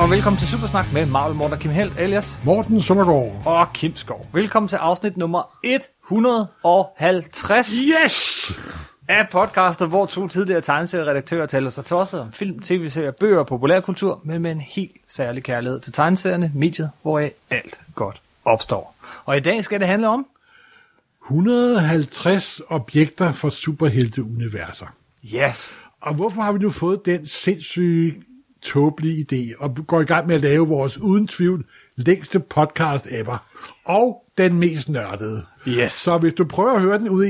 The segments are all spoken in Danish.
og velkommen til Supersnak med Marvel, Morten og Kim Helt, alias Morten Søndergaard og Kim Skov. Velkommen til afsnit nummer 150 Yes! af podcastet, hvor to tidligere tegneserieredaktører taler sig tosset om film, tv-serier, bøger og populærkultur, men med en helt særlig kærlighed til tegneserierne, mediet, hvoraf alt godt opstår. Og i dag skal det handle om 150 objekter for superhelteuniverser. Yes. Og hvorfor har vi nu fået den sindssyge, tåbelige idé, og går i gang med at lave vores uden tvivl længste podcast ever, og den mest nørdede. Yes. Så hvis du prøver at høre den ude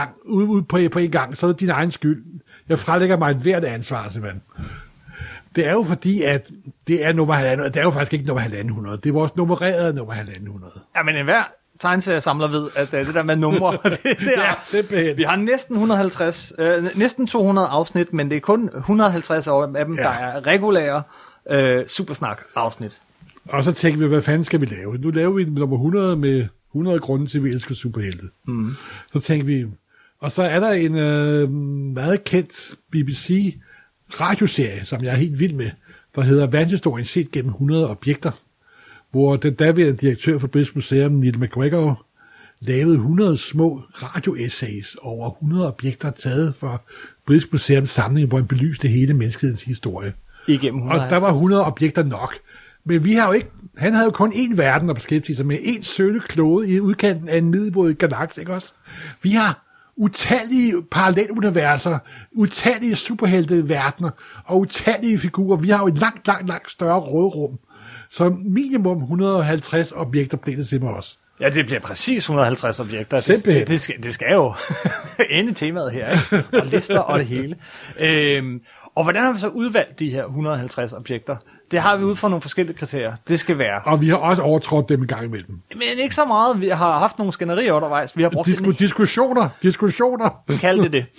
på en gang, så er det din egen skyld. Jeg frelægger mig et hvert ansvar, simpelthen. Det er jo fordi, at det er nummer 1,500. Det er jo faktisk ikke nummer 1,500. Det er vores nummererede nummer 1,500. Ja, men enhver tegneseriesamler ved, at det der med numre, det er, ja, simpelthen. Vi har næsten 150, næsten 200 afsnit, men det er kun 150 af dem, der er regulære Supersnak-afsnit. Og så tænker vi, hvad fanden skal vi lave? Nu laver vi nummer 100 med 100 grunde til, at vi elsker superhelte. Mm. Så tænker vi, og så er der en meget kendt BBC radioserie, som jeg er helt vild med, der hedder Verdenshistorien set gennem 100 objekter, hvor den daværende direktør for British Museum, Neil McGregor, lavede 100 små radio-essays over 100 objekter taget fra British Museums samling, hvor han belyste hele menneskehedens historie. Igennem 150. Og der var 100 objekter nok. Men vi har jo ikke, han havde jo kun én verden at beskæftige sig med, én sølle klode i udkanten af en middelbådet galakse, ikke også? Vi har utallige paralleluniverser, utallige superhelteverdener og utallige figurer. Vi har jo et langt større rådrum. Så minimum 150 objekter blev det til med os. Ja, det bliver præcis 150 objekter. Det skal jo ende temaet her, ikke? Og lister og det hele. Og hvordan har vi så udvalgt de her 150 objekter? Det har vi ud fra nogle forskellige kriterier. Det skal være. Og vi har også overtrådt dem en gang imellem. Men ikke så meget. Vi har haft nogle skænderier undervejs. Vi har brugt diskussioner. Kald det.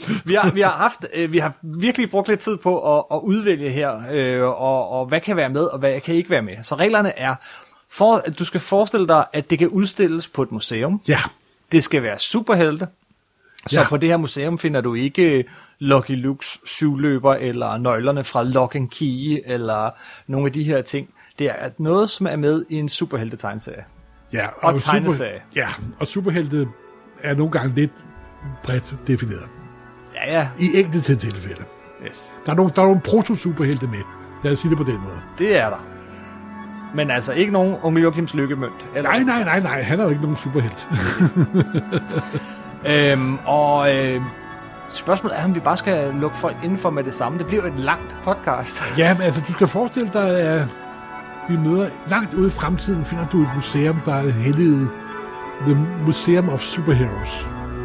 Vi har virkelig brugt lidt tid på at udvælge her, og hvad kan være med, og hvad kan ikke være med. Så reglerne er, at du skal forestille dig, at det kan udstilles på et museum. Ja. Det skal være superhelte. Så på det her museum finder du ikke Lucky Lukes syvløber, eller nøglerne fra Lock and Key, eller nogle af de her ting. Det er noget, som er med i en superhelte-tegneserie. Ja, og tegneserie. Og superhelte er nogle gange lidt bredt defineret. Ja. I enkelte tilfælde. Yes. Der er nogle proto-superhelte med. Lad os sige det på den måde. Det er der. Men altså ikke nogen Onkel Joachims lykkemønt. Nej. Han er jo ikke nogen superhelt. Spørgsmålet er, om vi bare skal lukke folk indenfor med det samme. Det bliver jo et langt podcast. Ja, men altså, du skal forestille dig, at vi møder langt ude i fremtiden, finder du et museum, der er helliget The Museum of Superheroes.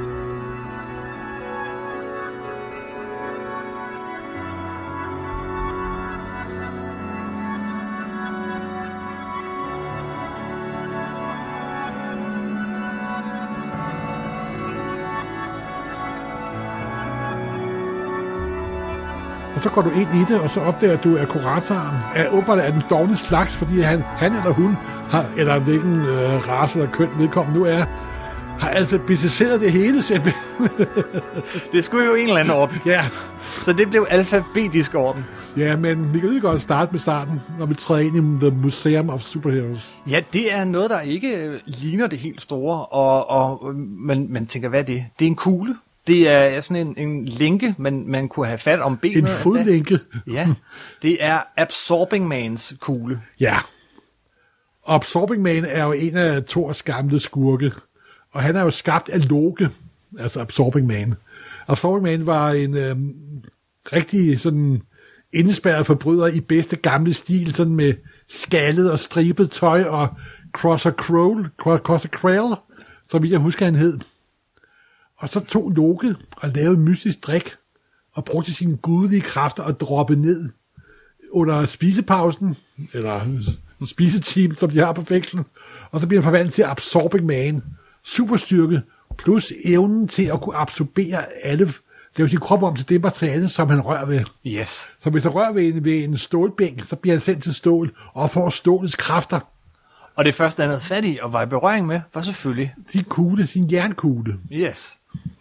Og så går du ind i det, og så opdager du, at kuratoren er den dårlige slags, fordi han eller hun, eller hvilken race eller køn vedkommende nu er, har alfabetiseret det hele simpelthen. Det skulle jo en eller anden orden. Ja. Så det blev alfabetisk orden. Ja, men vi kan lige godt starte med starten, når vi træder ind i The Museum of Superheroes. Ja, det er noget, der ikke ligner det helt store, og man tænker, hvad er det? Det er en kugle. Det er sådan en lænke, man kunne have fat om benet. En fodlænke. Ja, det er Absorbing Mans kugle. Ja. Absorbing Man er jo en af Thors gamle skurke, og han er jo skabt af Loke, altså Absorbing Man. Absorbing Man var en rigtig sådan indespærret forbryder i bedste gamle stil, sådan med skaldet og stribet tøj og Crosser Krell, som jeg husker han hed. Og så tog Loke og lavede mystisk drik, og brugte sine gudelige kræfter at droppe ned under spisepausen, eller en spiseteam, som de har på fængslen, og så bliver han forvandlet til Absorbing Man. Superstyrke, plus evnen til at kunne absorbere alle, det vil sige krop om til det materiale, som han rører ved. Yes. Så hvis han rører ved en stålbænk, så bliver han sendt til stål, og får stålets kræfter. Og det første, han havde fat i og var i berøring med, var selvfølgelig sin kugle, sin jernkugle. Yes.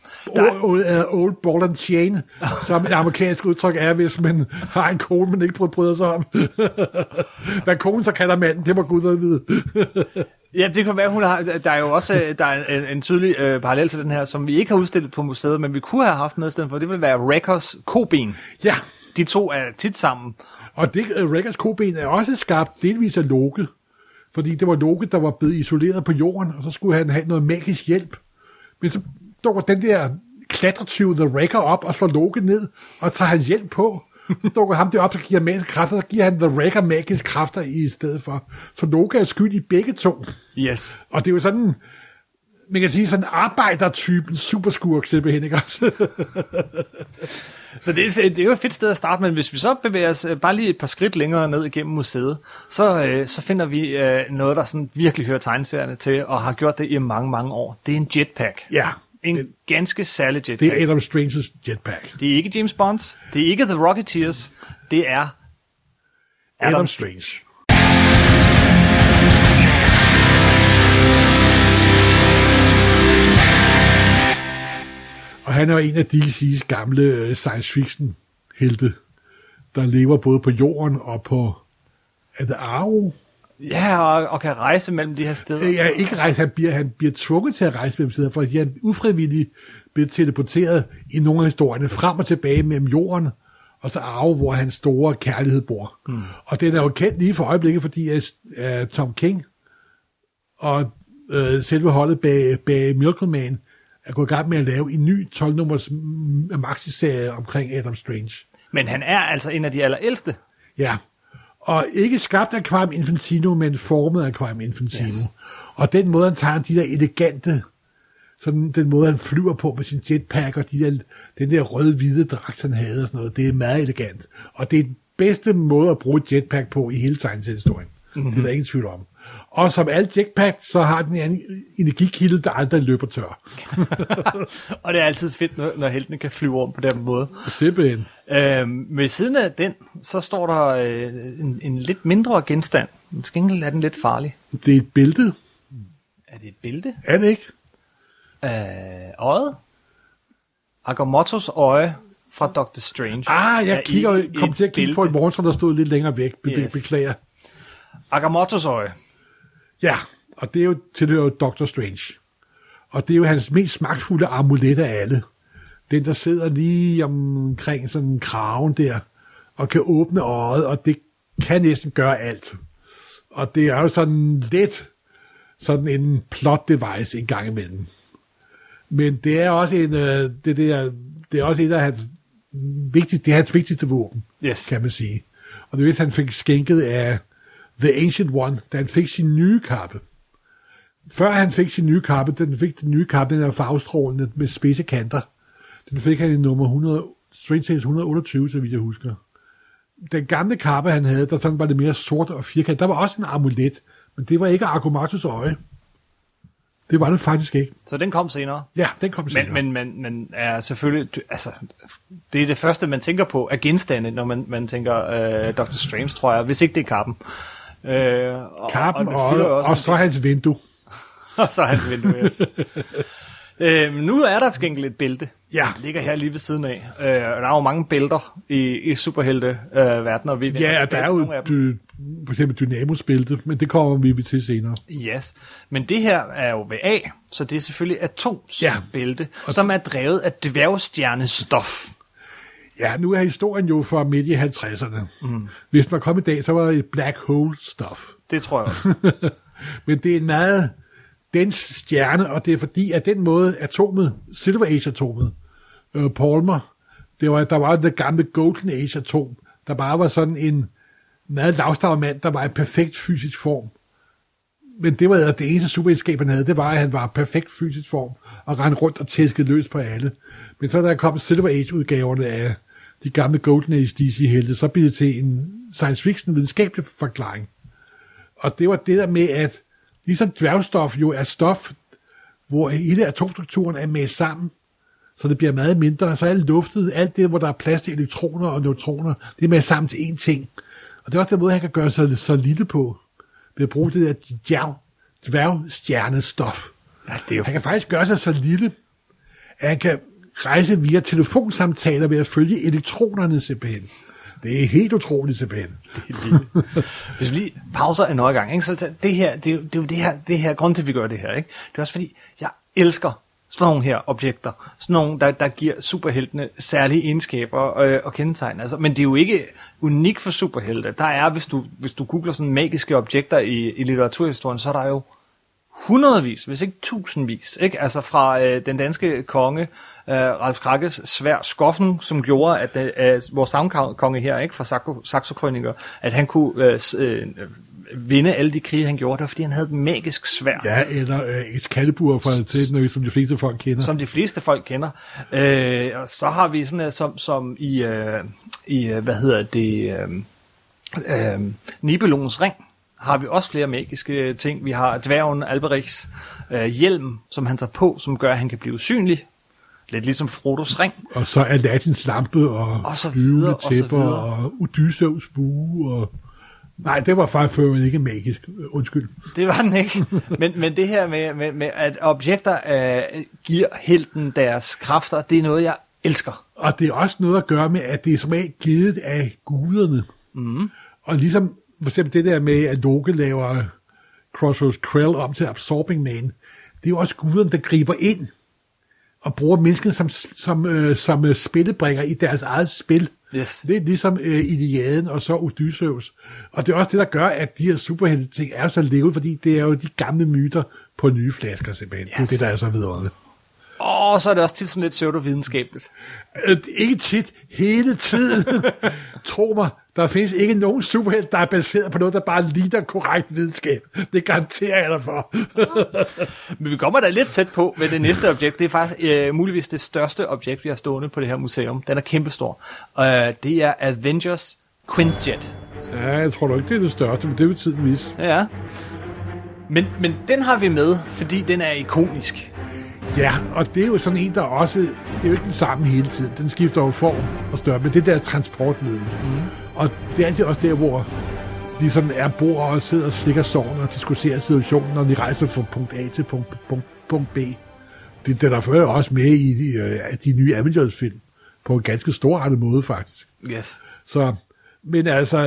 Old ball and chain, som et amerikansk udtryk er, hvis man har en kone, man ikke bryder sig om. Hvad konen så kalder manden, det må Gud at vide. Ja, det kan være, hun har, der er jo også der er en tydelig parallel til den her, som vi ikke har udstillet på museet, men vi kunne have haft med i stedet for. Det vil være Wreckers koben. Ja. De to er tit sammen. Og det Wreckers koben er også skabt delvis af Loke, fordi det var Loke, der var blevet isoleret på jorden, og så skulle han have noget magisk hjælp. Men så dukker den der klatretyv The Wrecker op og slår Loke ned og tager hans hjælp på. Så dukker ham det op, så giver han magiske kræfter, så giver han The Wrecker magiske kræfter i stedet for. Så Loke er skyld i begge to. Yes. Og det er jo sådan, man kan sige, sådan arbejdertypen superskurk simpelthen, ikke også? Så det er jo et fedt sted at starte, men hvis vi så bevæger os bare lige et par skridt længere ned igennem museet, så finder vi noget, der sådan virkelig hører tegneserierne til, og har gjort det i mange, mange år. Det er en jetpack. Ja. En ganske særlig jetpack. Det er Adam Stranges jetpack. Det er ikke James Bonds, det er ikke The Rocketeers, det er Adam Strange. Og han er en af DC's gamle science fiction helte, der lever både på jorden og på Arrow. Ja, og kan rejse mellem de her steder. Ja, ikke rejse, han bliver tvunget til at rejse mellem steder, fordi han ufrivilligt bliver teleporteret i nogle af historierne frem og tilbage mellem jorden og så Arrow, hvor hans store kærlighed bor. Og den er jo kendt lige for øjeblikket, fordi Tom King og selve holdet bag Miracle Man er gået i gang med at lave en ny 12-nummers maxi-serie omkring Adam Strange. Men han er altså en af de allerældste. Ja, og ikke skabt af Quam Infantino, men formet af Quam Infantino. Yes. Og den måde, han tager de der elegante, sådan den måde, han flyver på med sin jetpack, og den der røde-hvide dragt, han havde og sådan noget, det er meget elegant. Og det er den bedste måde at bruge et jetpack på i hele tegneseriehistorien. Mm-hmm. Det er der ingen tvivl om. Og som alt jetpack, så har den en energikilde, der aldrig løber tør. Og det er altid fedt, når heltene kan flyve om på den måde. Simpelthen. Ved siden af den, så står der en lidt mindre genstand. Men til gengæld er den lidt farlig. Det er et bælte. Er det et bælte? Er det ikke? Øjet? Agamottos øje fra Doctor Strange. Jeg kom til at kigge på et monster, der stod lidt længere væk. Beklager. Agamottos øje. Ja, og det er jo tilhører Doctor Strange. Og det er jo hans mest magtfulde amulet af alle. Den, der sidder lige omkring sådan kraven der, og kan åbne øjet, og det kan næsten gøre alt. Og det er jo sådan lidt sådan en plot device en gang imellem. Men det er også det er også et af hans vigtigste våben, yes. Kan man sige. Og det er, han fik skænket af The Ancient One, da han fik sin nye kappe. Før han fik sin nye kappe, den er farvestrålende med spidse kanter. Den fik han i nummer Strange Tales 128, så vidt jeg husker. Den gamle kappe, han havde, der sådan var det mere sort og firkant. Der var også en amulet, men det var ikke Agamottos øje. Det var det faktisk ikke. Så den kom senere? Ja, den kom senere. Men er selvfølgelig, altså, det er det første, man tænker på, er genstande, når man tænker Doctor Strange, tror jeg, hvis ikke det er kappen. Kappen og så hans vindue. Og så hans vindue, yes. Nu er der til gengæld et bælte. Ja. Det ligger her lige ved siden af. Der er jo mange bælter i superhelte-verdenen. Ja, der er jo for eksempel Dynamos-bælte, men det kommer vi til senere. Yes, men det her er jo ved A, så det er selvfølgelig Atoms bælte, som er drevet af dværgstjernestof. Ja, nu er historien jo fra midt i 50'erne. Mm. Hvis den var kommet i dag, så var det et black hole stof. Det tror jeg også. Men det er en meget dens stjerne, og det er fordi, at den måde Silver Age-atomet, Palmer, der var det gamle Golden Age-atom, der bare var sådan en meget lavstavet mand, der var i perfekt fysisk form. Men det var det eneste superegenskab, han havde, det var, at han var i perfekt fysisk form, og rendte rundt og tæskede løs på alle. Men så da der kom Silver Age-udgaverne af de gamle Golden Age DC-helte, så blev det til en science fiction videnskabelig forklaring. Og det var det der med, at ligesom dværgstof jo er stof, hvor hele atomstrukturen er med sammen, så det bliver meget mindre, så alt luftet, alt det, hvor der er plads til elektroner og neutroner, det er med sammen til én ting. Og det er også den måde, han kan gøre sig så lille på, ved at bruge det der dværgstjernestof. Ja, det er jo... Han kan faktisk gøre sig så lille, Han kan rejse via telefonsamtaler ved at følge elektronerne simpelthen. Det er helt utroligt simpelthen. Hvis vi lige pauser en nøje gang, ikke? Så det her, det er jo det her grund til, at vi gør det her. Ikke? Det er også fordi, jeg elsker sådan nogle her objekter. Sådan nogle, der giver superheltene særlige egenskaber og kendetegn. Altså, men det er jo ikke unikt for superhelte. Der er, hvis du googler sådan magiske objekter i litteraturhistorien, så er der jo hundredvis, hvis ikke tusindvis, ikke? Altså fra den danske konge, Ralf Krakkes sværd Skoffen, som gjorde, at vores savnkonge her, ikke, fra Saxo-krøniker, at han kunne vinde alle de krige, han gjorde. Det var, fordi han havde et magisk sværd. Ja, eller Excalibur, som de fleste folk kender. Som de fleste folk kender. Og så har vi sådan som i hvad hedder det, Nibelungens ring, har vi også flere magiske ting. Vi har dværgen Alberichs hjelm, som han tager på, som gør, at han kan blive usynlig. Lidt ligesom Frodos ring. Og så Aladdins lampe, og flyvende tæpper, og Odysseus bue, og... Nej, det var faktisk ikke magisk. Undskyld. Det var den ikke. Men det her med at objekter giver helten deres kræfter, det er noget, jeg elsker. Og det er også noget at gøre med, at det er som er givet af guderne. Mm. Og ligesom for eksempel det der med, at Loke laver Crossroads Krell om til Absorbing Man, det er jo også guderne, der griber ind og bruger menneskene som spillebrikker i deres eget spil. Yes. Det er ligesom Iliaden og så Odysseus. Og det er også det, der gør, at de her superhelte ting er så levende, fordi det er jo de gamle myter på nye flasker simpelthen. Yes. Det er det, der er så videre. Og så er det også tit sådan lidt pseudovidenskabeligt. Ikke tit, hele tiden. Tro mig, der findes ikke nogen superhelt, der er baseret på noget, der bare ligner korrekt videnskab. Det garanterer jeg dig for. Men vi kommer da lidt tæt på med det næste objekt. Det er faktisk muligvis det største objekt, vi har stående på det her museum. Den er kæmpestor. Det er Avengers Quinjet. Ja, jeg tror ikke, det er det største, men det vil tiden vise. Ja. Men den har vi med, fordi den er ikonisk. Ja, og det er jo sådan en, der også... Det er jo ikke den samme hele tiden. Den skifter jo form og større, men det er deres transportmiddel. Mm. Og det er altid også der, hvor de sådan bor og sidder og slikker sorgen og diskuterer situationen, når de rejser fra punkt A til punkt B. Det er der også med i de nye Avengers-film, på en ganske storartet måde, faktisk. Yes. Så, men altså...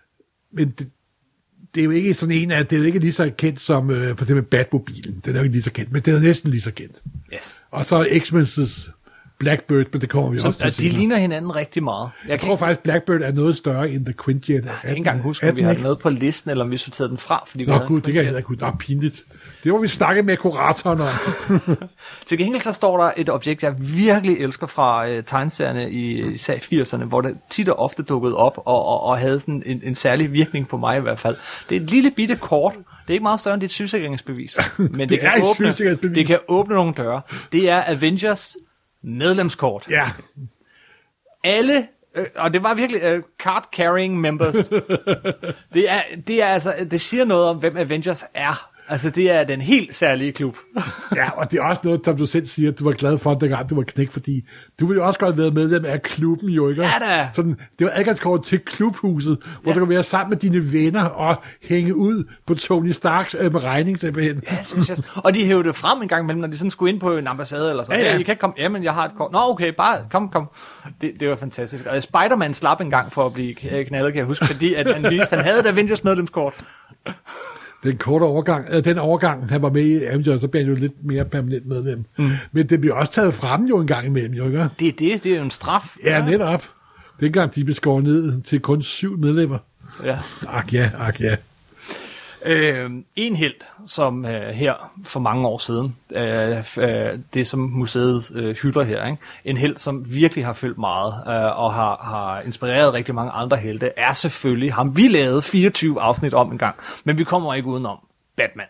Det er jo ikke sådan en af, det er jo ikke lige så kendt som for eksempel Batmobilen. Den er jo ikke lige så kendt, men den er næsten lige så kendt. Yes. Og så X-Men's Blackbird, men det kommer vi også til at de ligner hinanden rigtig meget. Jeg tror faktisk, Blackbird er noget større end The Quinjet. Jeg kan ikke engang huske, om vi havde noget på listen, eller om vi sorterede den fra. Fordi Nå gud, det kan jeg heller ikke. Nå, pinligt. Det må vi snakke med kuratoren om. Til gengæld så står der et objekt, jeg virkelig elsker fra tegneserierne i især 80'erne, hvor det tit og ofte dukkede op og havde sådan en særlig virkning på mig i hvert fald. Det er et lille bitte kort. Det er ikke meget større end dit sygesikringsbevis, men det kan åbne nogle døre. Det er Avengers medlemskort. Ja. Alle, og det var virkelig card-carrying members. det er altså, det siger noget om, hvem Avengers er. Altså, det er den helt særlige klub. Ja, og det er også noget, som du selv siger, at du var glad for, dengang du var knæk, fordi du ville jo også godt være medlem af klubben, jo, ikke? Ja da. Sådan, det var adgangskort til klubhuset, hvor du kan være sammen med dine venner og hænge ud på Tony Starks regning, simpelthen. Yes. Og de hævde det frem en gang imellem, når de sådan skulle ind på en ambassade eller sådan. Ja. I kan ikke komme, men jeg har et kort. Nå, okay, bare kom. Det var fantastisk. Og Spider-Man slap en gang for at blive knaldet, kan jeg huske, fordi at han viste, han havde et Avengers medlemskort. Den overgang, han var med i Avengers, så blev han jo lidt mere permanent medlem. Mm. Men det bliver også taget frem jo en gang imellem, jo ikke? Det er jo en straf. Ja, netop. Dengang de blev skåret ned til kun 7 medlemmer. Ja. Ak ja. En helt, som her for mange år siden, det som museet hylder her, ikke? En helt, som virkelig har fyldt meget, og har inspireret rigtig mange andre helte, er selvfølgelig ham, vi lavede 24 afsnit om en gang, men vi kommer ikke udenom Batman.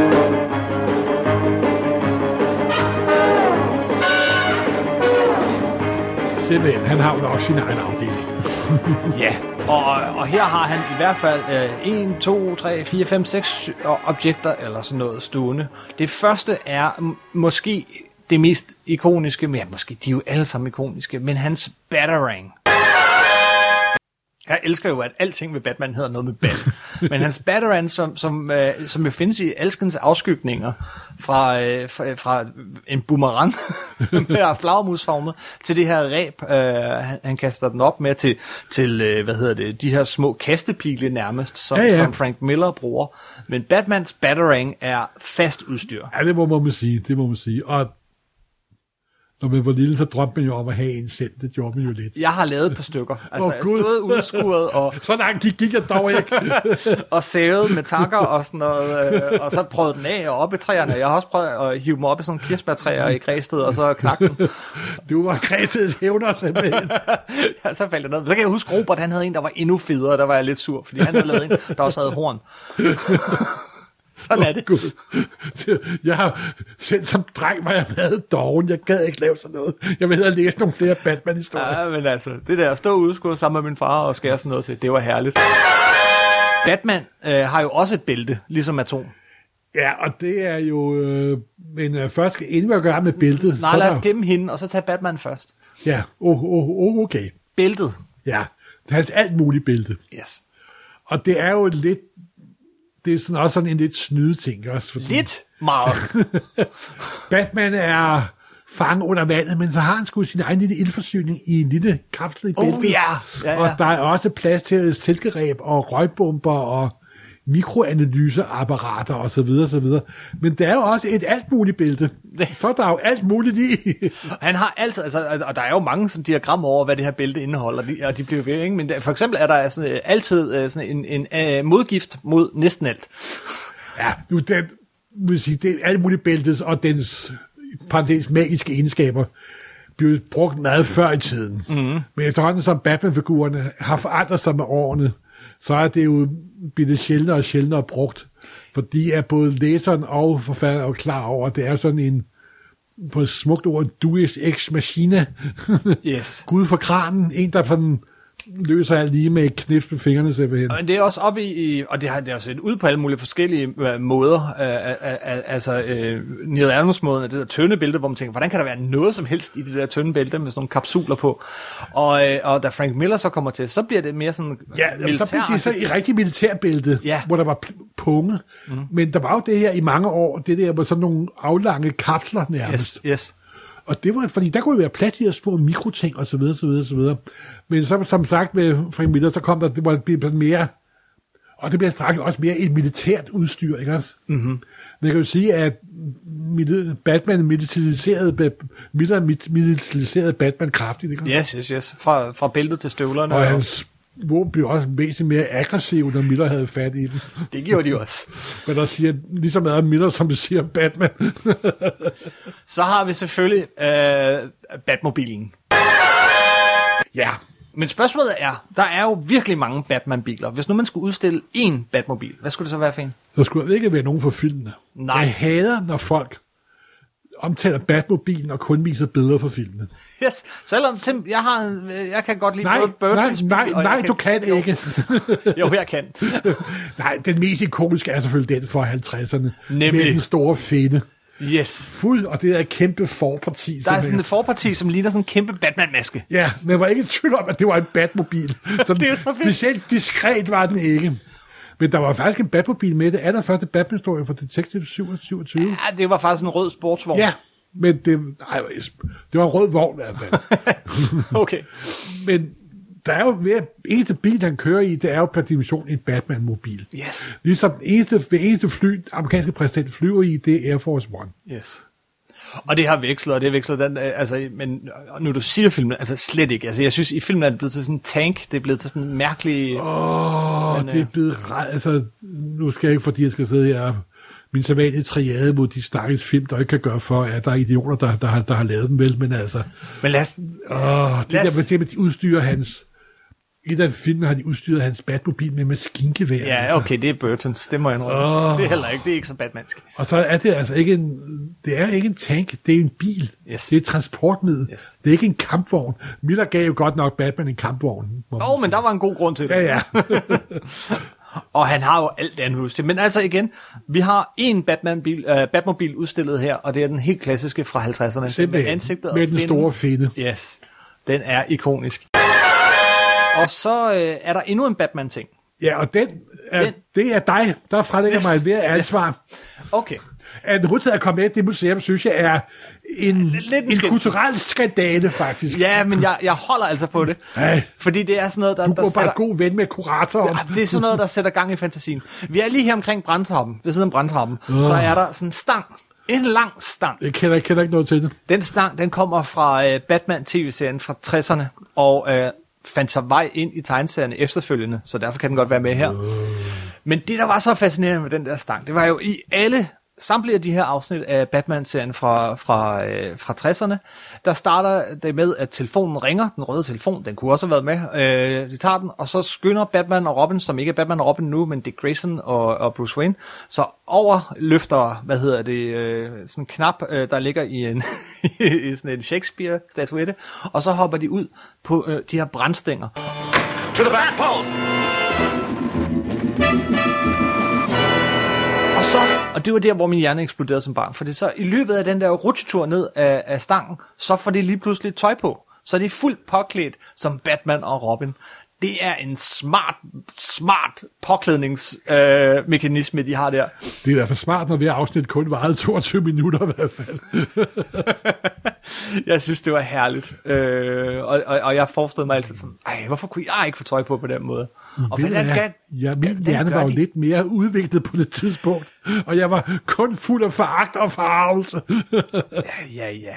Simpelthen, han har jo også sin egen afdeling. Ja, og her har han i hvert fald 1, 2, 3, 4, 5, 6 objekter eller sådan noget stående. Det første er måske det mest ikoniske, men ja, måske de er jo alle sammen ikoniske, men hans Batarang. Jeg elsker jo, at alting ved Batman hedder noget med bat. Men hans Batarang, som jo findes i alskens afskygninger, fra en boomerang med flagermusformet, til det her ræb, han kaster den op med, til de her små kastepile nærmest, som Frank Miller bruger. Men Batmans Batarang er fast udstyr. Ja, det må man sige. Og når man var lille, så drømte man jo om at have en selv. Det gjorde man jo lidt. Jeg har lavet et par stykker. Altså, jeg stod udskuret og... Så langt gik jeg dog ikke. og savet med takker og sådan noget. Og så prøvede den af og op i træerne. Jeg har også prøvet at hive mig op i sådan nogle kirsebærtræer i Græsted, og så knakke den. Du var Græsteds hævner simpelthen. Ja, så faldt jeg ned. Så kan jeg huske, Robert, han havde en, der var endnu federe. Der var jeg lidt sur, fordi han havde lavet en, der også havde horn. Sådan er det. Gud. Jeg har selv som dreng, var jeg meget doven. Jeg gad ikke lave sådan noget. Jeg ville have læst nogle flere Batman-historier. Ja, men altså, det der at stå udskudt sammen med min far og skære sådan noget til, det var herligt. Batman har jo også et bælte, ligesom Atom. Ja, og det er jo... men først inden vi gør med bæltet... Nej, lad os gemme hende, og så tage Batman først. Ja, okay. Bæltet. Ja, det er alt muligt bælte. Yes. Og det er jo lidt... Det er sådan også sådan en lidt snyde ting også. Fordi lidt meget. Batman er fanget under vandet, men så har han sgu sin egen lille ildforsyning i en lille kapsel i bæltet. Ja. Og der er også plads til silkeræb og røgbomber og mikroanalyseapparater og så videre. Men der er jo også et alt muligt bælte. Så der er jo alt muligt i. Han har altid, og der er jo mange sådan diagrammer over, hvad det her bælte indeholder, og de bliver ved, ikke? Men for eksempel er der sådan, altid sådan en modgift mod næsten alt. Ja, det vil sige, det er alt muligt bæltet, og dens parentes magiske egenskaber blev brugt meget før i tiden. Mm-hmm. Men efterhånden som Batman-figurerne har forandret sig med årene, så er det jo blevet sjældnere og sjældnere brugt, fordi er både læseren og forfatteren er klar over, at det er sådan en, på et smukt ord, Deus ex machina, yes. Gud for kranen, en der sådan løser alt lige med et knips med fingrene simpelthen. Men det er også oppe i og det har set ud på alle mulige forskellige måder, Neil Adams-måden af det der tynde bælte, hvor man tænker, hvordan kan der være noget som helst i det der tynde bælte med sådan nogle kapsuler på? Og da Frank Miller så kommer til, så bliver det mere sådan militær. Så bliver det så i rigtig militærbælte, hvor der var punge. Men der var jo det her i mange år, det der med sådan nogle aflange kapsler nærmest. Yes. Og det var, fordi der kunne jo være plads i at små mikroting, og så videre. Men så, som sagt med Frank Miller, så kom der, det var blevet mere, og det bliver straks også mere et militært udstyr, ikke også? Mm-hmm. Men jeg kan jo sige, at Batman militariserede Batman kraftigt, ikke også? Yes. Fra bæltet til støvlerne. Og hans våben blev også væsentligt mere aggressiv, når Miller havde fat i dem. Det gjorde de også. Men der siger lige så meget Miller, som det siger Batman. Så har vi selvfølgelig Batmobilen. Ja. Men spørgsmålet er, der er jo virkelig mange Batman-biler. Hvis nu man skulle udstille én Batmobil, hvad skulle det så være for en? Der skulle ikke være nogen for filmene. Nej. Jeg hader, når folk omtaler Batmobilen og kun viser billeder for filmen. Yes, selvom jeg kan godt lide både Burton's bil, nej, du kan ikke. Jo, jeg kan. Nej, den mest ikoniske er selvfølgelig den fra 50'erne. Nemlig. Med den store fede. Yes. Og det er et kæmpe forparti. Der er sådan et forparti, som ligner sådan en kæmpe Batman-maske. Ja, men jeg var ikke i tvivl om, at det var en Batmobil. Så det er så fedt. Specielt diskret var den ikke. Men der var faktisk en Batmobil med. Det allerførste Batman-historie fra Detective 27. Ja, det var faktisk en rød sportsvogn. Ja, men det var en rød vogn i hvert fald. Okay. Men der er jo eneste bil, han kører i, det er jo per dimension en Batman-mobil. Yes. Ligesom eneste fly, amerikanske præsident flyver i, det er Air Force One. Yes. Og det har vekslet, den, men nu du siger filmen, slet ikke. Jeg synes, i filmen er det blevet til sådan en tank, det er blevet til sådan en mærkelig... det er blevet nu skal jeg ikke, fordi jeg skal sidde her, min sædvanlige triade mod de stakkels film, der ikke kan gøre for, at der er idioter, der har lavet dem vel, men altså... Men lad os... det med de udstyrer hans... I den film har de udstyret hans Batmobil med maskingevær. Ja, okay, det er Burtons, det må jeg indrømme. Det er heller ikke, det er ikke så batmansk. Og så er det altså ikke det er ikke en tank, det er en bil. Yes. Det er et transportmiddel. Yes. Det er ikke en kampvogn. Miller gav jo godt nok Batman en kampvogn. Men der var en god grund til det. Ja. Og han har jo alt andet udstyr. Men altså igen, vi har en Batmobil udstillet her, og det er den helt klassiske fra 50'erne. Simpelthen. Med ansigtet med den store finde. Yes, den er ikonisk. Og så er der endnu en Batman-ting. Ja, og det er dig, der frelægger mig et værd ansvar. Yes. Okay. At Rutte er kommet med det museum, synes jeg er en kulturel skandale, faktisk. Ja, men jeg holder altså på det. Ej. Fordi det er sådan noget, der... Du går bare god ven med kuratoren. Ja, det er sådan noget, der sætter gang i fantasien. Vi er lige her omkring brandtrappen. Ved siden af brandtrappen. Så er der sådan en stang. En lang stang. Jeg kender ikke noget til det. Den stang, den kommer fra Batman-tv-serien fra 60'erne. Og fandt sig vej ind i tegneserierne efterfølgende. Så derfor kan den godt være med her. Men det, der var så fascinerende med den der stang, det var jo i samtlige af de her afsnit af Batman-serien fra 60'erne, der starter det med, at telefonen ringer, den røde telefon, den kunne også have været med, de tager den, og så skynder Batman og Robin, som ikke er Batman og Robin nu, men Dick Grayson og Bruce Wayne, så overløfter, sådan en knap, der ligger i i sådan en Shakespeare-statuette, og så hopper de ud på de her brandstænger. To the Batpole! Og det var der, hvor min hjerne eksploderede som barn. For det så i løbet af den der rutsjetur ned af stangen, så får de lige pludselig tøj på. Så de er fuldt påklædt som Batman og Robin. Det er en smart påklædningsmekanisme, de har der. Det er i hvert fald smart, når vi har afsnit kun varet 22 minutter i hvert fald. Jeg synes, det var herligt. Og jeg forestillede mig altid sådan, hvorfor kunne jeg ikke få tøj på den måde? Og min hjerne var jo lidt mere udviklet på det tidspunkt, og jeg var kun fuld af foragt og forarvelse. Ja.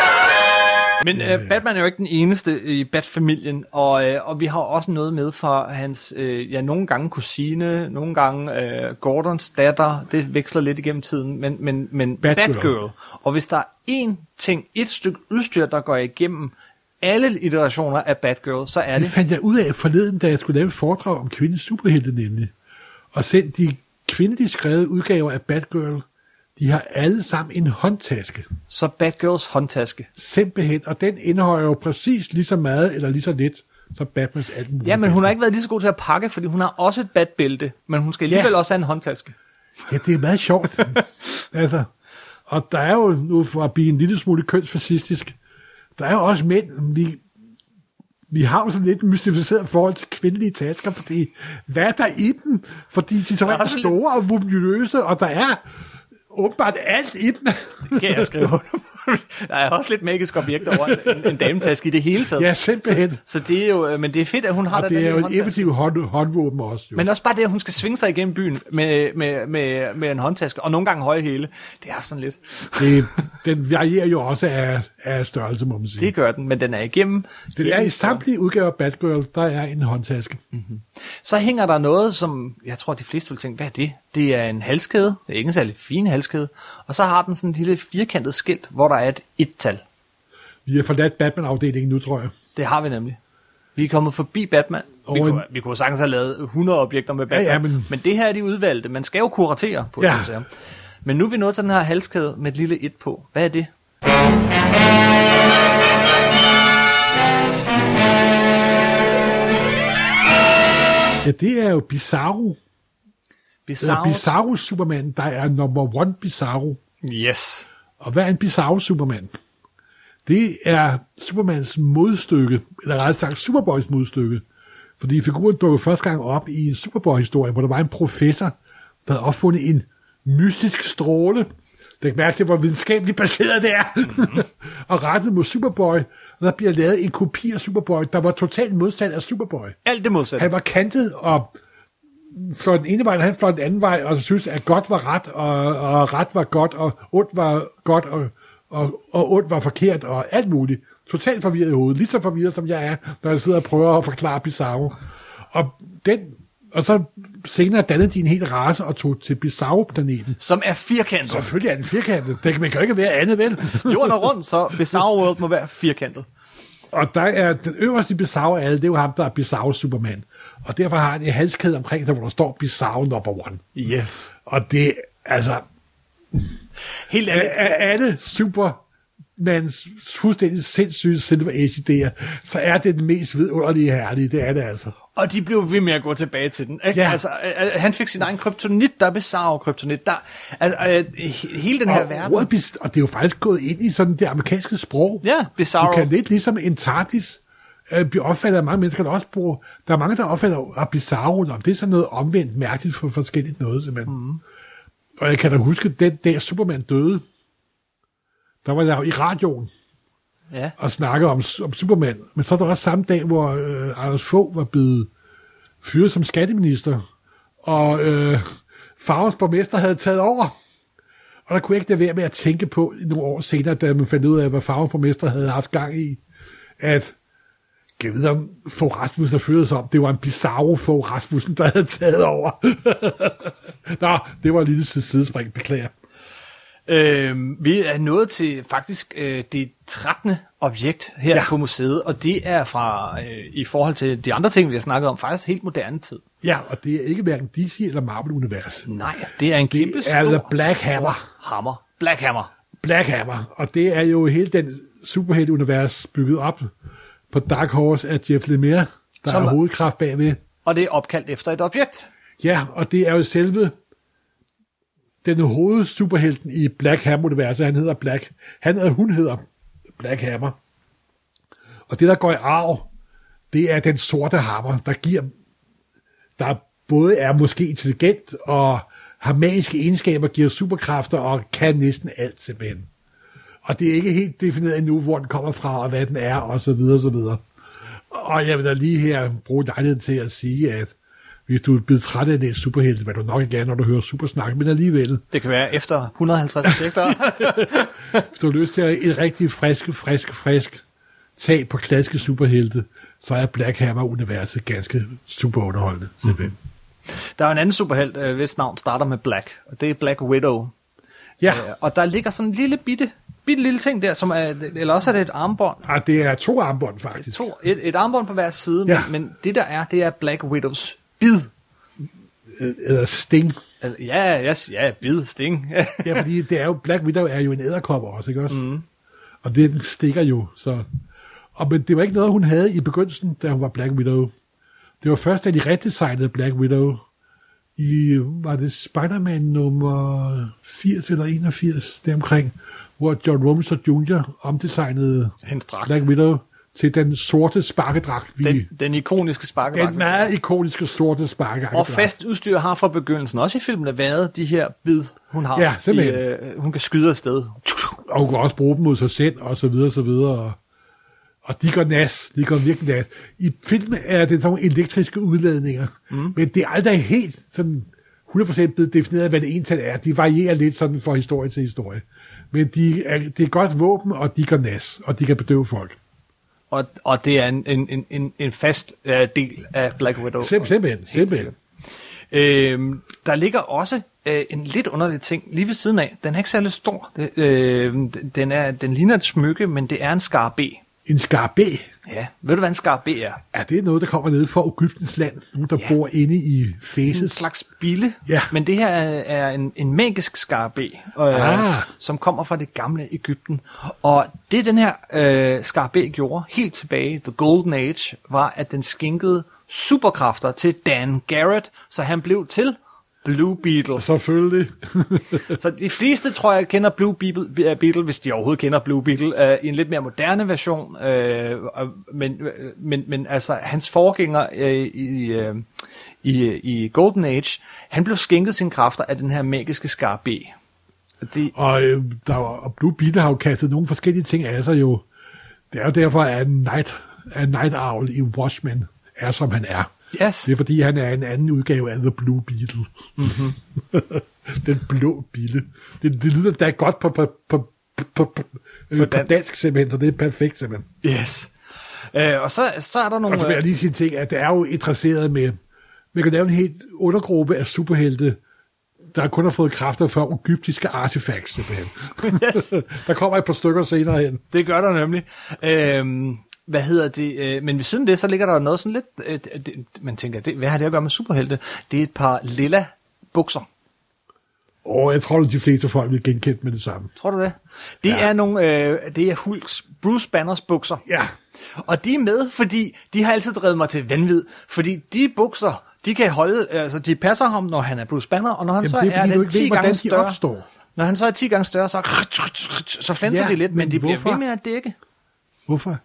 Men Batman er jo ikke den eneste i Bat-familien, og vi har også noget med fra hans, nogle gange kusine, nogle gange Gordons datter, det veksler lidt igennem tiden, men Batgirl. Og hvis der er et stykke udstyr, der går igennem alle iterationer af Batgirl, så er det... Det fandt jeg ud af forleden, da jeg skulle lave et foredrag om kvindens superhelte nemlig. Og selv de kvindeligt skrevet udgaver af Batgirl, de har alle sammen en håndtaske. Så Batgirls håndtaske. Simpelthen, og den indeholder jo præcis lige så meget, eller lige så lidt, som Batmans album. Ja, men hun har ikke været lige så god til at pakke, fordi hun har også et Batbælte, men hun skal alligevel også have en håndtaske. Ja, det er meget sjovt. Altså, og der er jo, nu for at blive en lille smule kønsfascistisk, der er jo også mænd, vi har jo sådan lidt mystificeret forhold til kvindelige tasker, fordi hvad er der i dem? Fordi de så er store og voluminøse, og der er åbenbart alt i dem. Det kan jeg skrive under. Der er også lidt magisk objekt over en dametaske i det hele taget. Ja, simpelthen. Så det er jo, men det er fedt, at hun har og det er jo et effektivt håndvåben også. Jo. Men også bare det, at hun skal svinge sig igennem byen med en håndtaske, og nogle gange høje hæle. Det er sådan lidt. Den varierer jo også af størrelse, må man sige. Det gør den, men den er igennem. Det er i samtlige udgaver af Batgirl, der er en håndtaske. Mm-hmm. Så hænger der noget, som jeg tror, de fleste vil tænke, hvad er det? Det er en halskæde. Det er ikke en særlig fin halskæde. Og så har den sådan en lille firkantet skilt, hvor der er et et-tal. Vi har forladt Batman-afdelingen nu, tror jeg. Det har vi nemlig. Vi er kommet forbi Batman. Vi kunne sagtens have lavet 100 objekter med Batman. Ja, men det her er de udvalgte. Man skal jo kuratere på det, museum. Men nu er vi nået til den her halskæde med et lille et på. Hvad er det? Ja, det er jo Bizarro. Bizarro Superman, der er number one Bizarro. Yes. Og hvad er en Bizarro Superman? Det er Supermans modstykke, eller rettere sagt Superboys modstykke. Fordi figuren dukkede første gang op i en Superboy-historie, hvor der var en professor, der havde opfundet en mystisk stråle. Det kan mærke til, hvor videnskabeligt baseret det er. Mm-hmm. Og rettet mod Superboy. Og der bliver lavet en kopi af Superboy, der var totalt modsat af Superboy. Alt det modsatte. Han var kantet og fløj den ene vej, og han fløj den anden vej, og så synes at godt var ret, og ret var godt, og ondt var godt, og ondt var forkert, og alt muligt. Totalt forvirret i hovedet. Lige så forvirret, som jeg er, når jeg sidder og prøver at forklare Bizarro. Og så senere dannede de en hel race og tog til Bizarro-planeten. Som er firkantet. Selvfølgelig er den firkantet. Det kan man jo ikke være andet, vel? Jorden er rundt, så Bizarro World må være firkantet. Og der er den øverste Bizarro af alle, det er jo ham, der er Bizarro Superman. Og derfor har han en halskæde omkring sig, hvor der står Bizarro number one. Yes. Og det, altså... Helt af alle Supermans fuldstændig sindssyge Silver Age-idéer, så er det den mest vidunderlige herlige. Det er det altså. Og de blev ved med at gå tilbage til den. Ja. Altså, han fik sin egen kryptonit, der er Bizarro kryptonit. Hele den her verden. Og det er jo faktisk gået ind i sådan det amerikanske sprog. Ja, Bizarro. Du kan lidt ligesom en TARDIS, bliver opfattet af mange mennesker, der også bruger. Der er mange, der opfatter af Bizarro, om det er sådan noget omvendt mærkeligt for forskelligt noget, simpelthen. Og jeg kan da huske, den dag Superman døde, der var jeg jo i radioen og snakkede om Superman. Men så er der også samme dag, hvor Anders Fogh var blevet fyret som skatteminister, og Farvers borgmester havde taget over. Og der kunne jeg ikke lade være med at tænke på nogle år senere, da man fandt ud af, hvad Farvers borgmester havde haft gang i, at jeg ved om Fogh Rasmussen har følt sig om, det var en Bizarro Fogh Rasmussen, der havde taget over. Nå, det var en lille sidespring, beklager. Vi er nået til faktisk det 13. objekt her på museet, og det er fra, i forhold til de andre ting, vi har snakket om, faktisk helt moderne tid. Ja, og det er ikke hverken DC eller Marvel-univers. Nej, det er en kæmpe stor... Det er The Black Hammer. Hammer. Black Hammer. Black Hammer, og det er jo hele den superhelt-univers bygget op på Dark Horse af Jeff Lemire, der er hovedkraft bagved. Og det er opkaldt efter et objekt. Ja, og det er jo selve den hovedsuperhelten i Black Hammer-universet. Han hedder Black. Hun hedder Black Hammer. Og det, der går i arv, det er den sorte hammer, der både er måske intelligent og har magiske egenskaber, giver superkræfter og kan næsten alt simpelthen. Og det er ikke helt defineret endnu, hvor den kommer fra, og hvad den er, og så videre, og så videre. Og jeg vil da lige her bruge lejligheden til at sige, at hvis du er blevet træt af det superhelte, hvad du nok ikke er, når du hører supersnak, men alligevel. Det kan være efter 150 objekter. Hvis du har lyst til et rigtig frisk tag på klassiske superhelte, så er Black Hammer-universet ganske superunderholdende, simpelthen. Der er jo en anden superhelt, hvis navn starter med Black, og det er Black Widow. Ja. Og der ligger sådan en bitte lille ting der, som er, eller også er det et armbånd. Ja, det er 2 armbånd faktisk. Et armbånd på hver side, men det der er, det er Black Widows bid. Eller sting. Ja, bid, sting. Ja, fordi det er jo, Black Widow er jo en edderkopper også, ikke også? Og den stikker jo, så... Men det var ikke noget, hun havde i begyndelsen, da hun var Black Widow. Det var først, da de redesignede Black Widow var det Spider-Man nummer 80 eller 81, deromkring, hvor John Romita Jr. omdesignede Black Widow til den sorte sparkedragt. Den ikoniske sparkedragt. Den meget ikoniske sorte sparkedragt. Og fast udstyr har fra begyndelsen også i filmene været de her bid, hun har. Ja, simpelthen. Hun kan skyde afsted. Og hun kan også bruge dem mod sig selv, og så videre, så videre. Og de går virkelig nas. I filmen er det sådan nogle elektriske udladninger, men det er aldrig helt sådan 100% blevet defineret, hvad det egentlig er. De varierer lidt sådan fra historie til historie. Men det er godt våben, og de går nas, og de kan bedøve folk. Og det er en fast del af Black Widow. Simpelthen. Der ligger også en lidt underlig ting lige ved siden af. Den er ikke særlig stor. Den ligner et smykke, men det er en skarabé. En skarabé? Ja, ved du hvad en skarabé er? Ja, det er noget, der kommer ned fra Egyptens land. Nogen, der bor inde i Faces. En slags bille. Ja. Men det her er en magisk skarabé, som kommer fra det gamle Egypten. Og det den her skarabé gjorde helt tilbage, The Golden Age, var at den skænkede superkræfter til Dan Garrett, så han blev til Blue Beetle. Selvfølgelig. Så de fleste, tror jeg, kender Blue Beetle, hvis de overhovedet kender Blue Beetle, i en lidt mere moderne version. Men altså, hans forgænger i Golden Age, han blev skænket sine kræfter af den her magiske skarabé. Og Blue Beetle har jo kastet nogle forskellige ting af sig jo. Det er jo derfor, at Night Owl i Watchmen er, som han er. Yes. Det er fordi, han er en anden udgave af The Blue Beetle. Den blå bille. Det lyder da godt på dansk simpelthen, så det er perfekt simpelthen. Yes. Og så er der nogle... Og så vil jeg lige sige ting, at det er jo interesseret med... Man kan lave en helt undergruppe af superhelte, der kun har fået kræfter fra egyptiske artefacts simpelthen. Yes. Der kommer et par stykker senere hen. Det gør der nemlig. Hvad hedder det? Men ved siden af det, så ligger der noget sådan lidt... man tænker, hvad har det at gøre med superhelte? Det er et par lilla bukser. Jeg tror, at de fleste folk vil genkende med det samme. Tror du det? Det er nogle... det er Hulks, Bruce Banners bukser. Ja. Og de er med, fordi de har altid drevet mig til vanvid. Fordi de bukser, de kan holde... Altså, de passer ham, når han er Bruce Banner, og når han så er den 10 gange større... Når han så er 10 gange større, så flænser de lidt, men de bliver ved med at dække. Hvorfor?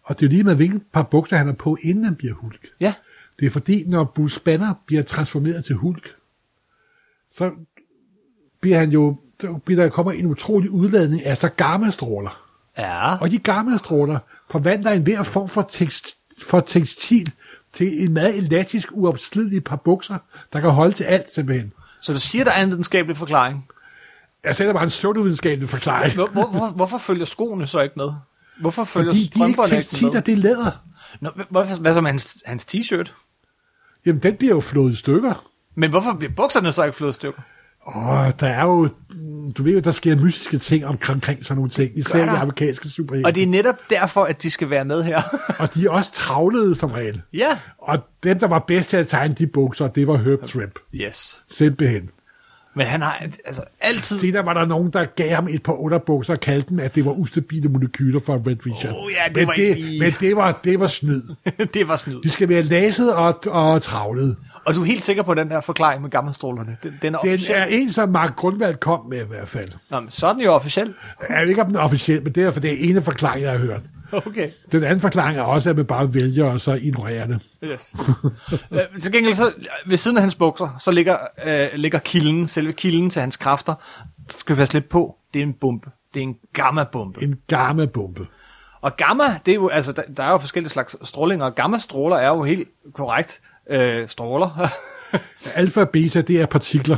Og det er jo lige med, hvilket par bukser han er på, inden han bliver Hulk. Ja. Det er fordi, når Bruce Banner bliver transformeret til Hulk, så bliver han jo, der kommer en utrolig udladning af så gammastråler. Ja. Og de gammastråler forvandler en hver form for tekstil til en meget elastisk, uopslidelig par bukser, der kan holde til alt simpelthen. Så du siger, der er en videnskabelig forklaring? Jeg sætter bare en pseudovidenskabelig forklaring. Hvorfor følger skoene så ikke med? Hvorfor følger Fordi de er strømperne ikke tekstiler, med? det er læder. Nå, hvad så med hans t-shirt? Jamen, den bliver jo flået i stykker. Men hvorfor bliver bukserne så ikke flået i stykker? Der er jo, du ved jo, der sker mystiske ting omkring sådan nogle ting, især i amerikanske superhelte. Og det er netop derfor, at de skal være med her. Og de er også travlede som regel. Ja. Og dem, der var bedst til at tegne de bukser, det var Herb Trimp. Yes. Simpelthen. Men han har altså altid... Senere var der nogen, der gav ham et par underbukser og kaldte dem, at det var ustabile molekyler fra Red Richard. Ja, men det var snyd. Det var snyd. De skal være laset og travlet. Og du er helt sikker på den der forklaring med gammelstrålerne? Den er en, som Mark Grundvald kom med i hvert fald. Nå, men så er den jo officiel. Jeg ved ikke, om den er officiel, men det er for det er ene forklaring, jeg har hørt. Okay. Den anden forklaring er også, at man bare vælger og så ignorerer det. Yes. Til gengæld, så ved siden af hans bukser, så ligger kilden, selve kilden til hans kræfter. Det skal vi passe lidt på. Det er en bombe. Det er en gamma-bombe. En gamma-bombe. Og gamma, det er jo, altså, der er jo forskellige slags strålinger, og gamma-stråler er jo helt korrekt stråler. Alfa og beta, det er partikler.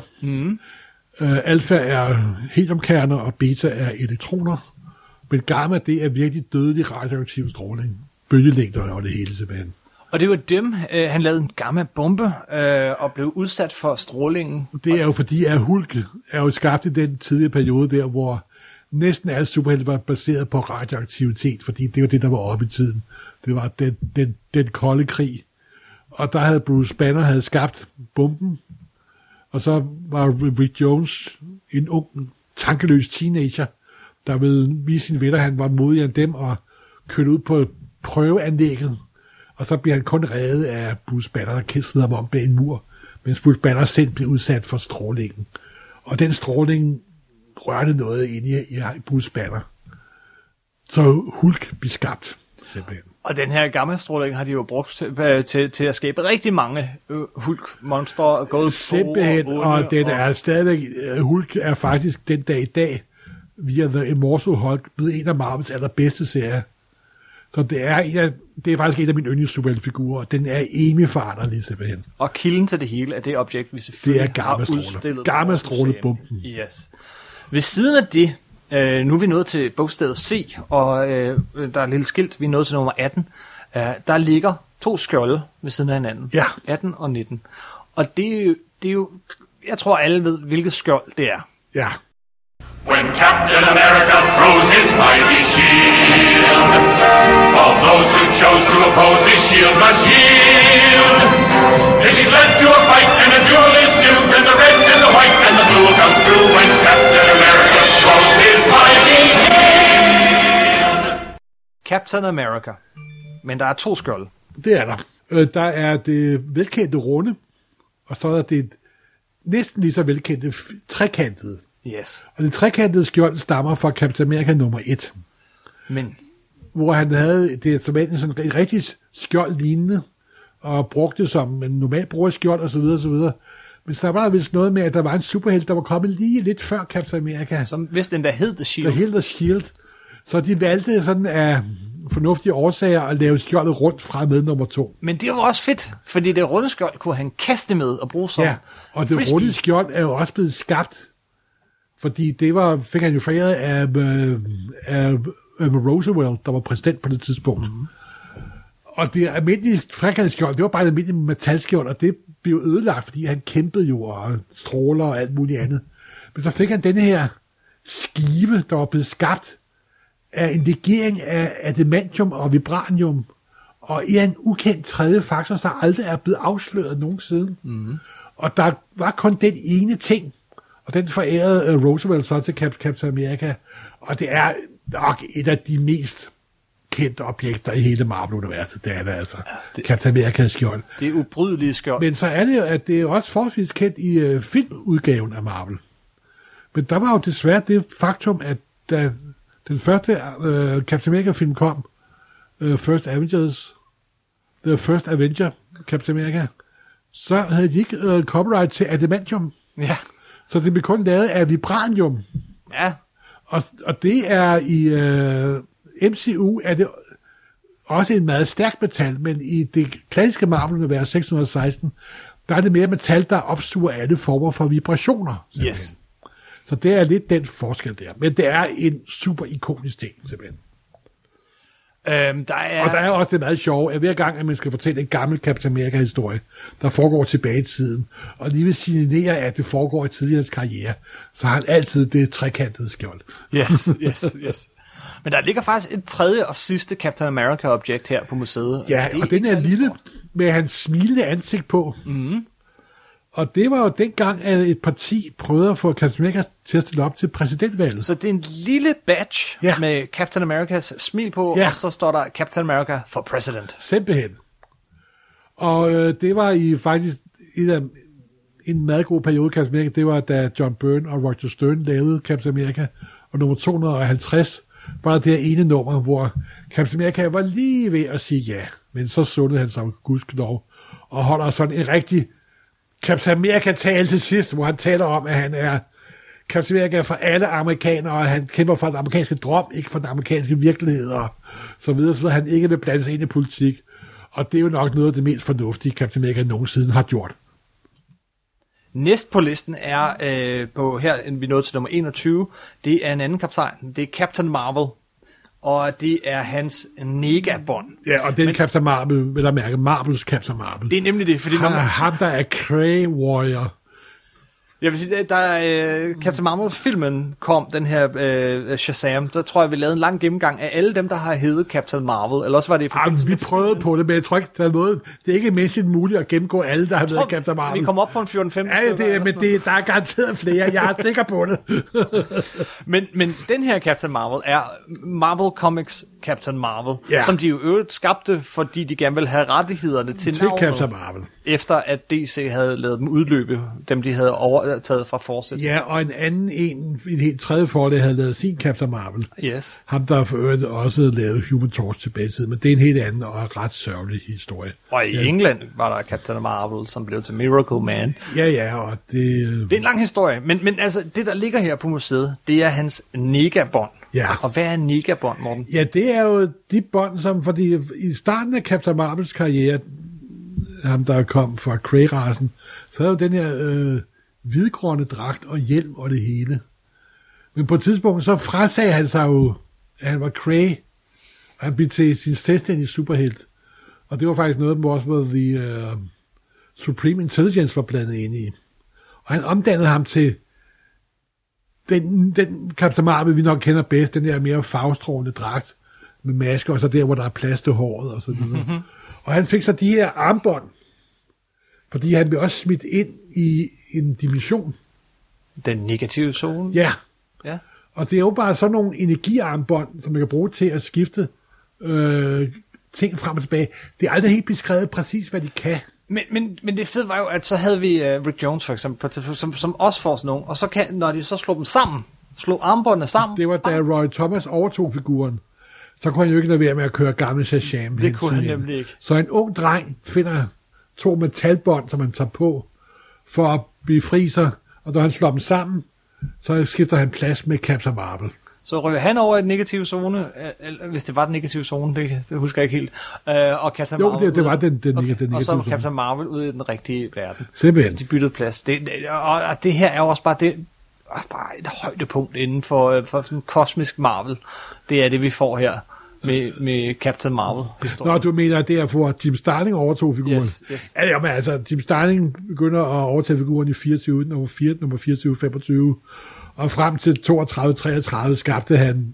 Alfa er heliumkerner, og beta er elektroner. Men gamma, det er virkelig dødelig radioaktiv stråling. Bølgelængder og det hele tilbage. Og det var dem, han lavede en gamma-bombe, og blev udsat for strålingen. Det er jo fordi, at Hulk er jo skabt i den tidlige periode der, hvor næsten alle superhelte var baseret på radioaktivitet, fordi det var det, der var oppe i tiden. Det var den kolde krig. Og der havde Bruce Banner skabt bomben, og så var Rick Jones en ung, tankeløs teenager, der ville vise sine venner, han var modigere end dem, og kørte ud på prøveanlægget. Og så bliver han kun reddet af Bruce Banner, der kastede ham om bag en mur, mens Bruce Banner selv blev udsat for strålingen. Og den stråling rørte noget inde i Bruce Banner. Så Hulk blev skabt, simpelthen. Og den her gammastråling har de jo brugt til at skabe rigtig mange Hulk-monstre. Gået simpelthen, og den er stadigvæk, Hulk er faktisk den dag i dag, via The Immortal Hulk, blevet en af Marvels allerbedste serier. Så det er faktisk en af mine yndlingssuperheltefigurer, og den er evigfarderlig simpelthen. Og kilden til det hele er det objekt, vi selvfølgelig har udstillet. Gamma-stråle-bomben. Yes. Ved siden af det, nu er vi nået til bogstavet C, og der er et lille skilt, vi er nået til nummer 18. Der ligger 2 skjolde ved siden af hinanden. Ja. 18 og 19. Og det er jo, jeg tror alle ved, hvilket skjold det er. Ja. When Captain America throws his mighty shield, all those who chose to oppose his shield must yield. It is led to a fight and a duel is due, and the red and the white and the blue will come through when Captain America throws his mighty shield. Captain America. Men der er 2 skjolde. Det er der. Der er det velkendte runde, og så er det næsten lige så velkendte trekantede. Yes. Og det trekantede skjold stammer fra Captain America nummer 1. Men hvor han havde det som en sådan et rigtig skjold lignende, og brugte det som en normal bruger skjold osv. osv. Men så var der vist noget med, at der var en superhelt, der var kommet lige lidt før Captain America. Som hvis den der hed The Shield. Der hed The Shield. Så de valgte sådan af fornuftige årsager at lave skjoldet rundt fra med nummer 2. Men det var også fedt, fordi det runde skjold kunne han kaste med og bruge som og det runde skjold er jo også blevet skabt, fordi det fik han jo foræret af Roosevelt, der var præsident på det tidspunkt. Mm-hmm. Og det almindelige trekantskjold, det var bare et almindeligt metalskjold, og det blev ødelagt, fordi han kæmpede jo og stråler og alt muligt andet. Men så fik han denne her skive, der var blevet skabt af en legering af adamantium og vibranium, og i en ukendt tredje faktor, der aldrig er blevet afsløret nogensinde. Mm-hmm. Og der var kun den ene ting, og den forærede Roosevelt så til Captain America, og det er nok et af de mest kendte objekter i hele Marvel-universet, det er det altså. Ja, Captain America's skjold. Det er ubrydelige skjold. Men så er det jo, at det er også forholdsvis kendt i filmudgaven af Marvel. Men der var jo desværre det faktum, at da den første Captain America-film kom, First Avenger, Captain America, så havde de ikke copyright til adamantium. Ja. Så det blev kun lavet af vibranium. Ja. Og det er i MCU er det også en meget stærk metal, men i det klassiske Marvel-univers 616, der er det mere metal, der opsuger alle former for vibrationer. Simpelthen. Yes. Så det er lidt den forskel der. Men det er en super ikonisk ting, simpelthen. Og der er også det meget sjove, at hver gang, at man skal fortælle en gammel Captain America-historie, der foregår tilbage i tiden, og lige vil signalere, at det foregår i tidligere karriere, så har han altid det trekantede skjold. Yes. Men der ligger faktisk et tredje og sidste Captain America-objekt her på museet. Ja, og den er lille, med hans smilende ansigt på. Mm-hmm. Og det var jo dengang, at et parti prøvede at få Captain America til at stille op til præsidentvalget. Så det er en lille badge med Captain Americas smil på, og så står der Captain America for President. Simpelthen. Og det var i faktisk en meget god periode, Captain America. Det var, da John Byrne og Roger Stern lavede Captain America. Og nummer 250 var der det ene nummer, hvor Captain America var lige ved at sige ja. Men så sundede han sig gudskelov og holder sådan en rigtig Captain America-tale til sidst, hvor han taler om, at han er Captain America for alle amerikanere, og han kæmper for den amerikanske drøm, ikke for den amerikanske virkelighed, og så videre, så han ikke vil blande sig ind i politik. Og det er jo nok noget af det mest fornuftige, Captain America nogensinde har gjort. Næst på listen er, på her vi nåede til nummer 21, det er en anden kaptajn, det er Captain Marvel. Og det er hans negabånd. Ja, og det er Captain Marvel, vil jeg mærke, Marvels Captain Marvel. Det er nemlig det, fordi ham der er Kree Warrior. Jeg vil sige, da Captain Marvel-filmen kom, den her Shazam, så tror jeg, vi lavede en lang gennemgang af alle dem, der har heddet Captain Marvel. Eller også var det i forbindelse vi prøvede på det, men jeg tror ikke, der er noget. Det er ikke menneskeligt muligt at gennemgå alle, der har været Captain Marvel. Vi kom op på en 14-15. Ja, men der er garanteret flere. Jeg er sikker på det. men den her Captain Marvel er Marvel Comics Captain Marvel, som de jo øvrigt skabte, fordi de gerne ville have rettighederne til navnet. Captain Marvel. Efter at DC havde lavet dem udløbe, dem de havde overtaget fra Fawcett. Ja, og en anden i et helt tredje forlag havde lavet sin Captain Marvel. Yes. Ham der for øvrigt også lavet Human Torch tilbage i tiden, men det er en helt anden og ret sørgelig historie. Og i England var der Captain Marvel, som blev til Miracle Man. Ja, og det er en lang historie, men altså, det der ligger her på museet, det er hans negabånd. Ja. Og hvad er negabånd, Morten? Ja, det er jo de bånd, som fordi i starten af Captain Marvels karriere, ham der kom fra Kree-rasen, så havde jo den her hvidgrønne dragt og hjelm og det hele. Men på et tidspunkt, så frasagde han sig jo, at han var Kree, og han blev til sin selvstændige superhelt. Og det var faktisk noget, hvor også The Supreme Intelligence var blandet ind i. Og han omdannede ham til den Captain Marvel, vi nok kender bedst, den der mere farvestrålende dragt med masker, og så der, hvor der er plads til håret og så videre. Mm-hmm. Og han fik så de her armbånd, fordi han blev også smidt ind i en dimension. Den negative zone? Ja. Og det er jo bare sådan nogle energiarmbånd, som man kan bruge til at skifte ting frem og tilbage. Det er aldrig helt beskrevet præcis, hvad de kan. Men det fede var jo, at så havde vi Rick Jones for eksempel, som også får sådan nogle, og så kan, når de så slog dem sammen, slog armbåndene sammen. Det var da Roy Thomas overtog figuren, så kunne han jo ikke lade være med at køre gamle Shazam. Det kunne han nemlig ikke. Så en ung dreng finder 2 metalbånd, som han tager på, for at befri sig, og når han slår dem sammen, så skifter han plads med Captain Marvel. Så ryger han over i den negative zone, hvis det var den negative zone, det husker jeg ikke helt. Og Captain Marvel. Jo, det var den negative zone. Og så var Captain Marvel ude i den rigtige verden. Simpelthen. Så de byttede plads. Og det her er jo også bare bare et højdepunkt inden for sådan kosmisk Marvel. Det er det, vi får her med Captain Marvel-historien. Nå, du mener, at det er for Jim Starlin overtog figuren? Yes. Ja, men altså, Jim Starlin begynder at overtage figuren i 24, nummer 24-25, og frem til 32-33 skabte han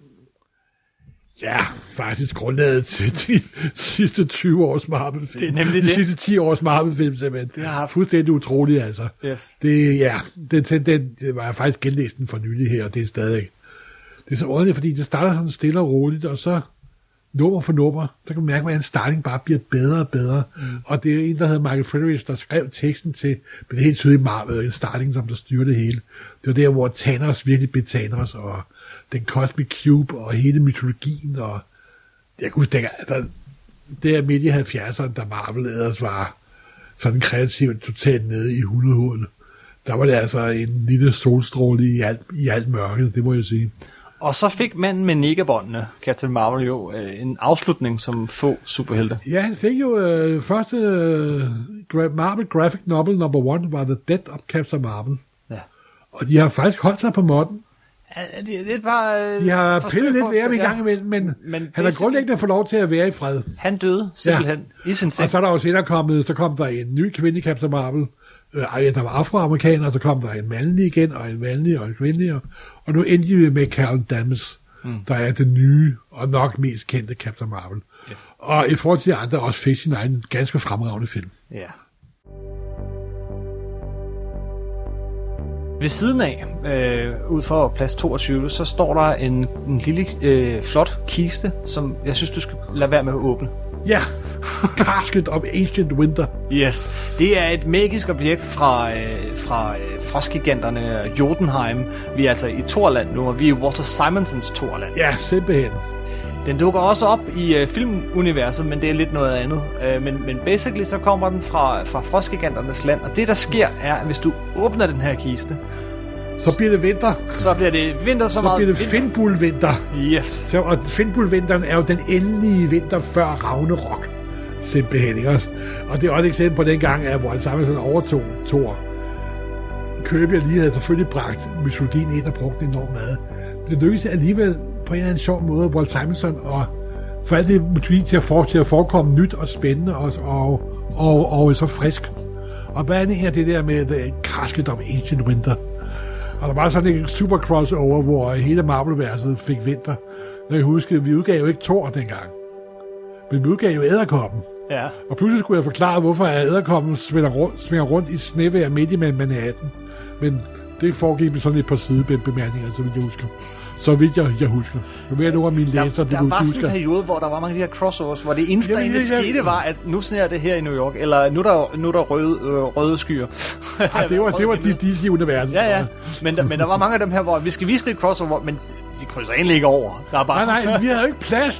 faktisk grundlaget til de sidste 20 års Marvel-film. Det er nemlig de sidste 10 års Marvel-film, simpelthen. Det har fuldstændig utroligt, altså. Yes. Det var faktisk genlæst den for nylig her, og det er stadig. Det er så ordentligt, fordi det starter sådan stille og roligt, og så nummer for nummer, så kan man mærke, hvordan Starling bare bliver bedre og bedre. Mm. Og det er en, der hedder Michael Fredericks, der skrev teksten til, men det er helt tydeligt Starling, som der styrer det hele. Det var der, hvor Thanos virkelig blev Thanos, og den Cosmic Cube, og hele mytologien, og Jeg kunne tænke, det er midt i 70'erne, da Marvel ellers var sådan kreativt totalt nede i hundehullet. Der var det altså en lille solstråle i alt mørket, det må jeg sige. Og så fik manden med negabåndene, Captain Marvel, jo en afslutning som få superhelte. Ja, han fik jo første Marvel Graphic Novel number 1 var The Death of Captain Marvel. Ja. Og de har faktisk holdt sig på måtten. Det var, de har pillet lidt ved ham i gang imellem, men han har grundlæggende fået lov til at være i fred. Han døde simpelthen i sin seng. Og så er der jo senere kom der en ny kvinde i Captain Marvel. Der var afroamerikaner, og så kom der en mandlig igen, og en mandlig og en kvindelig. Og nu endte vi med Carol Danvers, der er den nye og nok mest kendte Captain Marvel. Yes. Og i forhold til de andre også fik sin egen ganske fremragende film. Ja. Ved siden af, ud for plads 22, så står der en lille flot kiste, som jeg synes, du skal lade være med at åbne. Ja, Casket of Ancient Winter. Yes, det er et magisk objekt fra frostgiganterne Jotunheim. Vi er altså i Thorland nu, og vi er i Walter Simonsons Thorland. Ja, simpelthen. Den dukker også op i filmuniverset, men det er lidt noget andet. Men basically så kommer den fra frostgiganternes land, og det der sker er, at hvis du åbner den her kiste, så bliver det vinter. Så bliver det vinter så meget. Så bliver det Finnbull-vinter. Yes. Og Finnbull-vinteren er jo den endelige vinter før Ragnarok. Simpelthen, ikke også? Og det er også et eksempel på den gang, at Walter Simonson overtog Thor. Kirby lige havde selvfølgelig bragt mytologien ind og brugt den enormt meget. Det lykkedes alligevel på en eller anden sjov måde, Walter Simonson, og for alt det mytologi til at forekomme nyt og spændende og så frisk. Og hvad er det det der med The Casket of Ancient Winter? Og der var sådan en super crossover, hvor hele Marvel-verset fik vinter. Jeg kan huske, vi udgav jo ikke Thor dengang. Men vi udgav jo Edderkoppen. Ja. Og pludselig skulle jeg forklare, hvorfor Edderkoppen svinger rundt i snevejr midt i Manhattan. Men det foregik med sådan et par sidebemærkninger, så vidt jeg husker. Så vidt jeg husker. Nu ved jeg nu, at mine læser... Der var sådan en periode, hvor der var mange af de her crossovers, hvor det eneste, der skete, var, at nu sneer det her i New York, eller nu er der røde skyer. Ja, det var de DC-universet. Ja. Men der var mange af dem her, hvor vi skal vise det et crossover, men de krydser egentlig ikke over. Der er bare... Nej, vi havde jo ikke plads.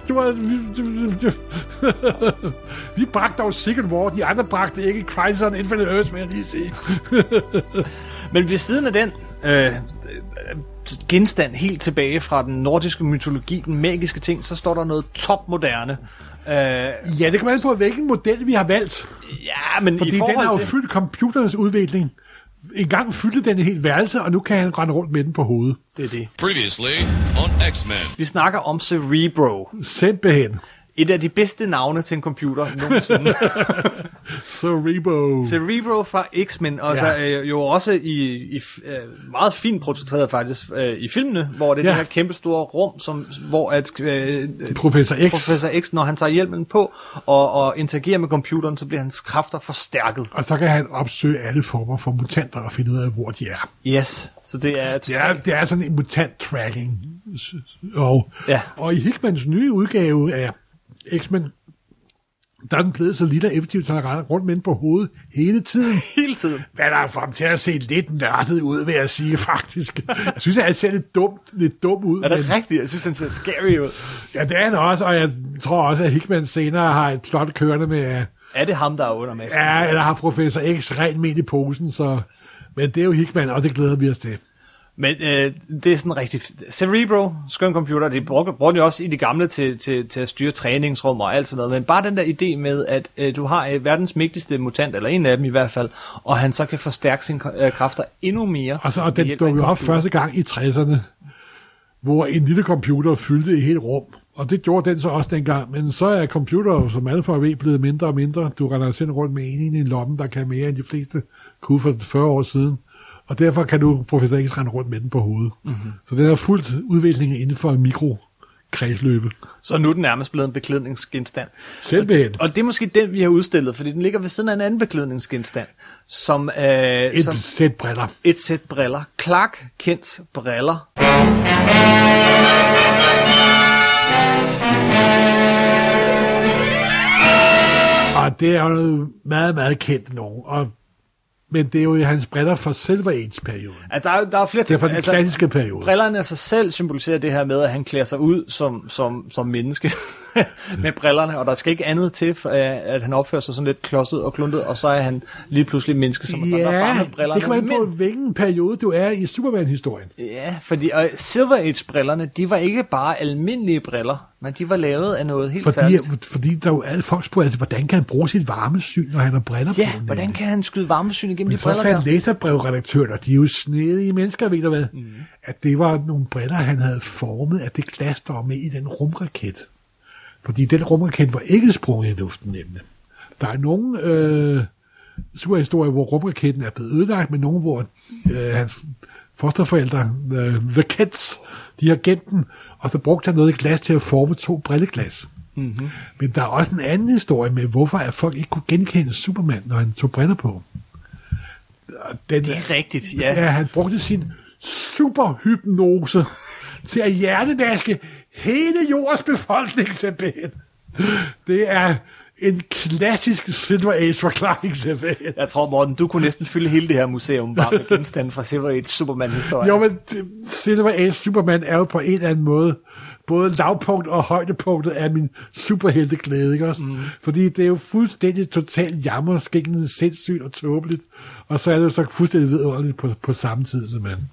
Vi bragte dog Secret War, de andre bragte ikke Crisis on Infinite Earths, vil jeg lige sige. Men ved siden af den genstand helt tilbage fra den nordiske mytologi, den magiske ting, så står der noget topmoderne. Ja, det kan man på, hvilken model vi har valgt. Ja, men fordi i forhold den har jo til... fyldt computerens udvikling. En gang fyldte den et helt værelse, og nu kan han rende rundt med den på hovedet. Det er det. Previously on X-Men. Vi snakker om Cerebro. Simpelthen. Et af de bedste navne til en computer nogensinde. Cerebro fra X-Men, og så jo også i meget fint portrætteret faktisk i filmene, hvor det er det her kæmpe store rum, hvor at Professor X, når han tager hjelmen på og interagerer med computeren, så bliver hans kræfter forstærket. Og så kan han opsøge alle former for mutanter og finde ud af, hvor de er. Yes, så det er totalt... Det er sådan en mutant-tracking. Og i Hickmans nye udgave af X-Men, der er den blevet så lille og effektivt, så han render rundt med den på hovedet hele tiden. Hele tiden. Hvad der er for ham til at se lidt nørdet ud, vil jeg sige, faktisk. Jeg synes, at han ser lidt dum ud. Er det rigtigt? Jeg synes, han ser scary ud. Ja, det er han også, og jeg tror også, at Hickman senere har et plot kørende med... Er det ham, der er under masken? Ja, eller har Professor X rent med i posen, så... Men det er jo Hickman, og det glæder vi os til. Men det er sådan rigtig... Cerebro, skøn computer, det bruger de også i de gamle til at styre træningsrum og alt sådan noget. Men bare den der idé med, at du har verdens mægtigste mutant, eller en af dem i hvert fald, og han så kan forstærke sine kræfter endnu mere. Og den dukkede op første gang i 60'erne, hvor en lille computer fyldte et helt rum. Og det gjorde den så også dengang. Men så er computer, som alle for ved, blevet mindre og mindre. Du render selv rundt med en i en lomme, der kan mere end de fleste kunne for 40 år siden. Og derfor kan du Professor X rende rundt med den på hovedet. Mm-hmm. Så den er fuldt udvikling inden for mikrokredsløbet. Så nu er den nærmest blevet en beklædningsgenstand. Selvbehænd. Og det er måske den, vi har udstillet, fordi den ligger ved siden af en anden beklædningsgenstand. Som, sæt briller. Et sæt briller. Clark Kents briller. Og det er jo noget meget, meget kendt nogen. Men det er jo hans briller fra Silver Age-perioden. Altså, der er flere ting. Det er fra den klassiske periode. Brillerne af sig selv symboliserer det her med, at han klæder sig ud som menneske. med brillerne, og der skal ikke andet til, at han opfører sig sådan lidt klodset og kluntet, og så er han lige pludselig menneske, som ja, der bare med brillerne. Det kan man på hvilken periode du er i Superman-historien. Ja, fordi Silver Age-brillerne, de var ikke bare almindelige briller, men de var lavet af noget helt særligt. Fordi der jo alle folk spørger, altså, hvordan kan han bruge sit varmesyn, når han har briller på? Ja, hvordan kan han skyde varmesyn igennem de briller? Så fandt læserbrevredaktøren, og de er jo snedige mennesker, ved du hvad, at det var nogle briller, han havde formet af det glas, der var med i den rumraket. Fordi den rumraket var ikke sprunget i luften nemlig. Der er nogle superhistorier, hvor rumraketten er blevet ødelagt, men nogle, hvor hans fosterforældre, The Kids, de har gemt den, og så brugte han noget glas til at forme 2 brilleglas. Mm-hmm. Men der er også en anden historie med, hvorfor at folk ikke kunne genkende Superman, når han tog briller på. Det er rigtigt, ja. Ja, han brugte sin superhypnose til at hjertevaske hele jordens befolkning, simpelthen. Det er en klassisk Silver Age-forklaring, simpelthen. Jeg tror, Morten, du kunne næsten fylde hele det her museum bare med genstande fra Silver Age Superman-historien. Jo, men Silver Age Superman er jo på en eller anden måde både lavpunkt og højdepunktet af min superhelteglæde, ikke også? Fordi det er jo fuldstændig totalt jammerskængende, sindssygt og tåbeligt, og så er det jo så fuldstændig vidunderligt på samme tid, simpelthen.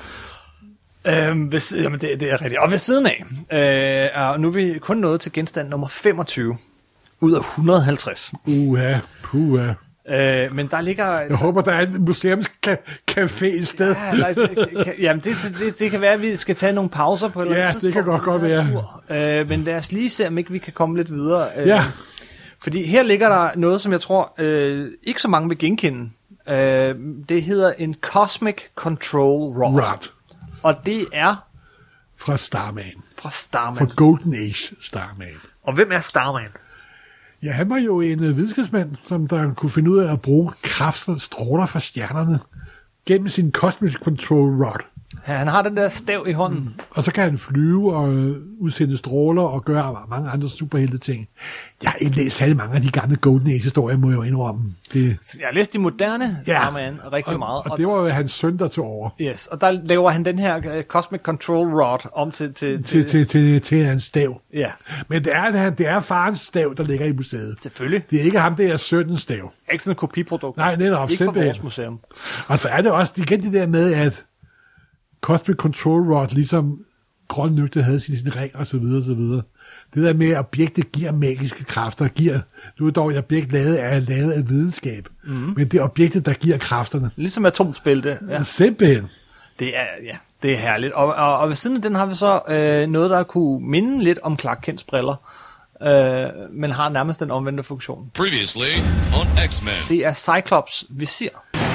Jamen, det er rigtigt. Og ved siden af, nu er vi kun nået til genstand nummer 25 ud af 150. Puha. Men der ligger... Jeg håber, der er en museumscafé et sted. Jamen, det kan være, at vi skal tage nogle pauser på et eller andet tidspunkt. Ja, det kan godt være. Men lad os lige se, om ikke vi kan komme lidt videre. Fordi her ligger der noget, som jeg tror ikke så mange vil genkende. Det hedder en Cosmic Control Rod. Og det er... Fra Starman. Fra Golden Age Starman. Og hvem er Starman? Ja, han var jo en videnskabsmand, som der kunne finde ud af at bruge stråler fra stjernerne gennem sin Cosmic Control Rod. Ja, han har den der stav i hånden. Og så kan han flyve og udsende stråler og gøre mange andre superhelte ting. Jeg har ikke læst særlig mange af de gamle Golden Age-historier, må jeg jo indrømme. Jeg har læst de moderne Starman rigtig meget. Og det var jo hans søn, der tog over. Yes, og der laver han den her Cosmic Control Rod om til hans stav. Ja. Men det er farens stav, der ligger i museet. Selvfølgelig. Det er ikke ham, det er sønnens stav. Ikke sådan en kopiprodukt. Nej, netop. Ikke på vores museum. Og så er det også igen det der med, at Cosmic Control Rod, ligesom Grøn Lygte havde sin ring, og så videre, og så videre. Det der med, at objektet giver magiske kræfter, nu er dog et objekt lavet af videnskab, men det er objektet, der giver kræfterne. Ligesom atomspælte. Ja. Simpelthen. Det er herligt. Og ved siden af den har vi så noget, der kunne minde lidt om Clark Kents briller, men har nærmest den omvendte funktion. Previously on X-Men. Det er Cyclops visir.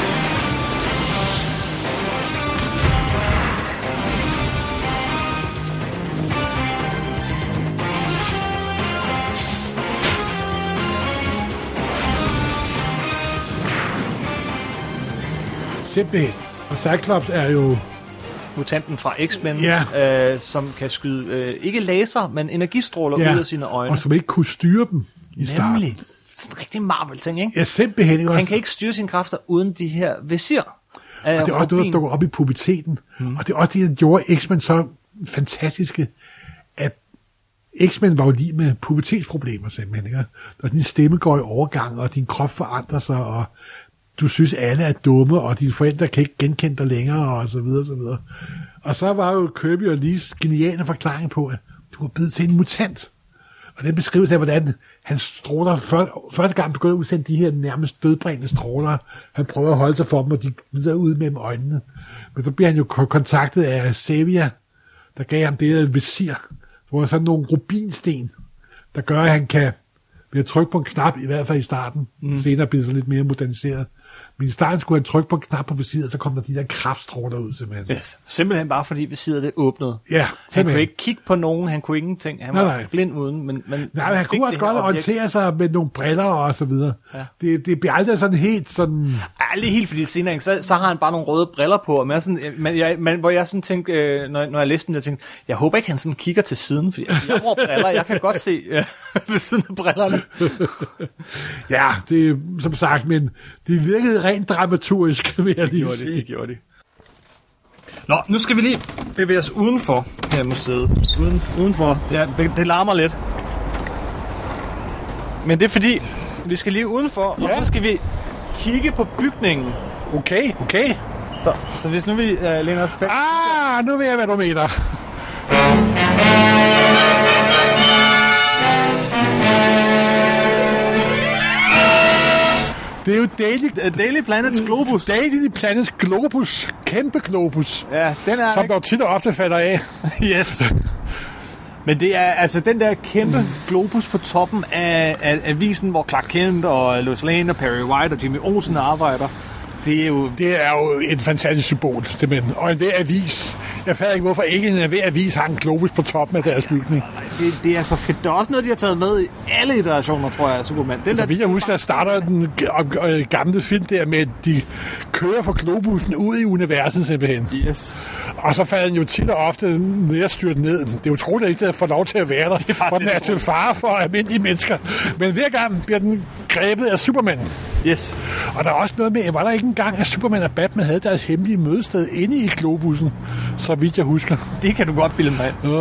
Simpelthen. Og Cyclops er jo mutanten fra X-Men, som kan skyde ikke laser, men energistråler ud af sine øjne. Og som ikke kunne styre dem i starten. Nemlig. Sådan en rigtig Marvel-ting, ikke? Ja, simpelthen. Han kan ikke styre sine kræfter uden de her visir. Og det er også noget, der dukker op i puberteten. Og det er også det, der gjorde X-Men så fantastiske, at X-Men var jo lige med pubertetsproblemer, simpelthen. Ikke? Og din stemme går i overgang, og din krop forandrer sig, og du synes, alle er dumme, og dine forældre kan ikke genkende dig længere, og så videre, så videre. Og så var jo Kirby og Lees geniale forklaring på, at du var blevet til en mutant. Og den beskrivelse af, hvordan hans stråler første gang begyndte at udsende de her nærmest dødbringende stråler. Han prøver at holde sig for dem, og de glider ud mellem øjnene. Men så bliver han jo kontaktet af Xavier, der gav ham det der visir, hvor er sådan nogle rubinsten, der gør, at han kan ved at trykke på en knap, i hvert fald i starten. Senere bliver det så lidt mere moderniseret. Men i starten skulle han trykke på en knap på visiret, så kom der de der kraftstråler ud, simpelthen. Yes. Simpelthen bare fordi visiret det åbnede. Ja, han kunne ikke kigge på nogen, han kunne ingenting. Han var blind uden, men han kunne også godt orientere sig med nogle briller og så videre. Ja. Det bliver aldrig sådan helt sådan... Aldrig helt, fordi senere, så har han bare nogle røde briller på, og hvor jeg sådan tænkte, når jeg læste den, jeg tænkte, jeg håber ikke, han sådan kigger til siden, fordi jeg bruger briller, jeg kan godt se ved siden af brillerne. Ja, det er som sagt, men det virkede rent dramaturgisk, vil jeg lige sige. Det gjorde de. Nå, nu skal vi lige bevæge os udenfor her museet. Udenfor. Ja, det larmer lidt. Men det er fordi, vi skal lige udenfor, og så skal vi kigge på bygningen. Okay. Så hvis nu vi læner os tilbage... Nu ved jeg, hvad du mener. Det er jo Daily Planets Globus. Daily Planets Globus. Kæmpe globus. Ja, den er... Som dog tit og ofte falder af. Yes. Men det er altså den der kæmpe globus på toppen af avisen, hvor Clark Kent og Lois Lane og Perry White og Jimmy Olsen arbejder. Det er jo et fantastisk symbol, simpelthen. Og en hver avis. Jeg fatter ikke, hvorfor ikke en hver avis har en globus på toppen af deres bygning. Det er så fedt. Det er også noget, de har taget med i alle iterationer, tror jeg, af Superman. Så vidt jeg husker, at starter den gamle film der med, at de kører fra globusen ud i universet, simpelthen. Yes. Og så falder den jo tit og ofte nedstyrt ned. Det er utroligt, at ikke får lov til at være der, for den er til fare for almindelige mennesker. Men hver gang bliver den grebet af Superman. Yes. Og der er også noget med, var der ikke engang, at Superman og Batman havde deres hemmelige mødested inde i globusen, så vidt jeg husker. Det kan du godt bilde mig af.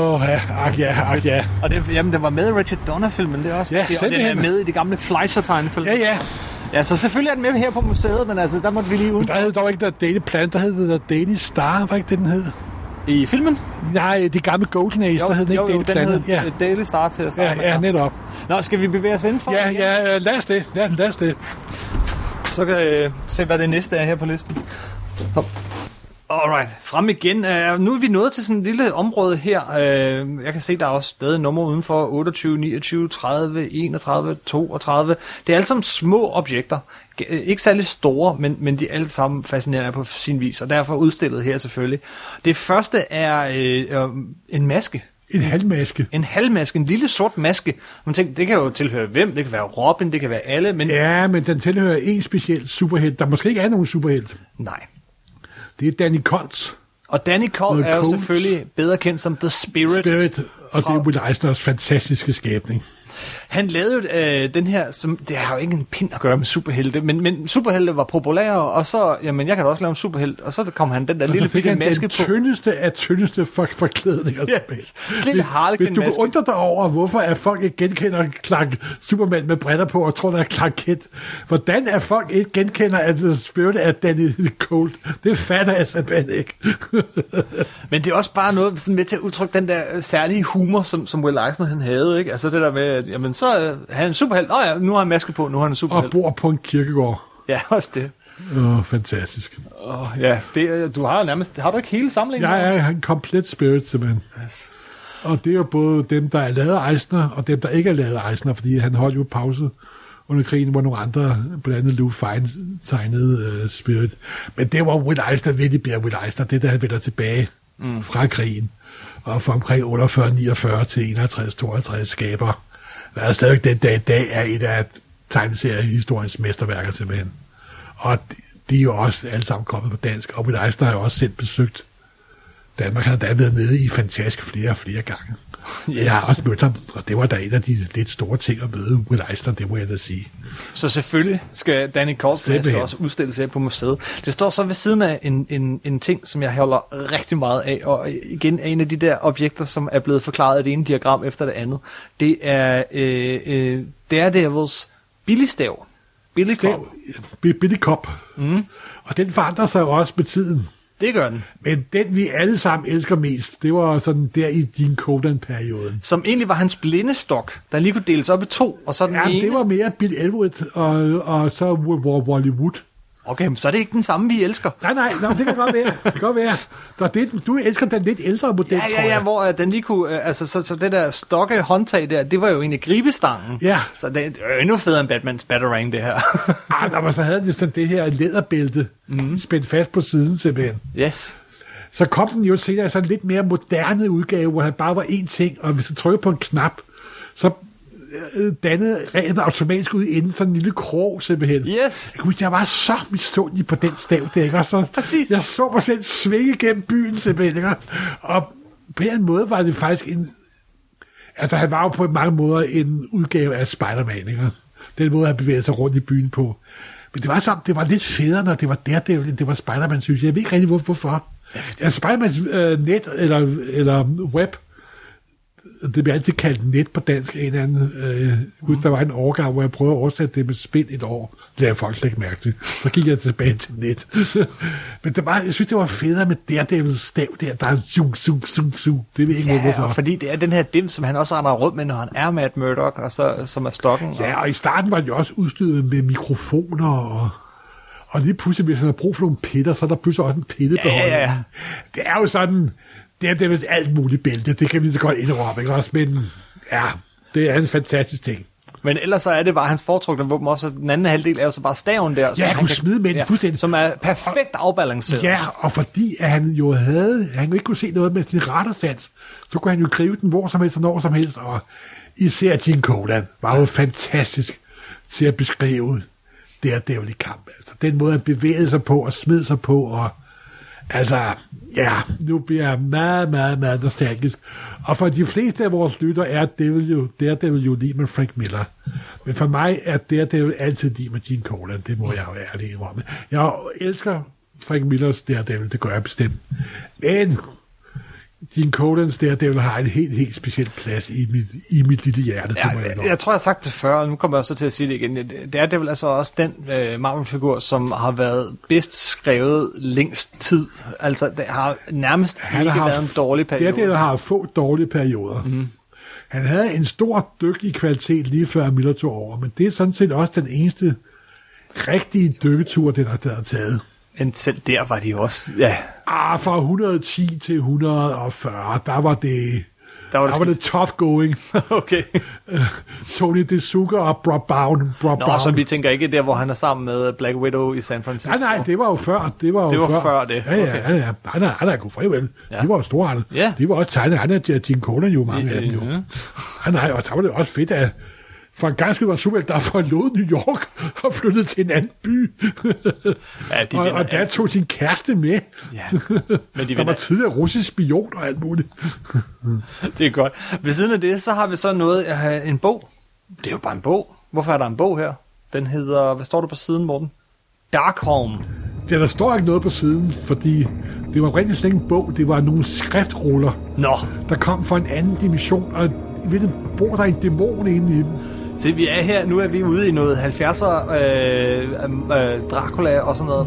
Ja. Og den var med i Richard Donner-filmen, det er også. Ja, og den er med i de gamle Fleischer-tegnefilm. Ja. Ja, så selvfølgelig er den med her på museet, men altså, der måtte vi lige ud. Der hed dog ikke der Daily Planet, der hed det der Daily Star, var ikke det, den hed? I filmen? Nej, de gamle Golden Age, der hed den ikke Daily Planet. Ja, Daily Star til at starte. Ja, netop. Nå, skal vi bevæge os indenfor? Ja, lad os det. Lad os det. Så kan jeg se, hvad det næste er her på listen. Hop. Alright, frem igen. Nu er vi nået til sådan et lille område her. Jeg kan se, der er også stadig nummer udenfor. 28, 29, 30, 31, 32. Det er alle sammen små objekter. Ikke særlig store, men de er alle sammen fascinerende på sin vis. Og derfor udstillet her selvfølgelig. Det første er en maske. En halvmaske. En halvmaske, en lille sort maske. Man tænker, det kan jo tilhøre hvem? Det kan være Robin, det kan være alle. Men... Ja, men den tilhører en speciel superhelt, der måske ikke er nogen superhelt. Nej. Det er Danny Colt. Og Danny Colt er jo selvfølgelig bedre kendt som The Spirit. Og det er Will Eisners fantastiske skabning. Han lavede jo den her, som, det har jo ikke en pind at gøre med superhelte, men superhelte var populære, og så, jamen jeg kan da også lave en superhelt, og så kom han den der lille bitte maske på. Og så fik han den tyndeste af tyndeste forklædninger. Yes. Lille Harlequin-maske. Hvis du undrer dig over, hvorfor er folk ikke genkender Clark Superman med briller på, og tror, der er Clark Kent. Hvordan er folk ikke genkender, at The Spirit er Danny Colt? Det fatter jeg simpelthen ikke. Men det er også bare noget sådan med til at udtrykke den der særlige humor, som Will Eisner han havde, ikke? Altså det der med, at jamen, så er han en superhelt. Ja, nu har han maske på, nu har han en superhelt. Og bor på en kirkegård. Ja, også det. Fantastisk. Ja, du har nærmest... Har du ikke hele samlingen? Jeg er en komplet Spirit, simpelthen. Yes. Og det er jo både dem, der er lavet Eisner, og dem, der ikke er lavet Eisner, fordi han holdt jo pause under krigen, hvor nogle andre, blandt andet Lou Fine, tegnede Spirit. Men det var Will Eisner, virkelig bliver Will Eisner, det der han vender tilbage fra krigen. Og fra omkring 48-49 til 51-52 skaber. Der er stadig den dag i dag er et af tegneseriehistoriens mesterværker simpelthen. Og de er jo også alle sammen kommet på dansk. Og Will Eisner har jo også selv besøgt Danmark. Han har da været nede i Fantastisk flere gange. Yes. Jeg har også mødt ham, og det var da en af de lidt store ting at møde Will Eisner, det må jeg da sige. Så selvfølgelig skal Danny Colt også udstilles her på museet. Det står så ved siden af en ting, som jeg holder rigtig meget af, og igen er en af de der objekter, som er blevet forklaret af det ene diagram efter det andet. Det er Daredevils billigstav. Billy Cop. Og den forandrer sig jo også med tiden. Det gør den. Men den, vi alle sammen elsker mest, det var sådan der i Gene Colan-perioden. Som egentlig var hans blindestok, der lige kunne deles op i to, og så den ene... det var mere Bill Elwood og så Wally Wood. Okay, så er det ikke den samme, vi elsker. Nej, det kan godt være. Det kan godt være. Du elsker den lidt ældre model, tror jeg. Ja, hvor den lige kunne... Altså, så det der stokke håndtag der, det var jo egentlig gribestangen. Ja. Så det er endnu federe end Batmans Batarang, det her. Men så havde den sådan det her læderbælte spændt fast på siden, simpelthen. Yes. Så kom den jo senere sådan lidt mere moderne udgave, hvor han bare var én ting, og hvis du trykker på en knap, så dannede rebet automatisk ud inden sådan en lille krog, simpelthen. Yes. Jeg var så misundelig på den stav, det ikke? Og så, præcis. Jeg så mig selv svinge gennem byen, simpelthen, ikke? Og på en måde var det faktisk altså han var jo på mange måder en udgave af Spider-Man, ikke? Den måde, han bevægede sig rundt i byen på. Men det var sådan, det var lidt federe, når det var Daredevil, end det var Spider-Man, synes jeg. Jeg ved ikke rigtig, hvorfor. Altså Spider-Mans net eller web, det bliver altid kaldt net på dansk, en eller anden. Der var en årgang, hvor jeg prøvede at oversætte det med spil et år. Det lavede folk slet ikke mærke til. Så gik jeg tilbage til net. Men jeg synes, det var federe med Daredevils stav der. Der er en zoom. Det vil ikke hvorfor. Og fordi det er den her dim, som han også render rundt med, når han er Matt Murdock, og så, som er stokken. Ja, og i starten var det jo også udstyret med mikrofoner og lige pludselig, hvis han har brug for nogle piller, så er der pludselig også en pillebeholder. Ja. Det er jo sådan, det er vist alt muligt bælte, det kan vi så godt indrømme, ikke også? Men ja, det er en fantastisk ting. Men ellers så er det bare hans foretrukne våben også, og den anden halvdel er jo så bare staven der. Ja, han kunne smide med den fuldstændig. Som er perfekt afbalanceret. Ja, og fordi at han jo ikke kunne se noget med sin radarsans, så kunne han jo gribe den hvor som helst og når som helst, og især Gene Colan var jo fantastisk til at beskrive Daredevil i kamp. Altså, den måde, han bevægede sig på og smed sig på, og altså, ja, nu bliver jeg meget, meget, meget nostalgisk. Og for de fleste af vores lytter er Daredevil jo lige med Frank Miller. Men for mig er Daredevil altid lige med Gene Colan. Det må jeg jo ærligt indrømme. Jeg elsker Frank Millers Daredevil, det gør jeg bestemt. Men Gene Colans Daredevil har en helt speciel plads i mit lille hjerte. Ja, jeg tror, jeg har sagt det før, og nu kommer jeg så til at sige det igen. Daredevil er så også den Marvel-figur, som har været bedst skrevet længst tid. Altså, det har nærmest ikke været en dårlig periode. Daredevil har få dårlige perioder. Mm. Han havde en stor dygtig kvalitet lige før Miller tog over, men det er sådan set også den eneste rigtige dykketur, den har taget. Men selv der var de også, ja. Fra 110 til 140, der var det tough going. Okay. Tony DeSuga og Bob Brown. Så vi tænker ikke der, hvor han er sammen med Black Widow i San Francisco. Nej, det var jo før. Det var før det. Ja. Han er god frivel. De var jo store. Ja. De var også tegnet. Han er Gene Colan jo, mange af dem jo. Nej, og så var det også fedt, at for en gang skyld var Superman, der forlod New York og flyttede til en anden by. og der tog sin kæreste med. Ja, men der var tidligere russisk spion og alt muligt. Det er godt. Ved siden af det, så har vi så en bog. Det er jo bare en bog. Hvorfor er der en bog her? Den hedder, hvad står der på siden, Morten? Darkholm. Der står ikke noget på siden, fordi det var oprindeligt slet ikke en bog. Det var nogle skriftruller, der kom fra en anden dimension, og ved det, bor der en dæmon inde i dem. Se, vi er her, nu er vi ude i noget 70'er Dracula og sådan noget.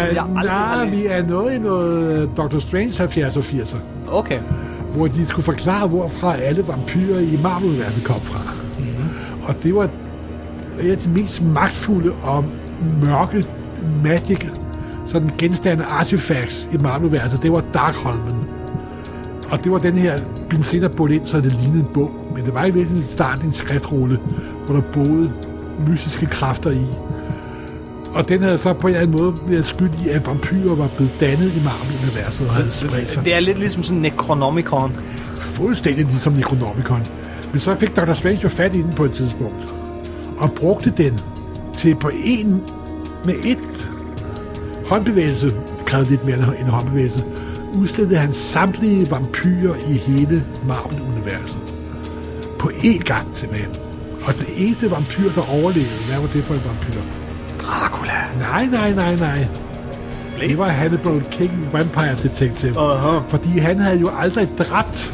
Vi er noget i noget Dr. Strange 70'er og 80'er. Okay. Hvor de skulle forklare, hvorfra alle vampyrer i Marvel-universet kom fra. Mm-hmm. Og det var et af de mest magtfulde og mørke magic, sådan genstande artifacts i Marvel-universet. Det var Darkholmen. Og det var den her pincet budt ind, så det lignede en bog. Men det var i virkeligheden i starten en skriftrulle, hvor der boede mystiske kræfter i. Og den havde så på en eller anden måde været skyld i, at vampyrer var blevet dannet i Marvel-universet og havde spredt sig. Det er lidt ligesom sådan Necronomicon. Fuldstændig ligesom Necronomicon. Men så fik Dr. Strange jo fat i den på et tidspunkt. Og brugte den til med et håndbevægelse, krævede lidt mere end en håndbevægelse, udslettede han samtlige vampyrer i hele Marvel-universet. På én gang, simpelthen. Og det eneste vampyr, der overlevede, hvad var det for en vampyr? Dracula. Nej. Det var Hannibal King, Vampire Detective. Fordi han havde jo aldrig dræbt.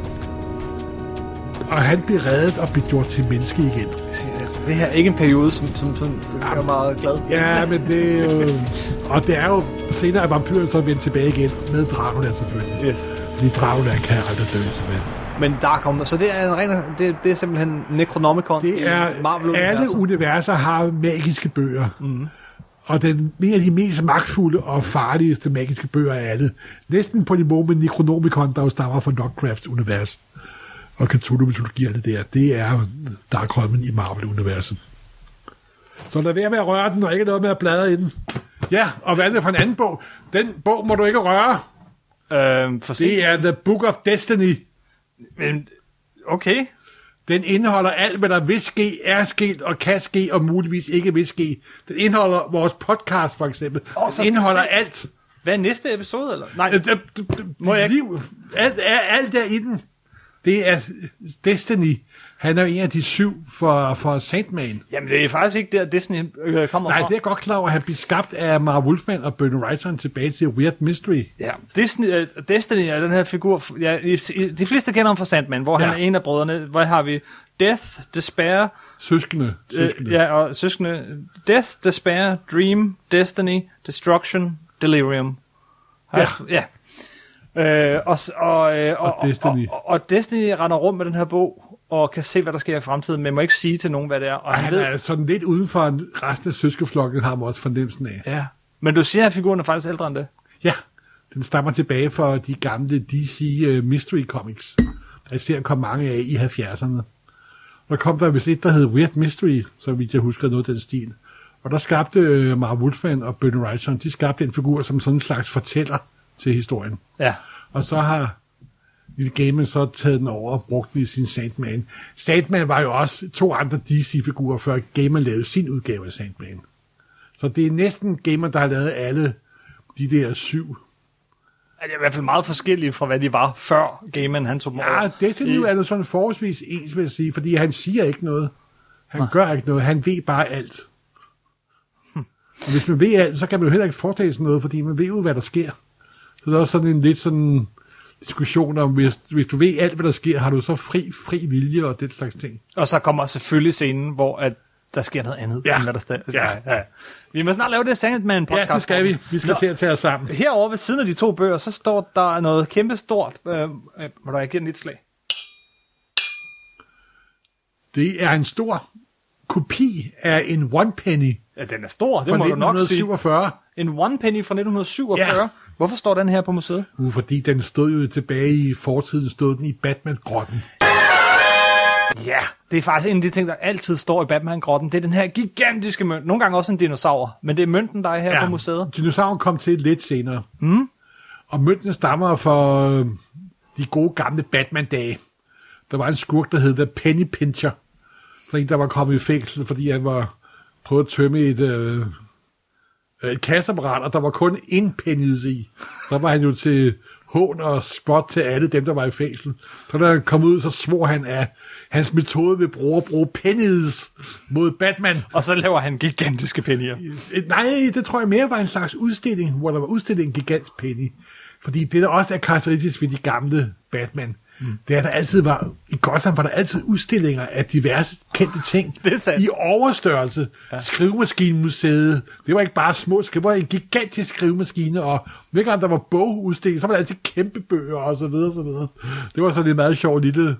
Og han blev reddet og blev gjort til menneske igen. Altså, det her er ikke en periode, som er meget glad. Ja, men det er jo... Og det er jo senere, at vampyren så vendt tilbage igen med Dracula selvfølgelig. Yes. Fordi Dracula kan aldrig dø. Men Darkholm, så det er det er simpelthen Necronomicon. Det er alle universer har magiske bøger. Mm. Og en af de mest magtfulde og farligste magiske bøger af alle. Næsten på niveau med Necronomicon, der jo stammer fra Lovecrafts univers. Og Cthulhu-mytologi og det der, det er Darkholmen i Marvel-universet. Så lad være med at røre den, og ikke noget med at bladre i den. Ja, og hvad er det for en anden bog? Den bog må du ikke røre. Det er The Book of Destiny. Men, okay. Den indeholder alt, hvad der vil ske, er sket og kan ske, og muligvis ikke vil ske. Den indeholder vores podcast, for eksempel. Den indeholder alt. Hvad er næste episode, eller? Nej, må jeg ikke? Alt er i den. Det er Destiny. Han er jo en af de 7 for Sandman. Jamen, det er faktisk ikke der, Disney kommer fra. Nej, det er jeg godt klar over. Han blev skabt af Marv Wolfman og Bernie Wrightson tilbage til Weird Mystery. Ja, Destiny er den her figur. Ja, de fleste kender ham fra Sandman, hvor han er en af brødrene. Hvor har vi Death, Despair... Søskende. Ja, og søskende. Death, Despair, Dream, Destiny, Destruction, Delirium. Ja. Og Destiny. Og Destiny render rundt med den her bog, og kan se, hvad der sker i fremtiden, men må ikke sige til nogen, hvad det er. Og han er sådan lidt uden for resten af søskeflokken, har man også fornemmelsen af. Ja, men du siger, at figuren er faktisk ældre end det? Ja, den stammer tilbage fra de gamle DC Mystery Comics, der især kom mange af i 70'erne. Der kom der vist et, der hed Weird Mystery, så vidt jeg husker noget af den stil. Og der skabte Marv Wolfman og Bernie Wrightson, de skabte en figur som sådan en slags fortæller til historien. Ja. Og så har Neil Gaiman så taget den over og brugt den i sin Sandman. Sandman var jo også 2 andre DC-figurer, før Gaiman lavede sin udgave af Sandman. Så det er næsten Gaiman, der har lavet alle de der 7. Det er i hvert fald meget forskellige fra, hvad de var, før Gaiman han tog dem over. Ja, Destiny er jo sådan forholdsvis ens, vil jeg sige, fordi han siger ikke noget. Han gør ikke noget. Han ved bare alt. Og hvis man ved alt, så kan man jo heller ikke foretage sig noget, fordi man ved jo, hvad der sker. Så der er også sådan en lidt sådan diskussion om, hvis du ved alt, hvad der sker, har du så fri vilje og det slags ting. Og så kommer selvfølgelig scenen, hvor at der sker noget andet, end hvad der sker. Ja. Vi må snart lave det Sandman podcast. Ja, det skal vi. Vi skal til at tage os sammen. Herovre ved siden af de 2 bøger, så står der noget kæmpe stort. Må du ikke give den et slag? Det er en stor kopi af en one penny. Ja, den er stor, det må du nok sige. 1947. En one penny fra 1947. Ja. Hvorfor står den her på museet? Fordi den stod jo tilbage i fortiden, stod den i Batman-grotten. Ja, det er faktisk en af de ting, der altid står i Batman-grotten. Det er den her gigantiske mønt. Nogle gange også en dinosaur, men det er mønten, der er her på museet. Dinosauren kom til lidt senere. Og mønten stammer fra de gode gamle Batman-dage. Der var en skurk, der hed The Penny Pincher. Så en, der var kommet i fængsel, fordi han var prøvet at tømme et kasseapparat, og der var kun én penny i. Så var han jo til hån og spot til alle dem, der var i fængsel. Så da han kom ud, så svor han af hans metode ved at bruge pennies mod Batman. Og så laver han gigantiske pennyer. Nej, det tror jeg mere var en slags udstilling, hvor der var udstillet en gigantisk penny. Fordi det, der også er karakteristisk ved de gamle Batman, det er, der altid var, i Gotham var der altid udstillinger af diverse kendte ting i overstørrelse. Ja. Skrivemaskinemuseet, det var ikke bare små det var en gigantisk skrivemaskine, og hver gang der var bogudstilling, så var der altid kæmpe bøger, og så videre, så videre. Det var sådan et meget sjovt lille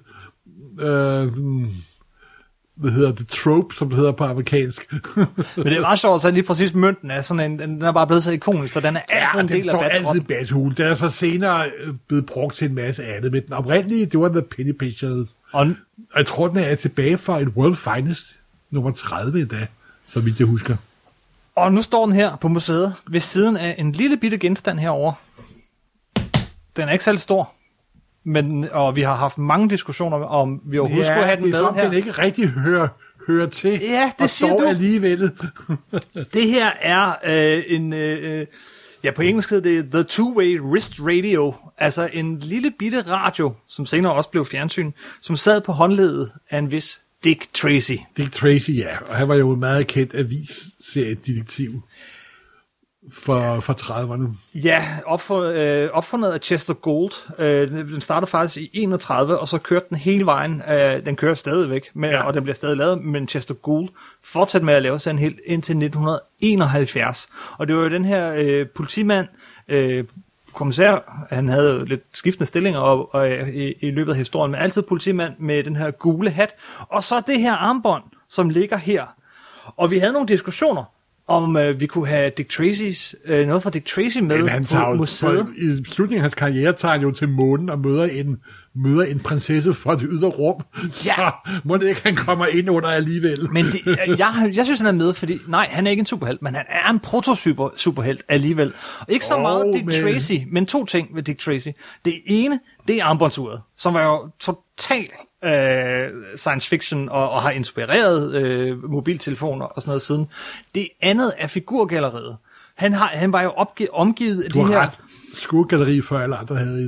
hvad hedder det, trope, som det hedder på amerikansk. Men det er meget sjovt, så lige præcis mønten er sådan en, den er bare blevet så ikonisk, så den er altid en del af Batman. Ja, den står altid i Bathul. Den er så senere blevet brugt til en masse andet, men den oprindelige, det var The Penny Pincher. Og jeg tror, den er tilbage fra et World Finest, nummer 30 endda, så vidt jeg husker. Og nu står den her på museet, ved siden af en lille bitte genstand herovre. Den er ikke særlig stor. Og vi har haft mange diskussioner om, vi overhovedet skulle have den med her. Ja, det er den ikke rigtig hører til. Ja, det siger du. Alligevel. Det her er på engelsk hedder det The Two-Way Wrist Radio. Altså en lille bitte radio, som senere også blev fjernsyn, som sad på håndledet af en vis Dick Tracy. Dick Tracy, ja. Og han var jo en meget kendt avisseriedetektiv for 30'erne. Ja, opfundet af Chester Gould. Den startede faktisk i 31, og så kørte den hele vejen. Den kører stadigvæk, og den bliver stadig lavet, men Chester Gould fortsatte med at lave sig en helt indtil 1971. Og det var jo den her politimand, kommissær, han havde lidt skiftende stillinger i løbet af historien, men altid politimand med den her gule hat. Og så det her armbånd, som ligger her. Og vi havde nogle diskussioner, om vi kunne have Dick Tracy's, noget fra Dick Tracy med på museet. I slutningen af hans karriere tager han jo til månen og møder en prinsesse fra det ydre rum, så må det ikke, han kommer ind under alligevel. Men jeg synes, han er med, fordi nej, han er ikke en superhelt, men han er en proto-superhelt alligevel. Og ikke så meget Dick Tracy, men 2 ting ved Dick Tracy. Det ene, det er armbåndsuret, som var jo totalt science fiction og har inspireret mobiltelefoner og sådan noget siden. Det andet er figurgalleriet. Han var jo omgivet af de her... skuegalleri, før alle andre havde et.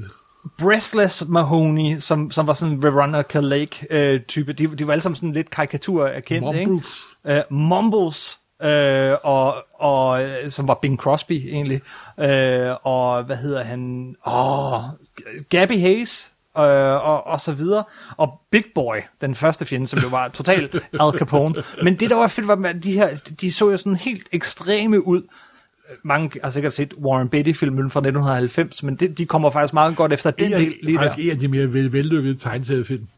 Breathless Mahoney, som var sådan Veronica Lake type. De var alle sammen sådan lidt karikaturer af kendt, Mumbles. ikke? Mumbles. Og som var Bing Crosby egentlig. Og hvad hedder han? Gabby Hayes. Og så videre. Og Big Boy, den første fjende, som jo var totalt Al Capone. Men det, der var fedt, var, at de så jo sådan helt ekstreme ud. Mange har sikkert set Warren Beatty-filmen fra 1990, men de kommer faktisk meget godt efter den del. Det er faktisk en af de mere vellykkede tegneseriefilm.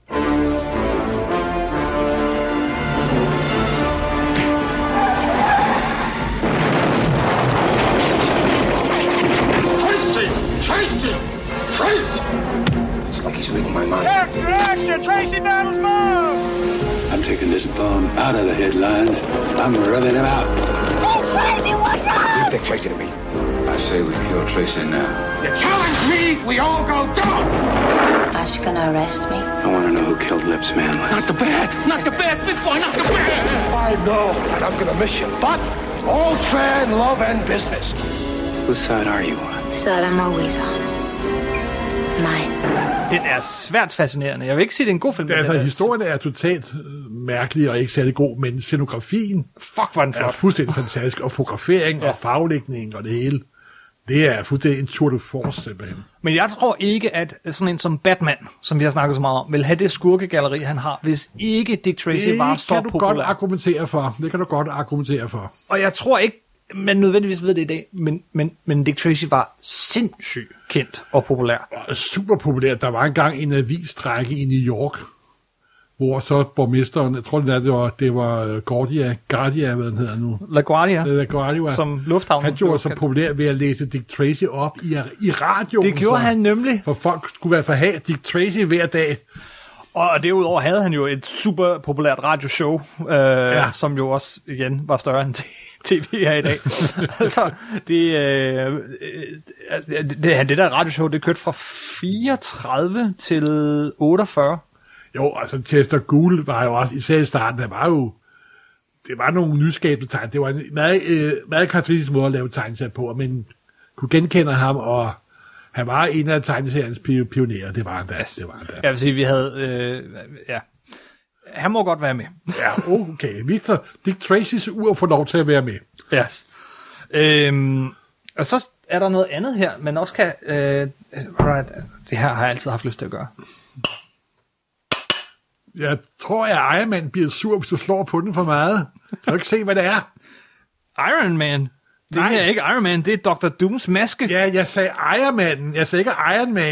Tracy! It's like he's reading my mind. Extra! Tracy Battles move! I'm taking this bum out of the headlines. I'm rubbing him out. Hey, Tracy, watch out! You take Tracy to me. I say we kill Tracy now. You challenge me, we all go down! Are you gonna arrest me? I want to know who killed Lips Manless. Not the bad, big boy, not the bad! I know, and I'm gonna miss you. But all's fair in love and business. Whose side are you on? Side I'm always on. Mine. Den er svært fascinerende. Jeg vil ikke sige, det er en god film. Altså, historien er totalt mærkelig og ikke særlig god, men scenografien var den flot. er fuldstændig fantastisk, og fotografering og farvelægning og det hele. Det er fuldstændig en tour de force, simpelthen. Men jeg tror ikke, at sådan en som Batman, som vi har snakket så meget om, vil have det skurkegalleri, han har, hvis ikke Dick Tracy var så populær. Det kan du godt argumentere for. Og jeg tror ikke, man nødvendigvis ved det i dag, men Dick Tracy var sindssygt kendt og populær. Og super populær. Der var engang en avisstrække i New York, hvor så borgmesteren, jeg tror det var Guardia, hvad den hedder nu. LaGuardia, som lufthavn. Han gjorde så populær ved at læse Dick Tracy op i radioen. Det gjorde han nemlig. For folk skulle være forhage Dick Tracy hver dag. Og derudover havde han jo et super populært radioshow, som jo også igen var større end TV her i dag. Altså, det der radioshow, det kørte fra 34 til 48. Jo, altså Chester Gould var jo også, især i starten, det var nogle nyskabende tegn. Det var en meget karakteristisk måde at lave tegneserier på, men kunne genkende ham, og han var en af tegneseriens pionerer. Det var han da. Jeg vil sige, vi havde... Han må godt være med. Ja, okay. Victor, Dick Tracys ur får lov til at være med. Yes. Og så er der noget andet her, men også kan... det her har jeg altid haft lyst til at gøre. Jeg tror, at Iron Man bliver sur, hvis du slår på den for meget. Kan du ikke se, hvad det er? Iron Man? Det er ikke Iron Man, det er Dr. Dooms maske. Ja, jeg sagde Iron Man. Jeg sagde ikke Iron Man.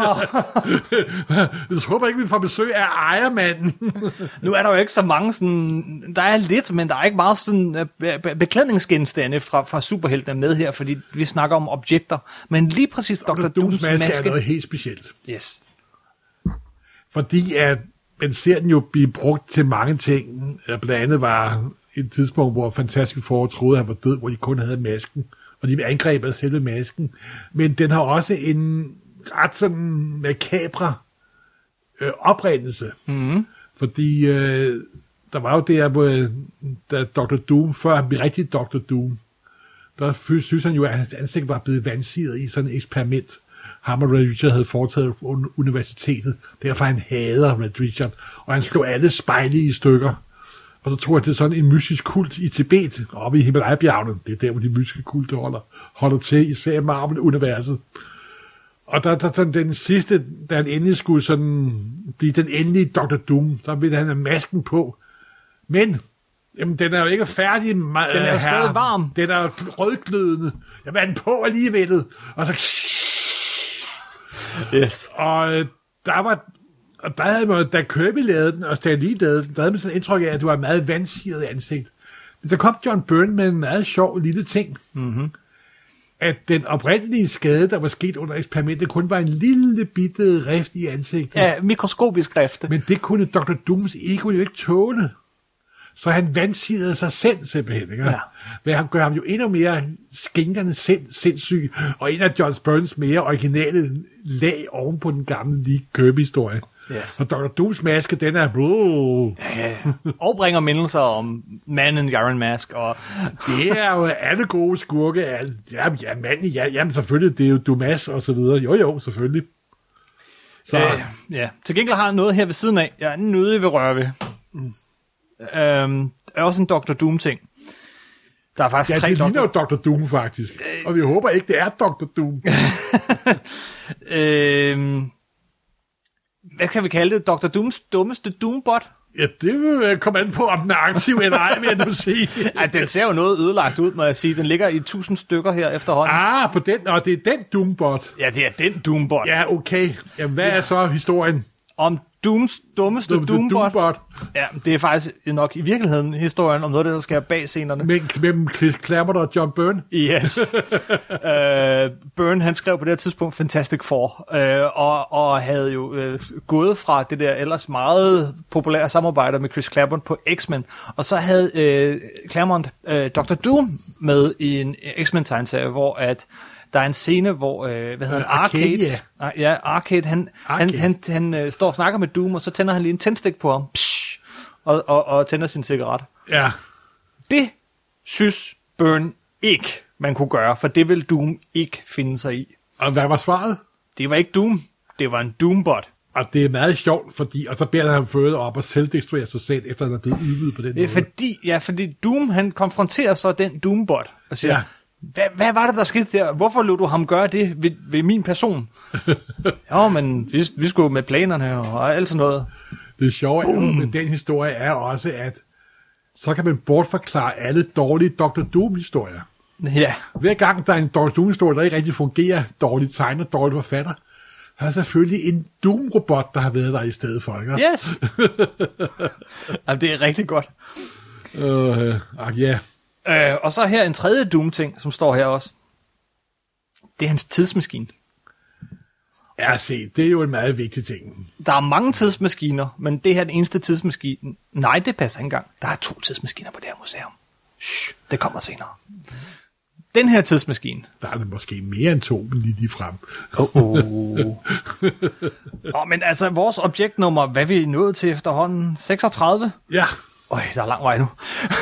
Jeg håber ikke, vi får besøg af Iron Man. Nu er der jo ikke så mange sådan... Der er lidt, men der er ikke meget sådan beklædningsgenstande fra superheltene med her, fordi vi snakker om objekter. Men lige præcis Dr. Dooms maske er noget helt specielt. Yes. Fordi at man ser den jo blive brugt til mange ting. Blandt andet var et tidspunkt, hvor Fantastic Four troede, han var død, hvor de kun havde masken, og de angreb af selve masken. Men den har også en ret sådan makabre oprindelse. Mm-hmm. Fordi der var jo der, hvor da Dr. Doom, før han blev rigtig Dr. Doom, der synes han jo, at hans ansigt var blevet vandsiget i sådan et eksperiment, ham og Red Richard havde foretaget på universitetet. Derfor han hader Red Richard, og han slog alle spejle i stykker. Og så tror jeg, det er sådan en mystisk kult i Tibet, oppe i Himalaya-bjergene. Det er der, hvor de mystiske kulte holder til, især Marvel-universet. Og der den sidste, da han endelig skulle sådan blive den endelige Dr. Doom, så ville han have masken på. Men, jamen, den er jo ikke færdig. Den er jo stadig varm. Den er rødglødende. Jamen, er den på alligevel. Og så... Yes. Og der havde man, da Kirby lavede den, og Stan Lee lavede den, der havde man sådan et indtryk af, at du var meget vandsiget i ansigt. Men så kom John Byrne med en meget sjov lille ting. Mm-hmm. At den oprindelige skade, der var sket under eksperimentet, kun var en lille bitte rift i ansigtet. Ja, mikroskopisk rift. Men det kunne Dr. Dooms ego jo ikke tåle. Så han vandsigede sig selv simpelthen. Ikke? Ja. Men han gør ham jo endnu mere skænkerne sindssyg, og en af John Byrnes mere originale lag oven på den gamle lige Kirby-historie. Yes. Og Dr. Dooms maske, den er... og bringer mindelser om Man in the Iron Mask. Og det er jo alle gode skurke. Jamen selvfølgelig, det er jo Dumas og så videre. Jo, selvfølgelig. Så Ja, til gengæld har jeg noget her ved siden af. Jeg er nødig ved røre ved. Er også en Dr. Doom-ting. Der er faktisk 3 det ligner jo Dr. Doom, faktisk. Og vi håber ikke, det er Dr. Doom. Hvad kan vi kalde det? Dr. Dooms dummeste Doombot? Ja, det vil komme an på, om den er aktiv eller ej, vil jeg nu sige. Ej, den ser jo noget ødelagt ud, må jeg sige. Den ligger i 1000 stykker her efterhånden. På den, og det er den Doombot. Ja, det er den Doombot. Ja, okay. Jamen, hvad er så historien? Om Dooms dummeste Doombot. Ja, det er faktisk nok i virkeligheden historien om noget af det, der sker bag scenerne. Mellem Chris Claremont og John Byrne? Yes. Byrne, han skrev på det her tidspunkt Fantastic Four, og havde jo gået fra det der ellers meget populære samarbejde med Chris Claremont på X-Men, og så havde Claremont Dr. Doom med i en X-Men-tegnserie, hvor at der er en scene, hvor, Arcade? Ja, Arcade, han står og snakker med Doom, og så tænder han lige en tændstik på ham, og tænder sin cigaret. Ja. Det synes Byrne ikke, man kunne gøre, for det vil Doom ikke finde sig i. Og hvad var svaret? Det var ikke Doom, det var en Doombot. Og det er meget sjovt, og så beder han føde op og selvdestruere sig selv, efter han er blevet ydmyget på den måde. Fordi Doom, han konfronterer så den Doombot, og siger, hvad var det, der skete der? Hvorfor lod du ham gøre det ved min person? Jo, men vi skulle med planerne og alt sådan noget. Det sjove med den historie er også, at så kan man bortforklare alle dårlige Dr. Doom-historier. Ja. Hver gang der er en Dr. Doom-historie, der ikke rigtig fungerer, dårligt tegnet, dårligt forfatter, så er selvfølgelig en Doom-robot, der har været der i stedet for. Ikke? Yes! Jamen, det er rigtig godt. Ja. Og så her en tredje Doom-ting, som står her også. Det er hans tidsmaskine. Ja, se, det er jo en meget vigtig ting. Der er mange tidsmaskiner, men det her er den eneste tidsmaskine. Nej, det passer ikke engang. Der er 2 tidsmaskiner på det her museum. Shh, det kommer senere. Den her tidsmaskine. Der er det måske mere end 2, men lige frem. Men altså, vores objektnummer, hvad er vi nået til efterhånden? 36? Ja. Der er lang vej nu.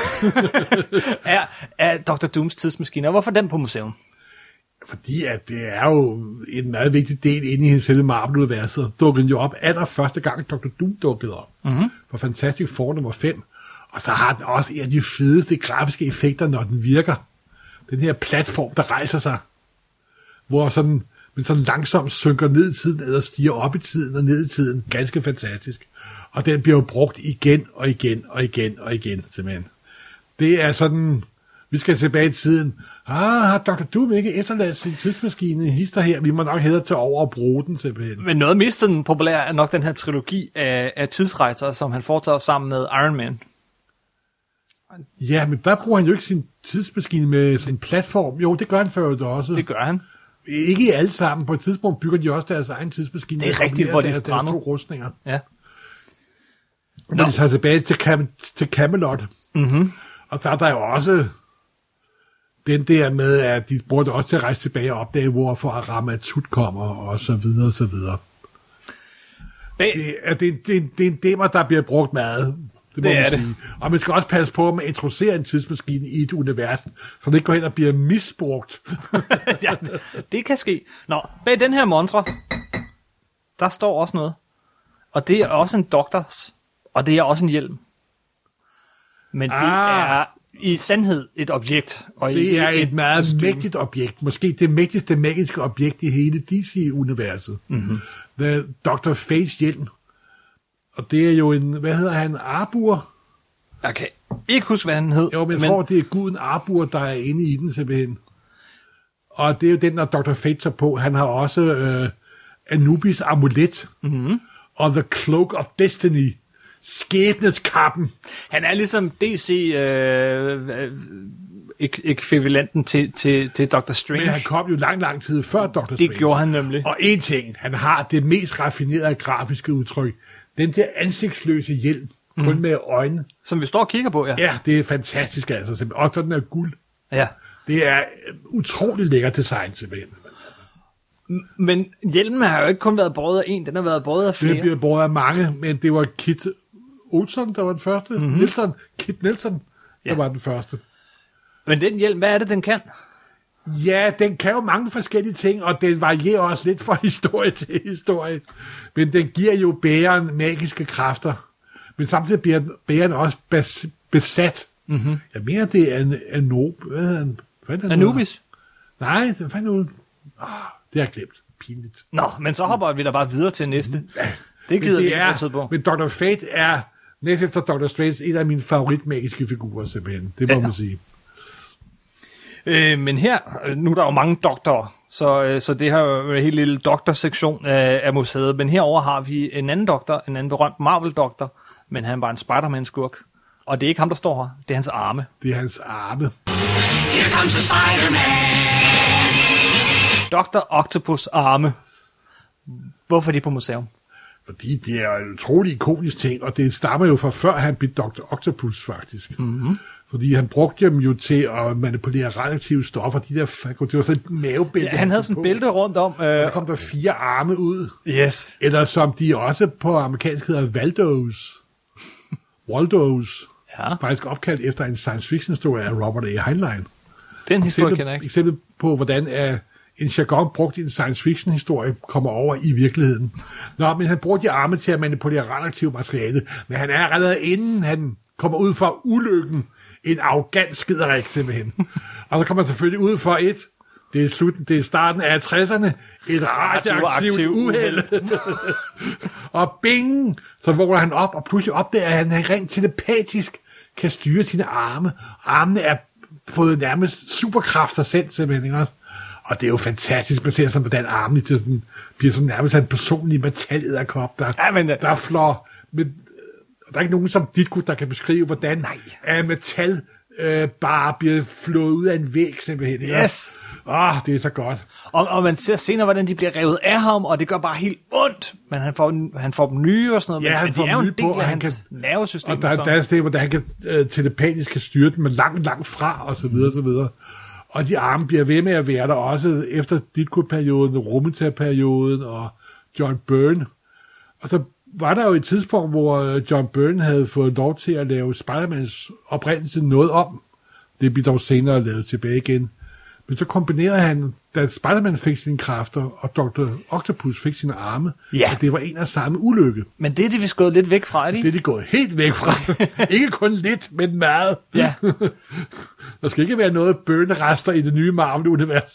er Dr. Dooms tidsmaskine, og hvorfor den på museum? Fordi at det er jo en meget vigtig del inde i selve Marvel-universet. Dukkede jo op allerførste gang, Dr. Doom dukkede op. For Fantastic Four nummer 5. Og så har den også en af de fedeste grafiske effekter, når den virker. Den her platform, der rejser sig. Hvor sådan, men sådan langsomt synker ned i tiden, eller stiger op i tiden og ned i tiden. Ganske fantastisk. Og den bliver jo brugt igen og igen og igen og igen, simpelthen. Det er sådan, vi skal tilbage i tiden. Har Dr. Doom ikke efterladt sin tidsmaskine hister her? Vi må nok hellere tage over og bruge den, simpelthen. Men noget mest den populære er nok den her trilogi af tidsrejser, som han foretager sammen med Iron Man. Ja, men der bruger han jo ikke sin tidsmaskine med sin platform. Jo, det gør han for det også. Det gør han. Ikke i alle sammen. På et tidspunkt bygger de også deres egen tidsmaskine. Det er rigtigt, hvor det er deres 2 rustninger. Ja. Når de tager tilbage til Camelot. Og så er der jo også den der med, at de bruger det også til at rejse tilbage og opdage, hvorfor Ramatut kommer, og så videre, og så videre. Det er en dæmmer, der bliver brugt meget. Det må man sige. Og man skal også passe på, at man introducerer en tidsmaskine i et univers, så det ikke går hen og bliver misbrugt. Ja, det kan ske. Bag den her montre, der står også noget. Og det er også en doktors. Og det er også en hjelm. Men det er i sandhed et objekt. Og det er et meget mægtigt objekt. Måske det mægtigste magiske objekt i hele DC-universet. The Dr. Fates hjelm. Og det er jo en, hvad hedder han, Arbur? Jeg kan ikke huske, hvad han hed. Jo, men jeg tror, det er guden Arbur, der er inde i den simpelthen. Og det er jo den, der Dr. Fate tager på. Han har også Anubis amulet. Og The Cloak of Destiny. Skæbneskappen. Han er ligesom DC ekvivalenten til Dr. Strange. Men han kom jo lang tid før Dr. Strange. Det gjorde han nemlig. Og en ting, han har det mest raffinerede grafiske udtryk. Den der ansigtsløse hjelm, kun med øjne. Som vi står og kigger på, ja. Ja, det er fantastisk altså. Og så den er guld. Ja. Det er utrolig lækker design simpelthen. Men hjelmen har jo ikke kun været båret af en, den har været båret af flere. Det bliver båret af mange, men det var Kit Olsen, der var den første. Kit Nelson, der var den første. Men den hjelm, hvad er det, den kan? Ja, den kan jo mange forskellige ting, og den varierer også lidt fra historie til historie. Men den giver jo bæren magiske kræfter. Men samtidig bliver bæren også besat. Mm-hmm. Jeg mener, det er Anubis? Nej, det fandt ud. Det har jeg glemt. Pinligt. Nå, men så hopper vi da bare videre til næste. Det gider vi ikke tid på. Men Dr. Fate er, næst efter Dr. Strange, en af mine favoritmagiske figurer, simpelthen. Det må man sige. Men her, nu er der jo mange doktorer, så det her er jo en helt lille doktorsektion af museet. Men herover har vi en anden doktor, en anden berømt Marvel-doktor, men han var en Spider-Man-skurk. Og det er ikke ham, der står her, det er hans arme. Det er hans arme. Here comes the Spider-Man. Dr. Octopus arme. Hvorfor er de på museum? Fordi det er en utrolig ikonisk ting, og det stammer jo fra før han blev Dr. Octopus, faktisk. Mm-hmm. Fordi han brugte dem jo til at manipulere radioaktive stoffer. Det var sådan et mavebælte. Ja, han havde sådan et bælte rundt om. Og der kom der 4 arme ud. Yes. Eller som de også på amerikansk hedder Waldos. Ja. Faktisk opkaldt efter en science fiction historie af Robert A. Heinlein. Den historie kender jeg ikke. Eksempel på, hvordan en jargon brugt i en science fiction historie kommer over i virkeligheden. Nå, men han brugte de arme til at manipulere radioaktivt materiale. Men han er allerede inden han kommer ud fra ulykken en arrogant skiderik simpelthen. Og så kommer han selvfølgelig ud for det er starten af 60'erne, et radioaktivt uheld. Og bing, så vågner han op, og pludselig opdager han rent telepatisk kan styre sine arme. Armene er fået nærmest superkræfter sendt simpelthen, også. Og det er jo fantastisk, man ser sådan, hvordan armene til sådan, bliver sådan nærmest en personlig metal-edderkop, der flår. Men der er ikke nogen som Ditko, der kan beskrive, hvordan metal bare bliver flået ud af en væg simpelthen. Yes. Det er så godt. Og man ser senere, hvordan de bliver revet af ham, og det gør bare helt ondt. Men han får dem nye og sådan noget. Ja, han får dem nye på, og hans nervesystem. Og der er et sted, hvor han kan telepatisk kan styre dem langt fra, og så videre, og så videre. Og de arme bliver ved med at være der også efter Ditko-perioden, Romita-perioden og John Byrne. Og så var der jo et tidspunkt, hvor John Byrne havde fået lov til at lave Spider-Mans oprindelse noget om. Det blev dog senere lavet tilbage igen. Men så kombinerede han, da Spider-Man fik sine kræfter, og Dr. Octopus fik sine arme, og det var en af samme ulykke. Men det er vi gået lidt væk fra, ikke? Det er de gået helt væk fra. Ikke kun lidt, men meget. Ja. Der skal ikke være noget bønerester i det nye Marvel-univers.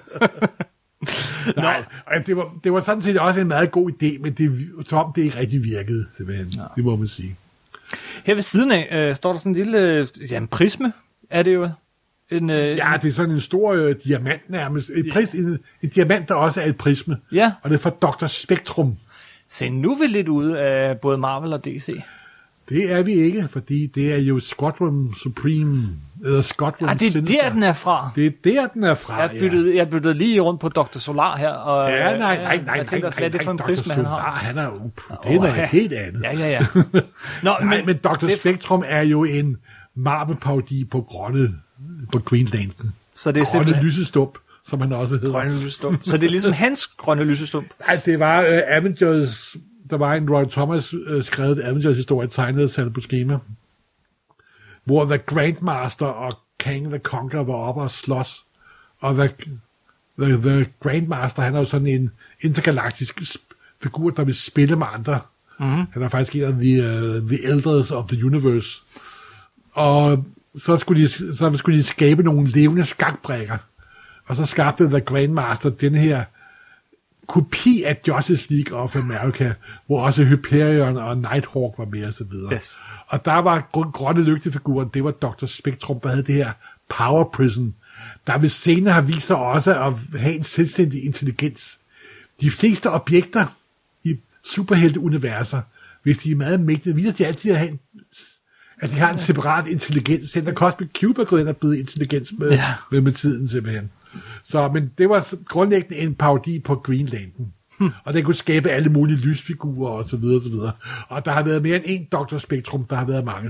Nej, det var sådan set også en meget god idé, men som det ikke rigtig virkede, simpelthen. Ja. Det må man sige. Her ved siden af står der sådan en lille en prisme, er det jo. Ja, det er sådan en stor diamant nærmest. En diamant, der også er et prisme. Ja. Og det er fra Dr. Spectrum. Se, nu er vi lidt ude af både Marvel og DC. Det er vi ikke, fordi det er jo Squadron Supreme, eller Squadron Sinister. Det er der, den er fra. Det er der, den er fra, Jeg byttede lige rundt på Dr. Solar her. Og, nej. Jeg tænkte også, hvad er det for en prisme, han har? Han er jo det er noget helt andet. Ja. Nå, men Dr. Spectrum er jo en Marvel-parodi på Green Lantern. Så det er grønne lysestump, som han også hedder. Grønne lysestump. Så det er ligesom hans grønne lysestump? Nej, det var Avengers. Der var en Roy Thomas skrevet Avengers-historie, tegnet af Sal Buscema, hvor The Grandmaster og Kang the Conqueror var oppe og slås. Og The Grandmaster, han er jo sådan en intergalaktisk figur, der vil spille med andre. Mm-hmm. Han er faktisk en af the Elders of the Universe. Og så skulle de skabe nogle levende skakbrækker. Og så skabte The Grandmaster den her kopi af Justice League of America, hvor også Hyperion og Nighthawk var med og så videre. Yes. Og der var grønne lygtefiguren, det var Dr. Spectrum, der havde det her Power Prison, der vil senere have vist sig også at have en selvstændig intelligens. De fleste objekter i superhelteuniverser, hvis de er meget mægtige, viser de altid at de har en separat intelligens. Selv Cosmic Cube er gået ind og blevet intelligens med tiden simpelthen. Så, men det var grundlæggende en parodi på Green Lantern. Og den kunne skabe alle mulige lysfigurer og så videre, og så videre. Og der har været mere end en Dr. Spectrum, der har været mange.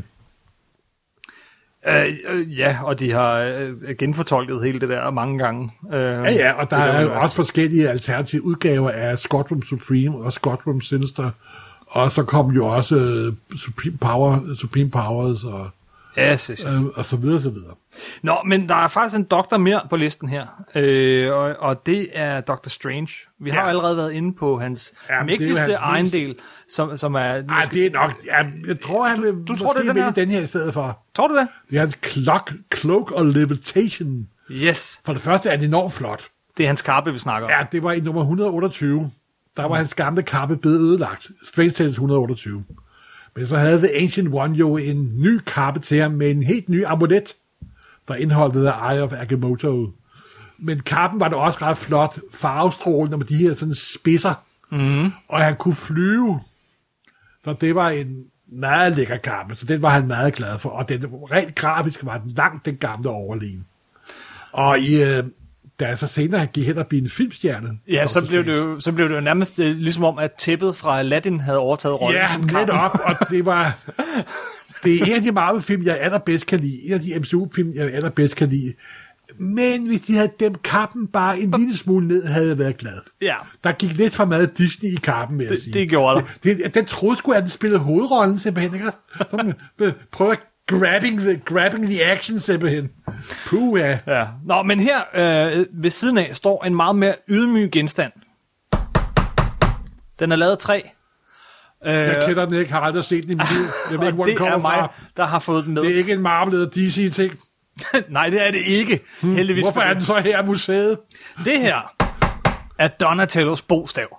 Ja, og de har genfortolket hele det der mange gange. Ja, og der er jo også forskellige alternative udgaver af Squadron Supreme og Squadron Sinister. Og så kom jo også Supreme Powers og Yes. Og så videre, så videre. Nå, men der er faktisk en doktor mere på listen her, og det er Dr. Strange. Vi har jo allerede været inde på hans mægtigste ejendel, som er... Nej, det er nok... Jeg tror, han vil vælge den her i stedet for. Tror du det? Det er hans cloak og levitation. Yes. For det første er det enormt flot. Det er hans kappe, vi snakker om. Ja, det var i nummer 128. Der var hans gamle kappe blevet ødelagt. Strange Tales 128. Men så havde The Ancient One jo en ny kappe til ham med en helt ny amulet, der indeholdt The Eye of Agamotto. Men kappen var da også ret flot, farvestrålende med de her sådan spidser. Mm-hmm. Og han kunne flyve. Så det var en meget lækker kappe, så den var han meget glad for. Og den rent grafisk var den langt den gamle overlegen. Og da så senere han gik hen og blev en filmstjerne. Ja, så blev det jo nærmest ligesom om, at tæppet fra Aladdin havde overtaget rollen som kappen. Ja, netop, og det er en af de Marvel-film, jeg allerbedst kan lide. En af de MCU-film, jeg allerbedst kan lide. Men hvis de havde dem kappen bare en lille smule ned, havde jeg været glad. Ja. Der gik lidt for meget Disney i kappen, vil jeg sige. Det gjorde der. Den troede sgu, at den spillede hovedrollen simpelthen, ikke? Sådan, prøv at grabbing the action simpelthen. Puh, ja. Nå, men her ved siden af står en meget mere ydmyg genstand. Den er lavet af træ. Jeg kender den ikke, har aldrig set den i mit liv. Jeg ved ikke, hvor den kommer fra. Det er mig, der har fået den med. Det er ikke en Marvel eller DC-ting. Nej, det er det ikke. Heldigvis. Hvorfor er den så her i museet? Det her er Donatellos bogstav.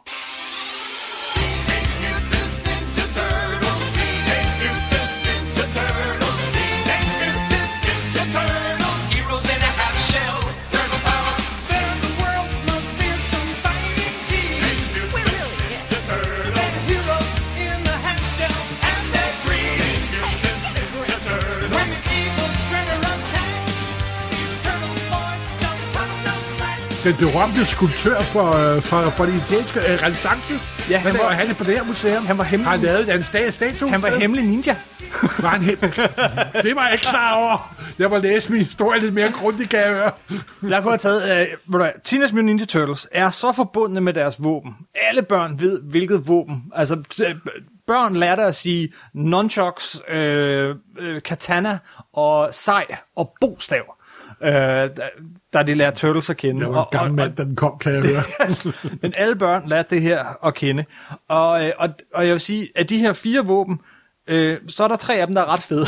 Den berømte skulptør for det italienske renæssance. Ja, han var på det her museum. Han var hemmelig. Han lavede en statue. Han var hemmelig ninja. Var han det var jeg ikke klar over. Jeg må læse min historie lidt mere grundigt, kan jeg høre. Jeg kunne have taget... Teenage Mutant Ninja Turtles er så forbundne med deres våben. Alle børn ved, hvilket våben. Altså, børn lærte at sige nunchucks, katana og sej og bogstav. Da de lærte Turtles at kende. Det var en gammel mand, da den kom, kan jeg høre. Men alle børn lærte det her at kende. Og jeg vil sige, at de her 4 våben, så er der 3 af dem, der er ret fede.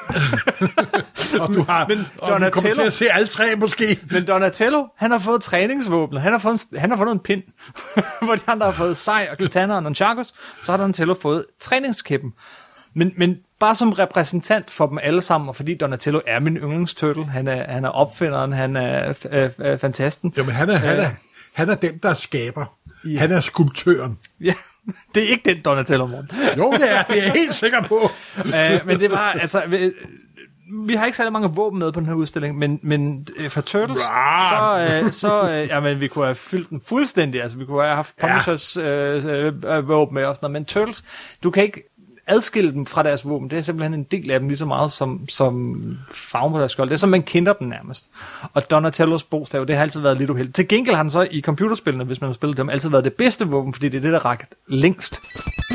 Og du kommer til at se alle 3 måske. Men Donatello, han har fået træningsvåben. Han har fået en pind. Hvor de andre har fået sej og katana og nunchakus. Så har Donatello fået træningskæppen. Men bare som repræsentant for dem alle sammen, og fordi Donatello er min yndlingsturtle, han er opfinderen, han er fantasten. Jo, men han er den, der skaber. Ja. Han er skulptøren. Ja, det er ikke den Donatello, Morten. Jo, det er jeg helt sikker på. Men det var, altså... Vi har ikke særlig mange våben med på den her udstilling, men for Turtles, jamen, vi kunne have fyldt den fuldstændig. Altså, vi kunne have haft Punishers våben med og sådan noget, men Turtles, du kan ikke adskille dem fra deres våben. Det er simpelthen en del af dem lige så meget som farven på deres skjold. Det er som man kender dem nærmest. Og Donatellos bogstav, det har altid været lidt uheldigt. Til gengæld har den så i computerspillene, hvis man har spillet dem, altid været det bedste våben, fordi det er det, der rækker længst.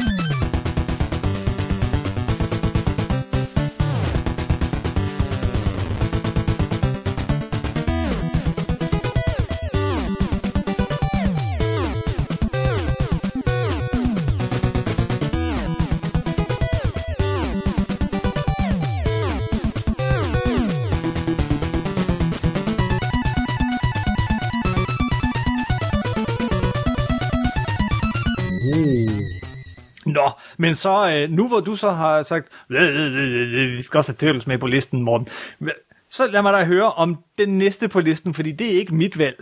Nå, men så nu hvor du så har sagt, vi skal også have Turtles med på listen, Morten, så lad mig da høre om den næste på listen, fordi det er ikke mit valg.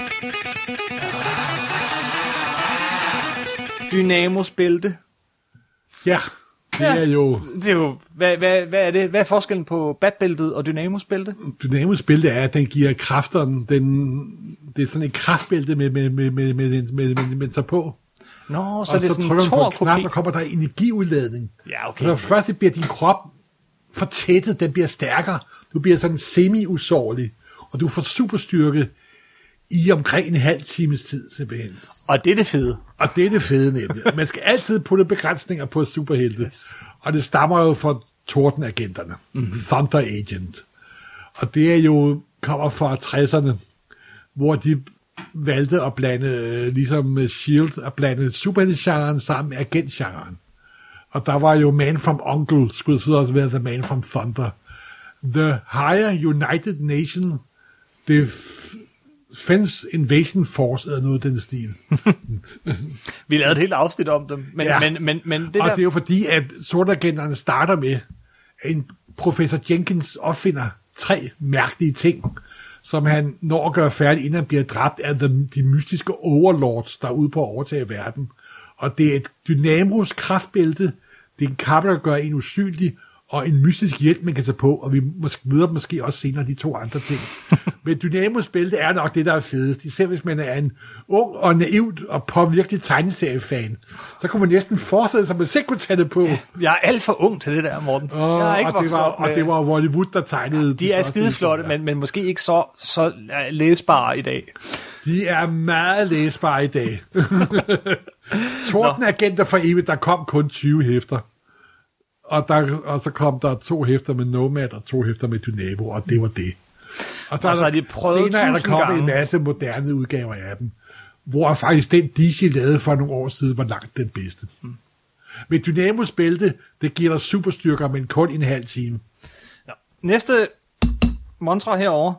Dynamos bælte. Ja, det er jo... Det er jo hvad er det? Hvad er forskellen på Batbæltet og Dynamos bælte? Dynamos bælte er, at den giver kræfterne, det er sådan et kraftbælte med sig på. Nå, så og det er så sådan en Thor-kopi. Der kommer der energiudladning. Ja, okay. Så først bliver din krop fortættet, den bliver stærkere. Du bliver sådan semi-usårlig, og du får superstyrke i omkring en halv times tid, simpelthen. Og det er det fede. Og det er det fede, nemlig. Man skal altid putte begrænsninger på superhelte. Yes. Og det stammer jo fra Tordenagenterne. Thunder Agent. Og det er jo kommer fra 60'erne, hvor de valgte at blande, ligesom S.H.I.E.L.D., at blande superheltegenren sammen med agentgenren. Og der var jo Man from U.N.C.L.E. skulle så også være The Man from Thunder. The Higher United Nation Defense Invasion Force, eller noget af den stil. Vi lavede et helt afsnit om dem, men det og der... det er jo fordi, at sortagenterne starter med, at en professor Jenkins opfinder 3 mærkelige ting, som han når at gøre færdig, inden han bliver dræbt af de mystiske overlords, der er ude på at overtage verden. Og det er et Dynamos kraftbælte, det er en kappe, der gør en usynlig, og en mystisk hjælp, man kan tage på, og vi møder måske også senere de 2 andre ting. Men Dynamos bælte er nok det, der er fedest. Især hvis man er en ung og naivt og påvirkelig tegneseriefan, så kunne man næsten forestille sig, at man selv kunne tage det på. Jeg er alt for ung til det der, Morten. Jeg er ikke vokset op med... Og det var Hollywood, der tegnede... De er skideflotte, men måske ikke så læsbare i dag. De er meget læsbare i dag. Tordenagenter for evigt, der kom kun 20 hæfter. Og så kom der 2 hæfter med Nomad og 2 hæfter med Dynamo, og det var det. Og så har de prøvet senere er der kommet en masse moderne udgaver af dem, hvor faktisk den DC lavede for nogle år siden var langt den bedste. Med Dynamos bælte, det giver dig superstyrker, men kun en halv time. Ja. Næste montre herovre,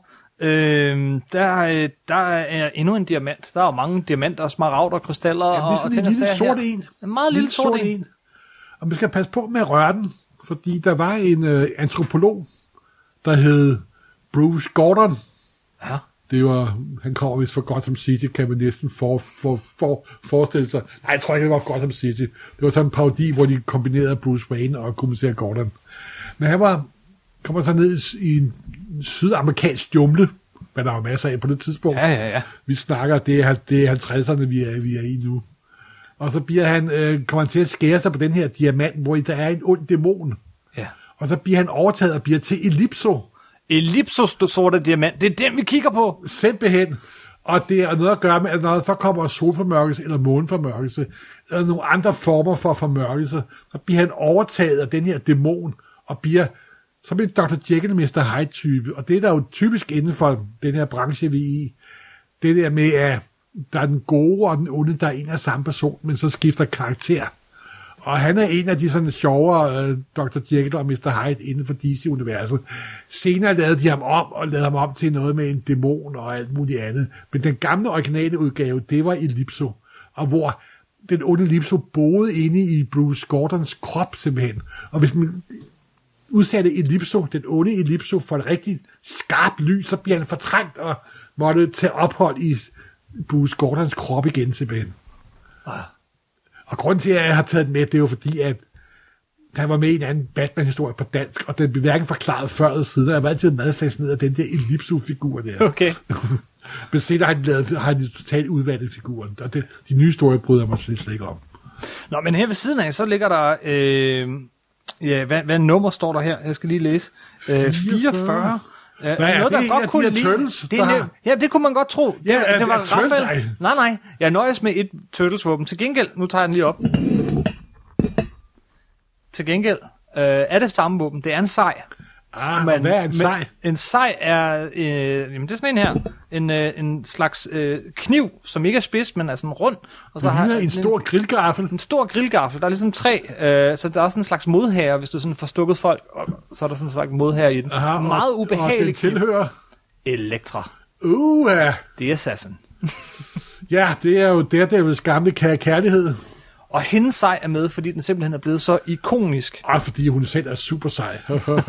der er endnu en diamant. Der er jo mange diamanter, smaragder, krystaller og ting og sager her. Det er sådan en lille sort en. En meget lille sort en. Og man skal passe på med at røre den, fordi der var en antropolog, der hed Bruce Gordon. Ja. Han kommer vist fra Gotham City, kan man næsten forestille sig. Nej, jeg tror ikke, det var Gotham City. Det var sådan en parodi, hvor de kombinerede Bruce Wayne og kommissær Gordon. Men han kommer så ned i en sydamerikansk jungle, hvad der var masser af på det tidspunkt. Ja. Vi snakker, det er 50'erne, vi er i nu. Og så kommer han til at skære sig på den her diamant, hvor der er en ond dæmon. Ja. Og så bliver han overtaget og bliver til Ellipso. Ellipso sorte diamant, det er den, vi kigger på. Simpelthen. Og det er noget at gøre med, at når der så kommer solformørkelse eller måneformørkelse, eller nogle andre former for formørkelse, så bliver han overtaget af den her dæmon, og bliver som en Dr. Jekyll og Mr. Hyde-type. Og det er der jo typisk inden for den her branche, vi er i. Det der med, at der er den gode og den onde, der er en af samme person, men så skifter karakter. Og han er en af de sådan sjovere Dr. Jekyll og Mr. Hyde inden for DC-universet. Senere lavede de ham om til noget med en dæmon og alt muligt andet. Men den gamle originale udgave, det var Ellipso. Og hvor den onde Ellipso boede inde i Bruce Gordons krop simpelthen. Og hvis man udsatte Ellipso, den onde Ellipso, for et rigtig skarpt lys, så bliver han fortrængt og måtte tage ophold i Bruce Gordons krop igen simpelthen. Og grunden til, at jeg har taget den med, det er jo fordi, at han var med i en anden Batman-historie på dansk, og den blev hverken forklaret før eller siden, og jeg var altid meget fascineret af den der Ellipso-figur der. Okay. Men senere har de totalt udvalgt figuren, og de nye historier bryder jeg mig slet ikke om. Nå, men her ved siden af, så ligger der, hvad nummer står der her? Jeg skal lige læse. 44. Ja, noget, der godt kunne lide. Turtles, ja, det kunne man godt tro. Ja, det var Raphael. Nej. Jeg nøjes med et Turtles-våben. Til gengæld, nu tager jeg den lige op. Til gengæld er det samme våben. Det er en sej. Hvad er en sej? En sej er, jamen det er sådan en her. En slags kniv, som ikke er spids, men er sådan rund. Og så har en stor grillgaffel. En stor grillgaffel. Der er ligesom 3, så der er sådan en slags modherre, hvis du sådan får stukket folk, og så er der sådan en slags modherre i den. Aha, meget ubehageligt. Og den tilhører? Elektra. Det er Assassin. Ja, det er jo Daredevils gamle kærlighed. Og hendes sej er med, fordi den simpelthen er blevet så ikonisk. Og fordi hun selv er super sej.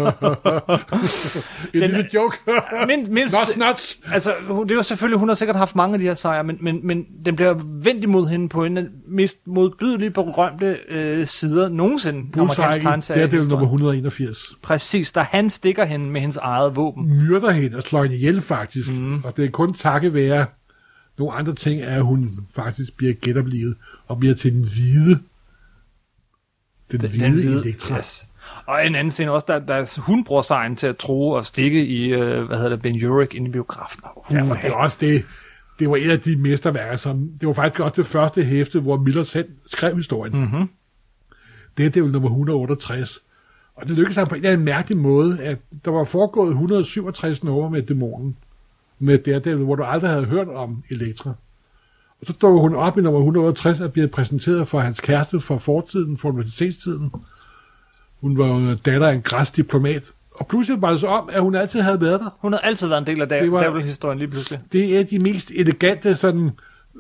En lille joke. Nuts. Altså, det er jo selvfølgelig, hun har sikkert haft mange af de her sejre, men den bliver vendt imod hende på en af mest modbydelige, berømte sider nogensinde. Bullseye, det er nummer 181. Præcis, der han stikker hende med hendes eget våben. Myrder hende og slår hende ihjel faktisk. Og det er kun takket være nogle andre ting, er, at hun faktisk bliver genoplivet og bliver til den hvide Elektra. Yes. Og en anden scene også, der hun bruger sejen til at tro og stikke i, Ben Urich inde i biografen. Det er også det. Det var et af de mesterværker, det var faktisk også det første hæfte, hvor Miller selv skrev historien. Det er jo nummer 168. Og det lykkedes ham på en eller anden mærkelig måde, at der var foregået 167 numre med dæmonen, med Daredevil, hvor du aldrig havde hørt om Elektra. Og så dukker hun op i nummer 168 og bliver præsenteret for hans kæreste fra fortiden, fra universitetstiden. Hun var datter af en græsk diplomat. Og pludselig var det så om, at hun altid havde været der. Hun havde altid været en del af Daredevil-historien lige pludselig. Det er de mest elegante sådan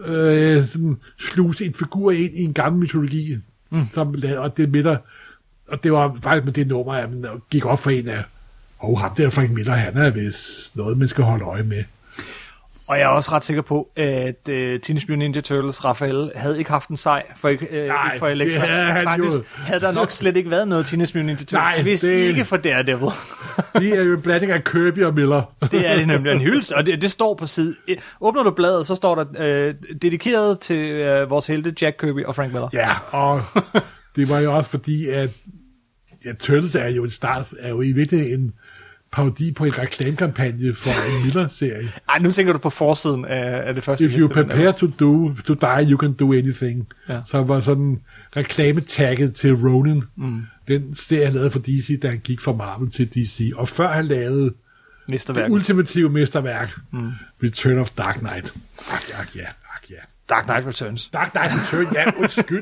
sluse en figur ind i en gammel mytologi. Som, og det midter, og det var faktisk med det nummer, at man gik op for en af, ham der Frank Miller, han er vist noget, man skal holde øje med. Og jeg er også ret sikker på, at Teenage Mutant Ninja Turtles Raphael havde ikke haft en sej for, ikke for Elektra. Faktisk havde der nok slet ikke været noget Teenage Mutant Ninja Turtles, hvis ikke for Daredevil. Det er jo en blanding af Kirby og Miller. Det er det nemlig en hyldest, og det står på side. Åbner du bladet, så står der dedikeret til vores helte Jack Kirby og Frank Miller. Ja, og det var jo også fordi, at Turtles er jo i virkeligheden en parodi på en reklamekampagne for en Miller-serie. Ej, nu tænker du på forsiden af det første. If you prepare to die, you can do anything. Ja. Så var sådan reklametagget til Ronin. Den serie han lavede for DC, da han gik fra Marvel til DC. Og før han lavede det ultimative mesterværk, Return of Dark Knight. Ja. Dark Knight Returns. Dark Knight Returns, ja, undskyld.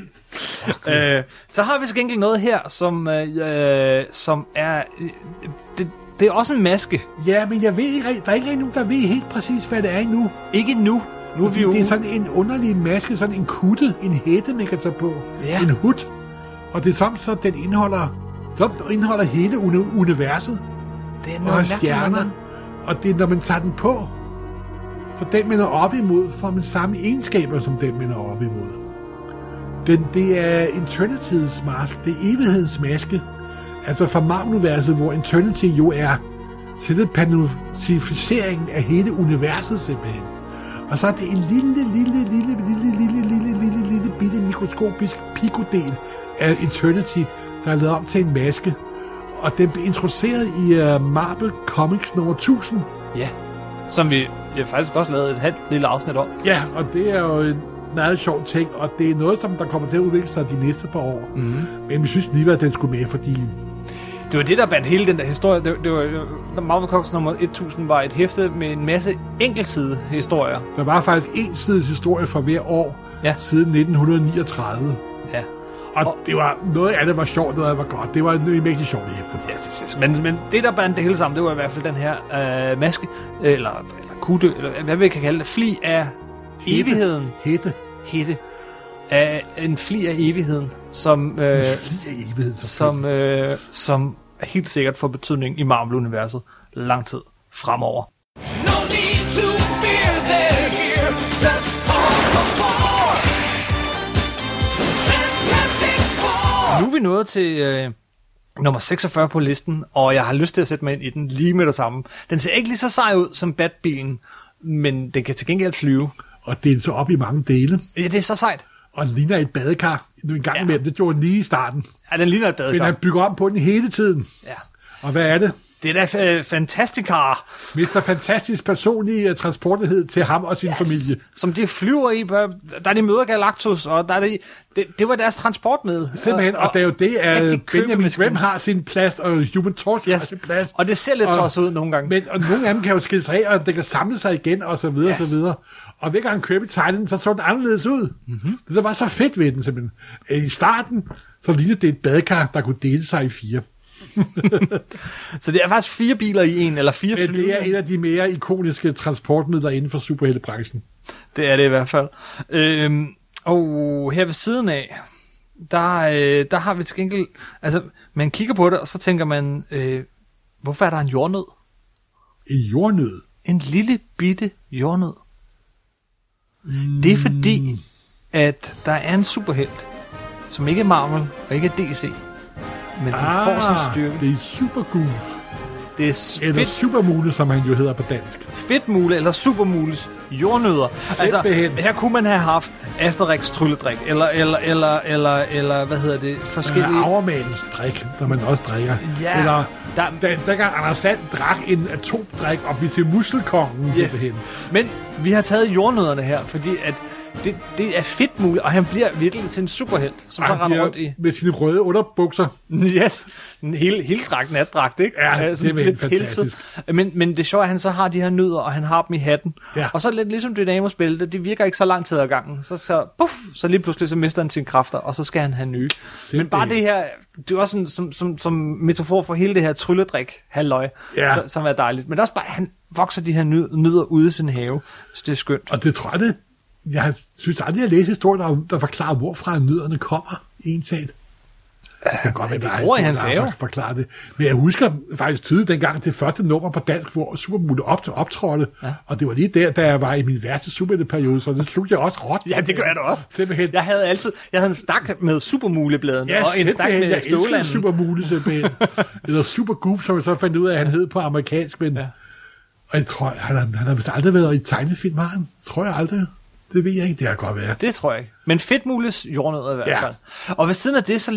Så har vi så gengæld noget her, som er... Det er også en maske. Ja, men jeg ved ikke, der er ikke nogen, der ved helt præcis, hvad det er endnu. Ikke nu. Nu er vi det er sådan en underlig maske, sådan en kutte, en hætte, man kan tage på. Ja. En hud. Og det er sådan, så den indeholder hele universet. Det er noget og stjerner. Og det er, når man tager den på, så den man er op imod, får man samme egenskaber, som den man er op imod. Det er Eternity's mask. Det er evighedens maske. Altså fra Marvel-universet, hvor Eternity jo er selve personificeringen af hele universet simpelthen. Og så er det en lille bitte mikroskopisk pikodel af Eternity, der er lavet om til en maske. Og den blev introduceret i Marvel Comics nummer 1000. Ja, som vi faktisk også lavede et halvt lille afsnit om. Ja, og det er jo en meget sjov ting, og det er noget, som der kommer til at udvikle sig de næste par år. Men vi synes lige, at den skulle med, fordi... Det var det, der bandt hele den der historie. Det var Marvel Comics nummer 1000 var et hæfte med en masse enkeltside historier. Der var faktisk en sides historie for hver år siden 1939. Ja. Og det var noget af det var sjovt, noget af det var godt. Det var en mægtig sjovt hæfte. Yes. Men det, der bandt det hele sammen, det var i hvert fald den her maske, eller kutte, eller hvad vi kan kalde det, fli af evigheden. Hætte. Af en fli af evigheden, som helt sikkert får betydning i Marvel-universet lang tid fremover. No need to fear, they're here. Let's nu er vi nået til nummer 46 på listen, og jeg har lyst til at sætte mig ind i den lige med det samme. Den ser ikke lige så sej ud som Batbilen, men den kan til gengæld flyve. Og det er så op i mange dele. Ja, det er så sejt. Og den ligner et badekar en gang imellem. Det gjorde den lige i starten. Ja, den ligner et badekar. Men han bygger om på den hele tiden. Ja. Og hvad er det? Det er da Fantastikar. Mr. Fantastisk personlige transportighed til ham og sin familie. Som de flyver i, der de møder Galactus, og der det var deres transportmiddel. Simpelthen, og det er jo det, at Benjamin Grimm har sin plads, og Human Torch har sin plads. Og det ser lidt tosset ud nogle gange. Men og nogle af dem kan jo skille sig af, og det kan samle sig igen, og så videre, og så videre. Og hver gang Kirby tegnede den, så den anderledes ud. Det var så fedt ved den, simpelthen. I starten, så lignede det et badekar, der kunne dele sig i 4. Så det er faktisk 4 biler i en, eller 4 fly. Det er en af de mere ikoniske transportmidler inden for superheltebranchen. Det er det i hvert fald. Og her ved siden af, der har vi til gengæld, altså man kigger på det, og så tænker man, hvorfor er der en jordnød? En jordnød? En lille bitte jordnød. Det er fordi, at der er en superhelt, som ikke er Marvel og ikke er DC, men som får sin styrke. Det er Supergoof. Det er eller Supermule, som han jo hedder på dansk. Fedtmule eller Supermules jordnødder. Altså, her kunne man have haft Asterix trylledrik, eller hvad hedder det, forskellige... Avermalens drik, der man også drikker. Ja. Eller dengang Anders Sand drak en atomdrik op til muskelkongen. Yes. Men vi har taget jordnødderne her, fordi at det er fedt muligt, og han bliver virkelig til en superhelt, som så render rundt i... Med sine røde underbukser. Yes, en helt dragt natdragt, ikke? Ja, det er lidt fantastisk. Men det sjove er, at han så har de her nødder, og han har dem i hatten. Ja. Og så lidt ligesom Dynamos bælte, det virker ikke så lang tid ad gangen. Så lige pludselig så mister han sine kræfter, og så skal han have nye. Simpelthen. Men bare det her, det er også sådan, som metafor for hele det her trylledrik halløj, som er dejligt. Men det er også bare, han vokser de her nødder ude i sin have, så det er skønt. Og det tror jeg, jeg synes aldrig, at jeg læser historien, der forklarer, hvorfra nødderne kommer i en sag. Jeg kan godt være, i hans have. Forklare det. Men jeg husker faktisk tydeligt dengang til første nummer på dansk, hvor Supermule optrådte, og det var lige der, da jeg var i min værste Supermule-periode, så det slugte jeg også råt. Ja, det gør jeg da også. Simpelthen. Jeg havde en stak med Supermule-bladene, og en stak med Stålanden. Jeg elsker Supermule simpelthen. Eller Supergoof, som jeg så fandt ud af, at han hed på amerikansk, men og jeg tror, han har vist aldrig været i tegnefilm, har han? Tror jeg aldrig. Det ved jeg ikke, det har godt været. Det tror jeg ikke. Men Fedtmules jordnødder i hvert fald. Og ved siden af det, så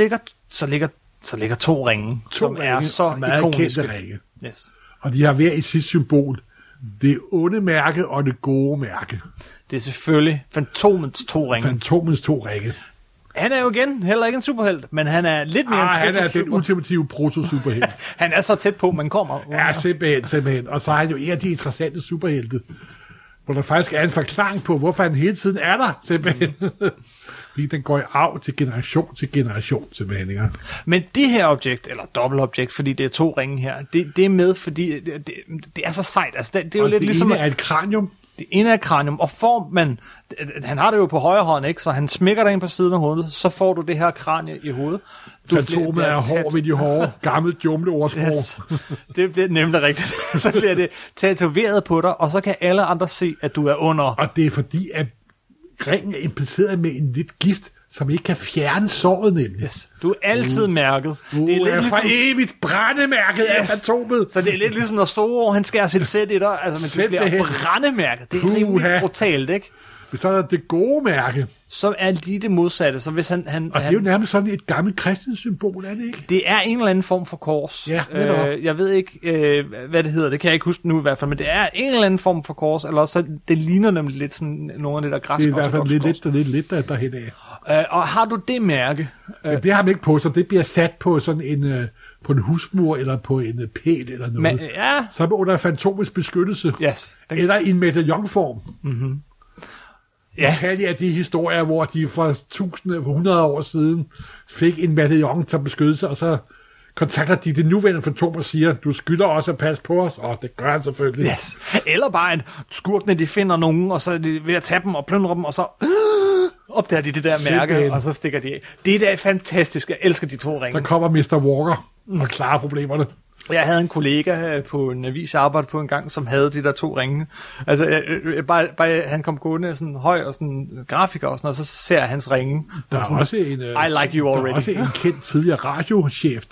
ligger 2 ringe, som er så ikoniske. Ringe. Yes. Og de har hver i sit symbol. Det onde mærke og det gode mærke. Det er selvfølgelig Fantomens 2 ringe. Fantomens 2 ringe. Han er jo igen heller ikke en superhelt, men han er lidt mere han er den ultimative proto-superhelt. Han er så tæt på, man kommer. Ja, simpelthen. Og så er han jo en af de interessante superhelte, hvor der faktisk er en forklaring på, hvorfor han hele tiden er der, simpelthen. Fordi den går i arv til generation, simpelthen. Ikke? Men det her objekt, eller dobbeltobjekt, fordi det er 2 ringe her, det er med, fordi det er så sejt. Altså, det er jo lidt ligesom... det ene er et kranium. Det ene er et kranium, og får man... Han har det jo på højre hånd, ikke? Så han smækker dig ind på siden af hovedet, så får du det her kranie i hovedet. Fantomet er hård ved de hårde, gammelt jumleordsprog. Yes. Det bliver nemlig rigtigt. Så bliver det tatoveret på dig, og så kan alle andre se, at du er under. Og det er fordi, at ringen er impliceret med en lidt gift, som ikke kan fjerne såret nemlig. Yes. Du er altid mærket. Det er lidt ligesom... for evigt brændemærket af Fantomet. Så det er lidt ligesom, når Zorro, han skærer sit sæt i dig, altså, men det bliver brændemærket. Det er rimelig brutalt, ikke? Så er det gode mærke. Så er lige det modsatte. Så hvis han og det er jo nærmest sådan et gammelt kristens symbol, er det ikke? Det er en eller anden form for kors. Ja, jeg ved ikke, hvad det hedder. Det kan jeg ikke huske nu i hvert fald. Men det er en eller anden form for kors. Eller så det ligner nemlig lidt sådan nogle af det der græsk. Det er i hvert fald lidt derhen af. Og har du det mærke? Det har man ikke på, så det bliver sat på sådan en... på en husmur, eller på en pæl, eller noget. Men, så er det under Fantomets beskyttelse. Yes. Eller i en medaljonform. Mhm. Ja. Utallige af de historier, hvor de for 100 år siden fik en medaljon til beskyttelse, og så kontakter de det nuværende Fantom og siger, du skylder også at passe på os, og det gør han selvfølgelig. Yes. Eller bare, at skurkene de finder nogen, og så er de ved at tage dem og plyndre dem, og så opdager de det der mærke, og så stikker de af. Det er da fantastisk. Jeg elsker de 2 ringe. Så kommer Mr. Walker og klarer problemerne. Jeg havde en kollega på en avis, jeg arbejdede på en gang, som havde de der 2 ringe. Altså, bare han kom gående sådan høj og sådan grafiker og sådan noget, så ser jeg hans ringe. Der er sådan, også en, I like you already. Der er også en kendt tidligere radiochef,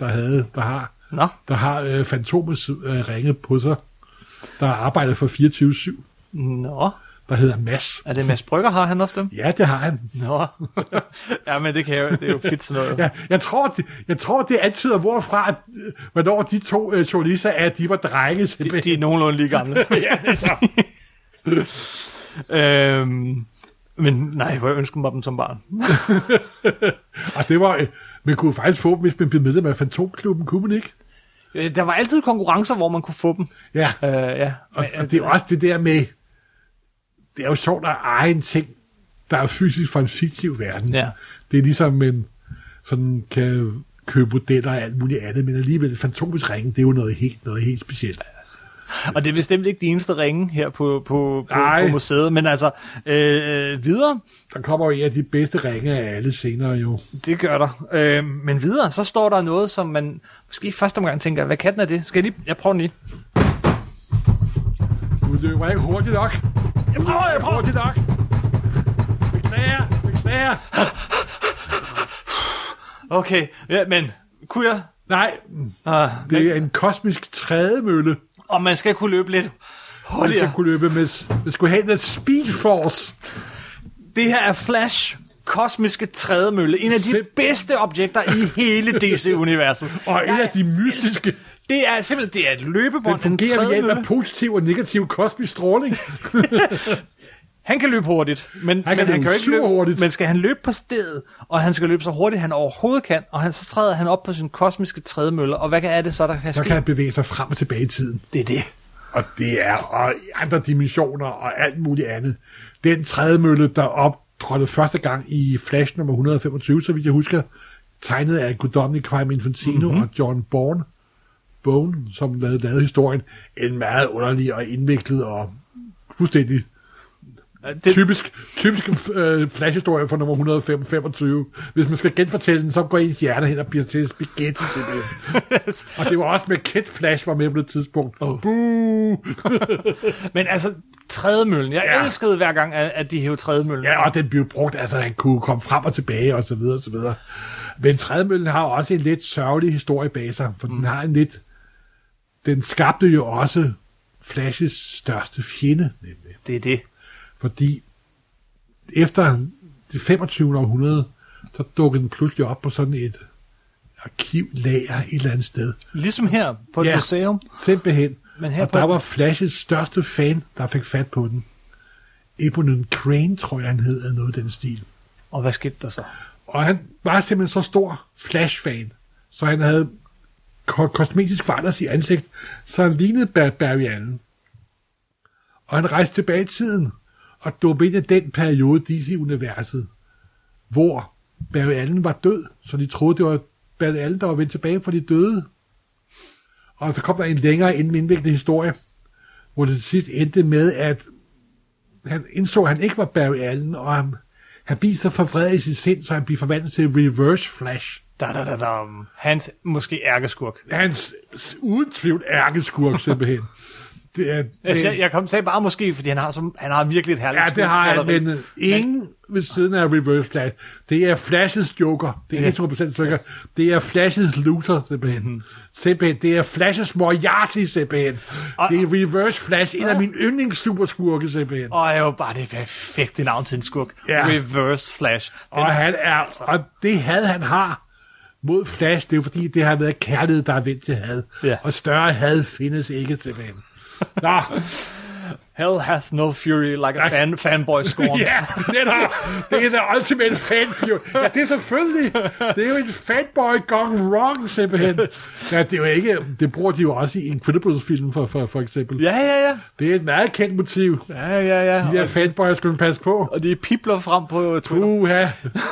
der har Fantomets ringe på sig, der arbejder for 24/7. Nå. Der hedder Mads. Er det Mads Brygger, har han også dem? Ja, det har han. Nå. Ja, men det er jo fedt sådan noget. Ja, jeg tror, det antyder hvorfra, hvornår de 2 journalister er, de var drenge. De er nogenlunde lige gamle. Ja, det så. Men nej, hvor jeg ønsker mig dem som barn. Og det var... Man kunne faktisk få dem, hvis man blev medlem af Fantomklubben, kunne man ikke? Der var altid konkurrencer, hvor man kunne få dem. Ja. Ja. Og det er også det der med... Det er jo sjovt at eje en ting, der er fysisk for en fiktiv verden. Ja. Det er ligesom, man sådan kan købe modeller og alt muligt andet, men alligevel Fantomets ringe, det er jo noget helt specielt. Og det er bestemt ikke de eneste ringe her på museet, men altså videre. Der kommer jo en af de bedste ringe af alle senere jo. Det gør der. Men videre, så står der noget, som man måske først omgang tænker, hvad kan den af det? Skal jeg prøver den lige. Det var ikke hurtigt nok. Jeg prøver. Hurtigt nok. Beklager. Okay, ja, men kunne jeg? Nej, det er en kosmisk trædemølle. Og man skal kunne løbe lidt hurtigere. Man skal kunne løbe med, man skulle have den Speed Force. Det her er Flash kosmiske trædemølle. En af de bedste objekter i hele DC-universet. Og en af de mystiske. Det er simpelthen det er et løbebånd. Den fungerer ved hjælp af positiv og negativ kosmisk stråling. Han kan løbe hurtigt, men han kan jo ikke løbe hurtigt. Men skal han løbe på stedet, og han skal løbe så hurtigt, han overhovedet kan, og så træder han op på sin kosmiske trædemølle, og hvad er det så, der kan ske? Så kan han bevæge sig frem og tilbage i tiden. Det er det. Og det er og andre dimensioner og alt muligt andet. Den trædemølle, der optrådte første gang i Flash nummer 125, så vidt jeg husker, tegnet af guddommelig Kwame Infantino og John Bone, som lavede historien. En meget underlig og indviklet og fuldstændig typisk Flash-historie fra nummer 125. Hvis man skal genfortælle den, så går ens hjerne hen og bliver til spaghetti simpelthen. Og det var også med Kid Flash var med på det tidspunkt. Men altså, trædemøllen. Jeg elskede hver gang, at de hævde trædemøllen. Ja, og den blev brugt, altså han kunne komme frem og tilbage, og så videre, og så videre. Men trædemøllen har også en lidt sørgelig historie bag sig, for den har en lidt... Den skabte jo også Flashes største fjende, nemlig. Det er det. Fordi efter det 25. århundrede, så dukkede den pludselig op på sådan et arkivlager et eller andet sted. Ligesom her på et museum. Simpelthen. Men her og der var Flashes største fan, der fik fat på den. Eponym Crane, tror jeg han hed, af noget af den stil. Og hvad skete der så? Og han var simpelthen så stor Flash-fan, så han havde kosmetisk forandret sit ansigt, så han lignede Barry Allen. Og han rejste tilbage i tiden, og dumpede ind i den periode DC-universet, hvor Barry Allen var død, så de troede, det var Barry Allen, der var vendt tilbage fra de døde. Og så kom der en længere indviklet historie, hvor det til sidst endte med, at han indså, at han ikke var Barry Allen, og han blev så forvredet i sit sind, så han blev forvandlet til Reverse Flash. Hans måske ærkeskurk. Hans uden tvivl ærkeskurk, simpelthen. Jeg sagde bare måske, fordi han har virkelig et herligt skurk. Ja, det har han, men ingen ved siden af Reverse Flash. Det er Flashes Joker. Det er 100% Joker. Det er Flashes Loser, simpelthen. Simpelthen. Det er Flashes Moriarty, simpelthen. Det er Reverse Flash, en af mine yndlingssuperskurke, simpelthen. Og er jo bare det perfekte navn til en skurk. Ja. Reverse Flash. Og det had, han har mod Flash, det er jo fordi, det har været kærlighed, der er vendt til had. Ja. Og større had findes ikke, simpelthen. Nå. Hell hath no fury like a fanboy scorned. Ja, det er the ultimate fanfury. Ja, det er selvfølgelig. Det er jo en fanboy gone wrong, simpelthen. Ja, det er jo ikke... Det bruger de jo også i Incredibles-film, for eksempel. Ja. Det er et meget kendt motiv. Ja. De der fanboys skulle man passe på. Og de pipler frem på Twitter. Ja.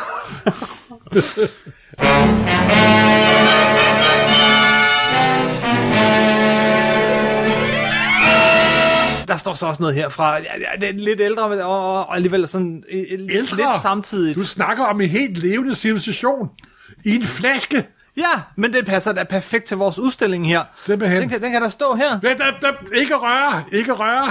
Der står så også noget herfra. Det er lidt ældre, og alligevel sådan lidt samtidigt. Du snakker om en helt levende civilisation i en flaske. Ja, men det passer da perfekt til vores udstilling her. Simpelthen. Den kan der stå her. Ikke røre.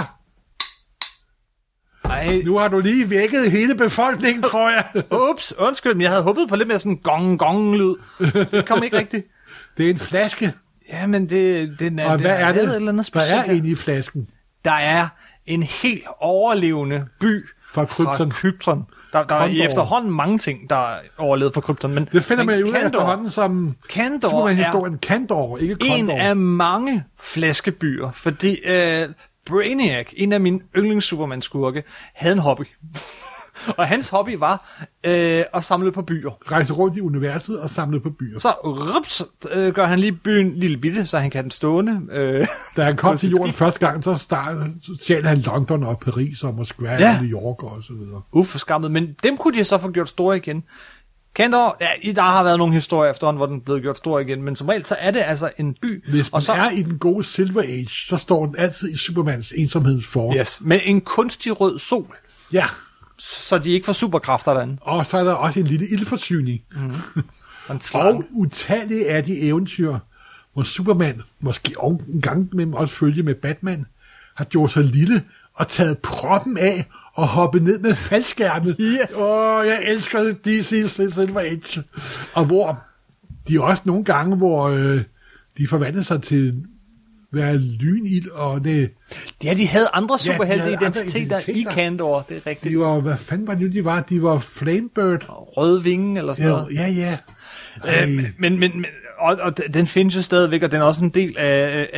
Ej. Nu har du lige vækket hele befolkningen, tror jeg. Ups, undskyld, men jeg havde håbet på lidt mere sådan gong-gong-lyd. Det kom ikke rigtigt. Det er en flaske. Ja, men den er... Og hvad er det? Eller andet der er inde i flasken. Der er en helt overlevende by fra Krypton. Der er i efterhånden mange ting, der er overlevet fra Krypton. Men det finder man jo ud af efterhånden som... Kandor er Kandor, ikke Kondor. En af mange flaskebyer, fordi Brainiac, en af mine yndlings-Superman-skurke, havde en hobby. Og hans hobby var at samle på byer. Rejse rundt i universet og samle på byer. Så gør han lige byen lille bitte, så han kan den stående. Da han kom til jorden første gang, så stjal han London og Paris og Moskva og New York og så videre. Forskammet, men dem kunne de så få gjort store igen. Kandor, der har været nogle historier efterhånden, hvor den blev gjort stor igen, men som regel så er det altså en by. Hvis man er i den gode Silver Age, så står den altid i Supermans ensomhedsfort. Yes, med en kunstig rød sol. Ja. Så de ikke får superkræfter derinde. Og så er der også en lille ildforsyning. Og utallige er de eventyr, hvor Superman, måske en gang med også følge med Batman, har gjort sig lille og taget proppen af og hoppet ned med faldskærmet. Yes. Jeg elsker DC Silver Age. Og hvor de også nogle gange, hvor de forvandler sig til være lynild og det... Ja, de havde andre superhelte identiteter i Kandor, det er rigtigt. De var, hvad fanden var det, de var? De var Flamebird. Røde vinge eller sådan noget. Ja. Men den findes jo stadigvæk, og den er også en del af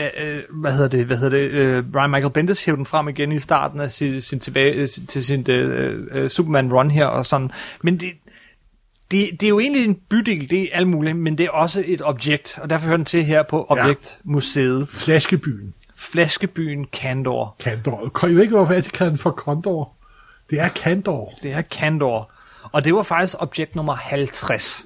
Brian Michael Bendis hævde den frem igen i starten af sin tilbage til sin Superman run her og sådan. Men det er jo egentlig en bydel, det er alt muligt, men det er også et objekt, og derfor hører den til her på Objektmuseet. Flaskebyen Kandor. Kan I ikke, hvorfor de kalder den for Kondor? Det er Kandor. Det er Kandor. Og det var faktisk objekt nummer 50.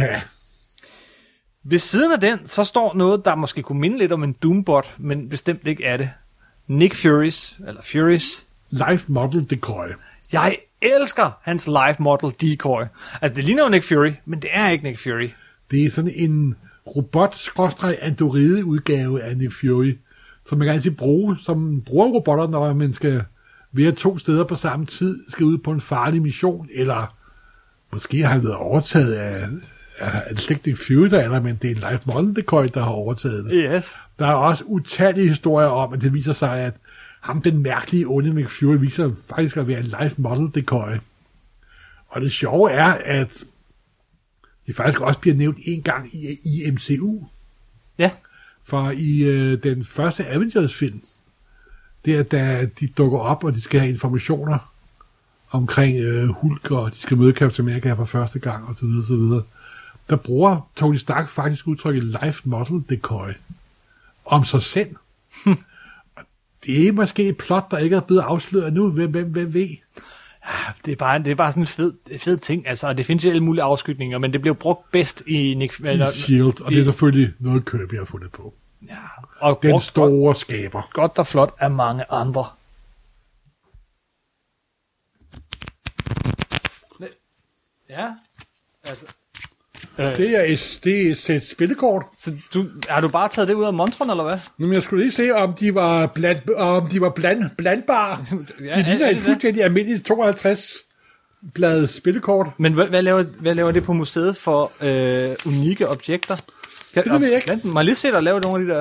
Ved siden af den, så står noget, der måske kunne minde lidt om en Doombot, men bestemt ikke er det. Nick Fury's Life Model Decoy. Jeg elsker hans Life Model Decoy. Altså, det ligner jo Nick Fury, men det er ikke Nick Fury. Det er sådan en robot-androide udgave af Nick Fury, som man kan altid bruge, som bruger robotter, når man skal være 2 steder på samme tid, skal ud på en farlig mission, eller måske har han været overtaget af en slet Nick Fury, men det er en Life Model Decoy, der har overtaget det. Yes. Der er også utallige historier om, at det viser sig, at ham, den mærkelige onde Nick Fury, viser faktisk at være en Life Model Decoy. Og det sjove er, at det faktisk også bliver nævnt en gang i MCU. Ja. For i den første Avengers-film, der da de dukker op, og de skal have informationer omkring Hulk, og de skal møde Captain America for første gang, og så videre, der bruger Tony Stark faktisk udtrykket Life Model Decoy om sig selv. Det er måske et plot, der ikke er blevet afsløret nu. Hvem ved? Det er bare sådan en fed ting, altså, og det findes jo alle mulige afskygninger, men det blev brugt bedst i S.H.I.E.L.D., og det er selvfølgelig noget Kirby har fundet på. Ja, og den store skaber. Godt og flot af mange andre. Ja, altså... Det er et spillekort. Så har du bare taget det ud af montren, eller hvad? Men jeg skulle lige se, om de var blandbare. Ja, de ligner et fuldstændig almindeligt 52 blad spillekort. Men hvad laver det på museet for unikke objekter? Det ved jeg ikke. Må jeg lige se dig lave nogle af de der...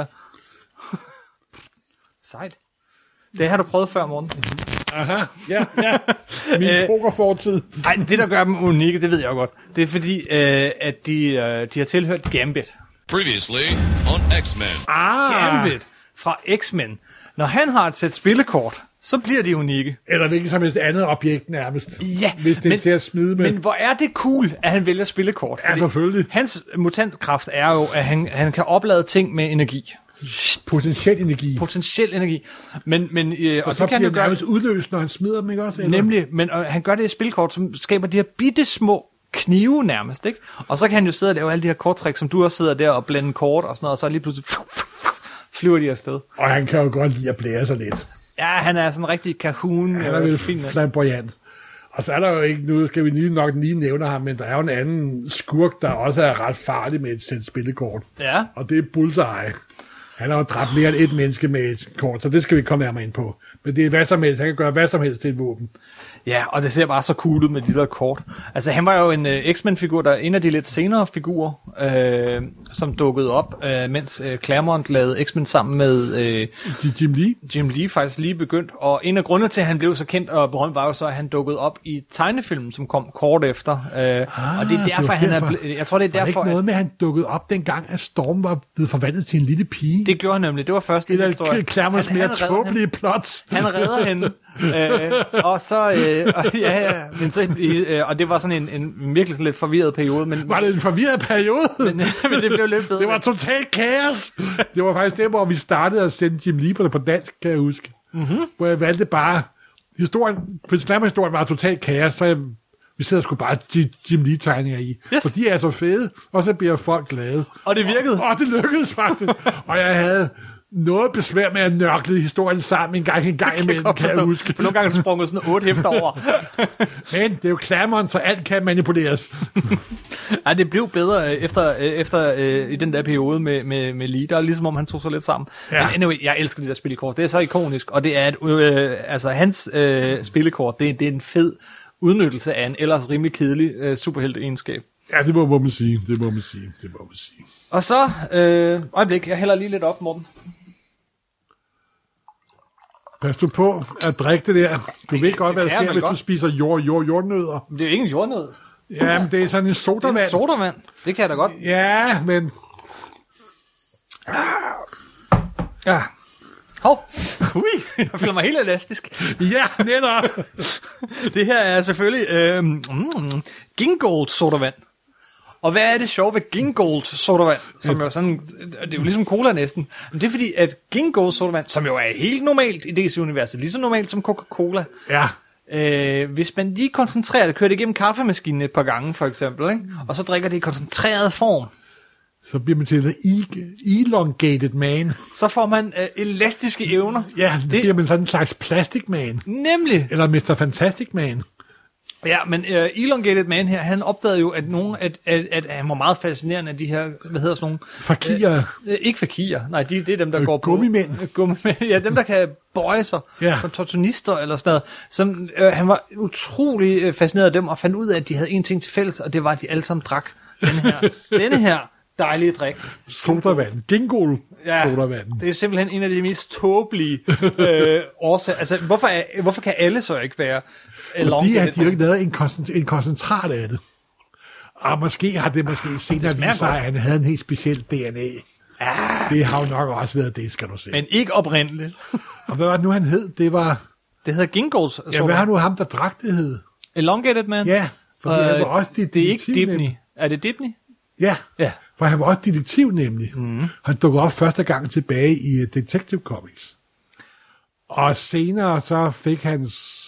Sejt. Det har du prøvet før, Morten. Aha, ja. Min pokerfortid. Nej, det der gør dem unikke, det ved jeg jo godt. Det er fordi, at de har tilhørt Gambit. Previously on X-Men. Gambit fra X-Men. Når han har et sæt spillekort, så bliver de unikke. Eller hvilket som et andet objekt nærmest. Ja, hvis det er til at smide med. Men hvor er det cool, at han vælger spillekort. Ja, selvfølgelig. Hans mutantkraft er jo, at han kan oplade ting med energi. Potentiel energi. Men og så kan det nærmest udløst, når han smider dem, ikke også? Eller? Nemlig, men han gør det i spilkort, som skaber de her bitte små knive nærmest, ikke? Og så kan han jo sidde og lave alle de her korttræk, som du også sidder der og blande kort og sådan noget, og så lige pludselig flyver de afsted. Og han kan jo godt lide at blære sig lidt. Ja, han er sådan en rigtig Cahoon. Han er vel flamboyant. Og så er der jo ikke, nu skal vi nok lige nævne ham, men der er jo en anden skurk, der også er ret farlig med et sæt spillekort. Ja. Og det er Bullseye. Han har jo dræbt mere end et menneske med et kort, så det skal vi komme nærmere ind på. Men det er hvad som helst. Han kan gøre hvad som helst til et våben. Ja, og det ser bare så cool ud med de der kort. Altså, han var jo en X-Men-figur, der er en af de lidt senere figurer, som dukkede op, mens Claremont lavede X-Men sammen med Jim Lee. Jim Lee faktisk lige begyndt. Og en af grundene til, at han blev så kendt og berømt, var jo så, at han dukkede op i tegnefilmen, som kom kort efter. Og det er derfor, han er jeg tror, det er derfor, ikke noget med, at han dukkede op dengang, at Storm var blevet forvandlet til en lille pige? Det gjorde han nemlig. Det var første historie. Det er Claremonts mere tåbelige plot. Han redder hende. Og så men så og det var sådan en virkelig sådan lidt forvirret periode, men var det en forvirret periode? men det blev lidt bedre. Det var totalt kaos. Det var faktisk det, hvor vi startede at sende Jim Lee på dansk, kan jeg huske. Hvor jeg valgte bare hvis Claremont-historien var totalt kaos, så vi sidder sgu bare Jim Lee tegninger i. Yes. For de er så fede, og så bliver folk glade. Og det virkede. Og det lykkedes faktisk. Og jeg havde noget besvær med at nørkle historien sammen en gang imellem, kan jeg huske. For nogle gange sprunget sådan 8 hæfter over. Men det er jo Claremont, så alt kan manipuleres. Ej, det blev bedre efter i den der periode med Lee, der ligesom om han tog så lidt sammen. Ja. Men anyway, jeg elsker det der spillekort. Det er så ikonisk, og det er altså hans spillekort, det er en fed udnyttelse af en ellers rimelig kedelig superhelte-egenskab. Ja, det må man sige. Og så, øjeblik, jeg hælder lige lidt op, Morten. Pas du på at drikke det der. Du ved godt, hvad der sker, hvis du spiser jordnødder. Det er jo ikke en jordnød. Jamen, det er sådan en sodavand. Det er en sodavand. Det kan jeg da godt. Ja, men... Ja. Jeg føler mig helt elastisk. Ja, netop. Det her er selvfølgelig Gingold sodavand. Og hvad er det sjove ved Gingold sodavand? Som jo sådan, det er jo ligesom cola næsten. Men det er fordi, at Gingold sodavand, som jo er helt normalt i DC-universet, lige så normalt som Coca-Cola. Ja. Hvis man lige koncentrerer det, kører det igennem kaffemaskinen et par gange for eksempel, ikke? Og så drikker det i koncentreret form. Så bliver man til en elongated man. Så får man elastiske evner. Ja, det bliver man sådan en slags plastic man. Nemlig. Eller Mr. Fantastic Man. Ja, men Elongated Man her, han opdagede jo, at nogen, at han var meget fascinerende af de her, hvad hedder sådan nogle... Fakirer. Ikke fakirer, nej, det er dem, der går på... Gummimænd. Ja, dem, der kan bøje sig, som tortonister eller sådan noget. Som, han var utrolig fascineret af dem, og fandt ud af, at de havde en ting til fælles, og det var, at de alle sammen drak denne her dejlige drik. Sodavand. Gingold sodavand. Det er simpelthen en af de mest tåbelige årsager. Altså, hvorfor kan alle så ikke være... Fordi de har jo ikke lavet en koncentrat af det. Og måske har det senere vist sig, at han havde en helt speciel DNA. Det har jo nok også været det, skal du se. Men ikke oprindeligt. Og hvad var det nu, han hed? Det hedder Gingold. Ja, hvad har nu ham, der drak det hed? Elongated Man? Ja, for han var også det er ikke Dibny. Er det Dibny? Ja, for han var også detektiv nemlig. Han dukkede op første gang tilbage i Detective Comics. Og senere så fik hans...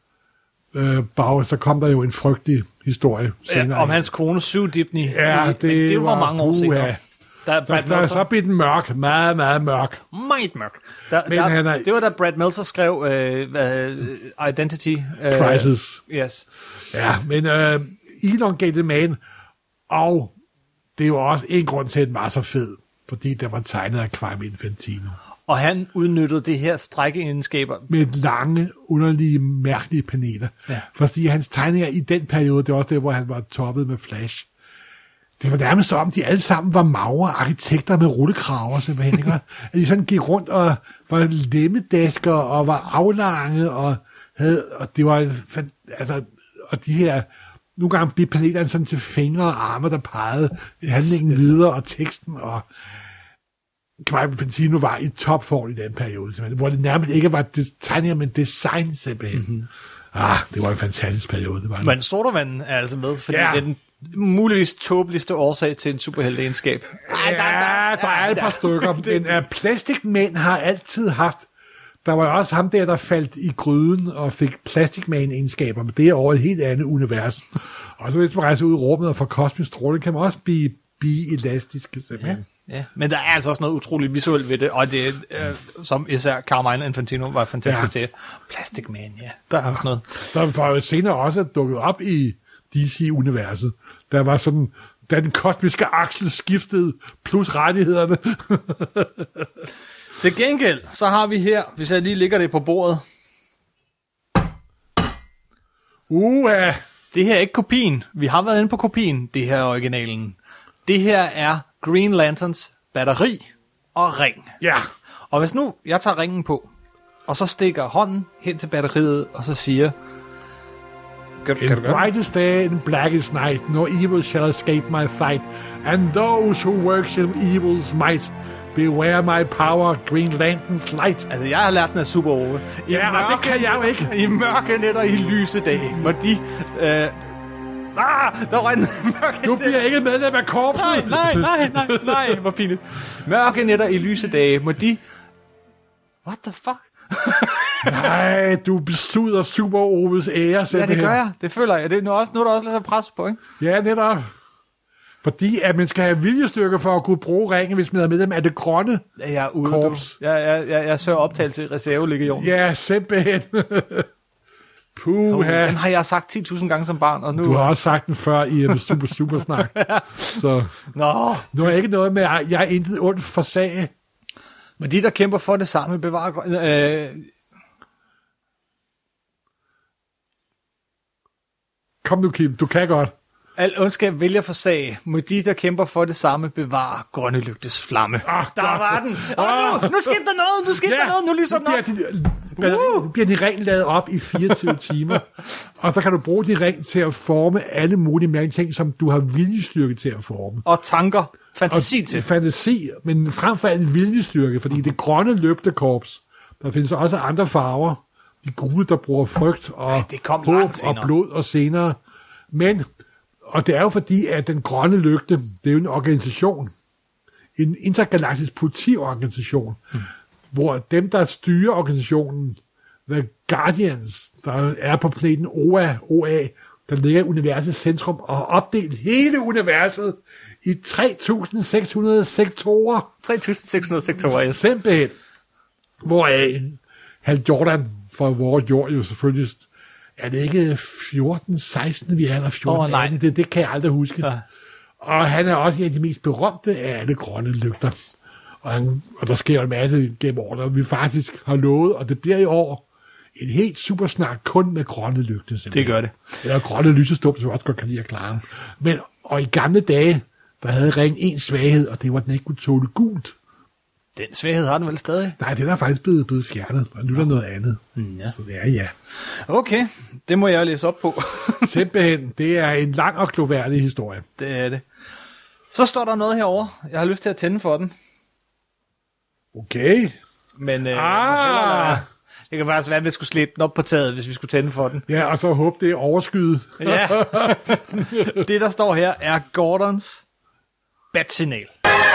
så kom der jo en frygtelig historie senere. Om hans kone Sue Dibny. Ja, det var mange år senere. Der så blev den mørk. Meget, meget mørk. Meget mørk. Det var da Brad Meltzer skrev Identity Crisis. Yes. Ja, men Elongated Man, og det var også en grund til, at den var så fed, fordi der var tegnet af Quime Infantino. Og han udnyttede det her strækkeegenskaber. Med lange, underlige, mærkelige paneler. Ja. Fordi hans tegninger i den periode, det var også det, hvor han var toppet med Flash. Det var nærmest som om, de alle sammen var magre arkitekter med rullekraver, simpelthen. Ikke? At de sådan gik rundt og var lemmedasker og var aflange, og det var, altså, og de her, nogle gange blev panelerne sådan til fingre og arme, der pegede handlingen videre, og teksten, og Quime Infantino var i topform i den periode, hvor det nærmest ikke var tegninger, men design simpelthen. Mm-hmm. Det var en fantastisk periode. Det var men sodavanden er altså med, fordi det er den muligvis tåbeligste årsag til en superhelteegenskab. Der er et par stykker, men plastikmænd har altid haft. Der var også ham der faldt i gryden og fik plastikman-egenskaber, men det er over et helt andet univers. Og så hvis man rejser ud i rummet og får kosmisk stråling, kan man også blive elastiske simpelthen. Ja, men der er altså også noget utroligt visuelt ved det, og det som især Carmine Infantino var fantastisk til. Plastic Man, der er også noget. Der var jo senere også dukket op i DC-universet. Der var sådan, da den kosmiske aksel skiftede, plus rettighederne. Til gengæld, så har vi her, hvis jeg lige lægger det på bordet. Det her er ikke kopien. Vi har været inde på kopien. Det her er originalen. Det her er Green Lanterns batteri og ring. Ja. Og hvis nu jeg tager ringen på, og så stikker hånden hen til batteriet, og så siger... In brightest day and blackest night, no evil shall escape my sight, and those who work in evil's might, beware my power, Green Lanterns light. Altså, jeg har lært den af Super Ove. Ja, det kan jeg jo ikke. I mørke nætter, i lyse dage, hvor de... der røg den mørke. Du bliver ikke medlem af korpset. Nej, hvor pinligt. Mørke nætter i lyse dage, må de... What the fuck? Nej, du besuder Super Oves ære. Ja, det gør jeg. Det føler jeg. Nu er der også lidt pres på, ikke? Ja, netop. Fordi at man skal have viljestyrke for at kunne bruge ringen, hvis man er medlem af det grønne korps. Jeg søger optagelse i reservelegionen. Ja, simpelthen. Puha. Den har jeg sagt 10.000 gange som barn. Og nu... Du har også sagt den før i en super snak. Så nu er ikke noget med, at jeg er intet ondt for sag. Men de, der kæmper for det samme, bevarer... Kom nu, Kim, du kan godt. Al ondskab vælger for sag, må de, der kæmper for det samme, bevare grønne lygtes flamme. Der var den! Nu skete der noget! Nu lyser den op! Nu bliver din ring lavet op i 24 timer, og så kan du bruge din ring til at forme alle mulige mærkelige ting, som du har viljestyrke til at forme. Og tanker, fantasi til. Fantasi, men frem for alt viljestyrke, fordi det grønne løbtekorps Der findes også andre farver. De gule, der bruger frygt og håb og blod og senere. Men, og det er jo fordi, at den grønne lygte, det er jo en organisation. En intergalaktisk politiorganisation. Hvor dem, der styrer organisationen, The Guardians, der er på planeten OA, der ligger i universets centrum, og har opdelt hele universet i 3.600 sektorer. 3.600 sektorer, ja. Simpelthen. Hvoraf Hal Jordan fra vores jord jo selvfølgelig, er det ikke 14, 16, vi er, eller 14, nej. Det kan jeg aldrig huske. Ja. Og han er også en af de mest berømte af alle grønne lygter. Og der sker en masse gennem året, og vi faktisk har lovet, og det bliver i år, en helt super snak kun med grønne lygte. Simpelthen. Det gør det. Eller grønne lysestop, som også godt kan lide at klare. Men, og i gamle dage, der havde ring en svaghed, og det var, at den ikke kunne tåle gult. Den svaghed har den vel stadig? Nej, den er faktisk blevet fjernet, og nu er der noget andet. Ja. Så ja. Okay, det må jeg læse op på. Simpelthen, det er en lang og gloværdig historie. Det er det. Så står der noget herovre. Jeg har lyst til at tænde for den. Okay. Men det kan faktisk være, at vi skulle slippe den op på taget, hvis vi skulle tænde for den. Ja, og så håbe, det er overskyet. Ja. Det, der står her, er Gordons bat-signal.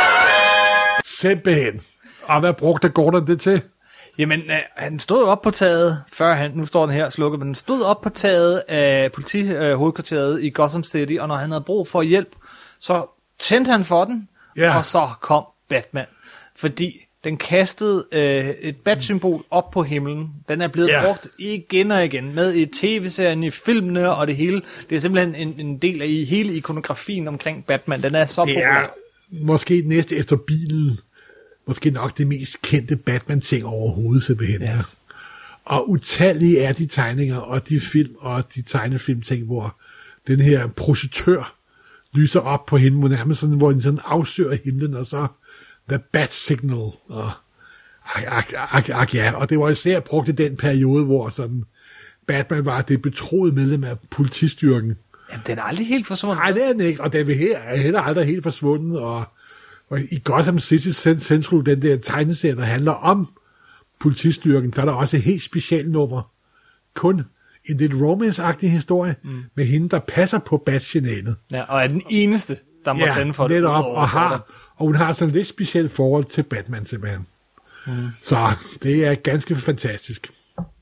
Simpelthen. Og hvad brugte Gordon det til? Jamen, han stod op på taget, nu står den her slukket, men han stod op på taget af politihovedkvarteret i Gotham City, og når han havde brug for hjælp, så tændte han for den, og så kom Batman. Fordi den kastede et bat-symbol op på himlen. Den er blevet brugt igen og igen, med i tv-serien, i filmene og det hele. Det er simpelthen en del af hele ikonografien omkring Batman. Den er så populær. Det er måske næste efter bilen, måske nok det mest kendte Batman-ting overhovedet, simpelthen. Yes. Og utallige er de tegninger, og de film, og de tegnefilm-ting, hvor den her projektør lyser op på himlen, nærmest sådan, hvor den sådan afsøger himlen, og så The Bat Signal. Og det var især brugt i den periode, hvor sådan Batman var det betroede medlem af politistyrken. Jamen, den er aldrig helt forsvundet. Nej, det er den ikke, og den er heller aldrig helt forsvundet, og i Gotham City Central, den der tegneserie, der handler om politistyrken, der er der også et helt specialnummer. Kun en lidt romance-agtig historie, med hende, der passer på bat-signalet. Ja, og er den eneste, der må tænde for det. Og hun har sådan et lidt specielt forhold til Batman, simpelthen. Så det er ganske fantastisk.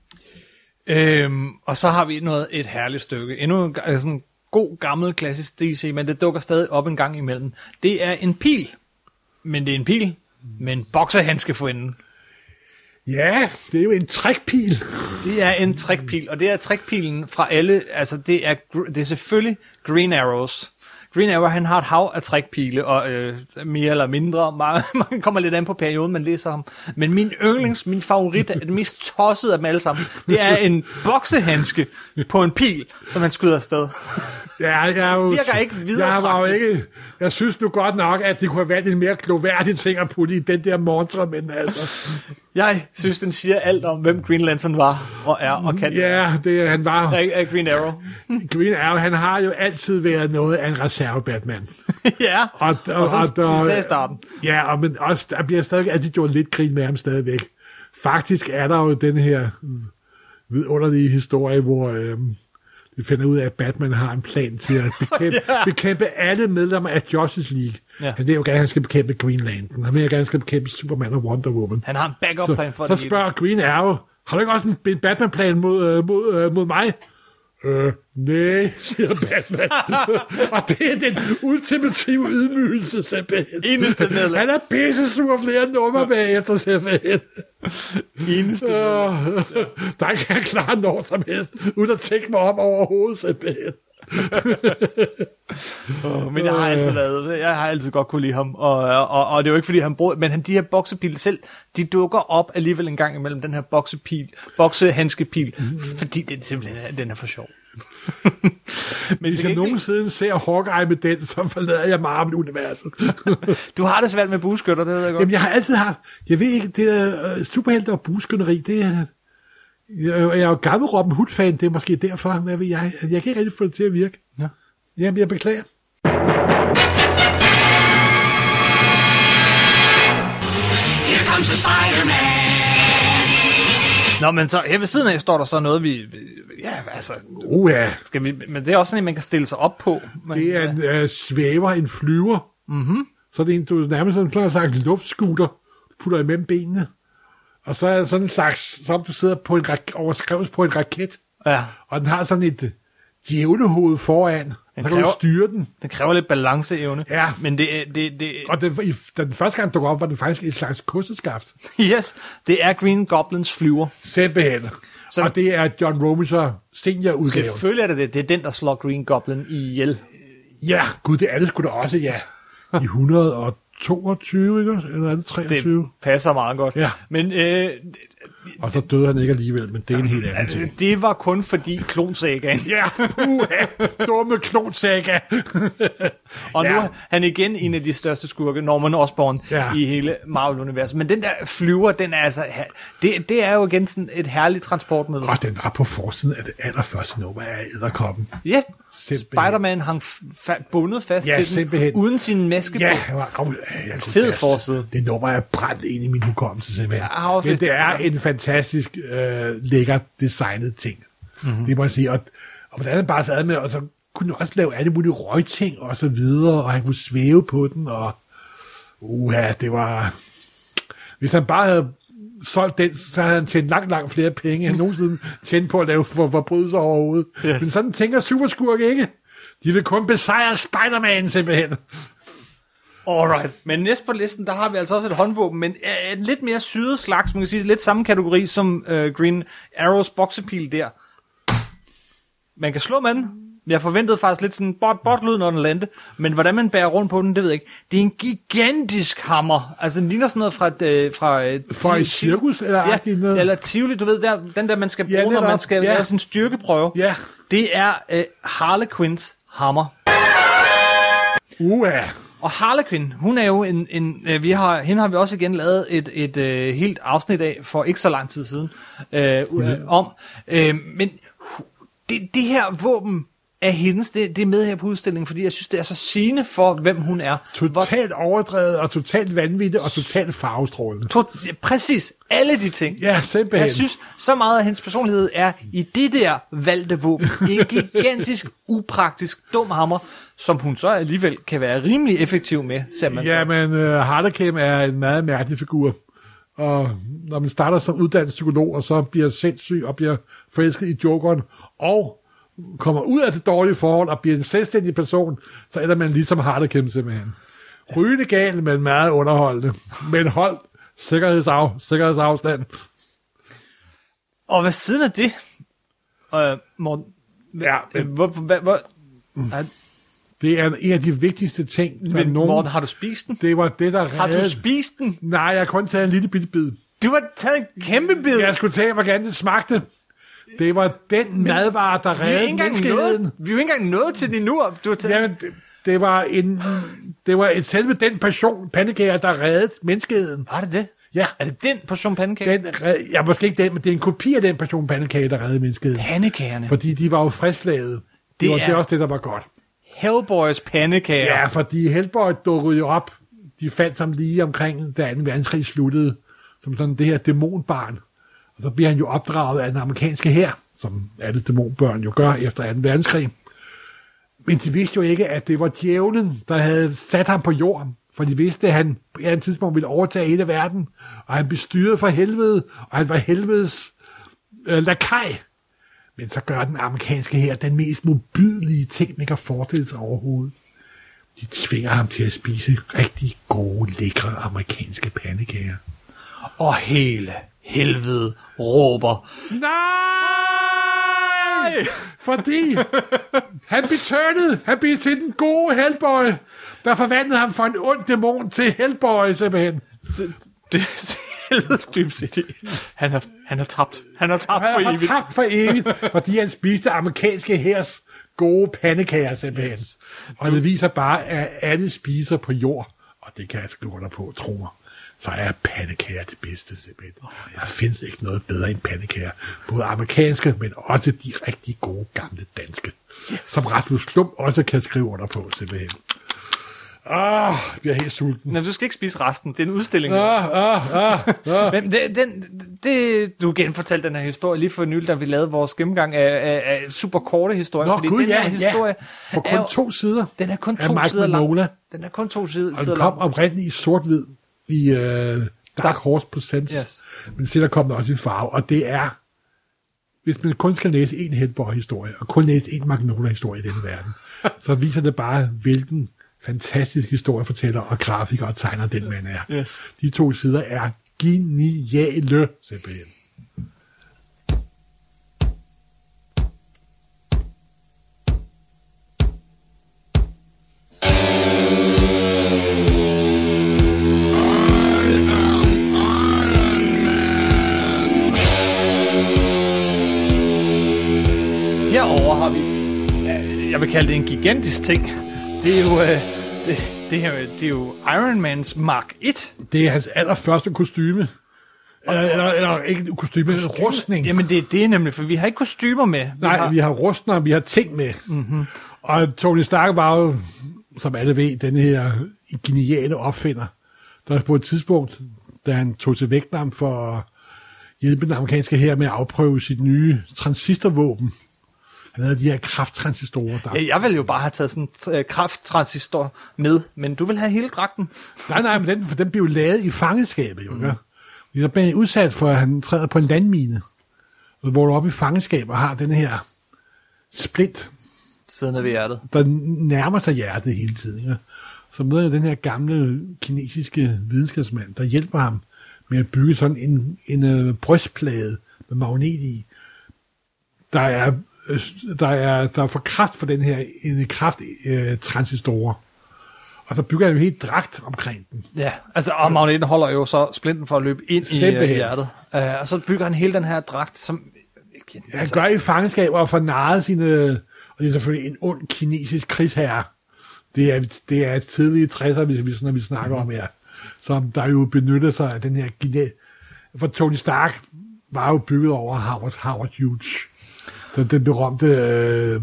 Og så har vi et herligt stykke. Endnu sådan en god, gammel, klassisk DC, men det dukker stadig op en gang imellem. Det er en pil. Men det er en pil med en boksehandske for enden. Ja, det er jo en trækpil. Det er en trækpil, og det er trækpilen fra alle, altså det er selvfølgelig Green Arrows. Green Arrow, han har et hav af trækpile, og mere eller mindre, man kommer lidt an på perioden, man læser ham. Men min favorit, den mest tossede af dem alle sammen, det er en boksehandske på en pil, som han skyder afsted. Ja, jeg virker ikke videre praktisk. Jeg synes nu godt nok, at det kunne have været en mere gloværdig ting at putte i den der montre, men altså. Jeg synes, den siger alt om, hvem Green Lantern var, og er, og kan. Ja, han var. Green Arrow. Green Arrow, han har jo altid været noget af en reserve-Batman. Ja, og så sagde starten. Ja, men også, der bliver stadig altid gjort lidt grin med ham stadigvæk. Faktisk er der jo den her vidunderlige historie, hvor vi finder ud af, at Batman har en plan til at bekæmpe alle medlemmer af Justice League. Ja. Han vil jo gerne, at han skal bekæmpe Green Lantern. Han vil jo gerne, at han skal bekæmpe Superman og Wonder Woman. Han har en backup-plan for det. Så spørger Green Arrow, har du ikke også en Batman-plan mod mig? Nej, siger Batman. Og det er den ultimative ydmygelse, simpelthen. Eneste medlem. Han er pissesur flere nummer bagefter, simpelthen. Eneste medlem. Der kan jeg klare når som helst, uden at tænke mig om overhovedet, simpelthen. Men jeg har altid godt kunne lide ham, og det er jo ikke fordi han bruger, men de her boksepile selv, de dukker op alligevel en gang imellem den her boksehandskepil, fordi det simpelthen den er for sjov. Men hvis jeg nogensinde ser Hawkeye med den, så forlader jeg mig om universet. Du har det svært med bueskytter, det ved jeg godt. Jamen jeg har altid haft, jeg ved ikke, det er superhelte og bueskytteri, det er. Jeg er jo gammel Robin Hood-fan, det er måske derfor, hvad ved jeg kan ikke rigtig få det til at virke. Ja. Jamen, jeg beklager. Here comes the Spider-Man. Nå, men så her ved siden af står der så noget, skal vi, men det er også sådan, at man kan stille sig op på. Men, det er en svæver, en flyver. Mm-hmm. Så det er du nærmest sådan en slags luftskuter, du putter imellem benene. Og så er det sådan en slags, som du sidder på overskrevet på en raket. Ja. Og den har sådan et djævlehoved foran. Så kan du styre den. Den kræver lidt balanceevne. Ja. Men det Og den første gang, du går op, var den faktisk et slags kosteskaft. Yes, det er Green Goblins flyver. Simpelthen. Og det er John Romita senior udgave. Selvfølgelig er det. Det er den, der slår Green Goblin ihjel. Ja, gud, det er det sgu da også, ja. I 122, ikke? Eller er det 23? Det passer meget godt. Ja. Men, og så døde han ikke alligevel, men det er en helt anden ting. Det var kun fordi klonsagaen. Ja, dumme klonsaga. Og nu er han igen en af de største skurke, Norman Osborn, i hele Marvel-universet. Men den der flyver, den er altså... Det er jo igen sådan et herligt transportmiddel. Og den var på forsiden af det allerførste nummer af Edderkoppen. Ja, Spider-Man hang bundet fast til den, uden sin maske på. Ja, fed forside. Det nummer er brændt ind i min hukommelse simpelthen. Men det er en fantastisk lækker designet ting. Mm-hmm. Det må jeg sige. Og hvordan han bare sad med, og så kunne han også lave alle mulige røgting og så videre, og han kunne svæve på den, og det var... Hvis han bare havde solgt den, så havde han tjent langt flere penge, end nogensinde tjent på at lave forbrydelser overhovedet. Yes. Men sådan tænker superskurke ikke. De vil kun besejre Spider-Man simpelthen. Alright, men næst på listen, der har vi altså også et håndvåben, men en lidt mere syret slags, man kan sige, lidt samme kategori som Green Arrows boxepil der. Man kan slå med den. Jeg forventede faktisk lidt sådan bot-lyd, når den landte, men hvordan man bærer rundt på den, det ved jeg ikke. Det er en gigantisk hammer. Altså, den ligner sådan noget fra et cirkus, eller noget? Eller Tivoli, du ved, den der, man skal bruge, når man skal lave sådan en styrkeprøve. Ja. Det er Harlequins hammer. Og Harlequin, hun er jo hende har vi også igen lavet et helt afsnit af for ikke så lang tid siden men det her våben af hendes, det er med her på udstillingen, fordi jeg synes, det er så sigende for, hvem hun er. Totalt overdrevet, og totalt vanvittig, og totalt farvestrålende. Præcis, alle de ting. Ja, simpelthen. Jeg synes, så meget af hendes personlighed er i det der valgte våben. En gigantisk, upraktisk, dum hammer, som hun så alligevel kan være rimelig effektiv med, ser man så. Ja, men Harlequin er en meget mærkelig figur. Og når man starter som uddannet psykolog, og så bliver sindssyg, og bliver forelsket i Jokeren, og kommer ud af det dårlige forhold og bliver en selvstændig person, så ender man ligesom Harlequin simpelthen. Rygende gal, men meget underholdende. Men hold sikkerhedsafstand. Og ved siden af det, Morten, det er en af de vigtigste ting. Men Morten, har du spist den? Det var det, der reddede. Har du spist den? Nej, jeg har kun taget en lille bitte bid. Du har taget en kæmpe bid? Jeg skulle tage, hvordan det smagte. Det var den madvare, der reddede menneskeheden. Vi er jo ikke engang nået til det nu. Du har taget... Jamen, det var selve den portion pandekager, der reddede menneskeheden. Var det det? Ja. Er det den portion pandekager? Måske ikke den, men det er en kopi af den portion pandekager, der reddede menneskeheden. Pandekagerne? Fordi de var jo frisklavede. Det er også det, der var godt. Hellboys pandekager. Ja, fordi Hellboy dukkede jo op. De fandt ham lige omkring, da 2. verdenskrig sluttede, som sådan det her dæmonbarn. Og så bliver han jo opdraget af den amerikanske hær, som alle dæmonbørn jo gør efter 2. verdenskrig. Men de vidste jo ikke, at det var djævlen, der havde sat ham på jorden. For de vidste, at han på et tidspunkt ville overtage hele verden. Og han blev styret fra helvede, og han var helvedes lakaj. Men så gør den amerikanske hær den mest modbydelige ting, man kan forestille sig overhovedet. De tvinger ham til at spise rigtig gode, lækre amerikanske pandekager. Og hele helvede råber. Nej! Fordi han blev til den gode Hellboy, der forvandlede ham fra en ond dæmon til Hellboy simpelthen. Det er helvedes Dream City. Han har tabt. Han har tabt for evigt, fordi han spiste amerikanske hærs gode pandekager simpelthen. Yes. Og det viser bare, at alle spiser på jord, og det kan jeg skrive under på, tro mig. Så er pandekager det bedste simpelthen. Der findes ikke noget bedre end pandekager. Både amerikanske, men også de rigtig gode gamle danske. Yes. Som Rasmus Klump også kan skrive under på simpelthen. Jeg bliver helt sulten. Men du skal ikke spise resten. Det er en udstilling. Men Du genfortalte den her historie lige for nylig, da vi lavede vores gennemgang af super korte historier. Nå, fordi gud, den her historie på kun 2 sider. Den er kun af 2 Mike sider lang. Mignola. Den er kun 2 sider Og den kom oprindeligt i sort-hvid i Dark Horse Presents. Yes. Men senere kom den også i farve, og det er, hvis man kun skal læse en Hellboy-historie, og kun læse en Mignola-historie i denne verden, så viser det bare, hvilken fantastisk historiefortæller og grafiker og tegner den mand er. Yes. De 2 sider er geniale, simpelthen. Herover har vi, jeg vil kalde det en gigantisk ting. Det er jo, det er jo Iron Mans Mark 1. Det er hans allerførste kostyme. Eller ikke kostyme, men rustning. Jamen det er nemlig, for vi har ikke kostymer med. Vi har rustner, vi har ting med. Mm-hmm. Og Tony Stark var jo, som alle ved, den her geniale opfinder, der på et tidspunkt, da han tog til Vietnam for at hjælpe den amerikanske hær med at afprøve sit nye transistorvåben. Han havde de her krafttransistorer. Der... Jeg ville jo bare have taget sådan en krafttransistor med, men du vil have hele dragten. Nej, men den blev lavet i fangenskabet, jo. Mm. Så blev han udsat for, at han træder på en landmine, hvor du oppe i fangenskab og har den her splint, siddende ved hjertet, der nærmer sig hjertet hele tiden. Ikke? Så møder jeg den her gamle kinesiske videnskabsmand, der hjælper ham med at bygge sådan en brystplade med magnet i, der er for kraft for den her krafttransistorer. Og så bygger jeg jo helt dragt omkring den. Ja, altså, og magneten holder jo så splinten for at løbe ind i hjertet. Og så bygger han hele den her dragt, som... Han gør i fangenskab og får narret sine... Og det er selvfølgelig en ond kinesisk krigsherre. Det er tidlige 60'er, hvis vi snakker om her. Som der jo benytter sig af den her... For Tony Stark var jo bygget over Howard Hughes. Den berømte...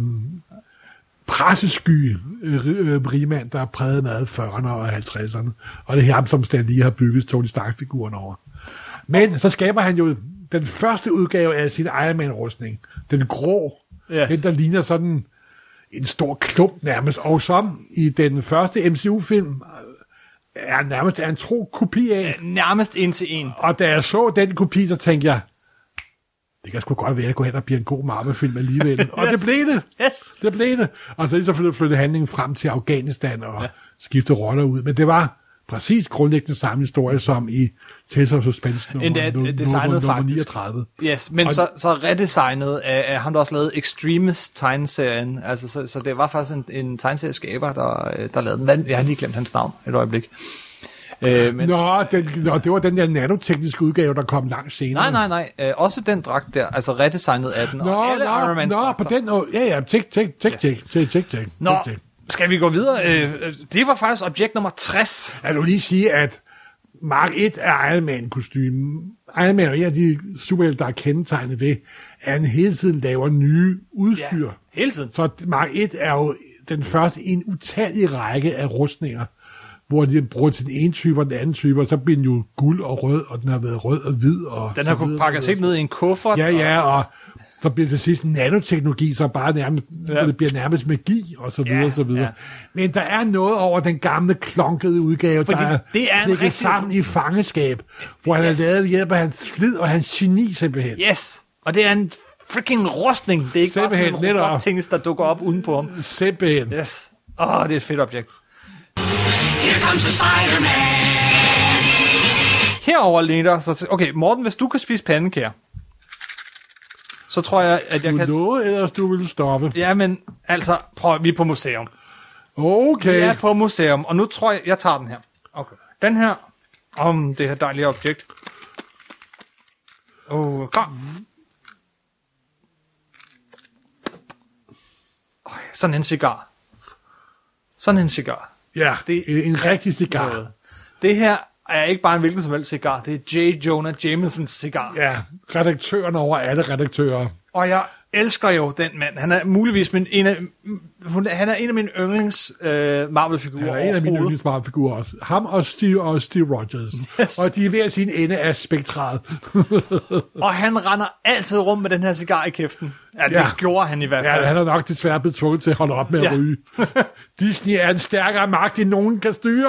pressesky rigmand, der er præget med 40'erne og 50'erne. Og det er ham, som lige har bygget Tony Stark-figuren over. Men så skaber han jo den første udgave af sin Iron Man-rustning. Den grå. Yes. Den, der ligner sådan en stor klump nærmest. Og som i den første MCU-film er nærmest en tro kopi af. Nærmest 1-1. Og da jeg så den kopi, så tænkte jeg, det kan sgu godt være, at det går hen og bliver en god Marvel-film alligevel. Og det blev det. Yes. Det blev det. Og så flyttede handlingen frem til Afghanistan og skiftede roller ud. Men det var præcis grundlæggende samme historie som i Tales of Suspense nummer 39. Yes, men så redesignet af ham, der også lavede Extremis-tegneserien. Altså, så det var faktisk en tegneserieskaber, der lavede den. Jeg har lige glemt hans navn et øjeblik. Men... Nå, det var den der nanotekniske udgave, der kom langt senere. Nej. Også den dragt der, altså redesignet af den. På den. Ja, tjek. Nå, skal vi gå videre? Det var faktisk objekt nummer 60. Jeg vil lige sige, at Mark 1 er Iron Man-kostymen. Iron Man er en af de superhelte, der er kendetegnet ved, at han hele tiden laver nye udstyr. Ja, hele tiden. Så Mark 1 er jo den første i en utallig række af rustninger, hvor de bruger til den ene type og den anden type, og så bliver den jo guld og rød, og den har været rød og hvid. Og den har kunnet pakkes helt ned i en kuffert. Ja, og så bliver til sidst nanoteknologi, så bare nærmest, det bliver nærmest magi, og så videre, så videre. Ja. Men der er noget over den gamle, klonkede udgave, fordi der er klikket sammen i fangeskab, hvor han har lavet hjælp af hans flid og hans geni, simpelthen. Yes, og det er en freaking rustning. Det er ikke simpelthen bare sådan en robot-ting, der dukker op uden på ham. Simpelthen. Yes. Det er et fedt objekt. Here comes the Spider-Man. Herover ligner så okay, Morten, hvis du kan spise pandekager, så tror jeg, at jeg kan... Du ellers du vil stoppe. Ja, men altså, prøv, vi er på museum. Okay. Vi er på museum, og nu tror jeg tager den her. Okay. Den her, det her dejlige objekt. Kom. Sådan en cigar. Ja, det er en rigtig cigar. Det her er ikke bare en hvilken som helst cigar. Det er J. Jonah Jamesons cigar. Ja, redaktøren over alle redaktører. Og jeg elsker jo den mand. Han er muligvis han er en af mine yndlings Marvel-figurer. Han er en af mine yndlings Marvel-figurer også. Ham og Steve Rogers. Yes. Og de er ved at sin ende af spektret. Og han render altid rundt med den her cigar i kæften. Ja, det gjorde han i hvert fald. Ja, han er nok desværre blevet tvunget til at holde op med at ryge. Disney er en stærkere magt, end nogen kan styre.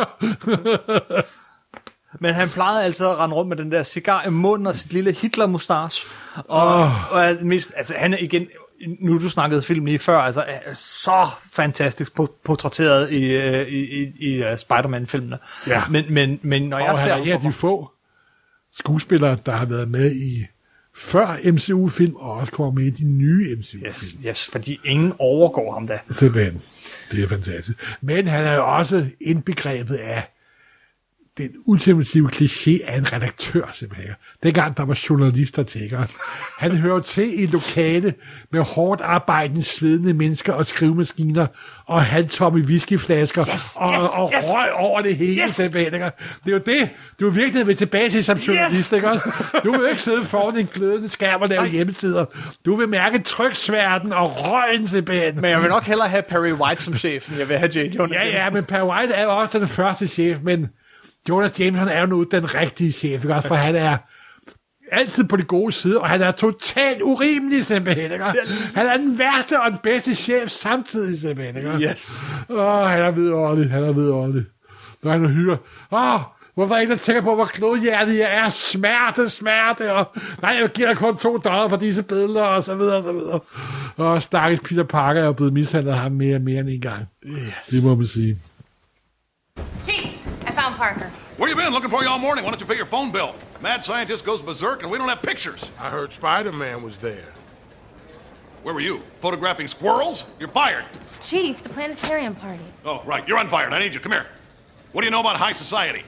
Men han plejede altid at rende rundt med den der cigar i munden og sit lille Hitler-mustache. Og mest, altså han er igen, nu du snakkede film lige før, altså så fantastisk portrætteret i Spider-Man-filmene. Ja. Men når jeg ser... han er de få skuespillere, der har været med i før MCU-film, og også kommer med i de nye MCU-film. Yes, fordi ingen overgår ham da. Simpelthen. Det er fantastisk. Men han er jo også indbegrebet af den ultimative kliché af en redaktør, simpelthen. Dengang der var journalister til. Han hører til i lokale med hårdt arbejdende, svedende mennesker og skrivemaskiner og halvtomme whiskyflasker og røg over det hele, simpelthen. Det er jo det, du virkelig vil tilbage til som journalist, ikke også? Du vil jo ikke sidde foran en glødende skærm og lave hjemmesider. Du vil mærke tryksværten og røgen, simpelthen. Men jeg vil nok hellere have Perry White som chef, end jeg vil have J. Jonah Jameson. Ja, men Perry White er jo også den første chef, men Jonah Jameson er jo nu den rigtige chef, ikke? For han er altid på det gode side, og han er totalt urimelig, simpelthen. Ikke? Han er den værste og den bedste chef samtidig, simpelthen. Ikke? Yes. Han er vidunderlig. Når han hyrer, hvorfor er ikke der tænker på, hvor klodhjertet jeg er? Smerte, og nej, jeg giver dig kun $2 for disse billeder, og så videre. Og stakkels Peter Parker er jo blevet mishandlet af ham mere end en gang. Yes. Det må man sige. Chief, I found Parker. Where you been? Looking for you all morning. Why don't you pay your phone bill? Mad scientist goes berserk and we don't have pictures. I heard Spider-Man was there. Where were you? Photographing squirrels? You're fired. Chief, the planetarium party. Oh, right. You're unfired. I need you. Come here. What do you know about high society?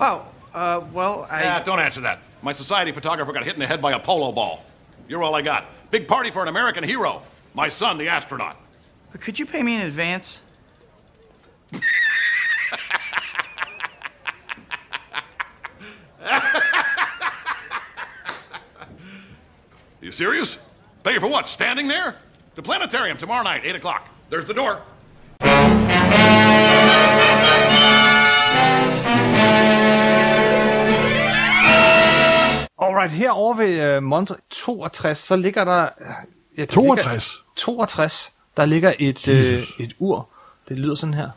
Don't answer that. My society photographer got hit in the head by a polo ball. You're all I got. Big party for an American hero. My son, the astronaut. But could you pay me in advance? You serious? Pay for what? Standing there? The planetarium tomorrow night, 8 o'clock. There's the door. Alright, herovre ved Montre 62, så ligger der... 62. Der ligger et ur. Det lyder sådan her.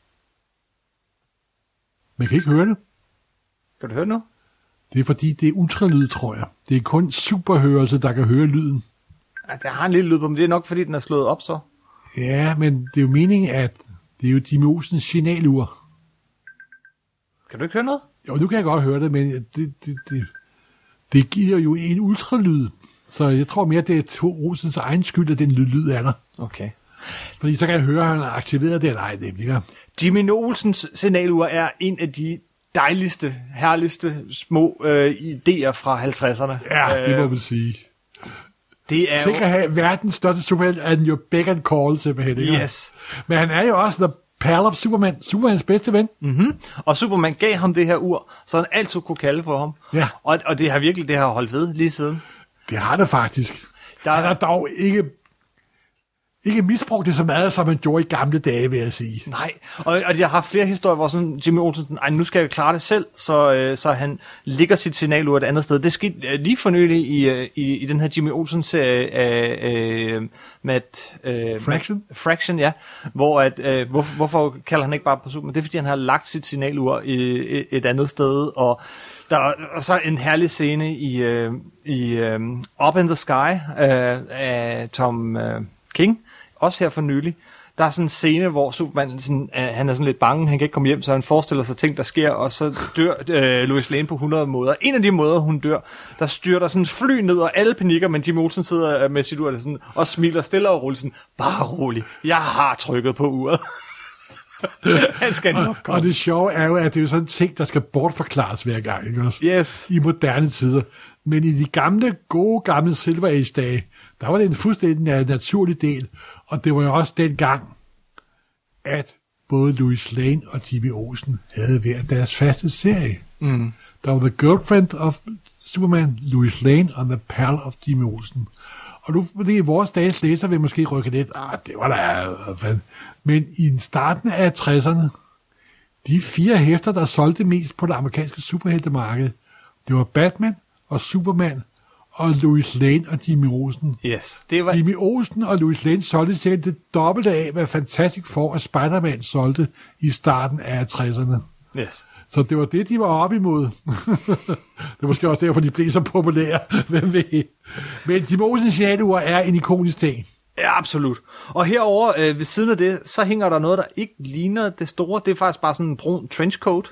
Man kan ikke høre det. Kan du høre det nu? Det er fordi, det er ultralyd, tror jeg. Det er kun superhørelse, der kan høre lyden. Ja, der har en lille lyd på, men det er nok fordi, den er slået op så. Ja, men det er jo meningen, at det er jo Jimmy Olsens signalur. Kan du ikke høre noget? Jo, du kan jeg godt høre det, men det giver jo en ultralyd. Så jeg tror mere, det er Olsens egen skyld, at den lyd er der. Okay. Fordi så kan jeg høre, at han har aktiveret det eller ej. Det Jimmy Olsens signalur er en af de dejligste, herligste små idéer fra 50'erne. Ja, det må man sige. Det er Tænk at have verdens største superhelt, er den jo beck and call, simpelthen. Ikke? Yes. Men han er jo også the pal of Superman. Supermans bedste ven. Mm-hmm. Og Superman gav ham det her ur, så han altid kunne kalde på ham. Ja. Og det har virkelig holdt ved lige siden. Det har det faktisk. Han har dog ikke misbrugt det så meget, som man gjorde i gamle dage, vil jeg sige. Nej, og jeg har flere historier, hvor sådan Jimmy Olsen, nu skal jeg klare det selv, så han lægger sit signalur et andet sted. Det skete lige for nylig i den her Jimmy Olsen-serie med Fraction, ja. Hvorfor kalder han ikke bare på Superman? Det er, fordi han har lagt sit signalur et andet sted, og så en herlig scene i Up in the Sky af Tom King, også her for nylig. Der er sådan en scene, hvor Superman sådan, han er sådan lidt bange, han kan ikke komme hjem, så han forestiller sig ting, der sker, og så dør Lois Lane på 100 måder. En af de måder, hun dør, der styrter sådan et fly ned, og alle panikker, men Jimmy Olsen sidder med sit ur sådan, og smiler stille og roligt, sådan, bare rolig, jeg har trykket på uret. Han skal nok og det sjove er jo, at det er jo sådan en ting, der skal bortforklares hver gang, ikke også? Yes. I moderne tider. Men i de gamle Silver Age-dage, der var det en fuldstændig naturlig del, og det var jo også dengang, at både Lois Lane og Jimmy Olsen havde hver deres faste serie. Mm. Der var The Girlfriend of Superman, Lois Lane og The Pal of Jimmy Olsen. Og nu, fordi vores dages læser vil måske rykke lidt, det var da, men i starten af 60'erne, de 4 hæfter, der solgte mest på det amerikanske superheltemarked, det var Batman og Superman og Lois Lane og Jimmy Olsen. Yes, det var... Jimmy Olsen og Lois Lane solgte cirka det dobbelte af, hvad Fantastic Four og Spider-Man solgte i starten af 60'erne. Yes. Så det var det, de var op imod. Det er måske også derfor, de blev så populære. Hvem ved? Men Jimmy Olsens signatur er en ikonisk ting. Ja, absolut. Og herover ved siden af det, så hænger der noget, der ikke ligner det store. Det er faktisk bare sådan en brun trenchcoat.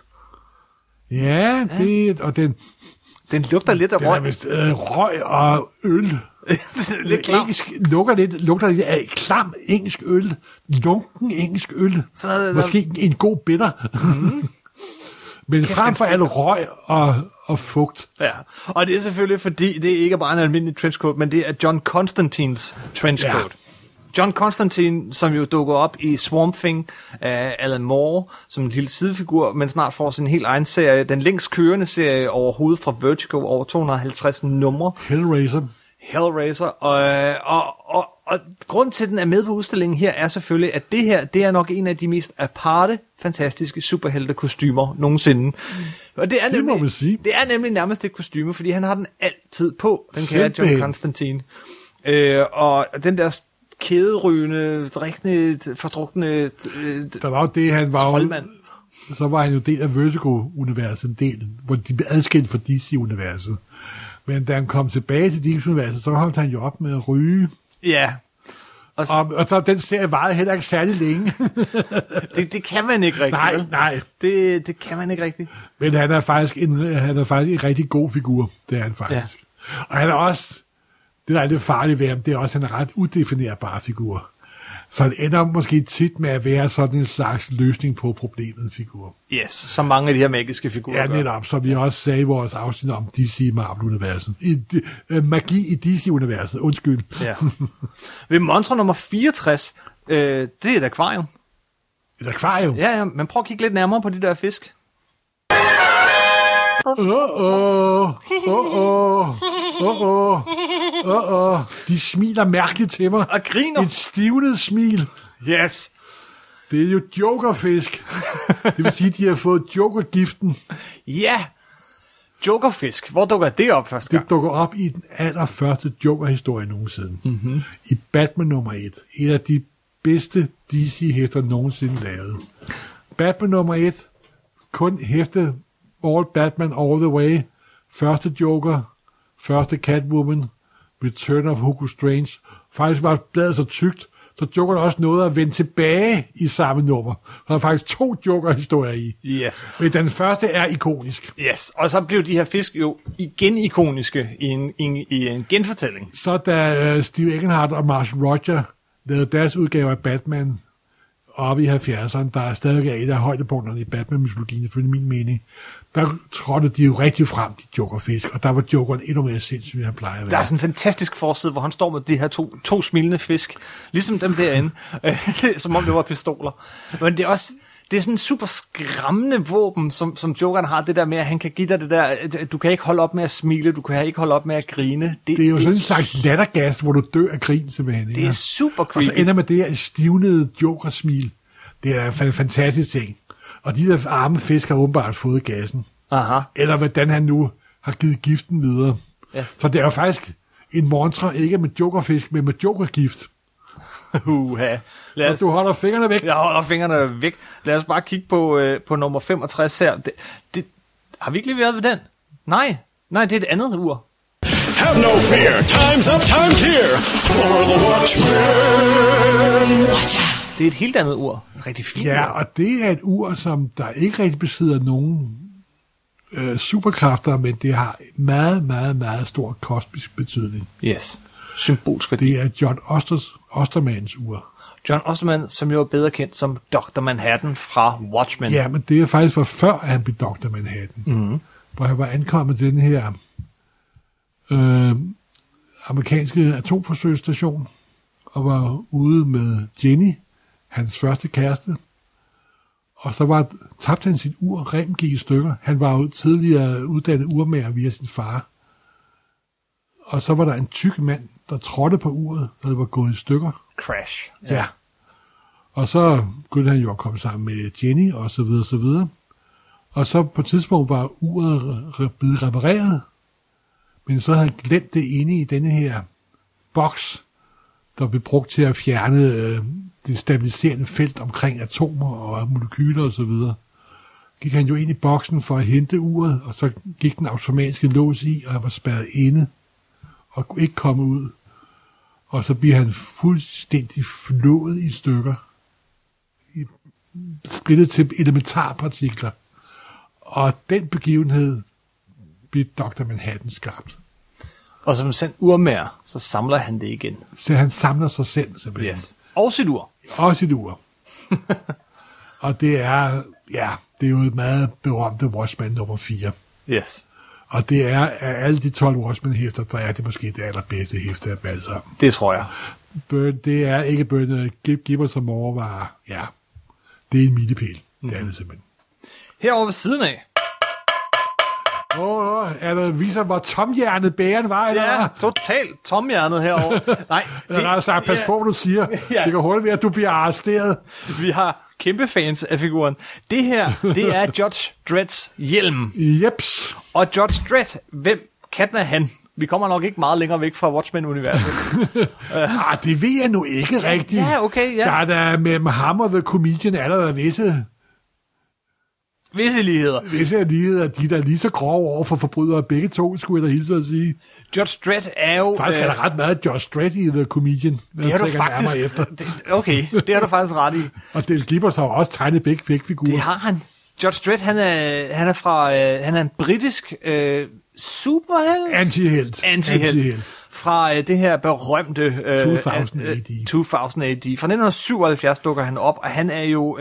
Ja, det og den lugter lidt af røg. Den er vist røg og øl. Lidt klam. Lugter lidt af klam engelsk øl. Lunken engelsk øl. Måske en god bitter. Mm. Men frem for alt røg og fugt. Ja, og det er selvfølgelig, fordi det ikke er bare en almindelig trenchcoat, men det er John Constantines trenchcoat. Ja. John Constantine, som jo dukker op i Swamp Thing af Alan Moore, som en lille sidefigur, men snart får sin helt egen serie, den længst kørende serie overhovedet fra Vertigo, over 250 numre. Hellraiser. Og grund til, at den er med på udstillingen her, er selvfølgelig, at det her, det er nok en af de mest aparte, fantastiske superheltekostymer nogensinde. Og det er nemlig, må man sige. Det er nemlig nærmest et kostyme, fordi han har den altid på, den kære John Constantine. Og den der kæderygende, drikkende, fordrukne der var jo det, han var troldmand. Så var han jo del af Vertigo-universet, en del, hvor de blev adskilt fra DC-universet. Men da han kom tilbage til DC-universet, så holdt han jo op med at ryge. Ja. Og så den serie varede heller ikke særlig længe. det kan man ikke rigtigt. Nej. Det kan man ikke rigtigt. Men han er faktisk en rigtig god figur. Det er han faktisk. Ja. Og han er også, det der er lidt farligt ved ham, det er også, han er ret udefinerbar figur. Så det ender måske tit med at være sådan en slags løsning på problemet figur. Yes, som mange af de her magiske figurer gør. Ja, netop, som vi også sagde i vores afsnit om DC Marvel-universet. Magi i DC-universet, undskyld. Ja. Ved monster nummer 64, det er et akvarium. Et akvarium? Ja, men prøv at kigge lidt nærmere på de der fisk. De smiler mærkeligt til mig. Og griner. Et stivnet smil. Yes. Det er jo jokerfisk. Det vil sige, at de har fået jokergiften. Ja. Jokerfisk. Hvor dukker det op første gang? Det dukker op i den allerførste Joker-historie nogensinde. Mm-hmm. I Batman nummer 1. Et af de bedste DC-hæfter nogensinde lavet. Batman nummer 1. Kun hæfte All Batman All the Way. Første Joker. Første Catwoman. Return of Hugo Strange. Faktisk var bladet så tykt, så Jokeren også nåede at vende tilbage i samme nummer. Der er faktisk 2 Joker-historier i. Yes. Men den første er ikonisk. Yes, og så blev de her fisk jo igen ikoniske i en genfortælling. Så da Steve Englehart og Marshall Roger lavede deres udgave af Batman oppe i 70'erne, der er stadig et af højdepunkterne i Batman-mytologien, ifølge min mening, der trådte de jo rigtig frem, de Jokerfisk, og der var Jokeren endnu mere sindssygt, end han plejer at være. Der er sådan en fantastisk forside, hvor han står med de her to smilende fisk, ligesom dem derinde, som om det var pistoler. Men det er også, det er sådan en super skræmmende våben, som Jokeren har, det der med, at han kan give dig det der, du kan ikke holde op med at smile, du kan ikke holde op med at grine. Det er jo sådan en slags lattergas, hvor du dør af grin, simpelthen. Det er super creepy. Og så ender med det her stivnede Joker-smil. Det er en fantastisk ting. Og de der arme fisk har åbenbart fået gassen. Aha. Eller hvordan han nu har givet giften videre. Yes. Så det er jo faktisk en montre, ikke med Jokerfisk, men med Jokergift. Så du holder fingrene væk. Jeg holder fingrene væk. Lad os bare kigge på nummer 65 her. Har vi ikke lige været ved den? Nej, det er et andet ur. Have no fear, time's up, time's here for the Watchmen. Det er et helt andet ur. Rigtig fint. Ja, og det er et ur, som der ikke rigtig besidder nogen superkræfter, men det har meget, meget, meget stor kosmisk betydning. Yes. Symbolsk værdi. Det er John Ostermans ur. John Osterman, som jo er bedre kendt som Dr. Manhattan fra Watchmen. Ja, men det er faktisk for før, at han blev Dr. Manhattan. Mm-hmm. Hvor han var ankommet til den her amerikanske atomforsøgsstation, og var ude med Jenny, hans første kæreste. Og så tabte han sit ur, rem gik i stykker. Han var jo tidligere uddannet urmager via sin far. Og så var der en tyk mand, der trådte på uret, når det var gået i stykker. Crash. Ja. Og så begyndte han jo at komme sammen med Jenny, og så videre, så videre. Og så på et tidspunkt var uret blevet repareret, men så havde han glemt det inde i denne her boks, der blev brugt til at fjerne det stabiliserende felt omkring atomer og molekyler og så videre. Gik han jo ind i boksen for at hente uret, og så gik den automatiske lås i, og han var spærret inde og kunne ikke komme ud. Og så bliver han fuldstændig flået i stykker, splittet til elementarpartikler. Og den begivenhed bliver Dr. Manhattan skabt. Og som sendt urmager, så samler han det igen. Så han samler sig selv, simpelthen. Yes. Og sit ur. Og sit ur. Og det er jo et meget berømte Watchmen nummer 4. Yes. Og det er af alle de 12 Watchmen-hæfter, der er det måske det allerbedste hæfter af dem alle sammen. Det tror jeg. Det er ikke Bernard Gibbons som overvarer. Ja, det er en milepæl. Det er det simpelthen. Herovre ved siden af. Er der viser, hvor tomhjernet bæren var, eller Ja, hvad? totalt tomhjernet herovre. Nej, Jeg har sagt, pas på, hvad du siger. Ja. Det kan hurtigt være, at du bliver arresteret. Vi har kæmpe fans af figuren. Det her, det er Judge Dredds hjelm. Jeps. Og Judge Dredd, hvem katten er han? Vi kommer nok ikke meget længere væk fra Watchmen-universet. Det ved jeg nu ikke rigtigt. Ja, okay, ja. Der er der mellem ham og The Comedian, er der visse ligheder, de der er lige så grove over for forbrydere begge to, skulle jeg da hilse at sige. Judge Dredd er jo... Faktisk er der ret meget Judge Dredd i The Comedian. Det er du faktisk... Okay, det har du faktisk ret i. Og Dale Gibbons har også tegnet begge figurer. Det har han. Judge Dredd, han er fra... han er en britisk superhelt? Antihelt. Fra det her berømte... 2000 AD. 2000 AD. Fra 1977 dukker han op, og han er jo...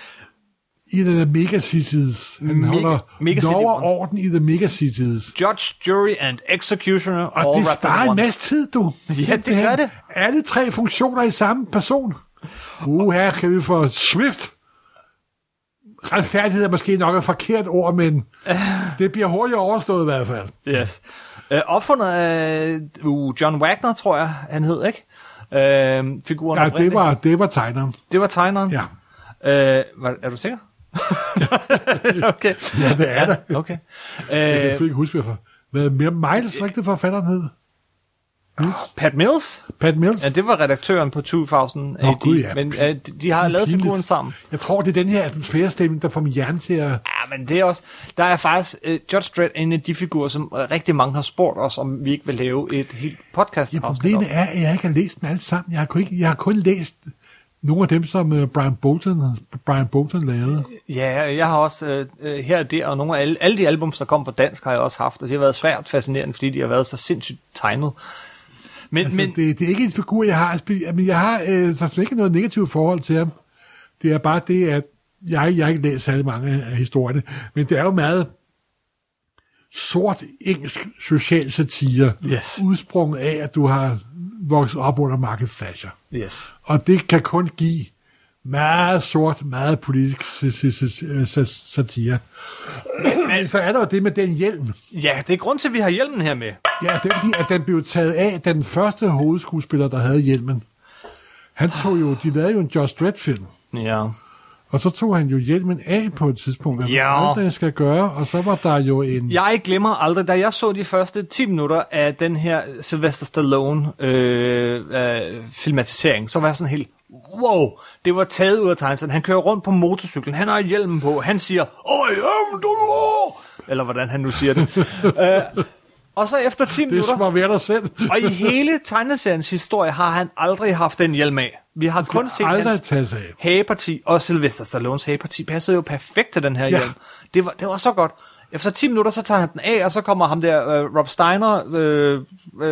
I The Megacities. Han holder lov og orden i The Megacities. Judge, jury and executioner. Og det sparer en masse tid, du. Ja, det gør det. Alle 3 funktioner i samme person. Her kan vi få Swift. Retfærdighed er måske nok et forkert ord, men det bliver hurtigt overstået i hvert fald. Yes. Opfundet af John Wagner, tror jeg, han hed, ikke? Figuren. Nej, det var tegneren. Det var tegneren? Ja. Er du sikker? Okay. Ja, det er der. Okay. Jeg kan ikke huske, hvad mere Miles rigtigt forfatteren hed. Pat Mills? Pat Mills? Ja, det var redaktøren på 2000 AD. Gud, ja. Men de har lavet figuren sammen. Jeg tror, det er den her atmosfærestemning, der får min hjerne til at... Ja, men det er også... Der er faktisk Judge Dredd en af de figurer, som rigtig mange har spurgt os, om vi ikke vil lave et helt podcast. Ja, problemet er, at jeg ikke har læst dem alle sammen. Jeg har kun læst nogle af dem, som Brian Bolton lavede. Ja, jeg har også her og der, og nogle af alle de albums, der kom på dansk, har jeg også haft, og det har været svært fascinerende, fordi de har været så sindssygt tegnet. Men det er ikke en figur, jeg har. Men jeg har så ikke noget negativt forhold til ham. Det er bare det, at jeg ikke læst særlig mange af historierne, men det er jo meget sort engelsk social satire, udsprunget af, at du har vokset op under Margaret Thatcher. Yes. Og det kan kun give meget sort, meget politisk satire. Men så er der jo det med den hjelm. Ja, det er grund til, at vi har hjelmen her med. Ja, det er fordi, at den blev taget af den første hovedskuespiller, der havde hjelmen. De lavede jo en Judge Dredd-film. Ja. Og så tog han jo hjelmen af på et tidspunkt, hvad man aldrig skal gøre, og så var der jo en... Jeg glemmer aldrig, da jeg så de første 10 minutter af den her Sylvester Stallone filmatisering, så var jeg sådan helt, wow, det var taget ud af tegnet. Han kører rundt på motorcyklen, han har hjelmen på, han siger, I am the law, eller hvordan han nu siger det. Og så efter 10 minutter... Det smager ved dig selv. Og i hele tegneseriens historie har han aldrig haft den hjelm af. Vi har kun set hans hageparti, og Sylvester Stallones hageparti passede jo perfekt til den her hjelm. Det var så godt. Efter 10 minutter, så tager han den af, og så kommer ham der, Rob Steiner,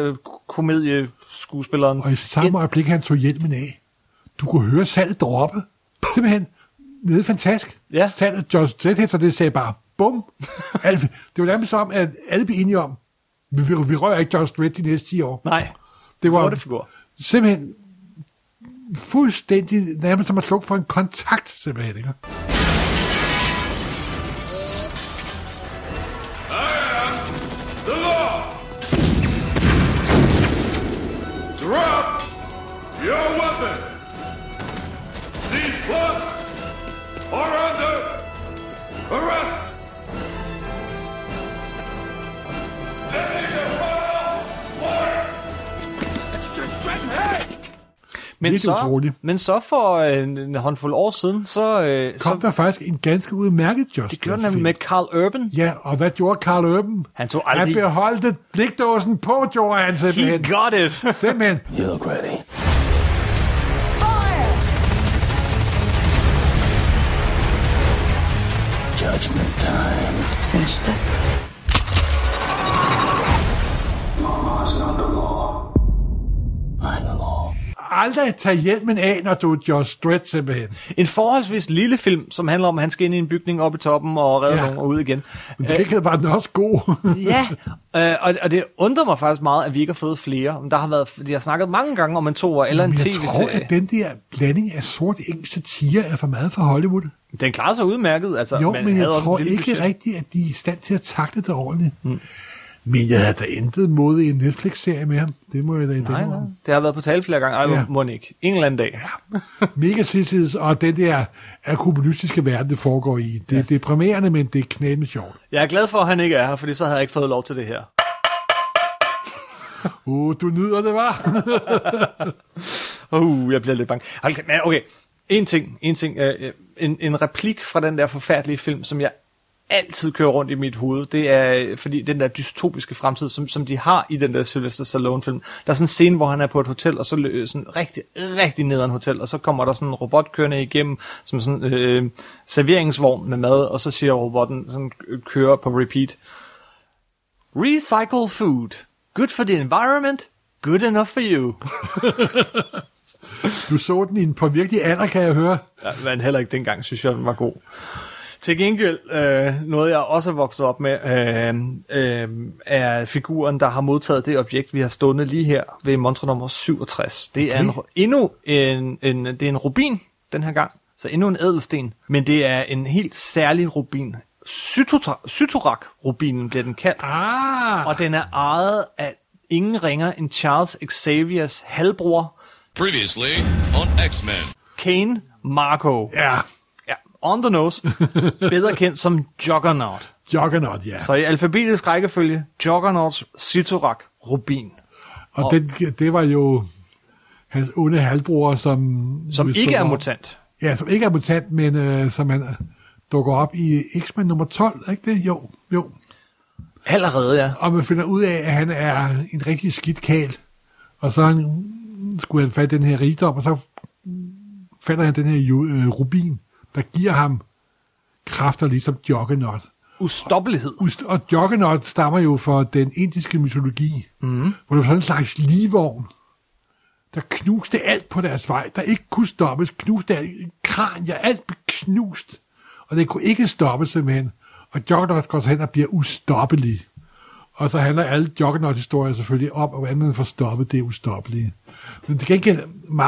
komedieskuespilleren. Og i samme øjeblik, han tog hjelmen af, du kunne høre salget droppe. Simpelthen nede fantastisk. Ja. Salget Judge Dredd, så det sagde bare, bum. Det var nærmest som, at alle blev enige om, vi rører ikke Judge Dredd de næste 10 år. Nej, det var figur. Simpelthen fuldstændig nærmest som at slukke for en kontakt, simpelthen, ikke? Men så for en håndfuld år siden, kom der faktisk en ganske udmærket Just det gjorde nemlig med Carl Urban. Ja, og hvad gjorde Carl Urban? Han tog aldrig... Han beholdte blikdåsen på, gjorde han simpelthen. He got it. Simpelthen. You look ready. Judgment time. Let's finish this. Law is not the law. I'm the law. Aldrig tage hjelmen af, når du er Josh Dredd, simpelthen. En forholdsvis lille film, som handler om, at han skal ind i en bygning oppe i toppen og redde nogen og ud igen. Men det var den også god. Ja, og det undrer mig faktisk meget, at vi ikke har fået flere. Der har været, de har snakket mange gange om en toer eller en tv-serie. Jeg tror, at den der blanding af sort-engelsk satire er for meget for Hollywood. Den klarer sig udmærket. Altså, jo, men jeg tror ikke rigtigt, at de er i stand til at takle det ordentligt. Men jeg havde da intet mod i en Netflix-serie med ham. Det må jeg da Nej. Det har været på tale flere gange. Ej, må ikke. En eller anden dag. Ja. Mega sidsides, og den der akkumulastiske verden, det foregår i. Det er deprimerende, men det er knæmende sjovt. Jeg er glad for, at han ikke er her, fordi så havde jeg ikke fået lov til det her. Du nyder det, hva'? Jeg bliver lidt bange. Okay, en ting. En replik fra den der forfærdelige film, som jeg altid kører rundt i mit hoved, det er fordi den der dystopiske fremtid, som de har i den der Sylvester Stallone-film. Der er sådan en scene, hvor han er på et hotel, og så sådan rigtig nederen hotel, og så kommer der sådan en robot kørende igennem, som sådan serveringsvogn med mad, og så siger robotten, sådan kører på repeat. Recycle food. Good for the environment. Good enough for you. Du så den i en på virkelig alder, kan jeg høre. Ja, men heller ikke dengang, synes jeg, den var god. Til gengæld, noget jeg også er vokset op med, er figuren, der har modtaget det objekt, vi har stående lige her ved montre nummer 67. Det er det er en rubin den her gang, så endnu en ædelsten, men det er en helt særlig rubin. Cyttorak-rubinen bliver den kaldt, og den er ejet af ingen ringer end Charles Xaviers halvbror. Previously on X-Men. Kane Marco. Ja. On the nose, bedre kendt som Juggernaut. Juggernaut, ja. Så i alfabetisk rækkefølge, Juggernauts Cyttorak Rubin. Og det var jo hans onde halvbror, som ikke er mutant. Ja, som ikke er mutant, men som han dukker op i X-Men nummer 12, ikke det? Jo. Allerede, ja. Og man finder ud af, at han er en rigtig skidt kæl. Og så skulle han fatte den her rigdom, og så fatter han den her rubin, der giver ham kræfter ligesom Juggernaut. Ustoppelighed. Og Juggernaut stammer jo fra den indiske mytologi, hvor det var sådan en slags livvogn, der knuste alt på deres vej, der ikke kunne stoppes, knuste alt, alt blev knust, og det kunne ikke stoppes simpelthen. Og Juggernaut går så hen og bliver ustoppelig. Og så handler alle Juggernaut-historier selvfølgelig om, hvordan man får stoppet det ustoppelige. Men til gengæld,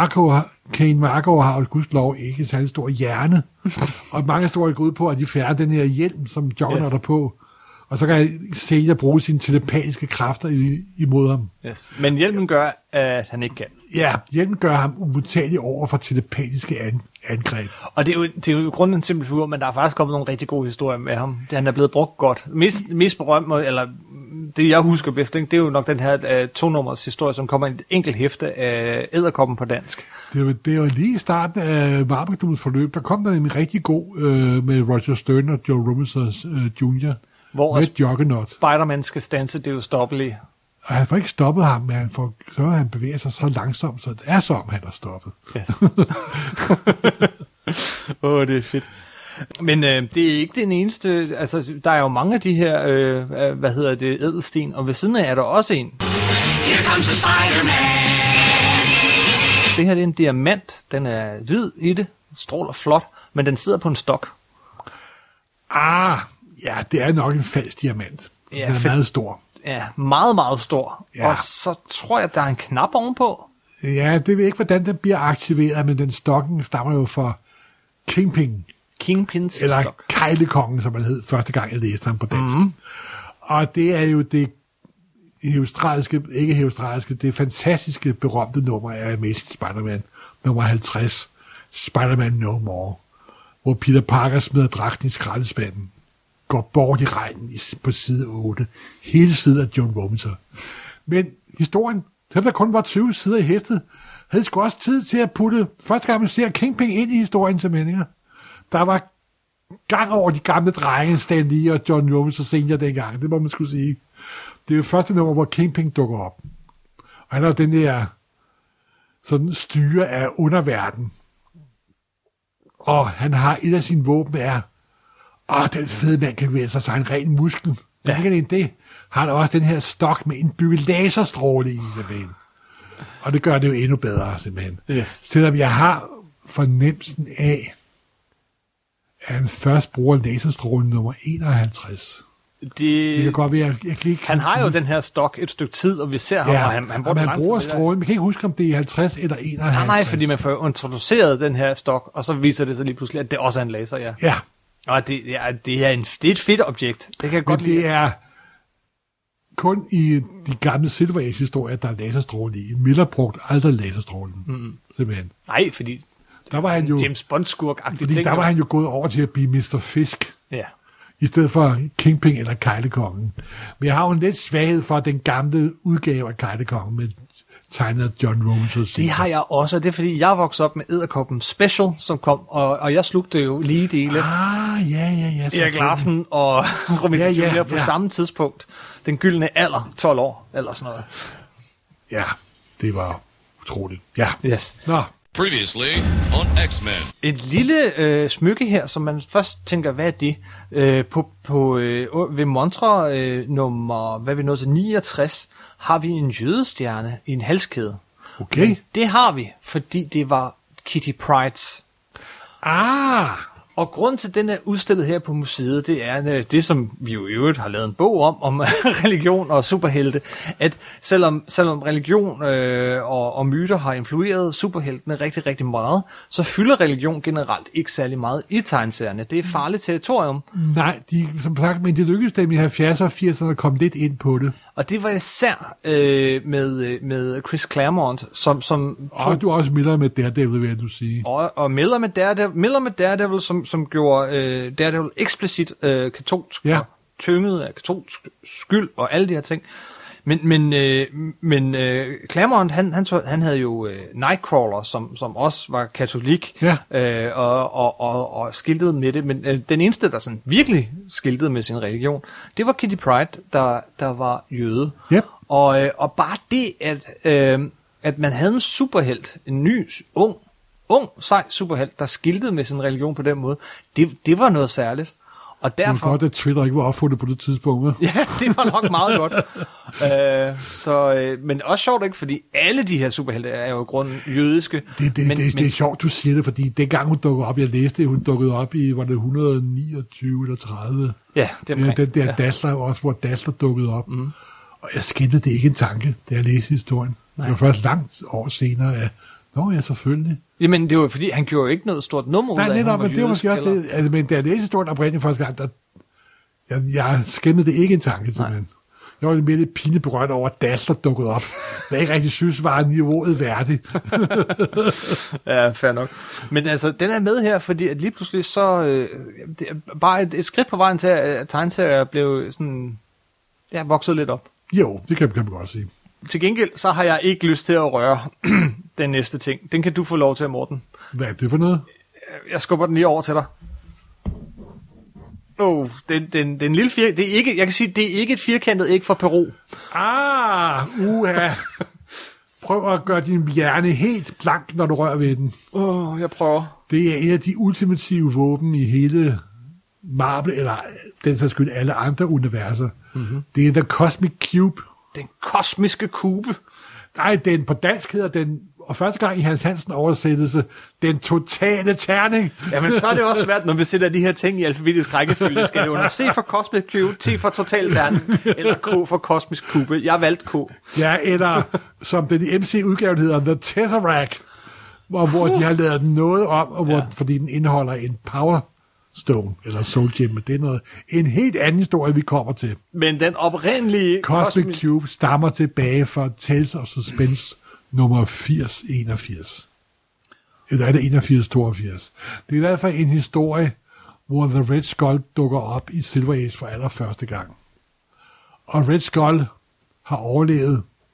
Kane Marco har jo gudskelov ikke særlig stor hjerne. Og mange historier går ud på, at de fjerner den her hjelm, som Juggernaut er på. Og så kan Xavier bruge sine telepatiske kræfter imod ham. Yes. Men hjelmen gør, at han ikke kan. Ja, hjelmen gør ham umodtagelig over for telepatiske angreb. Og det er jo i grunden en simpel figur, men der er faktisk kommet nogle rigtig gode historier med ham. Han er blevet brugt godt. Mest berømt, eller det jeg husker bedst, det er jo nok den her 2-nummers historie, som kommer i et enkelt hæfte af Edderkoppen på dansk. Det var lige i starten af Marvel-filmens forløb, der kom der en rigtig god med Roger Stern og Joe Robinson Jr. Hvor med Juggernaut. Spider-Man skal standse det ustoppelige. Og han får ikke stoppet ham, men han bevæger sig så langsomt, så det er som han har stoppet. Yes. Det er fedt. Men det er ikke den eneste, altså der er jo mange af de her, ædelsten, og ved siden af er der også en. Here comes a Spider-Man. Det her det er en diamant, den er hvid i det, stråler flot, men den sidder på en stok. Ja, det er nok en falsk diamant. Ja, den er meget stor. Ja, meget, meget stor. Ja. Og så tror jeg, at der er en knap ovenpå. Ja, det ved jeg ikke, hvordan den bliver aktiveret, men den stokken stammer jo fra Kingpins eller stok. Kejlekongen, som man hed første gang, jeg læste ham på dansk. Og det er jo det det fantastiske, berømte nummer af Amazing Spider-Man, nummer 50, Spider-Man No More, hvor Peter Parker smider dragten i skraldespanden, går bort i regnen på side 8, hele siden af John Romita. Men historien Selvom der kun var 20 sider i hæftet, havde sgu også tid til at putte første gang man ser Kingpin ind i historien til meninger. Der var gang over de gamle drenge, Stan Lee og John Romita senior dengang, det må man skulle sige. Det er jo første nummer, hvor Kingpin dukker op. Og han er den der sådan styre af underverden. Og han har et af sine våben er, den fede mand kan bevæge sig, så han ren muskel. Men ikke alene det, har han også den her stok med en bygget laserstråle i, simpelthen. Og det gør det jo endnu bedre, simpelthen. Yes. Selvom jeg har fornemmelsen af, at han først bruger laserstrålen nummer 51. Det kan godt være, jeg kan ikke... Han har jo den her stok et stykke tid, og vi ser ham, og han bruger strålen. Vi kan ikke huske, om det er 50 eller 51. Nej, fordi man får introduceret den her stok, og så viser det sig lige pludselig, at det også er en laser, ja. Ja. Og det er et fedt objekt. Det kan jeg godt lide. Det er kun i de gamle Silver Age-historier, der er laserstrålen i. Miller brugte aldrig laserstrålen. Simpelthen. Nej, fordi der var han jo, James Bond-skurk-agtige ting. Der var han jo gået over til at blive Mr. Fisk. Ja. I stedet for Kingpin eller Kejlekongen. Men jeg har jo en lidt svaghed for den gamle udgave af Kejlekongen med tegnet John Romita. Det har jeg også, det er fordi, jeg voksede op med Edderkoppen Special, som kom, og jeg slugte jo lige dele. Ja. Erik Larsen og Romita Junior på samme tidspunkt. Den gyldne alder, 12 år, eller sådan noget. Ja, det var utroligt. Ja. Yes. Nå. Previously on X-Men. Et lille smykke her, som man først tænker, hvad er det? Ved Montre nummer, hvad vi nåede til 69, har vi en jødestjerne i en halskæde. Okay. Men det har vi, fordi det var Kitty Prydes. Og grund til, at den er udstillet her på museet, det er det, som vi jo i øvrigt har lavet en bog om religion og superhelte, at selvom religion og myter har influeret superheltene rigtig, rigtig meget, så fylder religion generelt ikke særlig meget i tegneserierne. Det er farligt territorium. Nej, men det lykkedes dem i 70'erne og 80'erne at komme lidt ind på det. Og det var især med Chris Claremont, som og du har også Miller med Daredevil, vil du sige. Og Miller med Daredevil, som gjorde Daredevil eksplicit katolsk, og tynget af katolsk skyld og alle de her ting. Men Claremont, han havde jo Nightcrawler, som også var katolik, og skiltede med det. Men den eneste, der sådan virkelig skiltede med sin religion, det var Kitty Pryde, der var jøde. Yep. Og bare det, at man havde en superhelt, en ny, ung, sej superhelt, der skiltede med sin religion på den måde, det var noget særligt. Og derfor... Det var godt, at Twitter ikke var opfundet på det tidspunkt. Ja, det var nok meget godt. Men også sjovt ikke, fordi alle de her superhelte er jo i grunden jødiske. Det er sjovt, du siger det, fordi dengang hun dukkede op, jeg læste, hun dukkede op i, var det 129 eller 30? Ja, det den der Dazzler også, hvor Dazzler dukkede op. Og jeg skændte det ikke en tanke, da jeg læste historien. Nej. Det var først langt år senere, at selvfølgelig. Jamen, det var fordi, han gjorde jo ikke noget stort nummer ud af, men det var måske også det. Altså, men da jeg læste historien oprindeligt første gang, jeg skændte det ikke en tanke, simpelthen. Jeg var mere lidt pinligt over, at Dazzler dukkede op. Jeg ikke rigtig synes, var niveauet værdigt. Ja, fair nok. Men altså, den er med her, fordi at lige pludselig så... det er bare et skridt på vejen til, at tegneserier blev sådan... Ja, vokset lidt op. Jo, det kan man godt sige. Til gengæld, så har jeg ikke lyst til at røre den næste ting. Den kan du få lov til, Morten. Hvad er det for noget? Jeg skubber den lige over til dig. Den lille det er ikke, jeg kan sige, det er ikke et firkantet æg fra Peru. Prøv at gøre din hjerne helt blank, når du rører ved den. Jeg prøver. Det er en af de ultimative våben i hele Marvel, eller den så skyld alle andre universer. Mm-hmm. Det er The Cosmic Cube. Den kosmiske kube. Nej, den på dansk hedder den, og første gang i Hans Hansen oversættelse, den totale terning. Jamen, så er det også svært, når vi sætter de her ting i alfabetisk rækkefølge. Skal det under C for Cosmic Cube, T for total terning, eller K for kosmisk kube? Jeg har valgt K. Ja, eller som den i MC-udgaven hedder, The Tesseract, hvor de har lavet den noget om, og fordi den indeholder en power Stone, eller Soul Gem, men det er noget, en helt anden historie, vi kommer til. Men den oprindelige Cosmic Cube stammer tilbage fra Tales of Suspense nummer 8081. Eller er det 8182? Det er i hvert fald en historie, hvor The Red Skull dukker op i Silver Age for allerførste gang. Og Red Skull har overlevet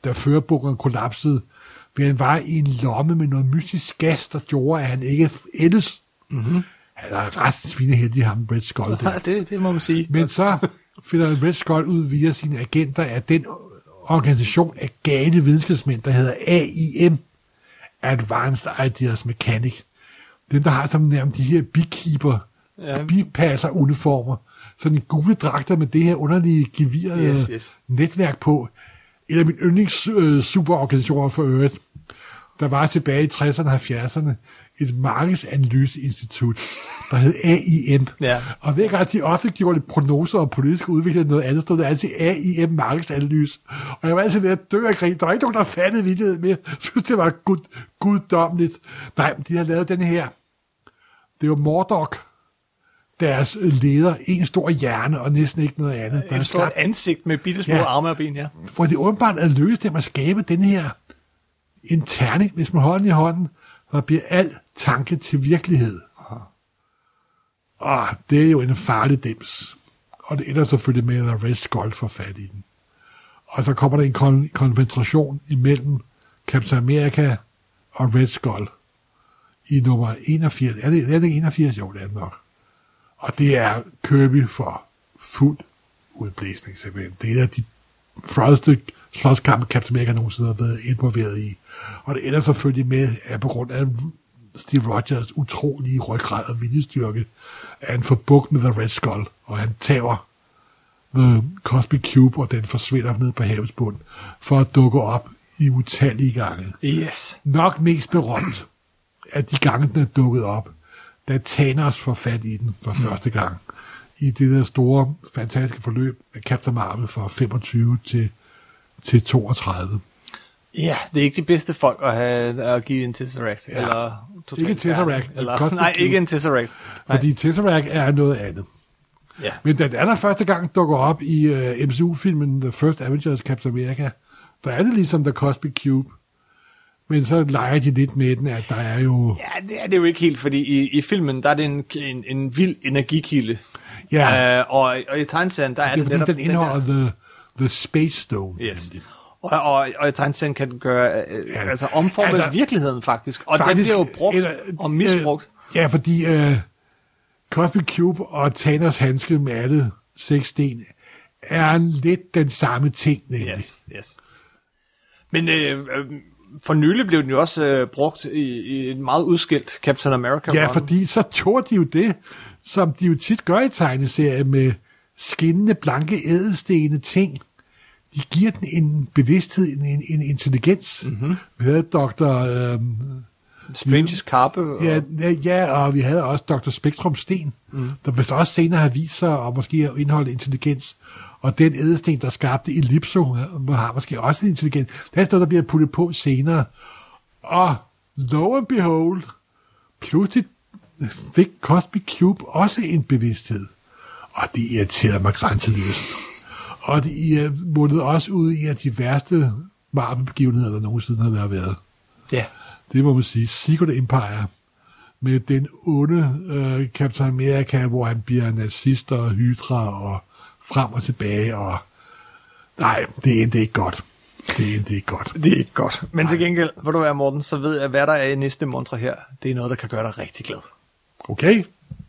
da førerbunkeren kollapsede, ved han var i en lomme med noget mystisk gas, der gjorde, at han ikke ældes. Mm-hmm. Han er ret svineheldig, ham Red Skull. Ja, det må man sige. Men så finder Red Skull ud via sine agenter, at den organisation af gale videnskabsmænd, der hedder AIM, Advanced Ideas Mechanic. Den, der har som nærmest de her beekeeper, bipasser-uniformer, sådan en gule dragter med det her underlige gevirede netværk på. En af mine yndlings-superorganisationer for øvrigt, der var tilbage i 60'erne og 70'erne, et markedsanalyseinstitut, der hed AIM. Ja. Og hver gang de ofte gjorde lidt prognoser og politisk udvikling noget andet, stod der altid AIM markedsanalyse. Og jeg var altid ved at dø af grin. Der var ikke nogen, der fattede vittighed mere. Jeg synes, det var guddommeligt. Nej, de har lavet den her. Det var Mordok, deres leder, en stor hjerne og næsten ikke noget andet. En stort ansigt med bitte små arme og ben, ja. Hvor det åbenbart er løst dem at skabe den her en terning, hvis man holder den i hånden, der bliver al tanke til virkelighed. Og det er jo en farlig dims. Og det ender selvfølgelig med, at Red Skull får fat i den. Og så kommer der en konfrontation imellem Captain America og Red Skull i nummer 81. Er det 81? Jo, det er det nok. Og det er Kirby for fuld udblæsning, simpelthen. Det er de første slåskampe, Captain America nogensinde har været involveret i. Og det ender selvfølgelig med, at på grund af Steve Rogers utrolige ryggrad og viljestyrke, at han får bugt med The Red Skull, og han tager The Cosmic Cube, og den forsvinder ned på havets bund, for at dukke op i utallige gange. Yes. Nok mest berømt af de gange, den er dukket op, da Thanos får fat i den for første gang, i det der store, fantastiske forløb af Captain Marvel fra 25 til 32. Ja, det er ikke de bedste folk at give en Tesseract. Ja, eller ikke en Tesseract. Nej, ikke en Tesseract. Fordi Tesseract er noget andet. Ja. Men da den allerførste gang dukker op i MCU-filmen The First Avengers Captain America, der er det ligesom The Cosmic Cube. Men så leger de lidt med den, at der er jo... Ja, det er det jo ikke helt, fordi i filmen, der er det en vild energikilde. Ja. Og i tegneserien, der er det netop... den indeholder the Space Stone. Yes. Og i tegneserien kan den gøre, altså omforme virkeligheden faktisk. Og faktisk, den bliver jo brugt og misbrugt. Ja, fordi Cosmic Cube og Thanos handske med alle 6 sten er lidt den samme ting, nemlig. Yes. Men for nylig blev den jo også brugt i en meget udskilt Captain America. Ja, fordi så tog de jo det, som de jo tit gør i tegneserier med skinnende, blanke, ædelstene ting. De giver den en bevidsthed, en intelligens. Mm-hmm. Vi havde Dr. Strange's Karpe. Ja, og vi havde også Dr. Spektrum Sten, der vist også senere har vist sig og måske indeholde intelligens. Og den ædelsten, der skabte Ellipso, har måske også en intelligens. Det er noget, der bliver puttet på senere. Og lo and behold, pludselig fik Cosmic Cube også en bevidsthed. Og det irriterede mig grænseløst. Og de mundede også ud i af de værste Marvel-begivenheder, der nogensinde har været. Ja. Det må man sige. Secret Empire. Med den onde Captain America, hvor han bliver nazist og Hydra og frem og tilbage. Og nej, det endte ikke godt. Det er ikke godt. Men til gengæld, hvor du er, Morten, så ved jeg, hvad der er i næste montre her. Det er noget, der kan gøre dig rigtig glad. Okay.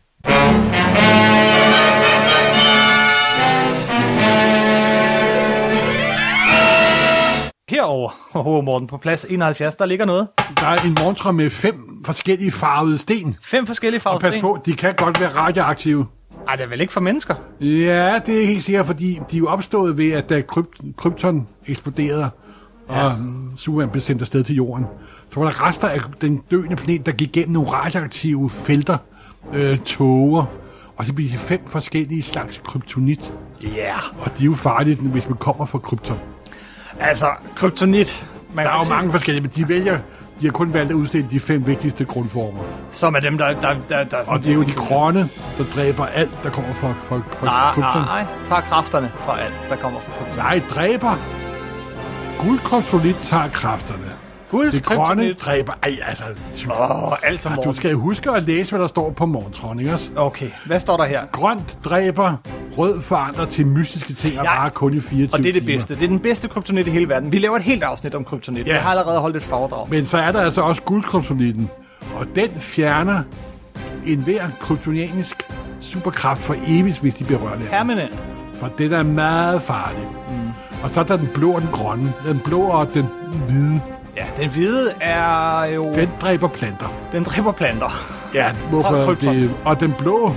Herover, Morten, på plads 71, der ligger noget. Der er en montre med 5 forskellige farvede sten. 5 forskellige farvede sten? Og pas på, de kan godt være radioaktive. Ej, det er vel ikke for mennesker? Ja, det er helt sikkert, fordi de er jo opstået ved, at da Krypton eksploderede, og Superman blev sendt afsted til jorden, så var der rester af den døende planet, der gik gennem nogle radioaktive felter, tåger, og så bliver de 5 forskellige slags kryptonit. Ja. Yeah. Og de er jo farlige, hvis man kommer fra Krypton. Altså, kryptonit... Der er jo mange forskellige, men de har kun valgt at udstille de 5 vigtigste grundformer. Som er dem, der og det er jo de grønne, der dræber alt, der kommer fra Krypton. Nej, tager kræfterne fra alt, der kommer fra Krypton. Nej, dræber. Guldkryptonit tager kræfterne. Det grønne dræber... alt som du skal huske at læse, hvad der står på montren, ikke også? Okay, hvad står der her? Grønt dræber rød forandret til mystiske ting, og bare kun i 24 og det er det timer. bedste. Det er den bedste kryptonit i hele verden. Vi laver et helt afsnit om kryptonit. Jeg har allerede holdt et foredrag. Men så er der altså også guldkryptonitten, og den fjerner enhver kryptonianisk superkraft for evigt, hvis de berører det. Permanent. For det er meget farligt. Og så er der den blå og den grønne. Den blå og den hvide. Ja, den hvide er jo... Den dræber planter. Den dræber planter. Ja, hvorfor det... Og den blå...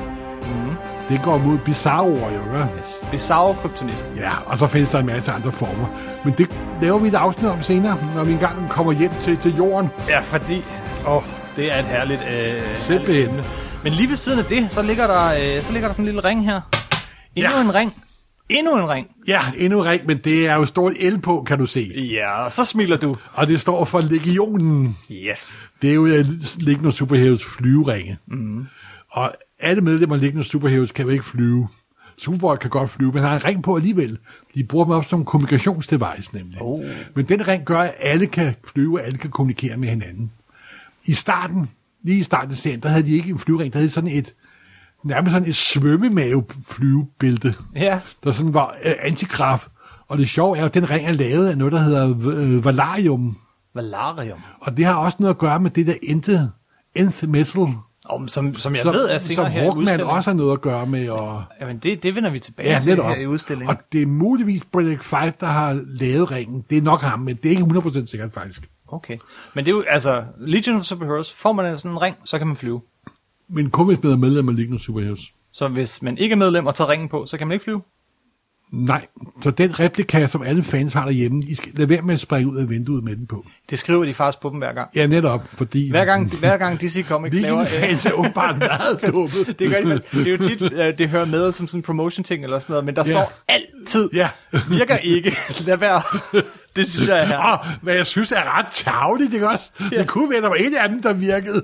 Det går mod bizarre ord, jo, ikke? Yes. Bizarre kryptonit. Ja, og så findes der en masse andre former. Men det laver vi et afsnit om senere, når vi engang kommer hjem til jorden. Ja, fordi... det er et herligt... Simpelthen. Herligt. Men lige ved siden af det, så ligger der sådan en lille ring her. Endnu en ring. Endnu en ring. Ja, endnu en ring, men det er jo stort L på, kan du se. Ja, så smiler du. Og det står for Legionen. Yes. Det er jo Legno Superheroes flyveringe. Og alle medlemmer af Legno Superheroes kan jo ikke flyve. Superboy kan godt flyve, men har en ring på alligevel. De bruger dem op som kommunikationsdevice, nemlig. Men den ring gør, at alle kan flyve, og alle kan kommunikere med hinanden. Lige i starten af serien, der havde de ikke en flyvering, der havde sådan nærmest sådan et svømmemave-flyvebælte, der sådan var antigraf. Og det sjove er, at den ring er lavet af noget, der hedder Valarium. Valarium. Og det har også noget at gøre med det der nth metal. Som jeg ved er senere her i udstillingen. Som Hawkman også har noget at gøre med. Jamen det vender vi tilbage til her i udstillingen. Og det er muligvis Brennick Five, der har lavet ringen. Det er nok ham, men det er ikke 100% sikkert faktisk. Okay. Men det er jo, altså, Legion of Superheroes, får man sådan en ring, så kan man flyve. Men kun hvis man er medlem af Legion of Superheroes. Så hvis man ikke er medlem og tager ringen på, så kan man ikke flyve? Nej, så den replika, som alle fans har derhjemme, I skal lade være med at springe ud af vinduet med den på. Det skriver de faktisk på dem hver gang. Ja, netop, fordi... Hver gang DC Comics laver... fans er åbenbart meget dumme. Det gør de, det er jo tit, det hører med som sådan en promotion-ting eller sådan noget, men der står altid, virker ikke, lad være. Det synes jeg er her. Hvad jeg synes er ret tarveligt, ikke også? Yes. Det kunne være, der var en af dem, der virkede.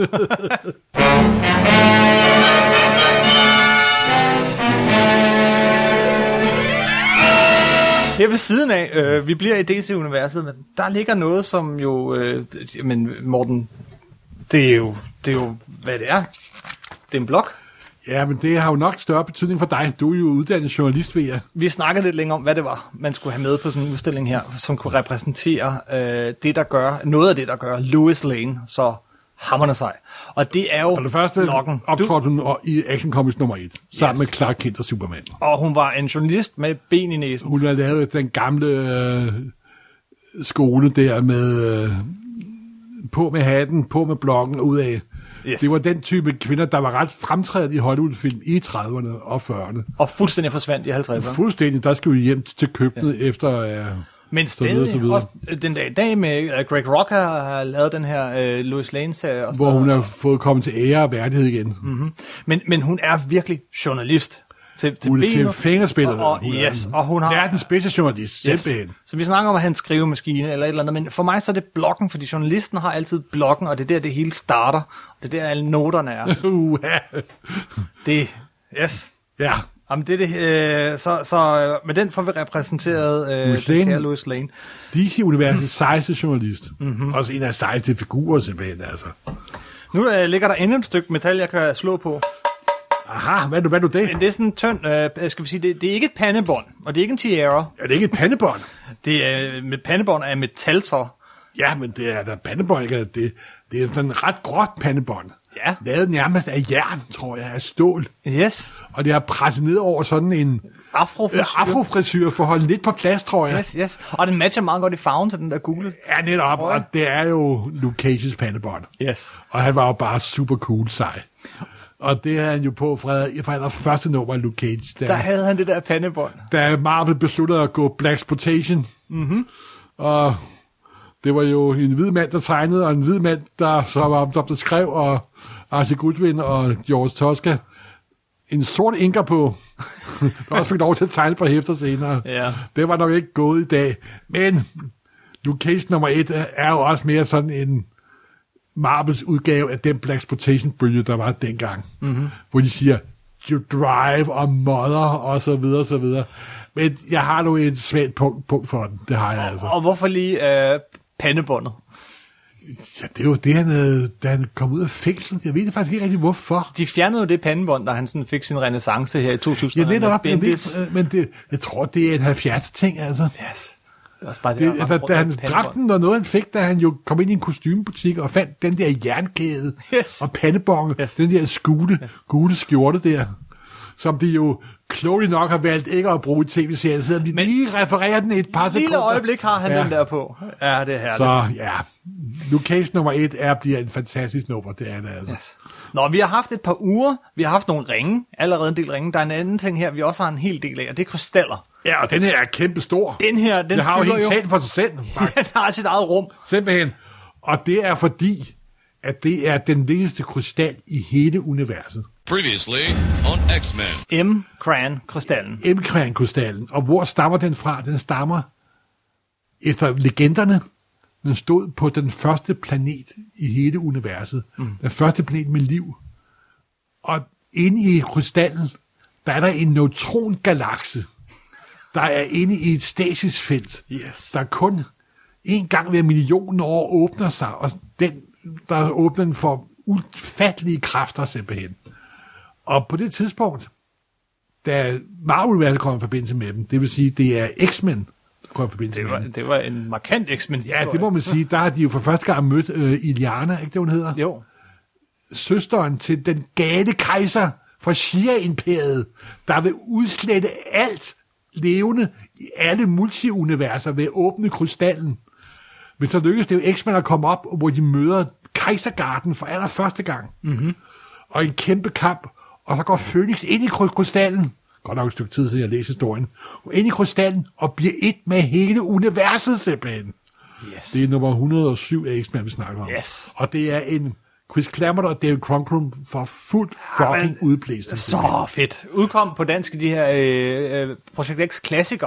Her ved siden af, vi bliver i DC-universet, men der ligger noget, som jo... men Morten, det er jo, hvad det er. Det er en blog. Ja, men det har jo nok større betydning for dig. Du er jo uddannet journalist, ved jeg. Vi snakkede lidt længere om, hvad det var, man skulle have med på sådan en udstilling her, som kunne repræsentere noget af det, der gør Lois Lane så hamrende sej. Og det er jo for det første optrådte hun i Action Comics nummer 1, sammen med Clark Kent og Superman. Og hun var en journalist med ben i næsen. Hun har lavet den gamle skole der med på med hatten, på med blokken ud af. Yes. Det var den type kvinder, der var ret fremtrædende i Hollywood-film i 30'erne og 40'erne. Og fuldstændig forsvandt i 50'erne. Fuldstændig, der skal vi hjem til køkkenet efter... Men stadig, også den dag i dag med Greg Rock har lavet den her Lois Lane-serie. Hvor hun har fået kommet til ære og værdighed igen. Men hun er virkelig journalist. Til fingerspillet. Og hun har... Verdens bedste journalist, simpelthen. Så vi snakker om at have en skrivemaskine eller et eller andet, men for mig så er det bloggen, fordi journalisten har altid bloggen, og det er der, det hele starter. Og det er der, alle noterne er. Det, Ja. Jamen det så med den får vi repræsenteret Lois Lane. DC-universets sejeste journalist. Også en af sejeste figurer, simpelthen, altså. Nu ligger der endnu et stykke metal, jeg kan slå på. Aha, hvad er du det? Men det er sådan en tynd, skal vi sige, det er ikke et pandebånd, og det er ikke en tiara. Er det ikke et pandebånd? Det er med pandebånd af metal så. Ja, men det er der pandebånd, ikke? Det er sådan ret gråt pandebånd. Ja. Lavet nærmest af jern, tror jeg, af stål. Yes. Og det har presset ned over sådan en afrofrisyr for at holde lidt på plads, tror jeg. Yes. Og den matcher meget godt i farven til den der gule. Ja, netop. Og det er jo Luke Cage's pandebånd. Yes. Og han var jo bare super cool sej. Og det havde han jo på fra første nummer af Luke Cage. Der havde han det der pandebånd. Da Marvel besluttede at gå Blaxploitation. Og det var jo en hvid mand, der tegnede, og en hvid mand, der så var der skrev, og Archie Goodwin og George Tosca. En sort inker på, der også fik lov til at tegne på hæfter senere. Ja. Det var nok ikke gået i dag. Men Luke Cage nummer 1 er jo også mere sådan en Marvels udgave af den Blaxploitation-bølge, der var dengang. Hvor de siger, you drive og mother, og så videre, og så videre. Men jeg har nu et svagt punkt for den. Det har jeg altså. Og hvorfor lige pandebåndet? Ja, det er jo det, da han kom ud af fængsel. Jeg ved det faktisk ikke rigtig, hvorfor. De fjernede jo det pandebånd, da han sådan fik sin renaissance her i 2000. Ja, det er nok, men jeg tror, det er en 70'er ting, altså. Yes. Det var bare det, da han dragten og noget, han fik, da han jo kom ind i en kostymebutik og fandt den der jernkæde og pandebong, den der gule skjorte der, som de jo klogt nok har valgt ikke at bruge i tv-serien, så de lige refererer den et par sekunder. Lille øjeblik har han den der på. Ja, det er herligt. Så ja, Luke Cage nummer 1 bliver en fantastisk nummer, det er det altså. Yes. Nå, vi har haft et par uger, vi har haft nogle ringe, allerede en del ringe. Der er en anden ting her, vi også har en hel del af, og det er krystaller. Ja, og den her er kæmpe stor. Den har jo helt selv for sig selv. Den har sit eget rum. Simpelthen. Og det er fordi, at det er den vigtigste krystal i hele universet. Previously on X-Men. M-Cran-krystallen. M-Cran-krystallen. Og hvor stammer den fra? Den stammer efter legenderne. Den stod på den første planet i hele universet. Den første planet med liv. Og inde i krystallen, der er der en neutrongalakse. Der er inde i et stasisfelt. Yes. Der kun en gang hver million år åbner sig, og der åbner den for ufattelige kræfter simpelthen. Og på det tidspunkt, da Marvel-universet kom i forbindelse med dem, det vil sige, det er X-Men, der kom i forbindelse med dem. Det var en markant X-Men-historie. Ja, det må man sige. Der har de jo for første gang mødt Illyana, ikke det, hun hedder? Jo. Søsteren til den gale kejser fra Shia-imperiet, der vil udslette alt levende i alle multiuniverser ved at åbne krystallen. Men så lykkes det jo X-Men at komme op, hvor de møder Kejsergarden for allerførste gang. Mm-hmm. Og en kæmpe kamp, og så går Phoenix ind i krystallen, godt nok et stykke tid siden jeg læste historien, og ind i krystallen og bliver et med hele universet simpelthen. Yes. Det er nummer 107 af X-Men, vi snakker om. Yes. Og det er en Chris Claremont og David Cockrum for fuldt fucking udblæst. Så fedt. Udkom på dansk de her Projekt X klassiker.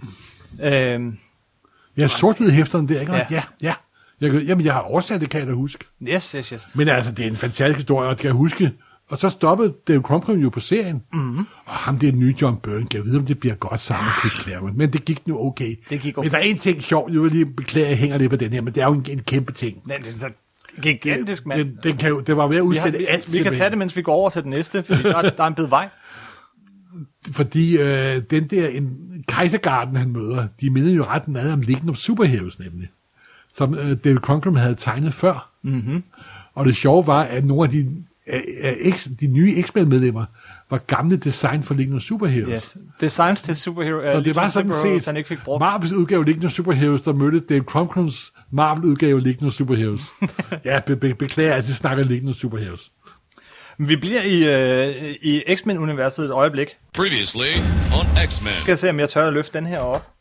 Ja, sort-hvide hæfterne der, ikke? Ja. Jamen, jeg har oversat det, kan jeg da huske. Yes. Men altså, det er en fantastisk historie, og det kan jeg huske. Og så stoppede David Cockrum jo på serien. Mm-hmm. Og ham, det er nye John Byrne. Jeg ved, om det bliver godt sammen med Chris Claremont. Men det gik nu okay. Men der er en ting sjovt, jeg vil lige beklage, at jeg hænger lidt på den her, men det er jo en kæmpe ting. Gigantisk, mand. Det var ved at udsætte alt. Vi kan tage det, mens vi går over til den næste, fordi der er en bed vej. Fordi den der en Kejsergarden, han møder, de minder jo ret meget om Legion of Superheroes, nemlig. Som David Cockrum havde tegnet før. Mm-hmm. Og det sjove var, at nogle af de nye X-Men-medlemmer var gamle design for Legion of Superheroes. Yes. Designs til Superheroes. Så det var sådan set, han ikke fik brugt. Marvels udgave Legion of Superheroes, der mødte David Crumcrums Marvel-udgave Legion of Superheroes. Ja, beklager, at jeg snakker Legion of Superheroes. Vi bliver i X-Men-universet et øjeblik. Previously on X-Men. Skal jeg se, om jeg tør at løfte den her op.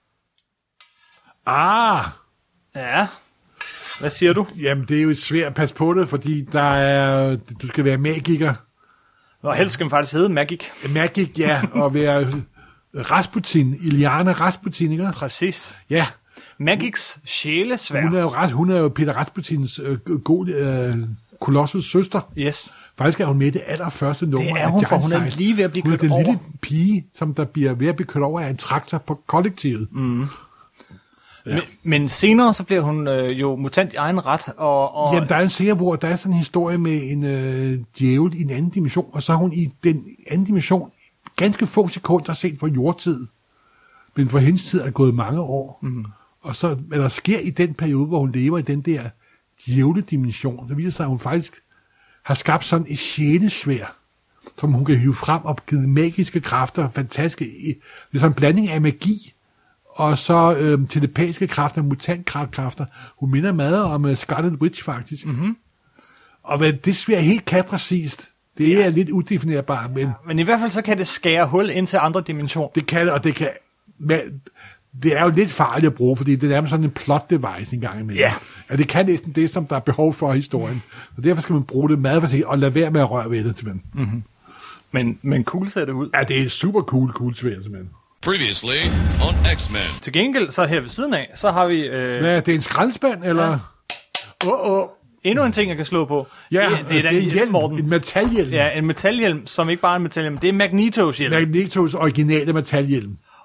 Ja. Hvad siger du? Jamen, det er jo svært at passe på det, fordi du skal være magiker. Og helst skal man faktisk hedde Magic. Magic, ja, og være Rasputin, Illyana Rasputin, ikke? Præcis. Ja. Magics sjælesvær. Hun er jo Peter Rasputins Colossus' søster. Yes. Faktisk er hun med det allerførste nummer. Det er hun, for hun er lige ved at blive kørt over. Hun er den lille pige, som der bliver ved at blive kørt over af en traktor på kollektivet. Mm. Ja. Men senere så bliver hun jo mutant i egen ret. Jamen, der er en serie, hvor der er sådan en historie med en djævel i en anden dimension, og så er hun i den anden dimension ganske få sekunder set for jordtid. Men for hendes tid er gået mange år. Mm. Og så, hvad der sker i den periode, hvor hun lever i den der djævledimension, så viser sig, at hun faktisk har skabt sådan et sjælesvær, som hun kan hive frem og give magiske kræfter, fantastiske. Det er sådan en blanding af magi, og så telepatiske kræfter, mutantkræfter. Hun minder meget om Scarlet Witch, faktisk. Mm-hmm. Og hvad det svær helt kan præcist, det er lidt udefinerbart. Men i hvert fald så kan det skære hul ind til andre dimensioner. Det kan det, og det kan... Det er jo lidt farligt at bruge, fordi det er nærmest sådan en plot device en gang imellem. Ja. Ja, det kan næsten det, som der er behov for i historien. Og derfor skal man bruge det meget forsigtigt, og lade være med at røre ved det, simpelthen. Mm-hmm. Men cool ser det ud. Ja, det er super cool svær, simpelthen. Previously on X-Men. Til gengæld, så her ved siden af, så har vi... Hvad, det er en skraldespand, eller? Ja. Endnu en ting, jeg kan slå på. Ja, det er en hjelm, Morten. En metalhjelm. Ja, en metalhjelm, som ikke bare er en metalhjelm. Det er Magnetos hjelm. Magnetos originale metalhjelm.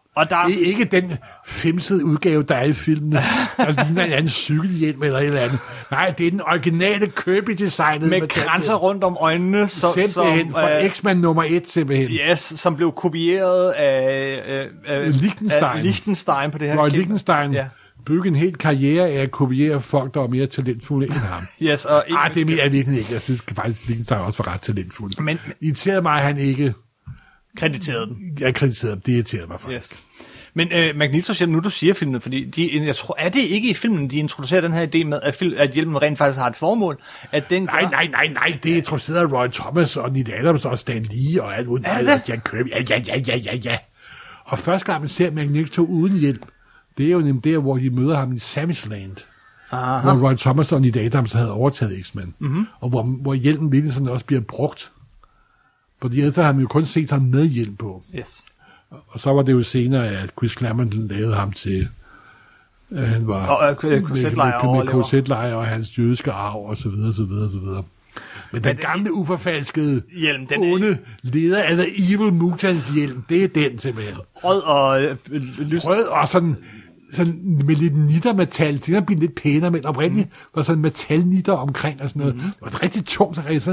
Og der det er ikke den femsede udgave, der er i filmen, der ligner en anden cykelhjelm eller et eller andet. Nej, det er den originale Kirby-designet. Med kranser rundt om øjnene. Simpelthen, fra X-Men nummer 1 simpelthen. Yes, som blev kopieret af Lichtenstein på det her. Roy Lichtenstein bygge en hel karriere af at kopiere folk, der var mere talentfulde end ham. Yes, og det er mere virkelig ikke. Jeg synes faktisk, Lichtenstein også var ret talentfuld. Men irriterede mig, at han ikke krediterede den. Jeg krediterede dem. Det irriterede mig faktisk. Yes. Men Magnetos hjelm, nu du siger filmen, fordi jeg tror, er det ikke i filmen, de introducerer den her idé med, at hjelmen rent faktisk har et formål? At den nej, det er introduceret af Roy Thomas og Neil Adams og Stan Lee og alt uden. Er det? Jack Kirby. Ja. Og første gang man ser Magneto uden hjelm, det er jo nemlig der, hvor de møder ham i Samus Land. Aha. Hvor Roy Thomas og Neil Adams havde overtaget X-Men. Mm-hmm. Og hvor hjelmen virkelig sådan også bliver brugt. Fordi ellers har man jo kun set ham med hjelm på. Yes. Og så var det jo senere, at Chris Claremont lavede ham til, han var med korsetlejr og hans jødiske arv, og så videre, så videre, så videre. Men den gamle, uforfalskede, hjelm, onde leder af The Evil Mutants hjelm, det er den simpelthen. Rød og lys. Rød og sådan med lidt nittermetal, det er blevet lidt pænere, men oprindeligt var sådan metalnitter omkring og sådan noget. Det var rigtig tungt, sådan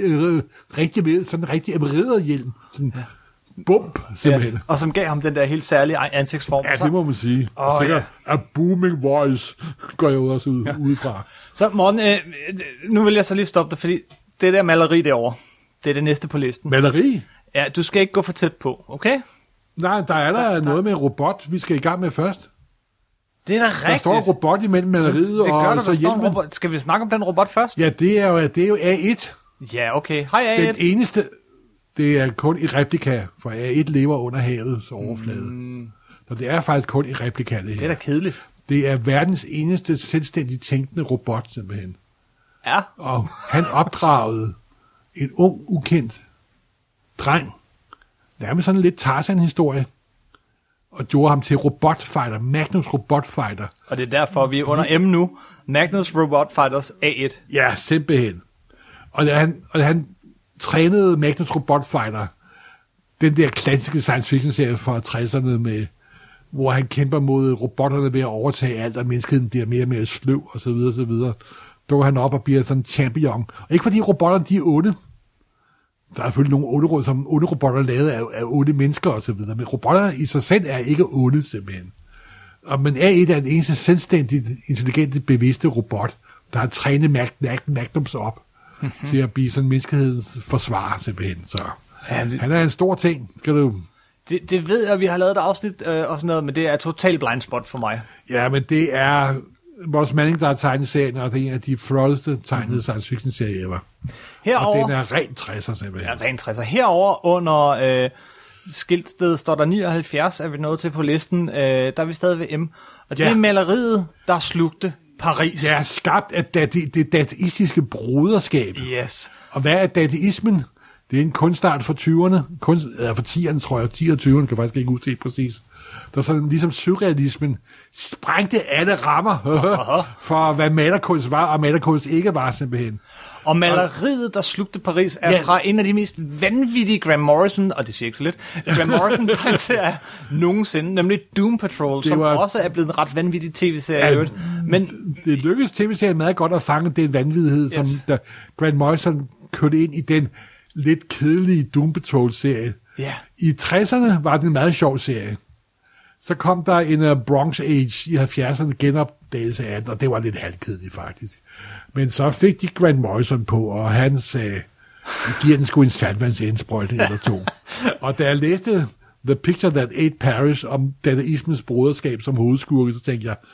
en rigtig emereret hjelm. Sådan, bump, simpelthen. Yes. Og som gav ham den der helt særlige ansigtsform. Ja, det må man sige. A booming voice går jeg også udefra. Så Morten, nu vil jeg så lige stoppe dig, fordi det der maleri derovre, det er det næste på listen. Maleri? Ja, du skal ikke gå for tæt på, okay? Nej, der er noget med en robot, vi skal i gang med først. Det er da rigtigt. Der står en robot imellem maleriet og så hjelmen. Skal vi snakke om den robot først? Ja, det er jo A1. Ja, okay. Hej A1. Den eneste... Det er kun i replika, for A1 lever under havets overflade. Så det er faktisk kun i replika, det her. Det er da kedeligt. Det er verdens eneste selvstændigt tænkende robot, simpelthen. Ja. Og han opdragede en ung, ukendt dreng. Nærmest sådan lidt Tarzan-historie. Og gjorde ham til robotfighter, Magnus Robotfighter. Og det er derfor, vi er under M nu. Magnus Robotfighters A1. Ja, simpelthen. Og da han trænede Magnus Robotfighter, den der klassiske science fiction serie fra 60'erne med, hvor han kæmper mod robotterne ved at overtage alt, og menneskeheden bliver mere og mere sløv, og så videre, og så videre. Der går han op og bliver sådan en champion. Og ikke fordi robotterne, de er onde. Der er selvfølgelig nogle onde robotter lavet af onde mennesker, og så videre. Men robotter i sig selv er ikke onde, simpelthen. Men A1 er den eneste selvstændigt, intelligente, bevidste robot, der har trænet Magnums op til at blive sådan menneskehedens forsvar, simpelthen. Så han er en stor ting, skal du... Det ved jeg, vi har lavet et afsnit og sådan noget, men det er total blind spot for mig. Ja, men det er Moss Manning, der har tegnet serien, og det er en af de flotteste tegnede science fiction serier ever. Herover, og den er rent 60'er, simpelthen. Ja, rent 60'er. Herover under skiltsted står der 79, er vi nået til på listen. Der er vi stadig ved M. Og det er maleriet, der slugte Paris. Ja, skabt af det dataistiske broderskab. Yes. Og hvad er dataismen? Det er en kunstart fra 20'erne, for 10'erne, tror jeg, 10'erne og 20'erne, kan faktisk ikke udse præcis. Der er sådan ligesom surrealismen sprængte alle rammer for, hvad malerkunst var, og malerkunst ikke var, simpelthen. Og maleriet, der slugte Paris, er fra en af de mest vanvittige Graham Morrison, og det siger ikke så lidt, Graham Morrison-tegneserier nogensinde, nemlig Doom Patrol, som også er blevet en ret vanvittig tv-serie. Men det lykkedes tv-serien meget godt at fange den vanvittighed, som Graham Morrison kørte ind i den lidt kedelige Doom Patrol-serie. Yeah. I 60'erne var det en meget sjov serie. Så kom der en Bronze Age i 70'erne genopdagelse af den, og det var lidt halvkedeligt faktisk. Men så fik de Grant Morrison på, og han sagde, giver den sgu en saltvandsindsprøjtning eller to. Og da jeg læste The Picture That Ate Paris om dadaismens broderskab som hovedskurke, så tænkte jeg,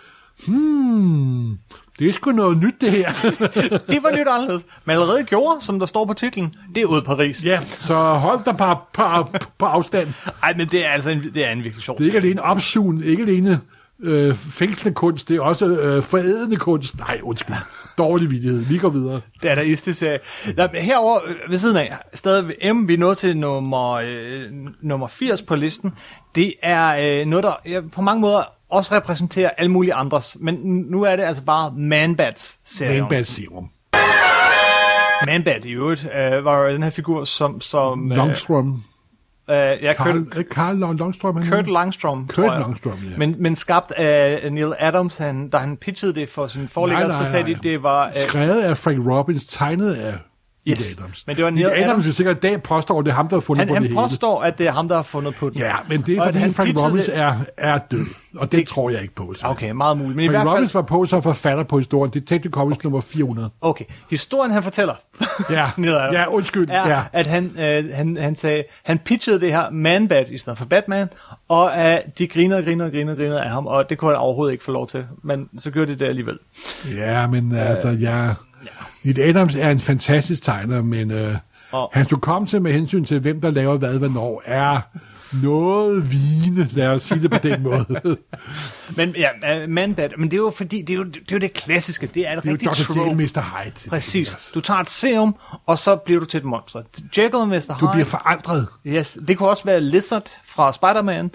det er sgu noget nyt, det her. Det var nyt anderledes. Men allerede gjorde, som der står på titlen, det er ude i Paris. Ja, så hold dig på afstand. Ej, men det er altså en virkelig sjov. Det er ikke alene opsugen, ikke alene fængslende kunst, det er også forædende kunst. Nej, undskyld. Dårlig vittighed. Vi går videre. Det er der serie. Herover ved siden af, stadig ved M, vi er nået til nummer 80 på listen. Det er noget, der på mange måder også repræsenterer alle mulige andres, men nu er det altså bare Man-Bats-serien. Man-Bat-serum. Man-Bat i øvrigt var den her figur, som Longstrom. Carl Langstrøm. Kurt Langstrøm, tror jeg. Men skabt af Neil Adams, da han pitchede det for sin forlægger, så sagde de, det var... skrevet af Frank Robbins, tegnet af Neil Adams. Men det var Neil Adams vil sikkert i dag påstår, at det er ham, der har fundet på det hele. Han påstår, at det er ham, der har fundet på den. Ja, men det er fordi Frank Robbins er død, og det tror jeg ikke på. Så. Okay, meget muligt. Men Frank Robbins var på som forfatter på historien. Detective Comics nummer 400. Okay, historien han fortæller, undskyld. At han sagde, han pitchede det her Man-Bat i stedet for Batman, og de grinede af ham, og det kunne han overhovedet ikke få lov til. Men så gjorde det alligevel. Ja, men Neil Adams er en fantastisk tegner, men hans hukommelse med hensyn til, hvem der laver hvad, hvornår, er noget vigende, lad os sige det på den måde. Men Man-Bat, men det er jo fordi, det er jo det klassiske, det er et rigtigt trope. Det er jo Mr. Hyde. Præcis. Du tager et serum, og så bliver du til et monster. Jekyll og Mr. Hyde. Du bliver forandret. Yes. Det kunne også være Lizard fra Spider-Man,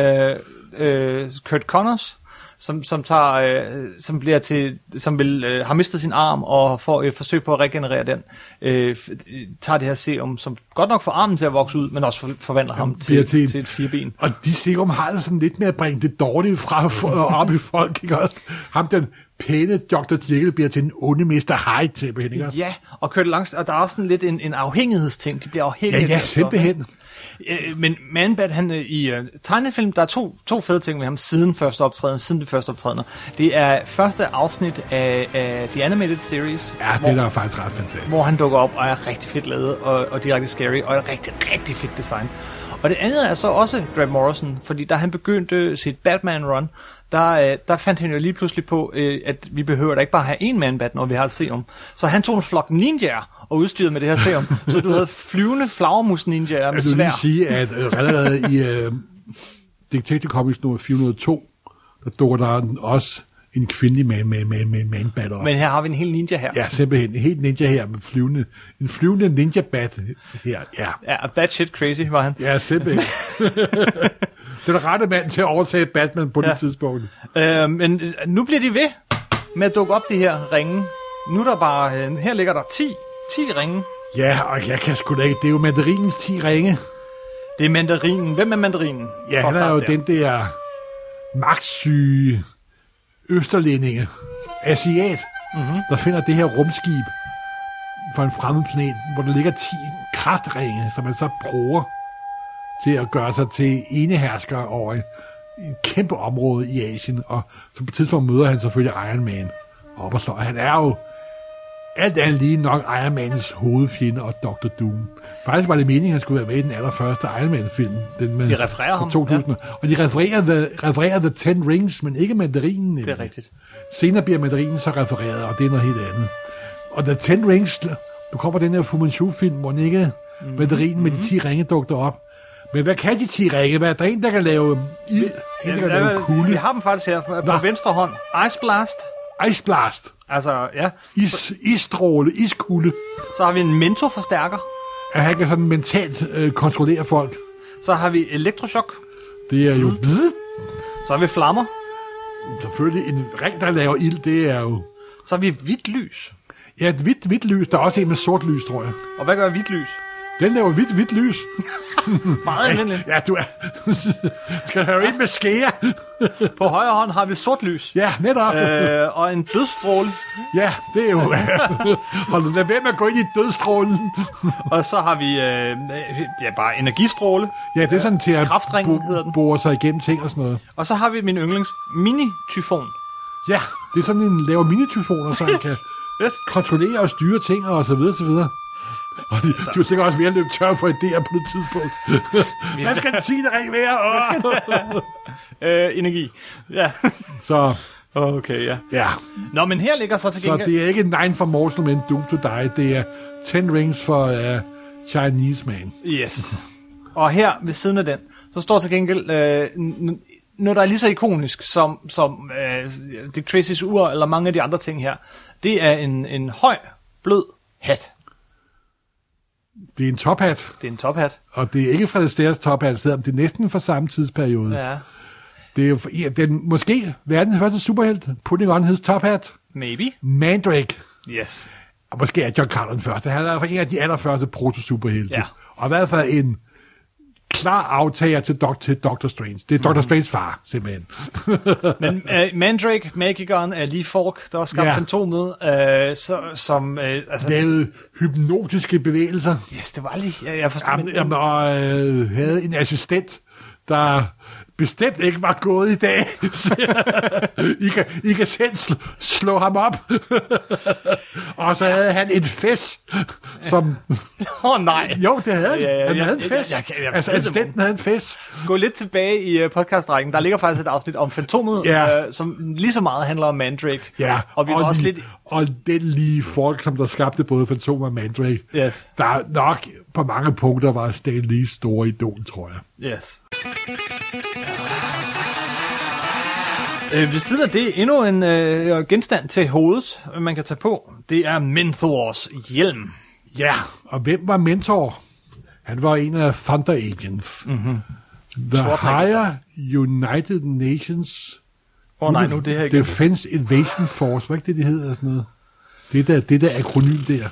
Kurt Connors, som har mistet sin arm og får et forsøg på at regenerere den, tager det her serum, som godt nok får armen til at vokse ud, men også forvandler ham til et fireben. Og de serum har det sådan lidt med at bringe det dårlige fra op i folk, ikke også? Ham den pæne Dr. Jekyll bliver til en onde Mr. Hyde simpelthen, ikke også? Ja, og Kurt Langstrøm, og der er også sådan lidt en afhængighedsting, de bliver afhængige. Ja, simpelthen. Men Man-Bat, han i tegnefilm, der er to fede ting med ham siden de første optrædener. Det er første afsnit af The Animated Series. Ja, det er faktisk ret fantastisk. Hvor han dukker op og er rigtig fedt lavet og direkte scary og et rigtig, rigtig fedt design. Og det andet er så også Grant Morrison, fordi da han begyndte sit Batman-run, der fandt han jo lige pludselig på, at vi behøver da ikke bare have en Man-Bat, når vi har et serum. Så han tog en flok ninjaer og udstyret med det her serum. Så du havde flyvende flagermus-ninjaer med sværd. Jeg vil lige sige, at allerede i Detective Comics nummer 402, der dukker der også en kvindelig Man-Bat op. Men her har vi en hel ninja her. Ja, simpelthen. En helt ninja her med en flyvende ninja-bat her. Ja, bad shit crazy var han. Ja, simpelthen. Det er den rette mand til at overtage Batman på det tidspunkt. Men nu bliver de ved med at dukke op de her ringe. Nu er der bare, her ligger der 10 ringe. Ja, og jeg kan sgu da ikke, det er jo mandarinens 10 ringe. Det er mandarinen. Hvem er mandarinen? Ja, han er jo den der magtsyge østerlændinge, asiat, der finder det her rumskib fra en fremmed planet, hvor der ligger 10 kraftringe, som man så bruger til at gøre sig til enehersker over et kæmpe område i Asien, og så på et tidspunkt møder han selvfølgelig Iron Man op og slår. Han er jo alt andet lige nok Iron Mans hovedfjende og Dr. Doom. Faktisk var det meningen, at han skulle være med i den allerførste Iron Man-film. Den med, de refererer ham. 2000. Ja. Og de refererer The Ten Rings, men ikke mandarinen. Det er rigtigt. Senere bliver mandarinen så refereret, og det er noget helt andet. Og The Ten Rings, nu kommer den her Fu Manchu-film, hvor ikke mandarinen med de 10 ringe dukker op. Men hvad kan de 10 ringe? Hvad er der en, der kan lave ild? En, der kan lave kugle? Vi har dem faktisk her på venstre hånd. Ice Blast. Ice Blast. Altså, ja. Isstråle, iskulde. Så har vi en mentorforstærker. At han kan sådan mentalt kontrollere folk. Så har vi elektroshock. Det er jo... Så har vi flammer. Selvfølgelig, en ring, der laver ild, det er jo... Så har vi hvidt lys. Ja, et hvidt lys. Der er også en med sort lys, tror jeg. Og hvad gør hvidt lys? Den laver hvidt lys. Meget almindeligt. Ja, du er... Skal du have en med skære? På højre hånd har vi sort lys. Ja, netop. Og en dødsstråle. Ja, det er jo... Hold da ved med at gå ind i dødsstrålen. Og så har vi bare energistråle. Ja, det er sådan til at kraftringen hedder den. Bore sig igennem ting og sådan noget. Og så har vi min yndlings mini-tyfon. Ja, det er sådan en laver mini-tyfoner, så han kan kontrollere og styre ting og så videre, så videre. Og du er sikkert også ved at løbe tør for idéer på det tidspunkt. Hvad skal den 10. ring være? Energi. Ja. Så... Okay, ja. Nå, men her ligger så til gengæld... Så det er ikke 9 for Mortal Men Doom to Die. Det er 10 rings for Chinese Man. Yes. Og her ved siden af den, så står til gengæld... noget, der er lige så ikonisk som Dick Tracys ur, eller mange af de andre ting her. Det er en høj, blød hat. Det er en tophat. Det er en tophat. Og det er ikke Fred Astaire's tophat, selvom det er næsten fra samme tidsperiode. Ja. Det er jo den måske verdens første superhelt, putting on his top hat. Maybe. Mandrake. Yes. Og måske er John Carter den første. Han er en af de allerførste proto-superhelte. Ja. Og i hvert fald en klar aftager til Doctor Strange. Det er Doctor Strange far, simpelthen. Men Mandrake, magikeren, er lige Fork, der har skabt Fantomet, som... lavede hypnotiske bevægelser. Yes, det var lige... Jeg forstår. Og havde en assistent, der bestemt ikke var gået i dag. I kan selv slå ham op. Og så havde han et fes, som... nej. Jo, det havde han. Han havde en fes. Assistenten havde en fes. Gå lidt tilbage i podcastrækken. Der ligger faktisk et afsnit om Fantomet, som lige så meget handler om Mandrake. Ja, og vi var også lidt... Og den lige folk, som der skabte både Fantomet og Mandrake. Yes. Der nok på mange punkter var Stan Lees store idol, tror jeg. Yes. Ved siden af det, endnu en genstand til hovedet, man kan tage på. Det er Menthors hjelm. Ja, og hvem var Mentor? Han var en af Thunder Agents. The Higher United Nations det her Defense Invasion Force. Hvad er det hedder? Sådan noget? Det der akronym der.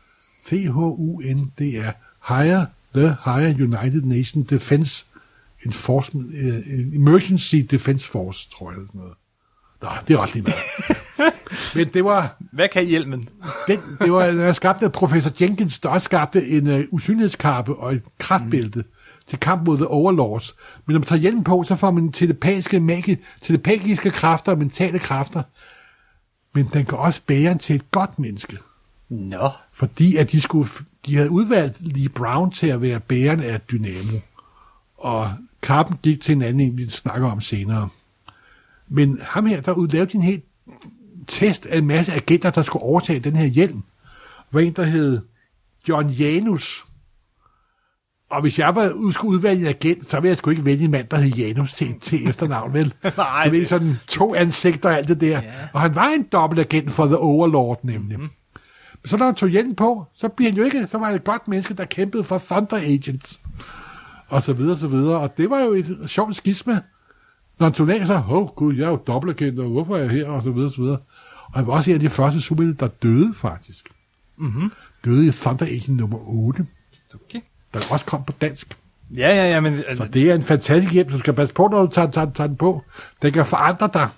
THUNDR. The Higher United Nations Defense Enforcement, Emergency Defense Force, tror jeg. Sådan noget. Nå, det er også lige meget. Men det var... Hvad kan hjelmen? Det var, når jeg skabte professor Jenkins, der også skabte en usynlighedskappe og et kraftbælte til kamp mod The Overlords. Men når man tager hjelmen på, så får man telepatiske kræfter og mentale kræfter. Men den kan også bære til et godt menneske. Nå. Fordi at de havde udvalgt Lee Brown til at være bæreren af Dynamo. Og kappen gik til en anden, vi snakker om senere. Men ham her, der lavede en helt test af en masse agenter, der skulle overtage den her hjelm. Der var en, der hed John Janus. Og hvis jeg skulle udvælge en agent, så ville jeg sgu ikke vælge en mand, der hed Janus til efternavn, vel? Nej, det var sådan 2 ansigter og alt det der. Yeah. Og han var en dobbeltagent for The Overlord, nemlig. Men så når han tog hjelmen på, så bliver han jo ikke, så var det et godt menneske, der kæmpede for Thunder Agents. Og så videre, så videre. Og det var jo et sjovt skisme. Når han tog af, så, gud, jeg er jo dobbeltagent, og hvorfor er jeg her, og så videre, så videre. Og han var også en af de første superhelte, der døde, faktisk. Døde i Thunder Agent nummer 8. Okay. Der også kom på dansk. Ja, men... Så det er en fantastisk hjelm, du skal passe på, når du tager den på. Den kan forandre dig.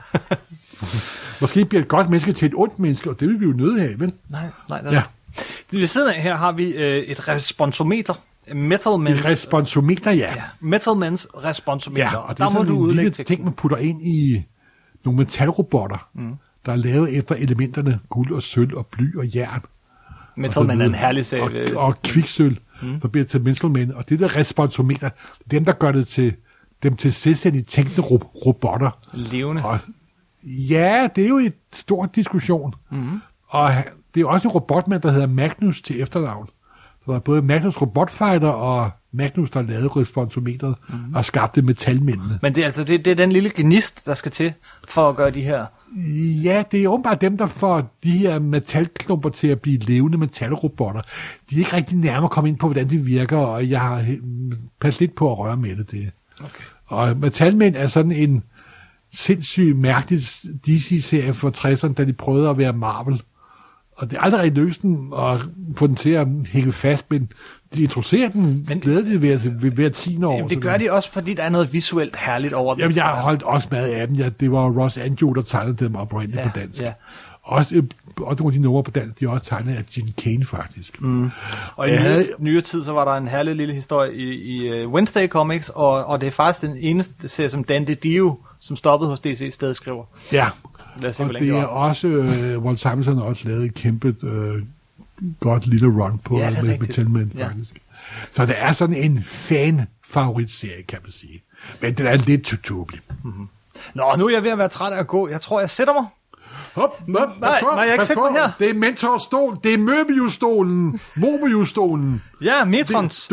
Måske bliver et godt menneske til et ondt menneske, og det vil vi jo nødt have, vel? Nej. Ja. Ved siden af her har vi et responsometer. Et responsometer, ja. Metalmans responsometer. Ja, og der må du udlægge en ting, man putter ind i nogle metalrobotter, der er lavet efter elementerne guld og sølv og bly og jern. Metalman er en herlig sag. Og kviksølv, der bliver til Metalman. Og det der responsometer, dem der gør det til dem til selvstændigt tænkende robotter. Levende. Og, ja, det er jo et stort diskussion. Og det er også en robotmand, der hedder Magnus til efternavn. Der var både Magnus Robotfighter og Magnus, der lavede responsometeret og skabte metalmændene. Men det er altså det er den lille gnist, der skal til for at gøre de her... Ja, det er åbenbart dem, der får de her metalklumper til at blive levende metalrobotter. De er ikke rigtig nærmere kommet ind på, hvordan de virker, og jeg har passet lidt på at røre med det. Okay. Og metalmænd er sådan en sindssygt mærkelig DC-serie for 60'erne, da de prøvede at være Marvel. Og det er aldrig rigtig løst den at få den til at hænge fast, men de introducerer den, glæder de ved 10 år. Jamen, det gør de også, fordi der er noget visuelt herligt over den. Jamen, jeg har holdt også med af dem. Det var Ross Andrew, der tegnede dem oprindeligt på dansk. Ja. Også nogle af de numre på dansk, de er også tegnet af Gene Kane, faktisk. Og i nyere tid, så var der en herlig lille historie i Wednesday Comics, og det er faktisk den eneste serie, som Dan DiDio, som stoppede hos DC, stadig skriver. Ja, se, og det er også, Walt Simonson har også lavet et kæmpe godt lille run på med Metalman, faktisk. Så det er sådan en fan-favorit-serie, kan man sige. Men den er lidt tåbelig. Nå, nu er jeg ved at være træt af at gå. Jeg tror, jeg sætter mig. Nej, jeg ikke sætter mig her. Det er Mentor-stol. Det er Möbius-stolen. Mobius-stolen. Ja, Metrons.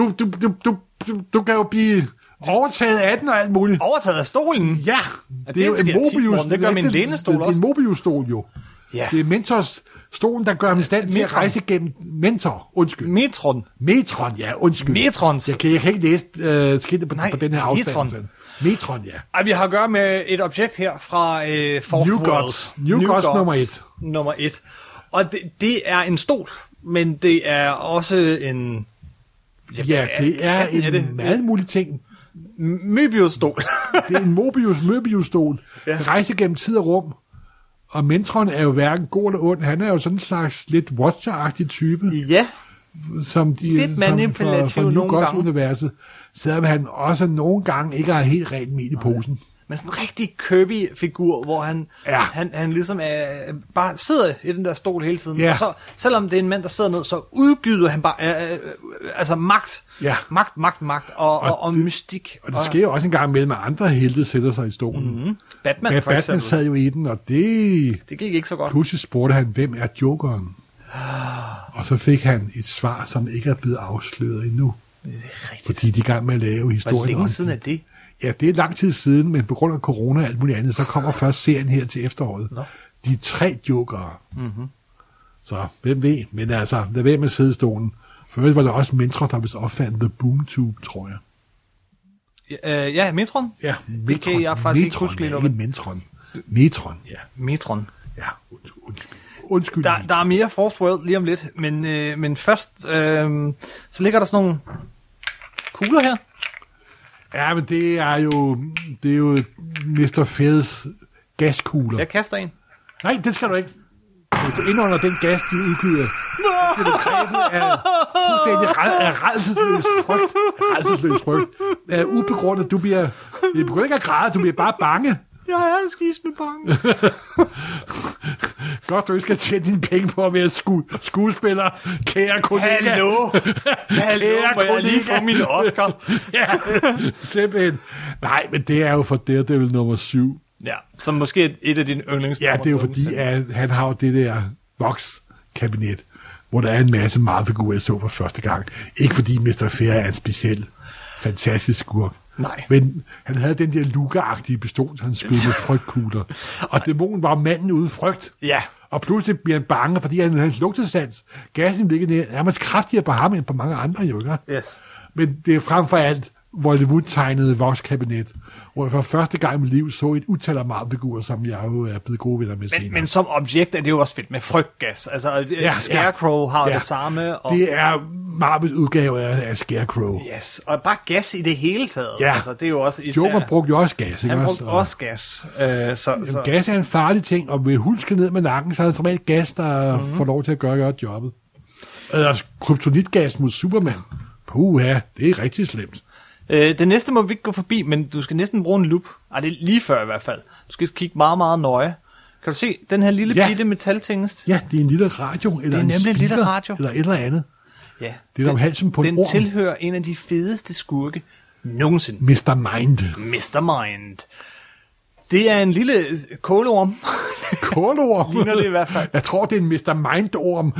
Du kan jo blive overtaget af den og alt muligt. Overtaget af stolen? Ja. Det er jo en Mobius. Det gør min lænestol også. Det er en Mobius-stol jo. Ja. Det er Mentors stolen, der gør ham i stand til at rejse gennem Mentor. Undskyld. Metron, ja. Undskyld. Metrons. Jeg kan ikke læse skidtet på den her afstand. Metron, ja. Ej, vi har at gøre med et objekt her fra Fourth World. New Gods nummer 1. Nummer 1. Og det er en stol, men det er også en Ja, det er en meget mulig ting. Möbius-stol. Det er en Möbius-stol. Ja. Rejse gennem tid og rum. Og Mentron er jo hverken god eller ond. Han er jo sådan en slags lidt Watcher-agtig type. Ja. Som de, lidt manipulativ for nogle gange. Universet. Selvom han også nogle gange ikke har helt rent med i posen. Men sådan en rigtig Kirby-figur, hvor han ligesom bare sidder i den der stol hele tiden. Ja. Og så, selvom det er en mand, der sidder ned, så udgyder han bare magt. Ja. Magt og mystik. Og det sker jo også en gang imellem, at andre helte sætter sig i stolen. Mm-hmm. Batman for eksempel. Batman sad jo i den, og det gik ikke så godt. Pludselig spurgte han, hvem er Jokeren? Og så fik han et svar, som ikke er blevet afsløret endnu. Det er rigtigt. Fordi de er i gang med at lave historien. Hvor længe siden er det? Ja, det er lang tid siden, men på grund af corona og alt muligt andet, så kommer først serien her til efteråret. Nå. De 3 Jokere. Mm-hmm. Så hvem ved? Men altså, lad være med sidestolen. For øvrigt var der også Mentron, der blev opfandt The Boom Tube, tror jeg. Ja, Metron? Ja, Metron. Det kan jeg faktisk ikke huske lige nu. Ikke Mentron. Metron, ja. Metron. Ja, undskyld. Der er mere Fourth World lige om lidt, men først, så ligger der sådan nogle kugler her. Ja, men det er jo Mr. Feds gaskugler. Jeg kaster en. Nej, det skal du ikke. Hvis du indånder den gas, de udgyder, så bliver du grebet af fuldstændig rædselsløs frygt. Ubegrundet, du begynder ikke at græde, du bliver bare bange. Jeg er skisme bange. Godt, du ikke skal tjene dine penge på at være skuespiller, kære kollega. Hallo, må jeg lige få min Oscar? Ja, simpelthen. Nej, men det er jo for Daredevil nummer 7. Ja, som måske er et af dine yndlingsnummer. Ja, det er jo fordi, at han har jo det der Vox-kabinet, hvor der er en masse Marvel-figurer, jeg så for første gang. Ikke fordi Mr. Fair er en speciel, fantastisk skurk. Nej. Men han havde den der Luca-agtige pistol, så han skød med frygtkugler. Og dæmonen var manden uden frygt. Ja. Og pludselig bliver han bange, fordi hans lugtesans, gassen virkede nærmest kraftigere på ham end på mange andre, jo ikke? Yes. Men det er frem for alt Hollywood-tegnede Vox-kabinet, hvor jeg for første gang i mit liv så et utal af Marvel-figurer, som jeg jo er blevet gode venner med senere. Men som objekt er det jo også fedt med frygtgas. Altså, Scarecrow har det samme. Og det er Marvels udgave af Scarecrow. Yes, og bare gas i det hele taget. Ja. Altså, det er jo også især... Joker brugte jo også gas, ikke? Han brugte også gas. Så... Gas er en farlig ting, og ved hulske ned med nakken, så er det som regel gas, der får lov til at gøre jobbet. Altså, kryptonitgas mod Superman. Puha, det er rigtig slemt. Det næste må vi ikke gå forbi, men du skal næsten bruge en lup. Det er lige før i hvert fald. Du skal kigge meget, meget nøje. Kan du se den her lille bitte metaltingest? Ja, det er en lille radio, eller det er nemlig en lille radio. Eller et eller andet. Ja. Det er om halsen på en orm. Den tilhører en af de fedeste skurke nogensinde. Mr. Mind. Mr. Mind. Det er en lille kåleorm. Kåleorm? Ligner det i hvert fald. Jeg tror, det er en Mr. Mind-orm.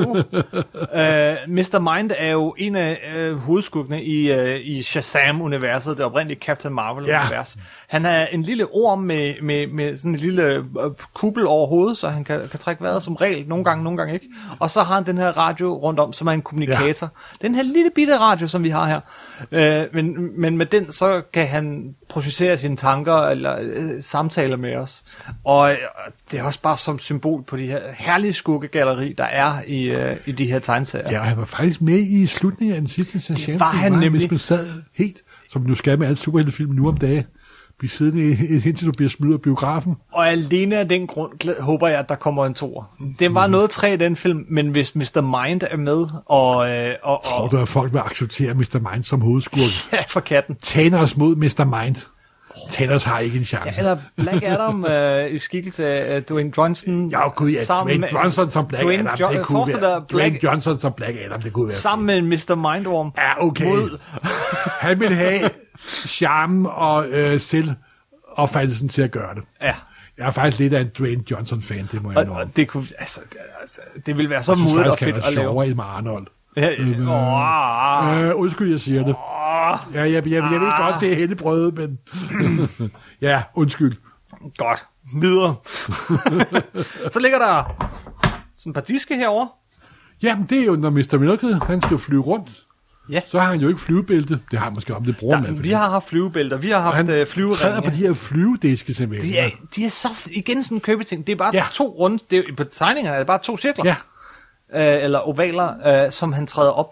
Mr. Mind er jo en af hovedskurkene i Shazam-universet, det oprindelige Captain Marvel-univers. Ja. Han er en lille orm med sådan en lille kuppel over hovedet, så han kan trække vejret som regel, nogle gange ikke. Og så har han den her radio rundt om, som er en kommunikator. Ja. Den her lille bitte radio, som vi har her. Men med den, så kan han processere sine tanker eller samtaler med os. Og det er også bare som symbol på de her herlige skurkegalleri, der er i de her tegneserier. Ja, han var faktisk med i slutningen af den sidste Shazam. Det var han nemlig. Hvis man sad helt, som du skal med alle superheltefilm nu om dagen, blive siddende indtil du bliver smidt af biografen. Og alene af den grund håber jeg, at der kommer en toer. Det var noget træ i den film, men hvis Mr. Mind er med, og tror du, at folk vil acceptere Mr. Mind som hovedskurk? Ja, for katten. Thanos mod Mr. Mind. Thanos har ikke en chance. Ja, eller Black Adam i skikkelse af Dwayne Johnson. Ja, gud, ja. Dwayne Johnson som Black Adam, det kunne være. Dwayne Johnson som Black Adam, det kunne være. Sammen med Mr. Mindworm. Ja, okay. Han vil have charme og selvopfattelsen til at gøre det. Ja. Jeg er faktisk lidt af en Dwayne Johnson-fan, det må jeg indrømme. Og det kunne, det ville være så modigt og fedt at lave. Jeg med Arnold. Undskyld, jeg siger det. Jeg ved godt, det er heldigbrød, men... ja, undskyld. Godt. Videre. Så ligger der sådan et par diske herover. Jamen, det er jo, når Mr. Miracle, han skal flyve rundt. Ja. Så har han jo ikke flyvebælte. Det har han måske om, det bruger man. Vi har haft flyvebælter, vi har haft flyveringe. Han træder på de her flyvediske simpelthen. De er så, igen sådan en købeting. Det er bare 2 rundt, på tegningerne er det bare 2 cirkler. Ja. Eller ovaler, som han træder op på.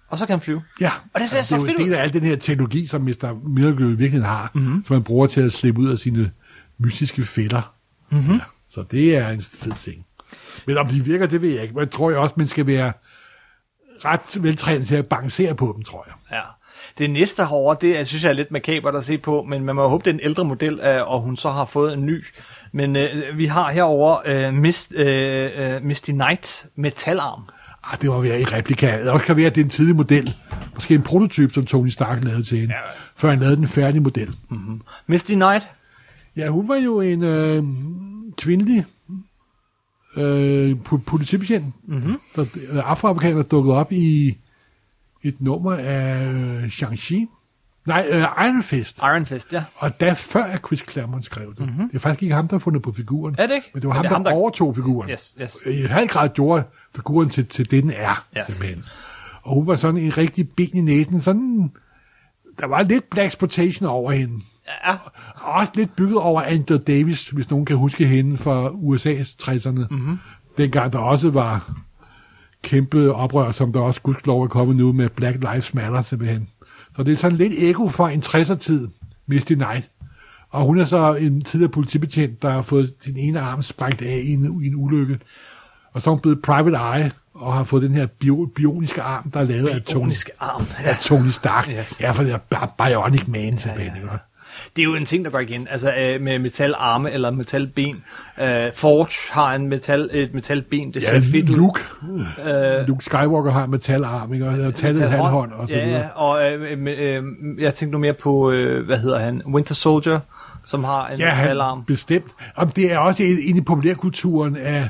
Og så kan han flyve. Ja, og det ser så fedt ud. Det er jo del af al den her teknologi, som Mr. Miracle virkelig har, som man bruger til at slippe ud af sine mystiske fælder. Mm-hmm. Ja, så det er en fed ting. Men om de virker, det ved jeg ikke. Men jeg tror også, man skal være ret veltrænet til at balancere på dem, tror jeg. Ja. Det næste herovre, det synes jeg er lidt makabert at se på, men man må håbe, det er en ældre model, og hun så har fået en ny. Men vi har herovre Misty Knights metalarm. Det må være en replika. Det kan være, at det er en tidlig model. Måske en prototyp, som Tony Stark lavede til hende, før han lavede den færdige model. Mm-hmm. Misty Knight? Ja, hun var jo en kvindelig politibetjent, afroamerikaner, der dukkede op i et nummer af Shang-Chi. Nej, Iron Fist. Iron Fist, ja. Og da før at Chris Claremont skrev det. Mm-hmm. Det er faktisk ikke ham, der har fundet på figuren. Er det ikke? Men det var ham, der overtog figuren. Yes. I halv grad gjorde figuren til det, den er. Yes. Simpelthen. Og hun var sådan en rigtig ben i næsen. Sådan, der var lidt blaxploitation over hende. Ja. Og også lidt bygget over Angela Davis, hvis nogen kan huske hende fra USA's 60'erne. Mm-hmm. Dengang der også var kæmpe oprør, som der også gudskelov er kommet nu med Black Lives Matter simpelthen. Så det er sådan lidt ekko fra en 60'er-tid, Misty Knight. Og hun er så en tidligere politibetjent, der har fået sin ene arm sprængt af i en ulykke. Og så er hun blevet Private Eye, og har fået den her bioniske arm, der er lavet af Tony Stark. Yes. Ja, for det er Bionic Man tilbage. Ja. Det er jo en ting, der går igen. Altså med metalarme eller metalben. Forge har et metalben, det ser fedt ud. Luke Skywalker har en metalarm, ikke? Og metalhånd og så videre. Ja, og jeg tænkte nu mere på, hvad hedder han? Winter Soldier, som har en metalarm. Ja, bestemt. Og det er også en i populærkulturen af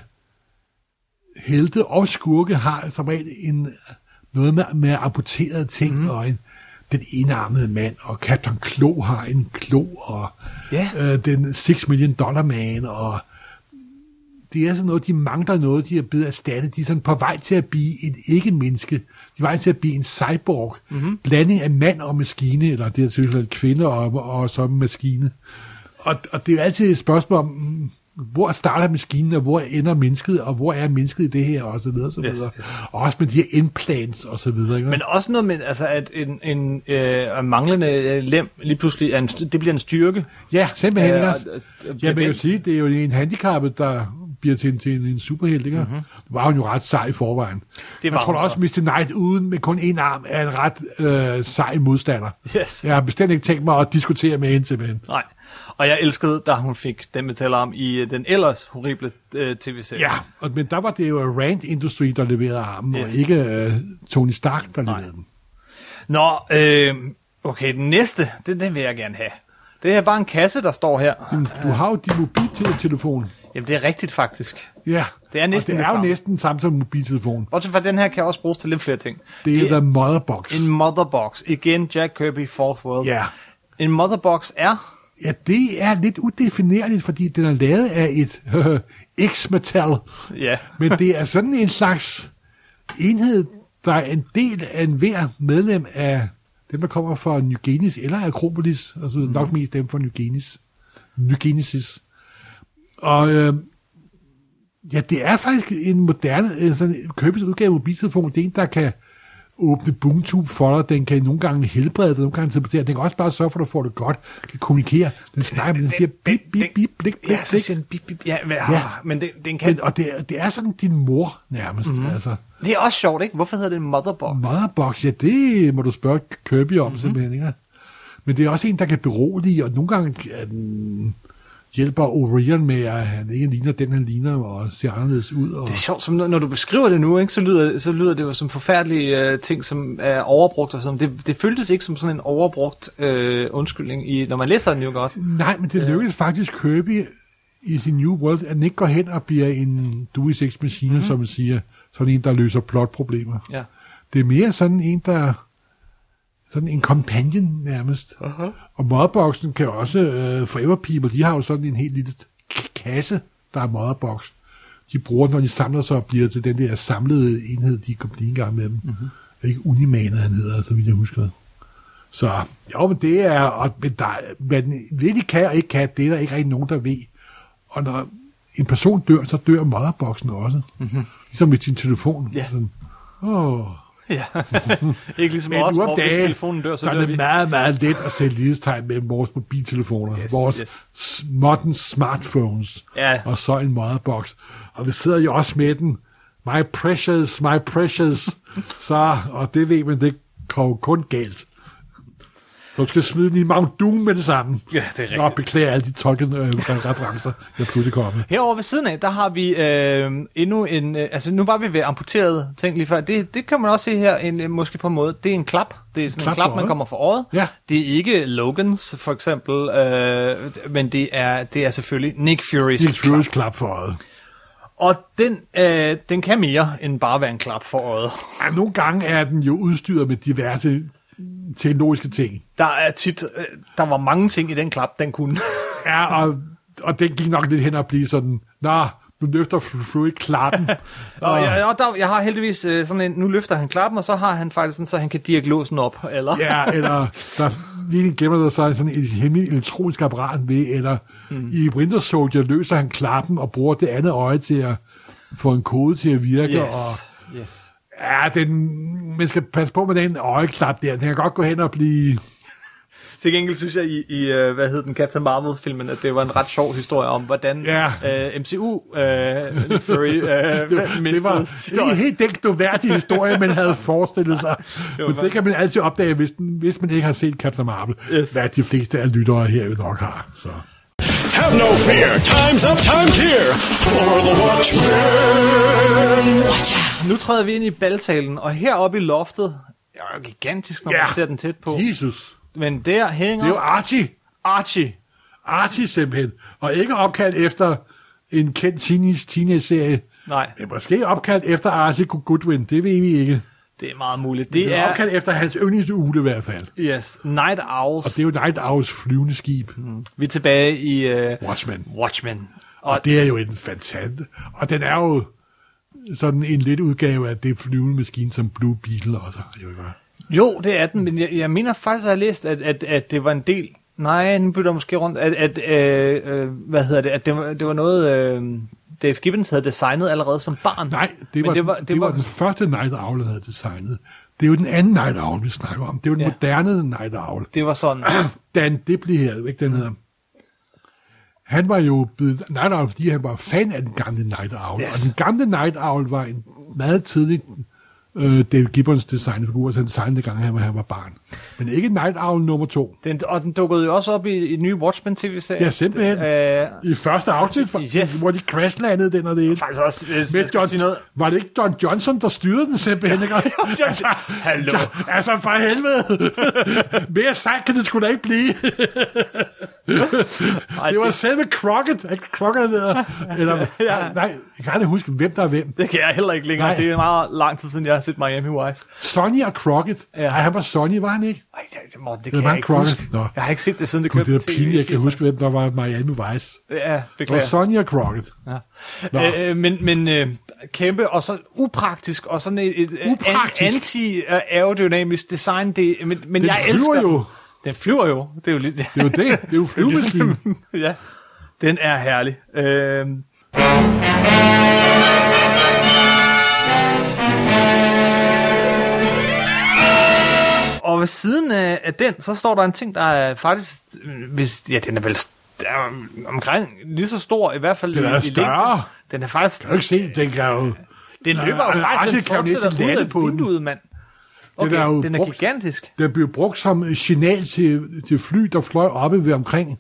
helte og skurke har som regel noget med amputerede ting og den enarmede mand, og Captain Klo har en klo, og den $6 Million Man, og det er sådan noget, de mangler noget, de er blevet erstattet. De er sådan på vej til at blive et ikke-menneske. De er på vej til at blive en cyborg. Mm-hmm. Blanding af mand og maskine, eller det er selvfølgelig kvinde og så maskine. Og det er jo altid et spørgsmål om, hvor starter maskinen, og hvor ender mennesket, og hvor er mennesket i det her, og så videre, så videre. Yes. Og også med de her implants, og så videre. Ikke? Men også noget med, altså, at en manglende lem lige pludselig, det bliver en styrke. Ja, simpelthen. Jeg vil jo sige, det er jo en handicappet, der bliver til en superhelt, ikke? Mm-hmm. Det var hun jo ret sej i forvejen. Jeg tror da også, Mr. Knight uden med kun en arm er en ret sej modstander. Yes. Jeg har bestemt ikke tænkt mig at diskutere med hende simpelthen. Nej. Og jeg elskede, da hun fik den metalarm i den ellers horrible tv-serie. Ja, men der var det jo Rand Industry, der leverede armen, og ikke Tony Stark, der leverede den. Nå, okay, den næste, den vil jeg gerne have. Det er bare en kasse, der står her. Du har jo din mobiltelefon. Jamen, det er rigtigt faktisk. Ja, det er næsten og det er jo næsten samme som mobiltelefon. Bortset fra, den her kan også bruges til lidt flere ting. Det er The Motherbox. En Motherbox. Igen, Jack Kirby, Fourth World. Ja. En Motherbox er... Ja, det er lidt udefinerligt, fordi den er lavet af et X-metal. Ja. Men det er sådan en slags enhed, der er en del af enhver medlem af dem, der kommer fra New Genesis eller Acropolis, altså nok mest dem fra New Genesis. Og det er faktisk en moderne, sådan Kirby's udgave af mobiltelefon. Det er en, der kan åbne boontube for dig, den kan nogle gange helbrede dig, nogle gange interpretere, den kan også bare sørge for, at du får det godt, kan kommunikere, den snakker, den siger bip, bip, bip, blik, blik, ja, så siger den bip, bip, ja, men den kan... Men, og det er sådan din mor nærmest, altså. Det er også sjovt, ikke? Hvorfor hedder det en Motherbox? Motherbox, ja, det må du spørge Kirby om, simpelthen, ikke? Men det er også en, der kan berolige, og nogle gange hjælper Orion med, at han ikke ligner den, han ligner, og ser anderledes ud. Og... Det er sjovt, som når du beskriver det nu, ikke, så lyder det jo som forfærdelige ting, som er overbrugt. Og sådan. Det føltes ikke som sådan en overbrugt undskyldning, når man læser den jo godt. Nej, men det lykkedes faktisk Kirby i sin New World, at den ikke går hen og bliver en Deus Ex Machina, som man siger, sådan en, der løser plotproblemer. Ja. Det er mere sådan en, der... sådan en companion nærmest. Uh-huh. Og Motherboxen kan også, Forever People, de har jo sådan en helt lille kasse, der er Motherbox. De bruger, når de samler sig og bliver til den der samlede enhed, de kan blive en gang med dem. Uh-huh. Ikke Unimanet, han hedder, så vidt jeg husker. Så, jo, men det er, hvad den virkelig kan og ikke kan, det er der ikke rigtig nogen, der ved. Og når en person dør, så dør Motherboxen også. Uh-huh. Ligesom med sin telefon. Ja. Sådan, Ja, ikke ligesom os, hvor hvis telefonen dør, så er det meget, meget let at sætte lighedstegn mellem vores mobiltelefoner, vores modern smartphones, og så en motherbox. Og vi sidder jo også med den, my precious, så, og det ved man, det kommer kun galt. Så du skal smide den i Mount Doom med det samme. Ja, det er rigtigt. Og beklager alle de Tolkien-referencer, jeg pludselig kommer. Herovre ved siden af, der har vi endnu en... altså, nu var vi ved amputerede ting lige før. Det kan man også se her, måske på en måde. Det er en klap. Det er sådan en klap, man kommer for øjet. Ja. Det er ikke Logans, for eksempel. Men det er selvfølgelig Nick Fury's klap for øjet. Og den kan mere end bare være en klap for øjet. Ja, nogle gange er den jo udstyret med diverse teknologiske ting. Der var mange ting i den klap, den kunne. Ja, og den gik nok lidt hen at blive sådan, nu løfter Fury klappen. Jeg har heldigvis sådan en, nu løfter han klappen, og så har han faktisk sådan, så han kan dirke låsen op. Eller? Ja, eller der lige gemmer der sig sådan et hemmeligt elektronisk apparat ved, eller i Winter Soldier løser han klappen og bruger det andet øje til at få en kode til at virke. Yes. Ja, man skal passe på med den øjeklap der. Den kan godt gå hen og blive... Til gengæld synes jeg i hvad hed den, Captain Marvel-filmen, at det var en ret sjov historie om, hvordan MCU Fury det var en helt dækdoværdig historie, man havde forestillet sig. Men det kan man altid opdage, hvis man ikke har set Captain Marvel, hvad de fleste af lyttere her jo nok har. Så. Have no fear, time's up, time's here for the Watchmen. Nu træder vi ind i balsalen, og heroppe i loftet, det er jo gigantisk, når man ser den tæt på. Jesus. Men der hænger... Det er jo Archie simpelthen. Og ikke opkaldt efter en kendt teenage-serie. Nej. Men måske opkaldt efter Archie Goodwin. Det ved vi ikke. Det er meget muligt. Det er opkaldt efter hans yndlingsugle i hvert fald. Yes. Night Owls. Og det er jo Night Owls flyvende skib. Vi er tilbage i... Watchmen. Og det er jo en fantastisk... Og den er jo sådan en lidt udgave af det flyvende maskine, som Blue Beetle også har. Jo, det er den, men jeg mener faktisk, at jeg har læst, at det var en del... Nej, nu bytter jeg måske rundt. Hvad hedder det? At det var noget... Dave Gibbons havde designet allerede som barn. Nej, det var den første Night Owl, der havde designet. Det er jo den anden Night Owl, vi snakker om. Det er jo den moderne Night Owl. Det var sådan... Dan Dibley her, ikke den hedder. Han var jo blevet Night Owl, fordi han var fan af den gamle Night Owl. Yes. Og den gamle Night Owl var en meget tidlig Dave Gibbons designfigur, så han designede gang, han var barn. Men ikke Night Owl nummer 2. Og den dukkede jo også op i nye Watchmen TV-serie. Ja, simpelthen. I første afsnit, hvor de crashlandede den og det hele. Faktisk også... Var det ikke Don Johnson, der styrede den simpelthen? Hallo. Altså, for helvede. Mere sejt kan det sgu da ikke blive. Det var selve Crockett. Ikke Crockett der. Eller, nej, jeg kan aldrig huske, hvem der er hvem. Det kan jeg heller ikke længere. Nej. Det er meget lang tid siden, jeg har set Miami Vice. Sonny og Crockett. Nej, han var Sonny, var han ikke? Nej, det kan jeg ikke huske. Nå. Jeg har ikke set det, siden det kørte på TV. Det er pinligt, jeg kan huske, hvem der var Miami Vice. Ja, beklager. Og Sonny og Crockett. Ja. Men kæmpe, og så upraktisk, og sådan et anti-aerodynamisk design. Men jeg elsker jo. Den flyver jo. Det er jo lidt... Det er jo det. Det er jo flyvemaskinen. Ja, den er herlig. Og ved siden af den, så står der en ting, der er faktisk... den er vel omkring lige så stor, i hvert fald den er større. Den er faktisk... Kan du ikke se, den kan jo... Den løber jo faktisk, den fortsætter ud af vinduet, mand. Okay, den er gigantisk. Den bliver brugt som signal til fly, der fløj oppe ved omkring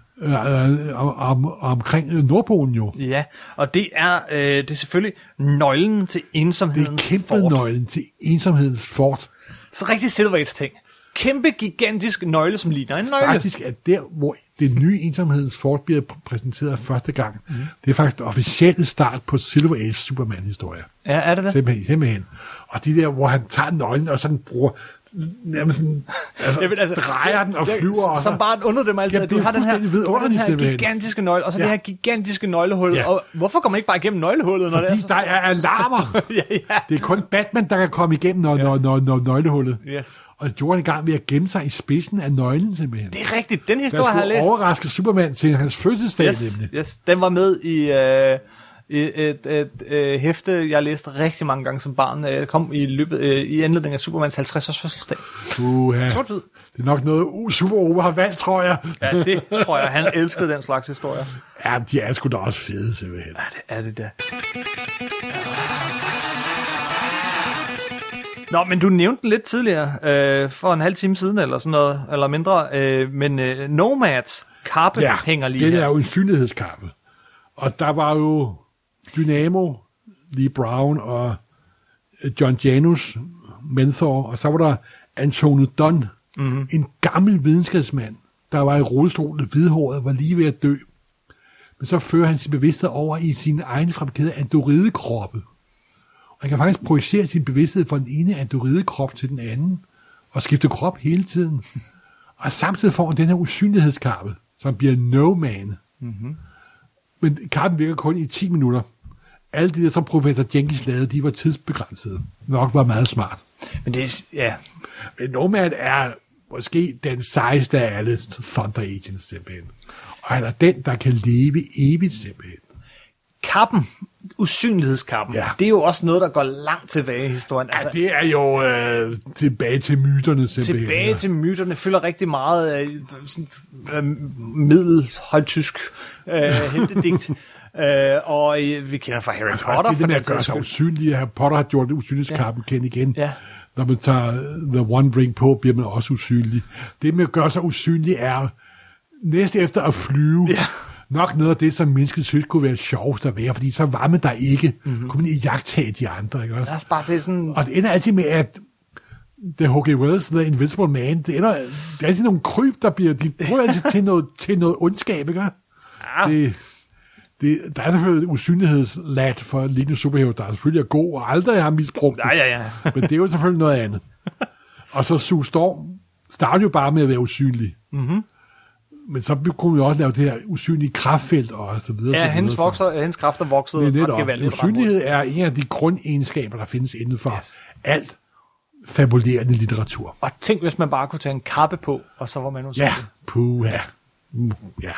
Nordpolen jo. Ja, og det er selvfølgelig nøglen til ensomhedens fort. Det er kæmpe nøglen til ensomhedens fort. Så rigtig Silver Age ting. Kæmpe gigantisk nøgle, som ligner en nøgle. Faktisk er der, hvor det nye ensomhedens fort bliver præsenteret første gang. Det er faktisk den officielle start på Silver Age Superman-historie. Ja, er det det? Simpelthen. Og de der, hvor han tager nøglen og sådan bruger... nærmest sådan, drejer den og flyver. Som barn undrede det mig altid, at du har den her gigantiske nøgle, og så det her gigantiske nøglehul. Ja. Og hvorfor går man ikke bare igennem nøglehullet? Når fordi der er alarmer. Det er kun Batman, der kan komme igennem når nøglehullet. Yes. Og Jordan er i gang ved at gemme sig i spidsen af nøglen simpelthen. Det er rigtigt, den historie har jeg læst. overraske Superman til hans fødselsdag. Yes. Den var med et hæfte, jeg læste rigtig mange gange som barn. Kom i anledning af Supermans 50-års fødselsdag. Sort-hvid. Det er nok noget Super-Ove har valgt, tror jeg. Ja, det tror jeg. Han elskede den slags historier. Ja, de er sgu da også fede, simpelthen. Ja, det er det da. Nå, men du nævnte den lidt tidligere, for en halv time siden, eller sådan noget, eller mindre, men Nomads kappe hænger lige her. Ja, det er jo en synlighedskappe. Og der var jo Dynamo, Lee Brown og John Janus, Mentor, og så var der Antonio Dunn, en gammel videnskabsmand, der var i rullestol, hvidhåret, var lige ved at dø. Men så fører han sin bevidsthed over i sin egen fremkæde androidekroppe. Og han kan faktisk projicere sin bevidsthed fra den ene androidekrop til den anden, og skifte krop hele tiden. Og samtidig får han den her usynlighedskappe, som bliver No Man. Men kappen virker kun i 10 minutter. Alle de der, som professor Jenkins lavede, de var tidsbegrænsede. Nok var meget smart. Men det er, ja. Men No Man er måske den sejeste af alle Thunder Agents, simpelthen. Og han er den, der kan leve evigt, simpelthen. Kappen, usynlighedskappen, det er jo også noget, der går langt tilbage i historien. Ja, det er jo tilbage til myterne, simpelthen. Tilbage til myterne, fylder rigtig meget middelhøjtysk heltedigt. Og vi kender fra Harry Potter. Det med at gøre sig usynlig. Harry Potter har gjort usynlighedskappen kendt igen. Ja. Når man tager The One Ring på, bliver man også usynlig. Det med at gøre sig usynlig er næste efter at flyve. Ja. Nok noget af det, som mennesket synes kunne være sjovt at være, fordi så var man der ikke. Kunne man iagttage de andre, ikke også? Det er sådan... Og det ender altid med, at The H.G. Wells, The Invisible Man, det er altid nogle kryb, der bliver... De bruger altid til noget ondskab, ikke? Ja. Der er selvfølgelig usynlighedslat for lignende superhero, der selvfølgelig er god, og aldrig har misbrugt det. Ja. Men det er jo selvfølgelig noget andet. Og så Sue Storm starter jo bare med at være usynlig. Men så kunne vi også lave det her usynlige kraftfelt og så videre. Ja, hendes kræfter voksede ret gevaldigt. Usynlighed er en af de grundegenskaber, der findes inden for alt fabulerende litteratur. Og tænk, hvis man bare kunne tage en kappe på, og så var man usynlig. Ja, puha. Ja.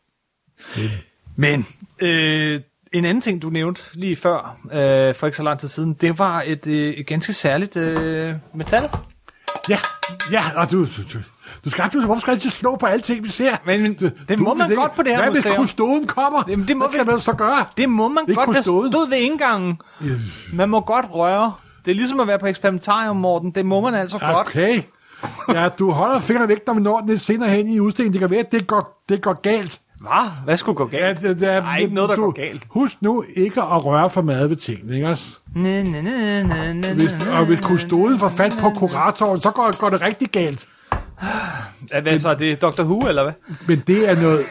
Men en anden ting, du nævnte lige før, for ikke så lang tid siden, det var et ganske særligt metal. Ja, og hvorfor skal altid slå på alle ting, vi ser? Men det må man godt på det her museum. Hvad hvis kustoden kommer? Hvad skal man så gøre? Det må man godt. Der stod ved indgangen. Man må godt røre. Det er ligesom at være på eksperimentarium, Morten. Det må man altså godt. Okay. Ja, du holder fingrene væk, når vi når den senere hen i udstillingen. Det kan være, at det går galt. Hvad skulle gå galt? Ja, der er ikke noget, der går galt. Husk nu ikke at røre for mad ved tingene, ikke også? Og hvis kustoden får fat på kuratoren, så går det rigtig galt. Hvad så? Er det Dr. Who, eller hvad? Men det er noget...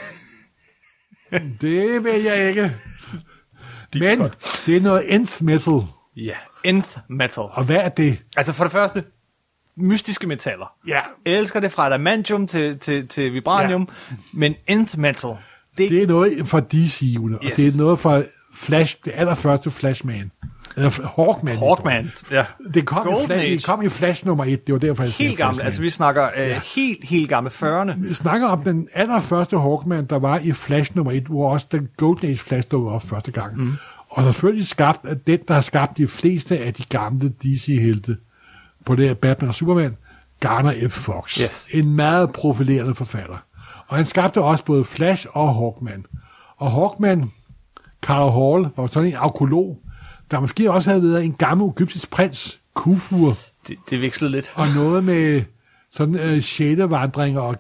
Det ved jeg ikke. Men det er noget nth metal. Ja, nth metal. Og hvad er det? Altså for det første, mystiske metaller. Ja. Jeg elsker det fra adamantium til vibranium, men nth metal. Det er noget fra DC-ene, og det er noget fra Flash, det allerførste Flashman. Eller Hawkman. Ja. Det kom i Flash nummer 1, det var derfor, jeg helt gammel, altså vi snakker helt gamle 40'erne. Vi snakker om den allerførste Hawkman, der var i Flash nummer 1, hvor også den Golden Age Flash dukkede op første gang. Og selvfølgelig skabt af den, der har skabt de fleste af de gamle DC-helte på det her Batman og Superman, Garner F. Fox. Yes. En meget profilerende forfatter. Og han skabte også både Flash og Hawkman. Og Hawkman, Carl Hall, var sådan en arkeolog, der måske også havde været en gammel egyptisk prins, Khufu. Det vekslede lidt. Og noget med sådan sjælevandringer og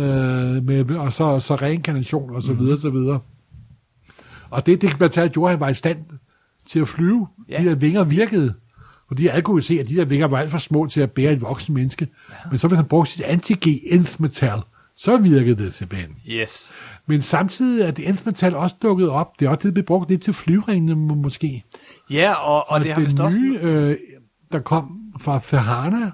og så reinkarnation og så videre, så videre. Og det materiale gjorde, han var i stand til at flyve. Ja. De der vinger virkede. Fordi alle kunne se, at de der vinger var alt for små til at bære et voksen menneske. Ja. Men så hvis han brugte sit anti-G metal, så virkede det simpelthen. Yes. Men samtidig er det metal også dukket op. Det er også det, der blev brugt lidt til flyvringene måske. Ja, og det har vist også... nye, der kom fra Ferhana,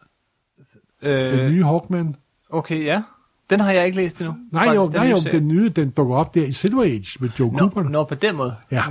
den nye Hawkman. Okay, ja. Den har jeg ikke læst endnu. Nej, den nye, den dukker op der i Silver Age med Joe Cooper. Nå, på den måde. Ja.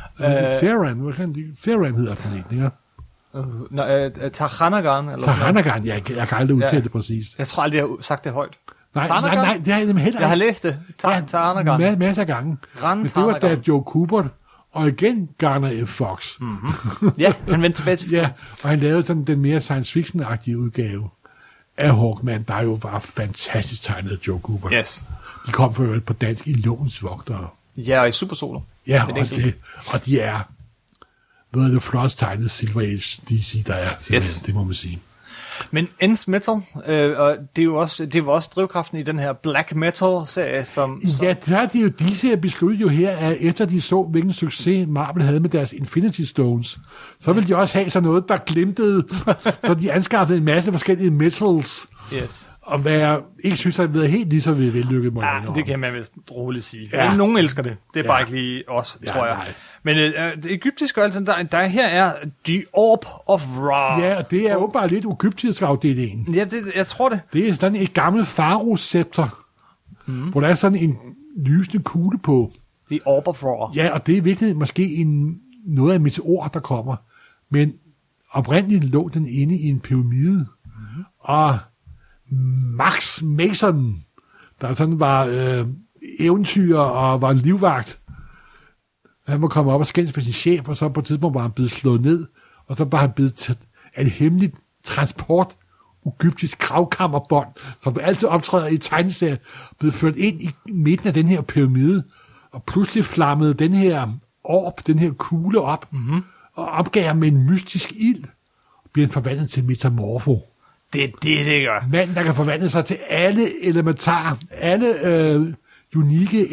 Farran hedder den ikke? Tahanagan, eller Tahanagan, jeg kan aldrig udtale det præcis. Jeg tror aldrig, jeg har sagt det højt. Nej, det har jeg heller ikke. Jeg har læst det. Tahanagan. Masser af gange. Men det var da Joe Cooper Og igen Garner F. Fox. Mm-hmm. Ja, han vendte tilbage til ja, og han lavede sådan den mere science fiction-agtige udgave af Hawkman, der jo var fantastisk tegnet af Joe Kubert. Yes. De kom for øvrigt på dansk i Lovens Vogtere. Ja, og i Super Solo. Ja, og de er noget af det flotteste tegnet Silver Age DC, der er. Yes. Det må man sige. Men Ends Metal, og det var også drivkraften i den her Black Metal-serie, som... Ja, der er de jo DC besluttet jo her, at efter de så, hvilken succes Marvel havde med deres Infinity Stones, så ville de også have sådan noget, der glimtede, så de anskaffede en masse forskellige metals. Yes. Og hvad jeg ikke synes, at det er helt lige så vellykket. Ja, det kan man vist roligt sige. Ja. Men nogen elsker det. Det er bare ikke lige os, tror jeg. Nej. Men det egyptiske, altså, der her er The Orb of Ra. Ja, og det er jo bare lidt egyptisk afdelingen. Ja, jeg tror det. Det er sådan et gammelt faroscepter, hvor der er sådan en lysende kugle på. The Orb of Ra. Ja, og det er virkelig måske noget af et meteor, der kommer. Men oprindeligt lå den inde i en pyramide. Og Max Mason, der sådan var eventyr og var livvagt, han var kommet op og skændes med sin chef, og så på et tidspunkt var han blevet slået ned, og så var han blevet af et hemmeligt transport egyptisk gravkammerbånd, som der altid optræder i tegneserier, blevet ført ind i midten af den her pyramide, og pludselig flammede den her orb, den her kugle op, og opgav med en mystisk ild, og bliver forvandlet til metamorfo. Det er det gør. Manden, der kan forvandle sig til alle elementarer, alle unikke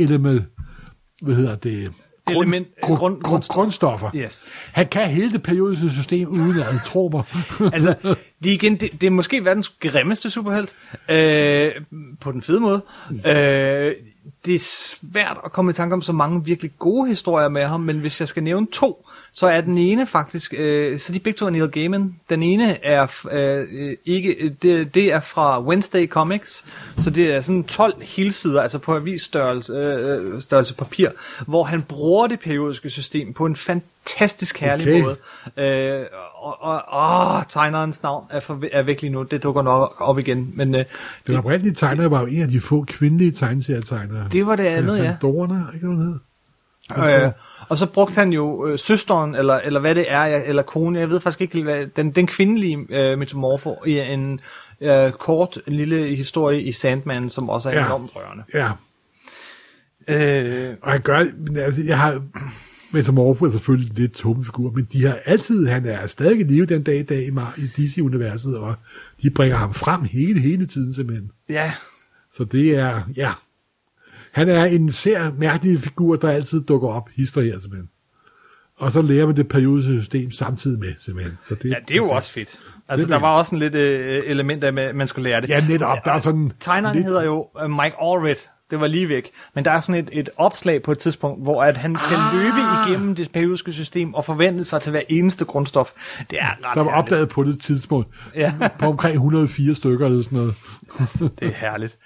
grundstoffer. Yes. Han kan hele det periodiske system uden at tro mig. Altså, det er måske verdens grimmeste superhelt, på den fede måde. Det er svært at komme i tanke om så mange virkelig gode historier med ham, men hvis jeg skal nævne 2, så er den ene faktisk, så de begge to er Neil Gaiman. Den ene er det er fra Wednesday Comics, så det er sådan 12 helsider, altså på avisstørrelse papir, hvor han bruger det periodiske system på en fantastisk herlig måde. Tegnerens navn er væk lige nu. Det dukker nok op igen. Men den oprindelige tegner var jo en af de få kvindelige tegneserietegnere. Det var det andet, ja. Fandorerne, ikke noget hed. Og så brugte han jo søsteren, eller hvad det er, eller kone, jeg ved faktisk ikke, hvad, den kvindelige metamorfo i en kort, en lille historie i Sandman, som også er enormt rørende. Ja. Og han gør, altså, jeg har... Metamorfo er selvfølgelig lidt tomme figur, men han er stadig i live den dag i dag i DC-universet, og de bringer ham frem hele tiden simpelthen. Ja. Så det er, han er en mærkelig figur, der altid dukker op, hister her simpelthen. Og så lærer man det periodiske system samtidig med simpelthen. Så det er jo også fedt. Altså, der var også en lidt element af, at man skulle lære det. Ja, netop. Der er sådan tegneren hedder jo Mike Allred. Det var lige væk. Men der er sådan et opslag på et tidspunkt, hvor at han skal løbe igennem det periodiske system og forvandle sig til hver eneste grundstof. Det er ret der var opdaget på det tidspunkt. Ja. På omkring 104 stykker eller sådan noget. Altså, det er herligt.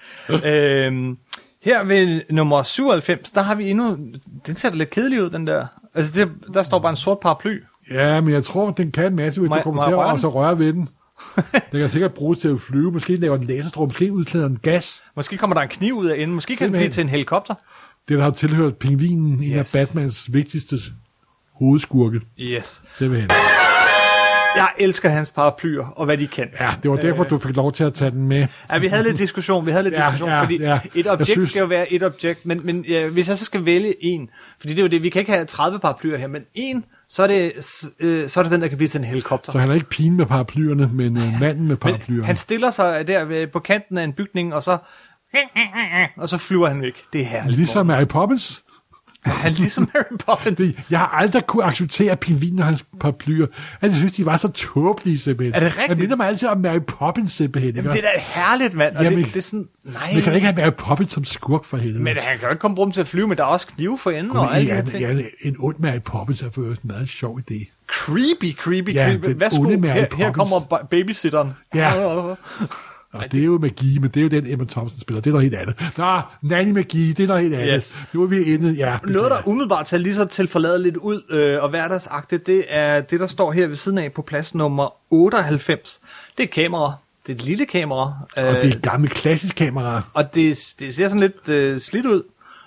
Her ved nummer 97, der har vi endnu... Den ser da lidt kedelig ud, den der. Altså, der står bare en sort paraply. Ja, men jeg tror, den kan en masse, hvis du kommer til at røre ved den. Den kan sikkert bruges til at flyve. Måske laver den laserstråle, måske udklæder den gas. Måske kommer der en kniv ud af enden. Måske kan den blive til en helikopter. Det har tilhørt pingvinen, en af Batmans vigtigste hovedskurke. Yes. Simpelthen. Jeg elsker hans paraplyer, og hvad de kan. Ja, det var derfor, du fik lov til at tage den med. Ja, vi havde lidt diskussion, fordi et objekt skal jo være et objekt, men hvis jeg så skal vælge en, fordi det er jo det, vi kan ikke have 30 paraplyer her, men en, så er det den, der kan blive til en helikopter. Så han er ikke pigen med paraplyerne, men manden med paraplyerne. Han stiller sig der på kanten af en bygning, og så flyver han væk. Det er herligt. Ligesom Mary Poppins. Han ligesom Mary Poppins. Jeg har aldrig kunne acceptere pingvinen og hans paraplyer. Jeg synes, de var så tåbelige simpelthen. Er det rigtigt? Jeg minder mig altid om Mary Poppins simpelthen. Jamen, det er da herligt, mand. Og det er sådan, nej. Man kan ikke have Mary Poppins som skurk for helvede. Men han kan jo ikke komme brugt til at flyve, men der er også knive for enden og alle de her ting. Ja, en ond Mary Poppins er for en meget sjov idé. Creepy. Ja, værsgo, her kommer babysitteren. Ja. Og det er jo magi, men det er jo den Emma Thompson spiller. Det er noget helt andet. Nå, nanny-magi, det er noget helt andet. Yes. Nu er vi inde. Ja, noget, der umiddelbart ser lige så tilforladeligt ud og hverdagsagtigt, det er det, der står her ved siden af på plads nummer 98. Det er kamera. Det er et lille kamera. Og det er et gammelt klassisk kamera. Og det ser sådan lidt slidt ud.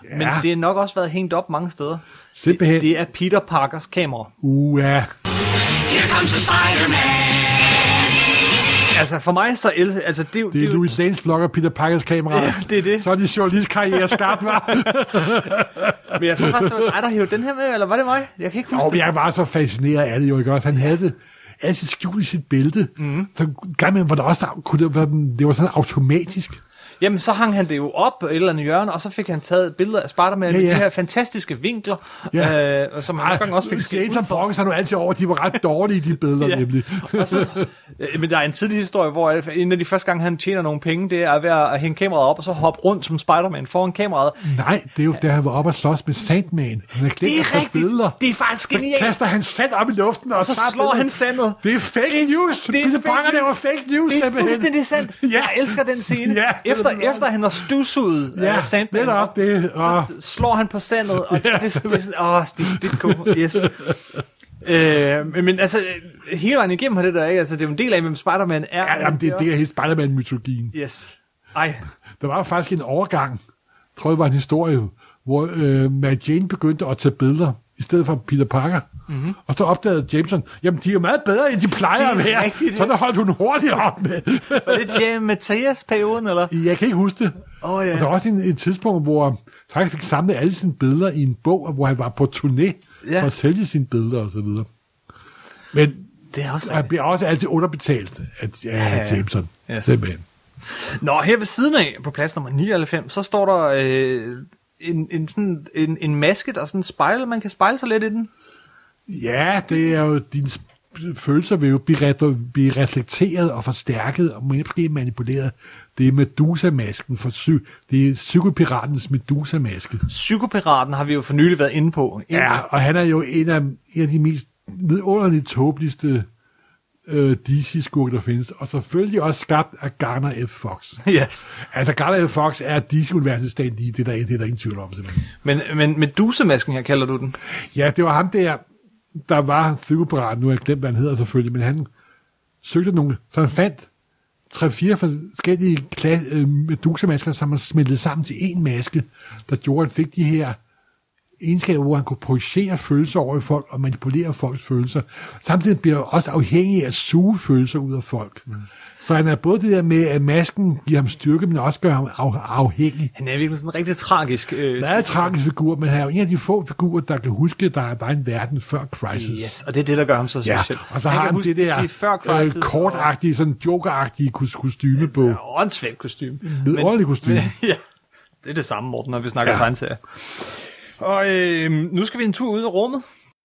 Ja. Men det har nok også været hængt op mange steder. Simpelthen. Det er Peter Parkers kamera. Ja. Here comes the Spider-Man. Altså for mig så altså det er Louis Lanes blogger Peter Parkers kamera. Ja, det er det. Så er de journalistkarriere skabt, var. Men jeg tror faktisk, det var dig, der hævde den her med, eller var det mig? Jeg kan ikke huske det. Jeg var så fascineret af det jo, ikke også? Han havde det altid skjult i sit bælte. Så gang med, hvor der også det var sådan automatisk. Jamen, så hang han det jo op et eller andet hjørne, og så fik han taget billeder af Spider-Man med de her fantastiske vinkler, som han nogle gange også fik skrevet ud for. James brokker sig nu altid over, de var ret dårlige, de billeder, nemlig. Og så, men der er en tidlig historie, hvor en af de første gange, han tjener nogle penge, det er ved at hænge kameraet op, og så hoppe rundt som Spider-Man foran kameraet. Nej, det er jo, da han var oppe og slås med Sandman. Det er rigtigt. Billeder. Det er faktisk genialt. Så kaster han sand op i luften, og så slår han sandet. Det er fake news. Det var fake news. Det er fuldstændig sandt. Jeg elsker den scene. Efter han har stusset Sandman, så slår han på sandet, og det er cool. Yes. Men altså, hele vejen igennem har det der, ikke? Altså, det er jo en del af, hvem Spider-Man er. Ja, jamen, det er hele Spider-Man-mytologien. Yes. Der var faktisk en overgang, tror jeg var en historie, hvor Mary Jane begyndte at tage billeder, i stedet for Peter Parker. Mm-hmm. Og så opdagede Jameson, jamen de er jo meget bedre, end de plejer at være. Rigtigt, så der holdt hun hurtigt op med. Var det James Mathias-perioden, eller? Jeg kan ikke huske det. Ja. Og der var også et tidspunkt, hvor faktisk fik samlet alle sine billeder i en bog, hvor han var på turné for at sælge sine billeder og så videre. Men det er også han bliver også altid underbetalt af Jameson. Yes. Nå, her ved siden af, på plads nummer 99, så står der en maske, der er sådan en spejl, man kan spejle sig lidt i den. Det er jo, dine følelser vil jo blive reflekteret og forstærket, og måske manipuleret. Det er Medusa-masken, det er Psykopiratens Medusa-maske. Psykopiraten har vi jo for nylig været inde på. Ja, og han er jo en af de mest vidunderligt tåbeligste DC-skurke, der findes, og selvfølgelig også skabt af Garner F. Fox. Yes. Altså, Garner F. Fox er DC-universets stand-i, det er der ingen tvivl om, simpelthen. Men Medusa-masken her, kalder du den? Ja, det var ham der var Psykopiraten, nu har jeg glemt, hvad han hedder selvfølgelig, men han søgte nogle, så han fandt 3-4 forskellige Medusa-masker, som han smeltede sammen til en maske, der gjorde, at han fik de her egenskaber, hvor han kunne projicere følelser over i folk og manipulere folks følelser. Samtidig bliver han også afhængig af at suge følelser ud af folk. Mm. Så han er både det der med, at masken giver ham styrke, men også gør ham afhængig. Han er virkelig sådan en rigtig tragisk han er en tragisk figur, men han er jo en af de få figurer, der kan huske, at der var en verden før Crisis. Yes, og det er det, der gør ham så specielt. Og så har han det der kortagtige, sådan jokeragtige kostyme på. Ja, åndssvagt kostyme. Vidunderligt kostyme. Ja, det er det samme, Morten, når vi snakker tegneserier. Og nu skal vi en tur ud af rummet.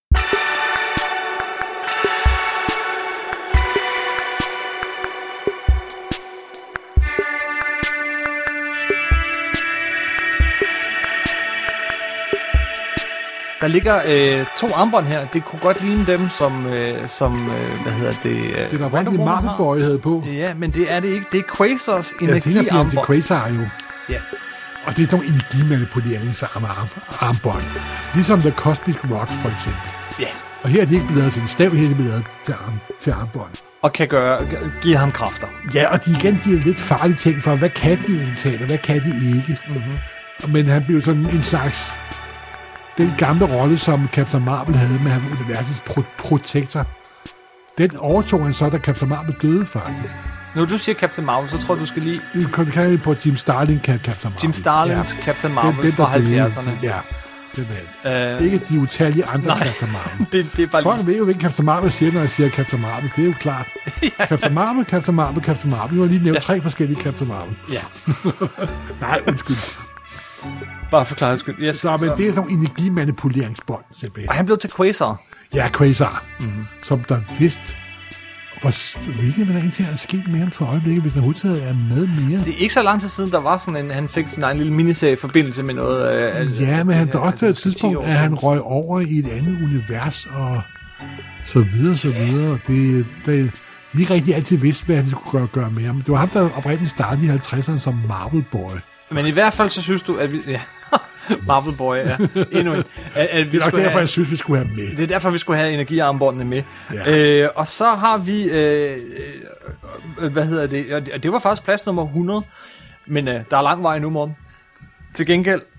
Der ligger 2 armbånd her. Det kunne godt ligne dem, som hvad hedder det? Det var oprindeligt Marvel Boy havde på. Ja, men det er det ikke. Det er Quasars energiarmbånd. Ja, det er Quasar jo. Ja. Og det er sådan nogle energimanipuleringsarmbånd. Ligesom The Cosmic Rock, for eksempel. Ja. Og her er de ikke blevet lavet til en stav, her er de blevet lavet til armbånd. Og kan give ham kræfter. Ja, og de er lidt farlige ting for, hvad kan de indtale, og hvad kan de ikke. Mm-hmm. Men han blev sådan en slags den gamle rolle, som Captain Marvel havde med, at han var universets protektor. Den overtog han så, da Captain Marvel døde, faktisk. Når du siger Captain Marvel, så tror du skal lige... Du kan på Jim Starlin Captain Marvel. Jim Starlins Captain Marvel fra 70'erne. Ja, simpelthen. Ikke de utallige andre Captain Marvel. det er bare folk ved jo ikke, Captain Marvel siger, når jeg siger Captain Marvel. Det er jo klart. Captain Marvel, Captain Marvel, Captain Marvel. Nu har lige nævnt 3 forskellige Captain Marvel. Ja. Nej, undskyld. Bare forklaret skyld. Yes, men det er sådan nogle energimanipuleringsbånd, simpelthen. Og han blev til Quasar. Ja, Quasar. Mm-hmm. Som der vidste... Hvilket hvad der egentlig er sket med ham for øjeblikket, hvis der hovedtaget er med mere? Det er ikke så lang tid siden, der var sådan en, han fik sin egen lille miniserie i forbindelse med noget... ja, men han også et tidspunkt, at han røg over i et andet univers, og så videre, så videre. De ikke rigtig altid vidste, hvad han skulle gøre med ham. Det var ham, der oprindeligt startede i 50'erne som Marvel Boy. Men i hvert fald så synes du, at vi... Ja. Marvel Boy, ja. Endnu en. Det er nok derfor, jeg synes, vi skulle have med. Det er derfor, vi skulle have energiarmbåndene med. Ja. Og så har vi, hvad hedder det? Og det var faktisk plads nummer 100. Men der er lang vej nu, Morten. Til gengæld,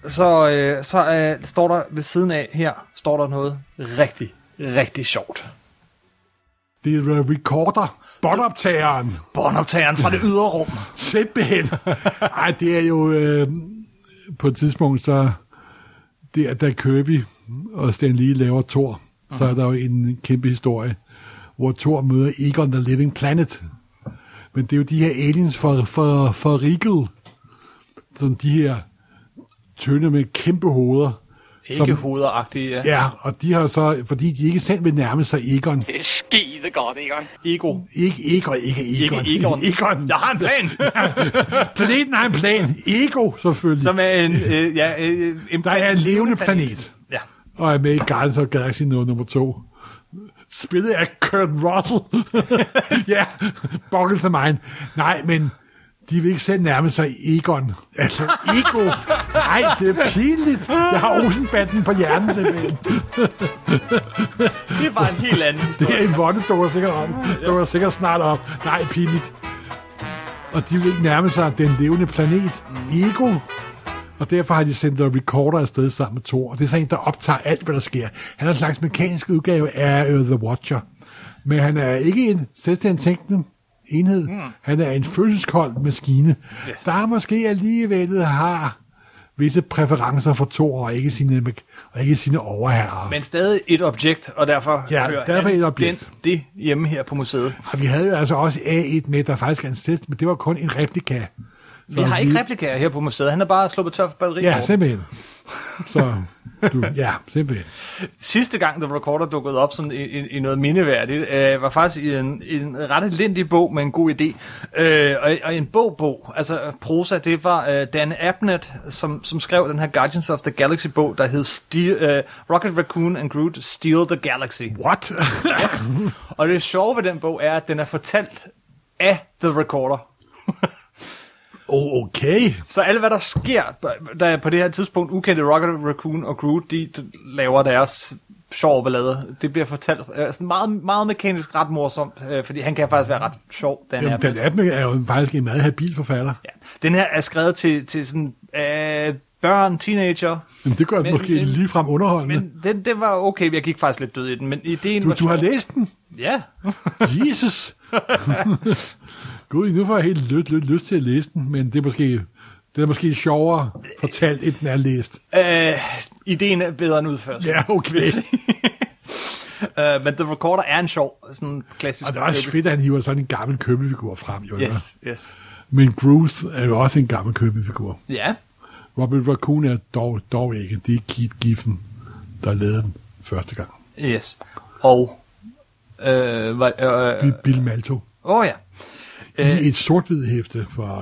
så står der ved siden af her, står der noget rigtig, rigtig sjovt. Det er recorder. Båndoptageren fra det ydre rum. Simpelthen. Ej, det er jo på et tidspunkt, så det er da Kirby og Stan Lee laver Thor, så er der jo en kæmpe historie, hvor Thor møder Egon the Living Planet. Men det er jo de her aliens for Rigel, som de her tynde med kæmpe hoveder. Ikke hovederagtige, ja. Ja, og de har så, fordi de ikke selv vil nærme sig Egon. Det er skide godt, Egon. Ego. Ikke Egon. Egon. Jeg har en plan. Planeten har en plan. Ego, selvfølgelig. Som er en der er en levende planet. Ja. Og er med i Guardians of Galaxy nummer 2. Spillet af Kurt Russell. Ja, bokkels af mig. Nej, men de vil ikke selv nærme sig Egon. Altså, Ego. Nej, det er pinligt. Jeg har Olsenbanden på hjernen simpelthen. Det var en helt anden historie. Det er Yvonne, dukker sikkert snart op. Nej, pinligt. Og de vil ikke nærme sig den levende planet. Ego. Og derfor har de sendt en recorder afsted sammen med Thor. Og det er sådan en, der optager alt, hvad der sker. Han er en slags mekanisk udgave af The Watcher. Men han er ikke en selvstændig tænkende enhed. Han er en følelseskold maskine, der måske alligevel har visse præferencer for Thor og ikke sine overherrer. Men stadig et objekt, og derfor hører et objekt. Det hjemme her på museet. Og vi havde jo altså også A1 med, der faktisk er en sted, men det var kun en replika. Vi har ikke replikaer her på museet. Han er bare sluppet tør for batteri. Ja, simpelthen. Simpelthen. Sidste gang, The Recorder dukkede op sådan i noget mindeværdigt, var faktisk i en ret elendig bog med en god idé. Og en bog, altså prosa, det var Dan Abnett, som skrev den her Guardians of the Galaxy-bog, der hed Rocket Raccoon and Groot Steal the Galaxy. What? Yes. Og det sjove ved den bog er, at den er fortalt af The Recorder. Okay. Så alt hvad der sker, der på det her tidspunkt ukendte Rocket Raccoon og Groot, de laver deres sjove ballader. Det bliver fortalt meget, meget mekanisk, ret morsomt, fordi han kan faktisk være ret sjov. Dan Abnett er jo faktisk en meget habil forfatter. Ja. Den her er skrevet til sådan børn, teenager. Men det gør det måske ligefrem underholdende. Men det var okay, jeg gik faktisk lidt død i den, men ideen var du har læst den? Ja. Jesus. Gud, nu får jeg helt lyst til at læse den, men det er måske sjovere fortalt, end den er læst. Ideen er bedre end udført. Ja, okay. Men The Recorder er en sjov, sådan klassisk. Og det er også fedt, at han hiver sådan en gammel købefigur frem. Jo, yes. Men Groot er jo også en gammel købefigur. Ja. Robert Raccoon er dog ikke. Det er Keith Giffen, der lavede den første gang. Yes. Og Bill Malto. Ja. I et sort-hvid hæfte fra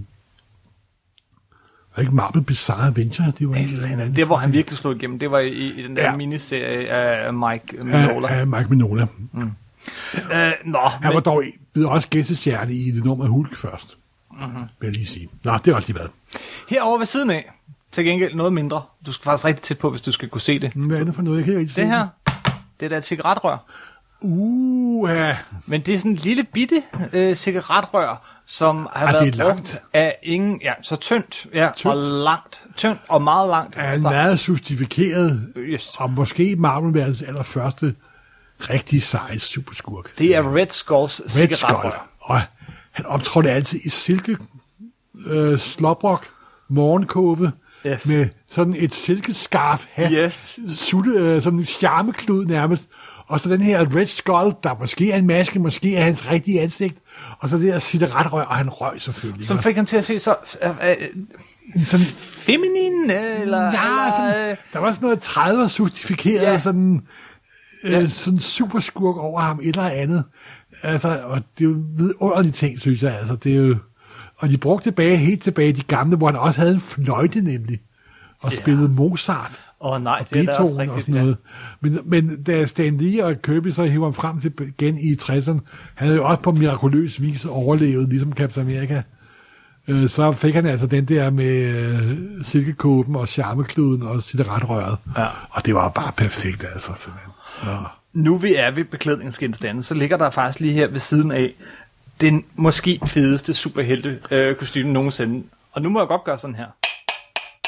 ikke Marvel Bizarre Adventure. Det var det hvor han virkelig slog igennem. Det var i den der miniserie af Mike Mignola. Ja, Mike Mignola. Han var dog blevet også gæstestjerne i det nummer Hulk først. Vil jeg lige sige. Nå, det er også lige været. Herovre ved siden af, til gengæld noget mindre. Du skal faktisk rigtig tæt på, hvis du skal kunne se det. Hvad er det for noget? Jeg kan ikke det her, det er da et cigaretrør. Ja. Men det er sådan en lille bitte cigaretrør, som har været brugt af ingen, så tyndt, og langt, tyndt og meget langt. Er meget justifikeret, og måske Marvel-verdens allerførste rigtig seje superskurk. Det er Red Skulls cigaretrør. Og han optrådte altid i silke, slåbrok, morgenkåbe, med sådan et silkeskarf hat, sådan en charmeklud nærmest. Og så den her Red Skull, der måske er en maske, måske er hans rigtige ansigt. Og så det der cigaretrør, og han røg selvfølgelig. Som fik han til at se så sådan feminin, eller... Sådan, der var sådan noget 30'er justifikeret, sådan superskurk over ham, et eller andet. Altså, og det er jo vidunderlige ting, synes jeg. Altså, det er jo... Og de brugte helt tilbage de gamle, hvor han også havde en fløjte nemlig, og spillede Mozart. Nej, det er da også rigtigt. Noget. Men da Stan Lee og Kirby så hiver ham frem til igen i 60'erne, han havde jo også på mirakuløs vis overlevet, ligesom Captain America. Så fik han altså den der med silkekåben og charmekluden og cigaretrøret. Ja. Og det var bare perfekt, altså. Ja. Nu vi er ved beklædningsgenstande, så ligger der faktisk lige her ved siden af den måske fedeste superhelte kostyme nogensinde. Og nu må jeg godt gøre sådan her.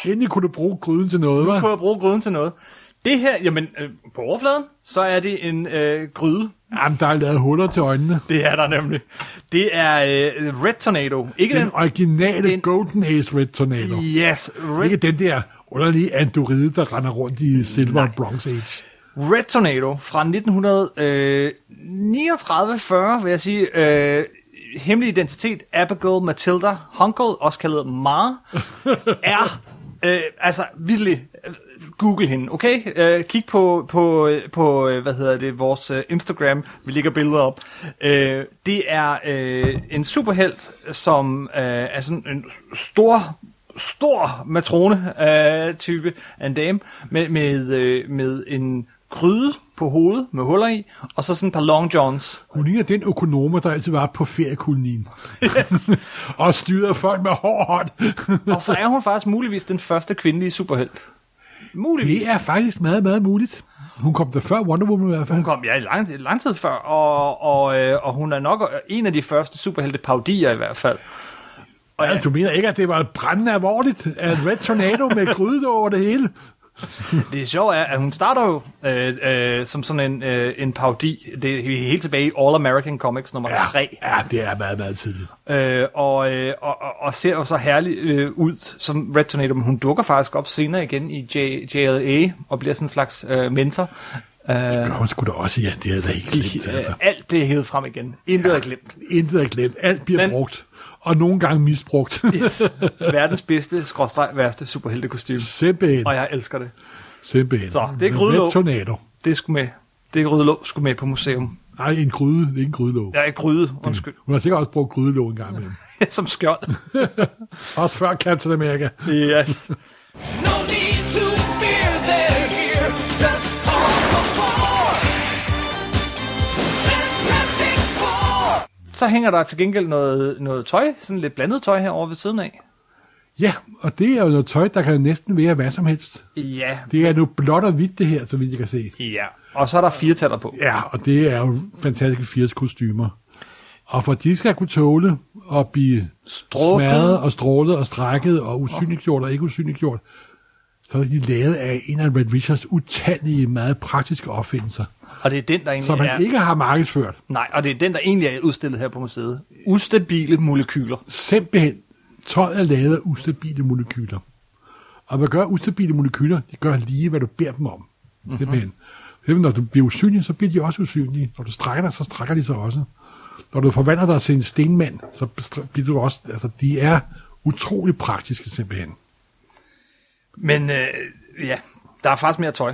Endelig kunne du bruge gryden til noget, hva'? Nu kunne jeg bruge gryden til noget. Det her, jamen, på overfladen, så er det en gryde. Jamen, der er lavet huller til øjnene. Det er der nemlig. Det er Red Tornado. Ikke den originale Golden Age Red Tornado. Yes. Ikke den der underlige andoride, der render rundt i Silver og Bronze Age. Red Tornado fra 1939-40, vil jeg sige. Hemmelig identitet, Abigail Matilda Hunkel, også kaldet Mar, er virkelig... Google hende, okay? Kig på vores Instagram. Vi lægger billeder op. Det er en superhelt, som er sådan en stor matrone-type af en dame, med en gryde på hovedet med huller i, og så sådan et par long johns. Hun ligner den økonomer, der altid var på feriekolonien. Yes. Og styrede folk med hård hånd. Og så er hun faktisk muligvis den første kvindelige superhelt. Muligvis. Det er faktisk meget, meget muligt. Hun kom der før Wonder Woman i hvert fald. Hun kom, lang tid før, og hun er nok en af de første superhelte-parodier i hvert fald. Og du mener ikke, at det var brændende alvorligt? At Red Tornado med gryde over det hele? Det er sjovt, at hun starter jo som sådan en parodi. Det er helt tilbage i All American Comics nummer 3. Ja, det er meget, meget tidligt. Og ser jo så herligt ud som Red Tornado, men hun dukker faktisk op senere igen i JLA og bliver sådan en slags mentor. Det gør hun sgu da også, ja. Det er da ikke glemt, altså. Alt bliver hævet frem igen. Intet er glemt. Intet er glemt. Alt bliver brugt. Og nogle gange misbrugt. Yes. Verdens bedste, værste superheltekostyme. Simpelthen. Og jeg elsker det. Simpelthen. Så, det er grydelåg. Tornado. Det er sgu med. Det er grydelåg skulle med på museum. Nej, en gryde. Det er ikke en grydelåg. Ja, en gryde. Undskyld. Hun har sikkert også brugt grydelåg en gang med. Som skjold. Også før Captain America. Yes. No need to fear, they're here. Just call the Four. Fantastic Four. Så hænger der til gengæld noget tøj, sådan lidt blandet tøj herovre ved siden af. Ja, og det er jo noget tøj, der kan næsten være hvad som helst. Ja. Det er nu blåt og hvidt det her, så vidt jeg kan se. Ja, og så er der 4-taller på. Ja, og det er jo fantastiske 80'er-kostymer. Og for de skal kunne tåle at blive smadret og strålet og strækket og usynliggjort og ikke usynliggjort, så er de lavet af en af Red Richards utallige, meget praktiske opfindelser. Og det er den, der egentlig som man ikke har markedsført. Nej, og det er den, der egentlig er udstillet her på museet. Ustabile molekyler. Simpelthen, tøjet er lavet af ustabile molekyler. Og hvad gør ustabile molekyler? De gør lige, hvad du beder dem om. Simpelthen. Når du bliver usynlig, så bliver de også usynlige. Når du strækker dig, så strækker de sig også. Når du forvandler dig til en stenmand, så bliver du også... Altså, de er utrolig praktiske, simpelthen. Men ja, der er faktisk mere tøj.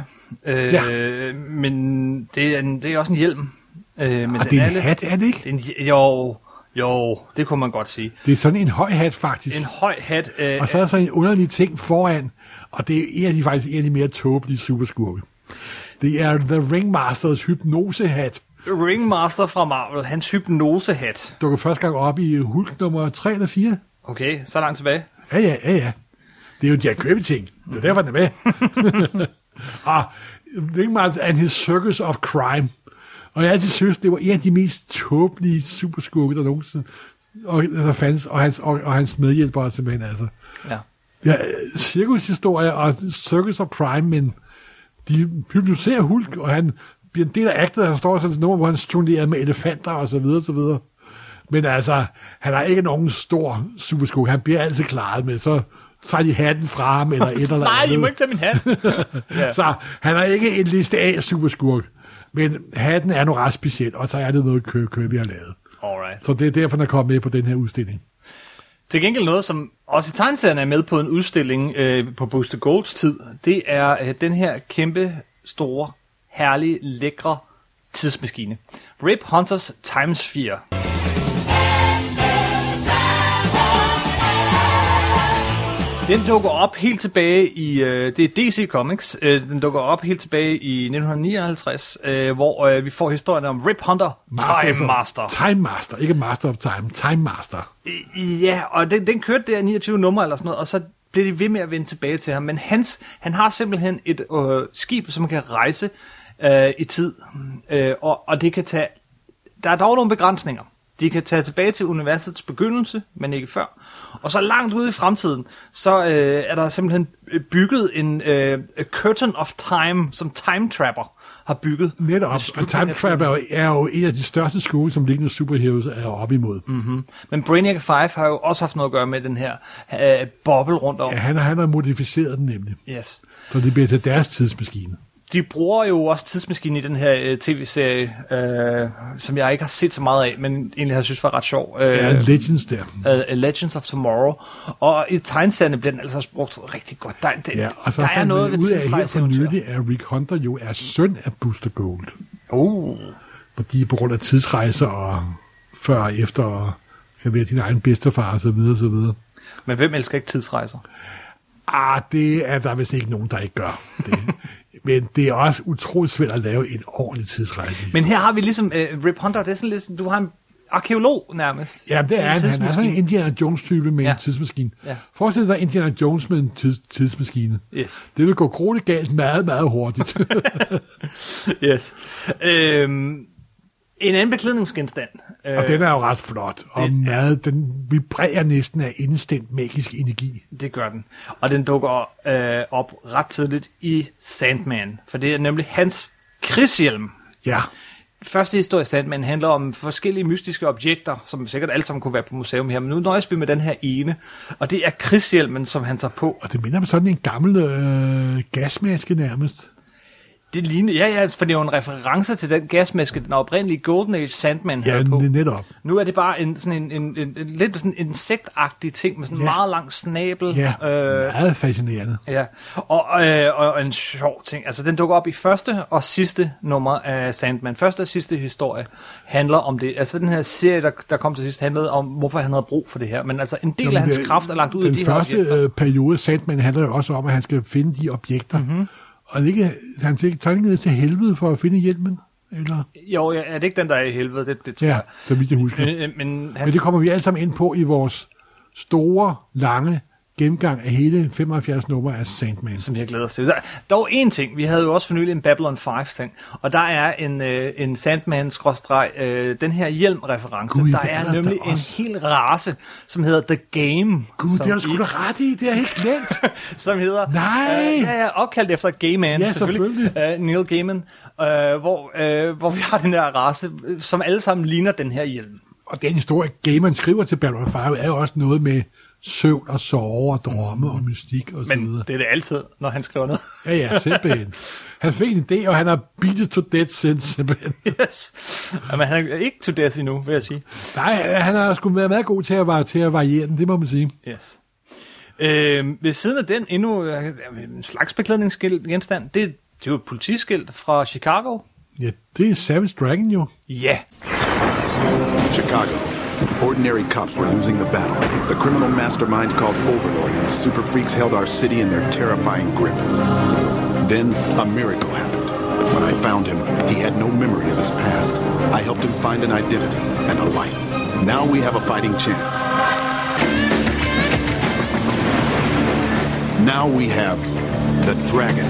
Men det er også en hjelm. Men det er en hat, er det ikke? Jo, det kunne man godt sige. Det er sådan en høj hat, faktisk. En høj hat. Og så er der så en underlig ting foran, og det er faktisk en af de mere tåbelige superskurke. Det er The Ringmasters hypnosehat. Ringmaster fra Marvel, hans hypnosehat. Dukker første gang op i Hulk nummer 3 eller 4. Okay, så langt tilbage. Ja. Det er jo Jack Kirby-ting. Det er derfor, den er med. Og Ringmaster and his Circus of Crime. Og jeg altid synes, det var en af de mest tåbelige superskurke, der nogensinde der fandtes, og hans medhjælpere simpelthen, altså. Ja, cirkushistorie og Circus of Crime, men de hypnotiserer Hulk, og han bliver en del af aktet, han står sådan et nummer, hvor han jonglerer med elefanter og så videre, så videre. Men altså, han har ikke nogen stor superskurke, han bliver altid klaret med, så tager de hatten fra ham, eller et eller andet. Nej, I må ikke tage min hat. Ja. Så han er ikke en liste af superskurk. Men hatten er nu ret speciel, og så er det noget Kirby har lavet. Alright. Så det er derfor, den er kommet med på den her udstilling. Til gengæld noget, som også i tegneserien er med på en udstilling på Booster Golds tid, det er den her kæmpe, store, herlige, lækre tidsmaskine. Rip Hunters Time Sphere. Den dukker op helt tilbage i, det er DC Comics, den dukker op helt tilbage i 1959, hvor vi får historien om Rip Hunter, Time Master. Time Master, ikke Master of Time, Time Master. Ja, og den kørte der 29 numre eller sådan noget, og så bliver de ved med at vende tilbage til ham, men han har simpelthen et skib, som kan rejse i tid, og det kan tage, der er dog nogle begrænsninger. De kan tage tilbage til universets begyndelse, men ikke før. Og så langt ude i fremtiden, så er der simpelthen bygget en Curtain of Time, som Time Trapper har bygget. Netop, og Time Trapper er jo en af de største skole, som lignende superheroes er oppe imod. Mm-hmm. Men Brainiac 5 har jo også haft noget at gøre med den her boble rundt om. Ja, han har modificeret den nemlig. Yes. Så det bliver til deres tidsmaskine. De bruger jo også tidsmaskinen i den her tv-serie, som jeg ikke har set så meget af, men egentlig har synes var ret sjov. Legends der. Legends of Tomorrow. Og i tegneserierne bliver den altså også brugt rigtig godt. Der er noget ved tidsrejseeventyr. Ud af her for nylig, at Rick Hunter jo er søn af Booster Gold. Fordi på grund af tidsrejser og før og efter, og kan være din egen bedstefar og så videre, så videre. Men hvem elsker ikke tidsrejser? Det er der vist ikke nogen, der ikke gør. Men det er også utroligt svært at lave en ordentlig tidsrejse. Men her har vi ligesom Rip Hunter, det er sådan lidt, du har en arkeolog nærmest. Ja, det er han. Han er sådan en Indiana Jones-type med en tidsmaskine. Ja. Forestil dig Indiana Jones med en tidsmaskine. Yes. Det vil gå grueligt galt meget, meget hurtigt. Yes. En anden beklædningsgenstand. Og den er jo ret flot. Og den vibrerer næsten af instant magisk energi. Det gør den. Og den dukker op ret tidligt i Sandman. For det er nemlig hans krigshjelm. Ja. Første historie i Sandman handler om forskellige mystiske objekter, som sikkert alle sammen kunne være på museum her. Men nu nøjes vi med den her ene. Og det er krigshjelmen, som han tager på. Og det minder om sådan en gammel gasmaske nærmest. Det ligner, ja, for det er jo en reference til den gasmaske, den oprindelige Golden Age Sandman havde på. Ja, netop. Nu er det bare en lidt sådan en insektagtig ting med sådan en meget lang snabel. Ja, meget fascinerende. Ja, og en sjov ting. Altså, den dukker op i første og sidste nummer af Sandman. Første og sidste historie handler om det. Altså, den her serie, der kom til sidst, handlede om, hvorfor han havde brug for det her. Men altså, en del af hans kraft er lagt ud i de her objekter. Den første periode af Sandman handler jo også om, at han skal finde de objekter. Mm-hmm. Og han tager ikke ned til helvede for at finde hjelmen? Eller? Jo, er det ikke den, der er i helvede? Det tror jeg. Så vidt jeg husker. Men det kommer vi alle sammen ind på i vores store, lange gennemgang af hele 75 nummer af Sandman. Som jeg glæder os til. Der er dog en ting. Vi havde jo også for nylig en Babylon 5-ting. Og der er en Sandman-, den her hjelm-reference. Der er nemlig en hel race, som hedder The Game. Gud, det har du sgu da ret i. Det er helt glemt. Som hedder... Nej! Opkaldt efter Gaiman. Ja, selvfølgelig. Neil Gaiman. Hvor vi har den her race, som alle sammen ligner den her hjelm. Og den historie, Gaiman skriver til Babylon 5, er jo også noget med søvn og sove og drømme og mystik og så videre. Men det er det altid, når han skriver noget. Ja, simpelthen. Han fik en idé, og han har beatet to death since, simpelthen. Yes. Men han er ikke to death endnu, vil jeg sige. Nej, han har sgu været meget god til at variere den, det må man sige. Yes. Ved siden af den, endnu en slags beklædningsgenstand, det er jo et politiskilt fra Chicago. Ja, det er Savage Dragon jo. Ja. Chicago. Ordinary cops were losing the battle. The criminal mastermind called Overlord and his super freaks held our city in their terrifying grip. Then, a miracle happened. When I found him, he had no memory of his past. I helped him find an identity and a life. Now we have a fighting chance. Now we have the Dragon.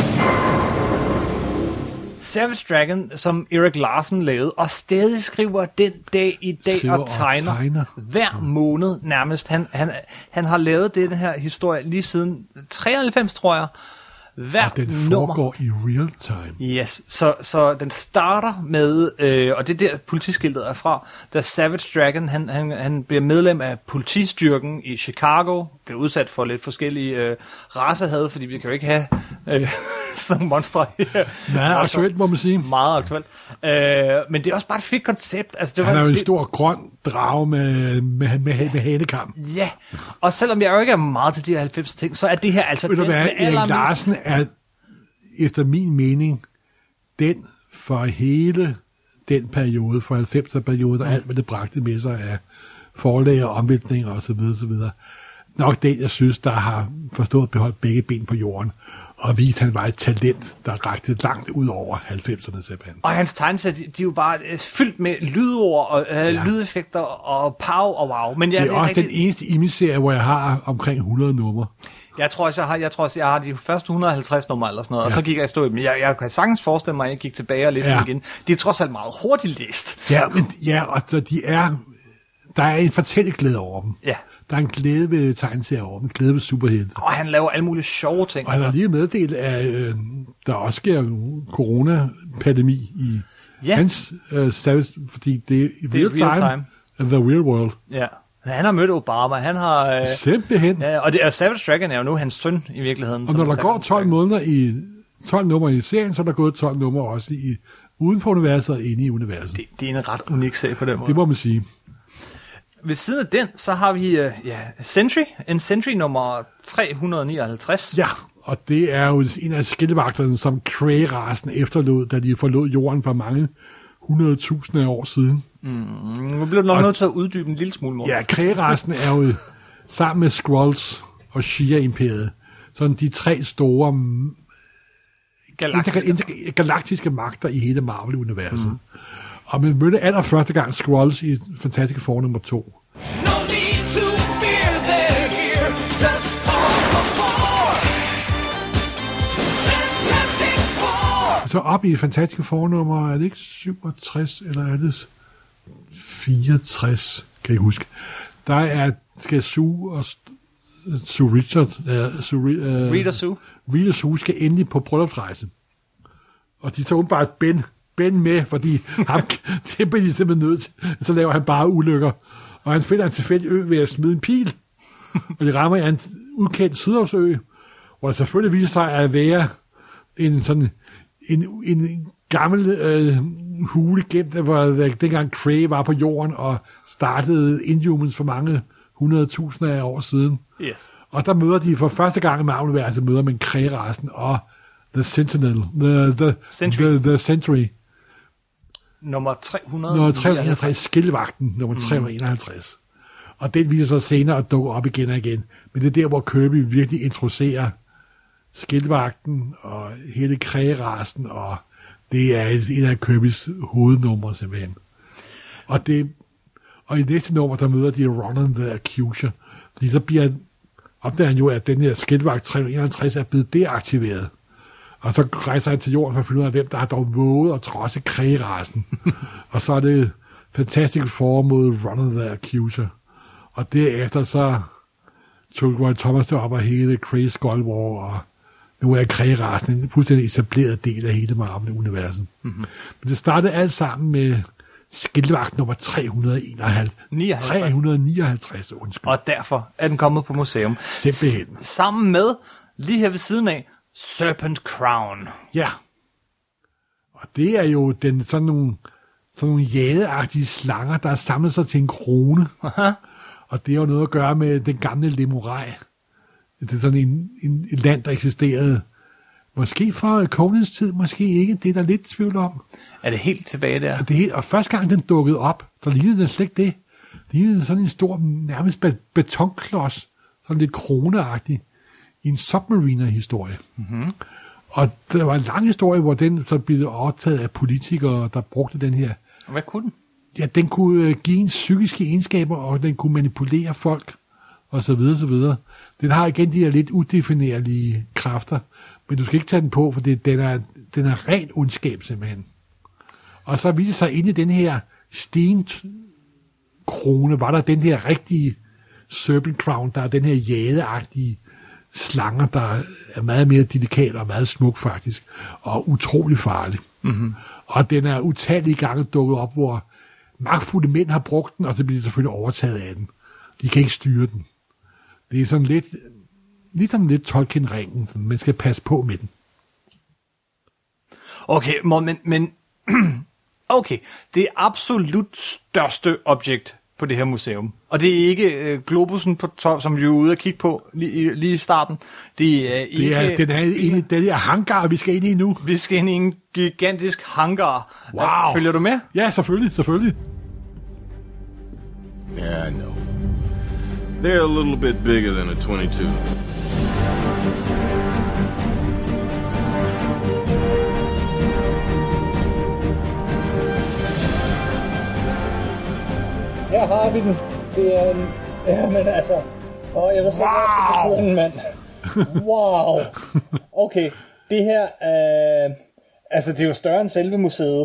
Savage Dragon, som Erik Larsen lavede, og stadig skriver den dag i dag og tegner hver måned nærmest. Han har lavet den her historie lige siden 93, tror jeg. Og den foregår i real time. Yes, så den starter med, og det er der politiskiltet er fra, da Savage Dragon, han bliver medlem af politistyrken i Chicago, bliver udsat for lidt forskellige racehad, fordi vi kan jo ikke have sådan nogle monstre. Meget aktuelt, må man sige. Meget aktuelt. Men det er også bare et fedt koncept. Altså, det han er jo en stor grøn drage med hanekam. Ja, og selvom jeg jo ikke er meget til de her 90 ting, så er det her altså... Ved du hvad, Erik Larsen er efter min mening den for hele den periode, for 90'er-periode, og alt, hvad det bragte med sig af forlag og omvæltninger osv. Nok den, jeg synes, der har forstået at beholde begge ben på jorden, og vist, at han var et talent, der rakte langt ud over 90'erne simpelthen. Og hans tegnesæt, de er jo bare fyldt med lydord og lydeffekter og pow og wow. Men det er også den eneste imiserie, hvor jeg har omkring 100 numre. Jeg tror også, jeg har de første 150 numre eller sådan noget, og så gik jeg i stå i dem. Jeg kan sagtens forestille mig, at jeg gik tilbage og læste dem igen. De er trods alt meget hurtigt læst. Ja, men og der er en fortælleglæde over dem. Ja. Der er en glæde ved tegneserier over, en glæde ved superhelte. Og han laver alle mulige sjove ting. Og han har lige meddelt, at der også sker corona-pandemi i hans service, fordi det er i real time. The real world. Ja. Han har mødt Obama, han har... Simpelthen. Ja, og det er Savage Dragon er jo nu hans søn i virkeligheden. Og når der går 12 måneder i 12 numre i serien, så er der gået 12 numre også uden for universet og inde i universet. Det er en ret unik serie på den måde. Det må man sige. Ved siden af den, så har vi Sentry nummer 359. Ja, og det er jo en af skildevagterne, som Kree-rasen efterlod, da de forlod jorden for mange 100.000 af år siden. Nu bliver du nok nødt til at uddybe en lille smule. Ja, Kree-rasen er jo sammen med Skrulls og Shia-imperiet, sådan de 3 store galaktiske magter i hele Marvel-universet. Og man mødte allerførste gang Skrulls i Fantastiske Four nummer 2. Så op i Fantastiske Four nummer, er det ikke 67, eller er det 64, kan jeg huske. Der skal Sue og Sue Richard, Rita Sue skal endelig på bryllupsrejse. Og de tager åbenbart Ben med, fordi det bliver de simpelthen nødt til. Så laver han bare ulykker. Og han finder en tilfældig ø ved at smide en pil. Og de rammer en udkendt sydhavsø, hvor der selvfølgelig viser sig at være en gammel hule gemt, hvor dengang Kree var på jorden og startede Inhumans for mange 100.000 af år siden. Yes. Og der møder de for første gang i Marvel-universet møder man Kree-rasen og The Sentinel, The Sentry. Nummer 351. Skildevagten, nummer 351. Og den viser sig senere at dukke op igen og igen. Men det er der, hvor Kirby virkelig introducerer Skildevagten og hele Kree-rasen, og det er en af Kirbys hovednumre simpelthen. Og i næste nummer, der møder de Ronan the Accuser. Fordi så opdager han jo, at den her Skildevagt 351 er blevet deaktiveret. Og så rejser han til jorden for at finde ud af, hvem der har dog våget at trodse Kree-rasen. Og så er det Fantastic Four mod Ronan the Accuser. Og derefter så tog Roy Thomas det op af hele Kree Skull War, og nu er Kree-rasen en fuldstændig etableret del af hele Marvel-universet. Mm-hmm. Men det startede alt sammen med Skildevagt nummer 359, undskyld. Og derfor er den kommet på museum. Simpelthen. Sammen med, lige her ved siden af, Serpent Crown. Ja. Og det er jo sådan nogle jadeagtige slanger, der er samlet sig til en krone. Aha. Og det har jo noget at gøre med den gamle Lemurai. Det er sådan et land, der eksisterede. Måske fra Conans tid, måske ikke. Det er der lidt tvivl om. Er det helt tilbage der? Og første gang den dukkede op, så lignede den slet ikke det. Det lignede sådan en stor, nærmest betonklods. Sådan lidt kroneagtig. I en Submariner-historie. Mm-hmm. Og der var en lang historie, hvor den så blev optaget af politikere, der brugte den her. Og hvad kunne den? Ja, den kunne give en psykiske egenskaber, og den kunne manipulere folk, og så videre, så videre. Den har igen de her lidt udefinerlige kræfter, men du skal ikke tage den på, for den er ren ondskab, simpelthen. Og så viser sig inde i den her stenkrone, var der den her rigtige Serpent Crown, der er den her jadeagtige slanger, der er meget mere delikat og meget smuk faktisk, og utrolig farlig. Mm-hmm. Og den er utallige gange dukket op, hvor magtfulde mænd har brugt den, og så bliver de selvfølgelig overtaget af den. De kan ikke styre den. Det er sådan lidt, ligesom lidt Tolkien-ringen, man skal passe på med den. Okay, men okay, det absolut største objekt på det her museum. Og det er ikke Globusen på top, som vi er ude at kigge på lige i starten. Det er ikke... Den er inde i den her hangar, vi skal ind i nu. Vi skal ind i en gigantisk hangar. Wow. Følger du med? Ja, selvfølgelig. Yeah, I know. They're a little bit bigger than a 22. Her har vi den. Det er en... Ja, men altså... jeg ved slet ikke, hvad jeg skal mand. Wow. Okay, det her... altså, det er jo større end selve museet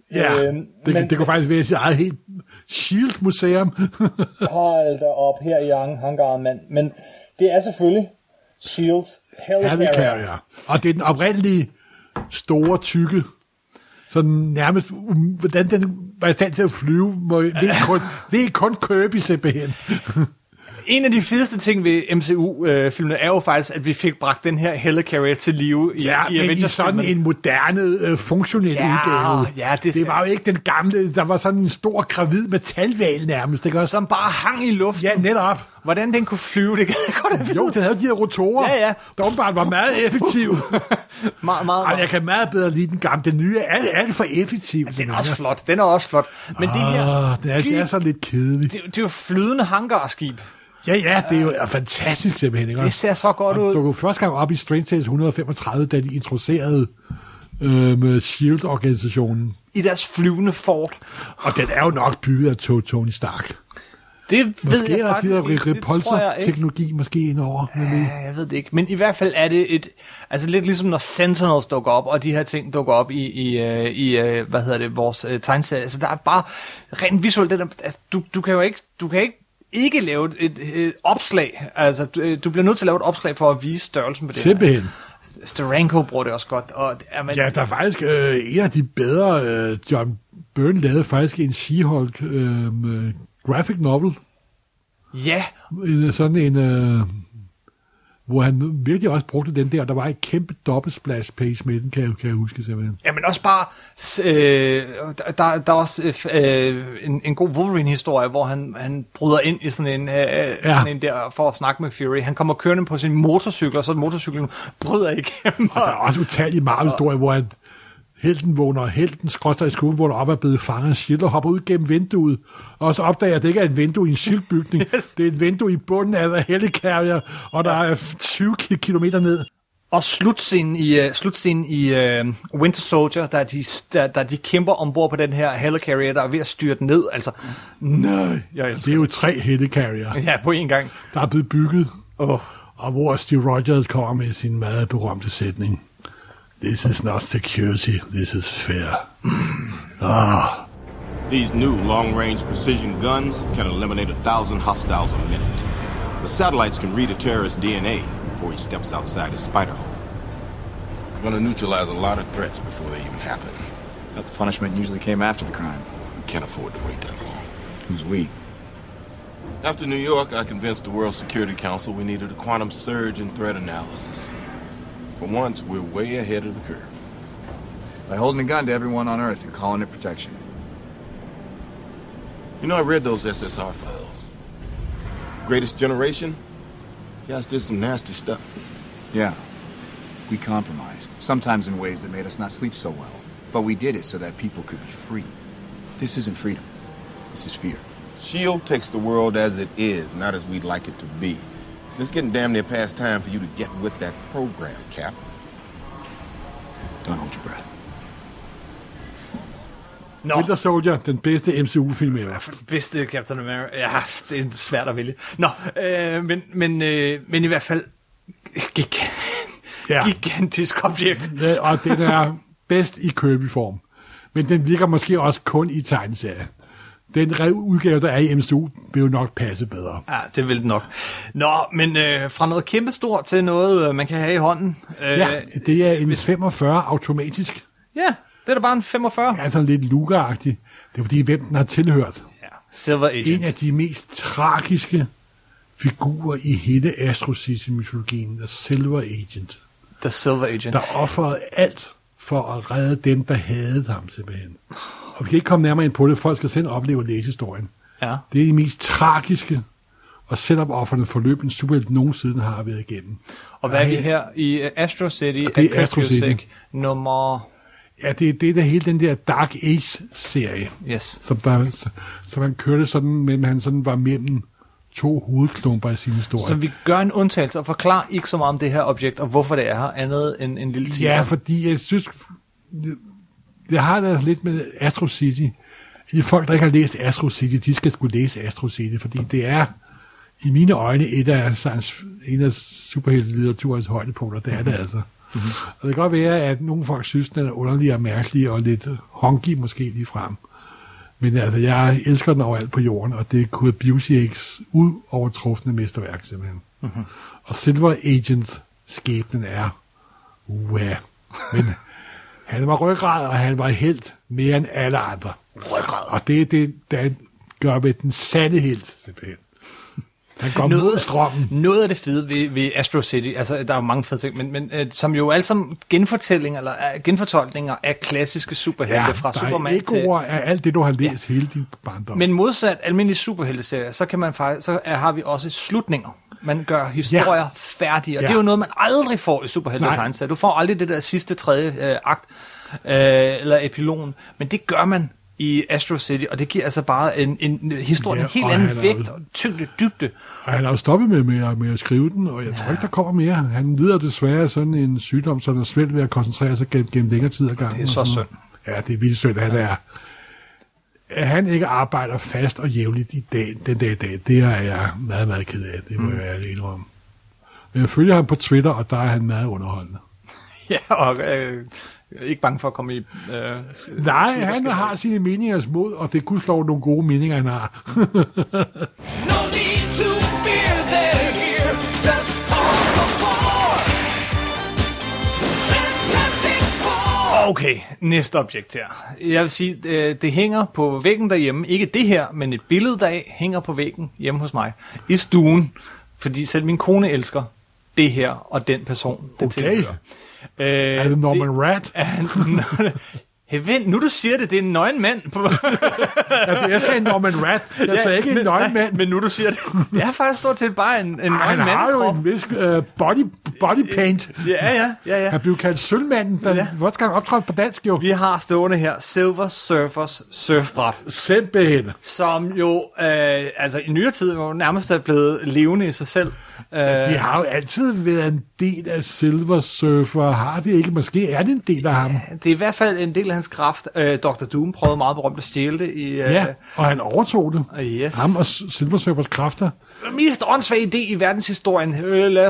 Ja, det kunne faktisk være sit eget helt SHIELD-museum. Hold da op her i hangaren, mand. Men det er selvfølgelig SHIELD's Helicarrier. Og det er den oprindelige store, tykke, sådan nærmest, hvordan den var i stand til at flyve, det er kun Kirby simpelthen. En af de fedeste ting ved MCU-filmene er jo faktisk, at vi fik bragt den her Helicarrier til live i Avengers-filmen. I sådan en moderne, funktionel udgave. Ja, det var jo ikke den gamle, der var sådan en stor gravid metalval nærmest. Det som bare hang i luften. Ja, netop. Hvordan den kunne flyve, det kan jeg godt have. Jo, den havde de her rotorer, der åbenbart var meget effektive. meget. Jeg kan meget bedre lide den gamle. Den nye er det for effektiv. Ja, den er også flot. Men det her... Det er så lidt kedeligt. Det er jo flydende hangarskib. Ja, det er jo fantastisk simpelthen. Ikke? Det ser så godt ud. Du går første gang op i Strange Tales 135, da de introducerede med SHIELD-organisationen. I deres flyvende fort. Og den er jo nok bygget af Tony Stark. Det ved jeg faktisk ikke. Måske er der repulsor-teknologi måske indover. Jeg ved det ikke. Men i hvert fald er det altså lidt ligesom når Sentinels dukker op, og de her ting dukker op i vores tegneserie. Altså der er bare rent visuelt, du kan ikke lave et opslag. Altså, du bliver nødt til at lave et opslag for at vise størrelsen på det simpelthen. Her. Steranko bruger det også godt. Og, der er faktisk en af de bedre, John Byrne lavede faktisk en She-Hulk graphic novel. Ja. Sådan en, hvor han virkelig også brugte den der var et kæmpe dobbelt splash page med den, kan jeg huske simpelthen. Ja, men også bare, der er også en god Wolverine-historie, hvor han bryder ind i sådan en der for at snakke med Fury. Han kommer kørende på sin motorcykel, og så motorcyklen bryder igennem. Og der er også utallige Marvel-historier, hvor helten vågner op og er blevet fanget af SHIELD og hopper ud gennem vinduet, og så opdager at det ikke er et vindue i en SHIELD-bygning. Yes. Det er et vindue i bunden af Helicarrier, og der er 20 kilometer ned. Og slutscenen i Winter Soldier, der de kæmper ombord på den her Helicarrier, der er ved at styre den ned. Altså, nej. Det er jo 3 Helicarrier. Ja, på en gang. Der er blevet bygget. Og hvor Steve Rogers kommer med sin meget berømte sætning. This is not security, this is fair. These new long-range precision guns can eliminate 1,000 hostiles a minute. The satellites can read a terrorist's DNA before he steps outside his spider hole. We're going to neutralize a lot of threats before they even happen. But the punishment usually came after the crime. We can't afford to wait that long. Who's we? After New York, I convinced the World Security Council we needed a quantum surge in threat analysis. For once, we're way ahead of the curve. By holding a gun to everyone on Earth and calling it protection. You know, I read those SSR files. Greatest Generation? You guys did some nasty stuff. Yeah. We compromised. Sometimes in ways that made us not sleep so well. But we did it so that people could be free. This isn't freedom. This is fear. SHIELD takes the world as it is, not as we'd like it to be. It's getting damn near past time for you to get with that program, Cap. Don't hold your breath. Winter Soldier, den bedste MCU-film i hvert fald. Bedste Captain America. Ja, det er svært at vælge. Men i hvert fald gigantisk objekt. Og den er bedst i Kirby-form. Men den virker måske også kun i tegneserie. Den udgave, der er i MCU, vil jo nok passe bedre. Ja, det vil det nok. Nå, men fra noget kæmpestort til noget, man kan have i hånden. Det er en 45 automatisk. Ja, det er da bare en 45. Ja, sådan lidt Luger-agtig. Det er fordi, hvem den har tilhørt. Ja, Silver Agent. En af de mest tragiske figurer i hele Astro City-mytologien, The Silver Agent. The Silver Agent. Der offrede alt for at redde dem, der hadede ham simpelthen. Og vi kan ikke komme nærmere ind på det, folk skal selv opleve og læse historien. Ja. Det er de mest tragiske og setup-offerne forløb, en superhelt nogensinde har været igennem. Og hvad er vi her i Astro City? Det er Astro City. Nummer... Ja, det er hele den der Dark Age-serie. Yes. Som han kørte sådan, men han sådan var mellem 2 hovedklumper i sin historie. Så vi gør en undtagelse og forklarer ikke så meget om det her objekt, og hvorfor det er her, andet end en lille teaser. Ja, fordi jeg synes... Det har været lidt med Astro City. De folk, der ikke har læst Astro City, de skal skulle læse Astro City, fordi det er i mine øjne en af superheltelitteraturens højdepunkter. Det er det altså. Mm-hmm. Og det kan godt være, at nogle folk synes, den er underlig og mærkelig og lidt honky måske lige frem. Men altså, jeg elsker den overalt på jorden, og det er Kurt Busieks uovertrufne mesterværk simpelthen. Mm-hmm. Og Silver Agents skæbnen er men han var ryggrad, og han var helt mere end alle andre. Ryggrad. Og det er det, der gør med den sande helt simpelthen. Han går mod strømmen. Noget af det fede ved Astro City, altså der er jo mange fede ting, men som jo alle sammen genfortolkninger af klassiske superhelte fra Superman til... Ja, af alt det, du har læst hele din barndom. Men modsat almindelige superhelteserier, så kan man faktisk, har vi også slutninger. Man gør historier færdige, og det er jo noget, man aldrig får i superheltetegneserier. Du får aldrig det der sidste, tredje akt, eller epilogen, men det gør man i Astro City, og det giver altså bare en historie, en helt anden vægt, og tyngde, dybde. Og han har jo stoppet med at skrive den, og jeg tror ikke, der kommer mere. Han lider desværre sådan en sygdom, så han er svært ved at koncentrere sig gennem længere tid ad gangen. Det er så synd. Ja, det er vildt synd, at han ikke arbejder fast og jævnligt den dag i dag. Det er jeg meget, meget ked af. Det må jeg ærligt indrømme. Men jeg følger ham på Twitter, og der er han meget underholdende. Ja, og ikke bange for at komme i... Nej, han har sine meningers mod, og det kunne slå nogle gode meninger, han har. No need to fear, they're here. Just call the Four. Fantastic Four. Okay, næste objekt her. Jeg vil sige, det hænger på væggen derhjemme. Ikke det her, men et billede, der hænger på væggen hjemme hos mig. I stuen. Fordi selv min kone elsker det her og den person, det tilhører. Er det Norman Rath? Hey, vent, nu du siger det, det er en nøgen mand. Jeg sagde Norman Rath, jeg sagde ikke en nøgen mand. Men nu du siger det, det er faktisk stort set bare en nøgen mand. Han har jo en vis body paint. Ja. Han blev kaldt sølvmanden. Hvor skal han optræde på dansk jo? Vi har stående her Silver Surfers surfbræt. Simpelthen. Som jo, altså i nyere tid jo nærmest er blevet levende i sig selv. De har jo altid været en del af Silver Surfer. Har det ikke? Måske er det en del af ham. Det er i hvert fald en del af hans kraft. Dr. Doom prøvede meget berømt at stjæle det. Og han overtog det. Yes. Ham og Silver Surfers kræfter. Mest åndssvage idé i verdenshistorien. Lad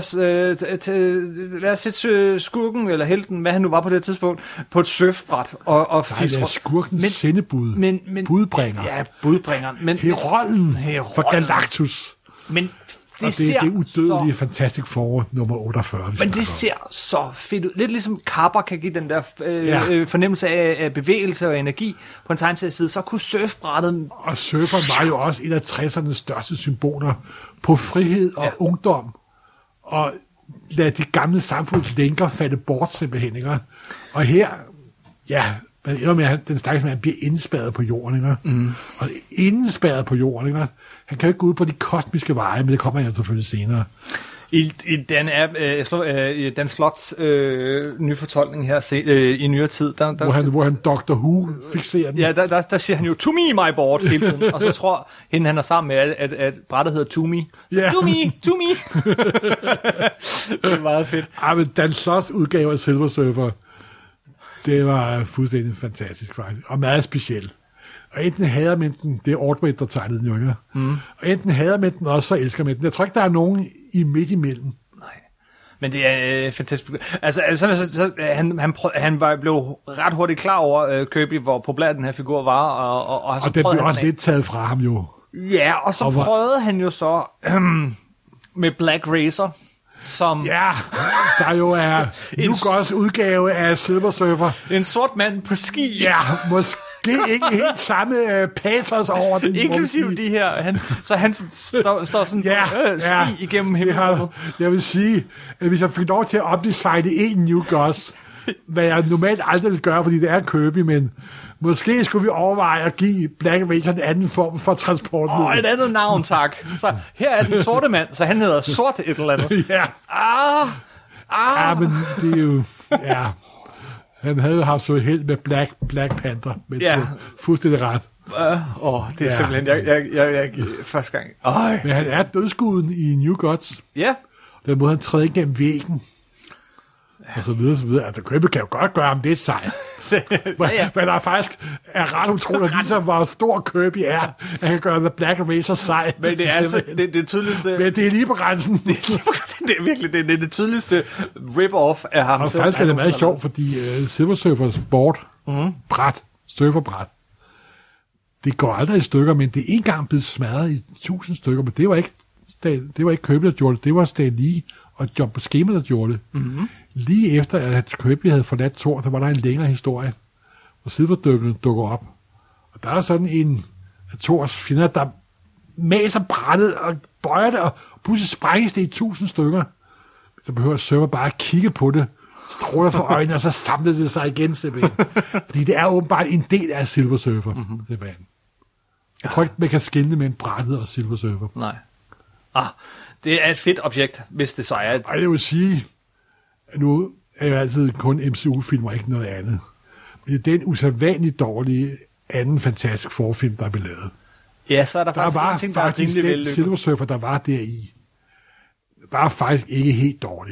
os sætte skurken, eller helten, hvad han nu var på det tidspunkt, på et surfbræt. Og det er skurken sendebud. Budbringer. Ja, budbringeren. Herolden for Galactus. Men det er udødelige Fantastic Four nummer 48. Men det ser så fedt ud. Lidt ligesom Kappa kan give den der fornemmelse af bevægelse og energi på en tegneserieside, så kunne surfbrættet... Og surferen var jo også en af 60'ernes største symboler på frihed og ungdom. Og lad de gamle samfundslænker falde bort simpelthen. Ikke? Og her, den stakkels mand bliver indspærret på jorden. Ikke? Mm. Og indspærret på jorden, ikke? Han kan jo ikke gå ud på de kosmiske veje, men det kommer jeg selvfølgelig senere. I Dan Slotts nye fortolkning her i nyere tid. Hvor han Dr. Who fikserer den. Ja, der siger han jo, to me, my board, hele tiden. Og så tror han er sammen med, at brættet hedder to me. Så, to me. Det er meget fedt. Ja, men Dan Slotts udgave af Silver Surfer, det var fuldstændig fantastisk faktisk. Og meget specielt. Og enten hader man den, det er Ordway, der tegnede den jo, ikke? Mm. Og enten hader man den, og så elsker man den. Jeg tror ikke, der er nogen i midt imellem. Nej. Men det er fantastisk. Altså han blev ret hurtigt klar over, Kirby, hvor populær den her figur var. Og det blev også lidt taget fra ham jo. Ja, og så prøvede han jo så med Black Razor. Som der jo er Nugos udgave af Silver Surfer. En sort mand på ski. Ja, måske ikke helt samme patos over den. Inklusiv de her. Han står sådan ski igennem himlen. Jeg vil sige, at hvis jeg fik lov til at opdesigne en Nugos, hvad jeg normalt aldrig vil gøre, fordi det er Kirby, men måske skulle vi overveje at give Black Ranger en anden form for transport. Et andet navn, tak. Så her er den sorte mand, så han hedder Sort et eller andet. Ja. Ja, men det er jo... Ja. Han havde haft så held med Black Panther, men det er fuldstændig ret. Det er simpelthen... Jeg første gang... Men han er dødskuden i New Gods. Ja. Den måde, han træder igennem væggen. og så videre, så videre. Altså, Kirby kan jo godt gøre ham det sejt. Men der faktisk er ret utroligt, at viser, hvor stor Kirby er. Han kan gøre The Black Racer sej. Men det er altså det tydeligste... Men det er lige på grænsen. Det er virkelig det tydeligste rip-off af ham. Og faktisk er det meget sjovt, fordi Silver Surfers bræt, surferbræt, det går aldrig i stykker, men det er en gang blevet smadret i 1000 stykker, men det var ikke Kirby, der gjorde det. Det var Stan Lee og John Buscema, der gjorde det. Mm-hmm. Lige efter, at Kirby havde forladt Thor, der var der en længere historie, hvor Silverdøglen dukker op. Og der er sådan en af Thors fjender, der maser brættet og bøjer det, og pludselig sprænges det i 1000 stykker. Så behøver Surfer bare at kigge på det, stråler for øjnene, og så samler det sig igen, simpelthen. Fordi det er åbenbart en del af Silver Surfer, simpelthen. Jeg tror ikke, man kan skille mellem brættet og Silver Surfer. Nej. Det er et fedt objekt, hvis det så er... Og jeg vil sige, at nu er jo altid kun MCU-film og ikke noget andet. Men det er en usædvanligt dårlig anden fantastisk forfilm, der er blevet lavet. Ja, så er der faktisk en ting, der er rimelig vellykket. Silver Surfer, der var deri, var faktisk ikke helt dårlig.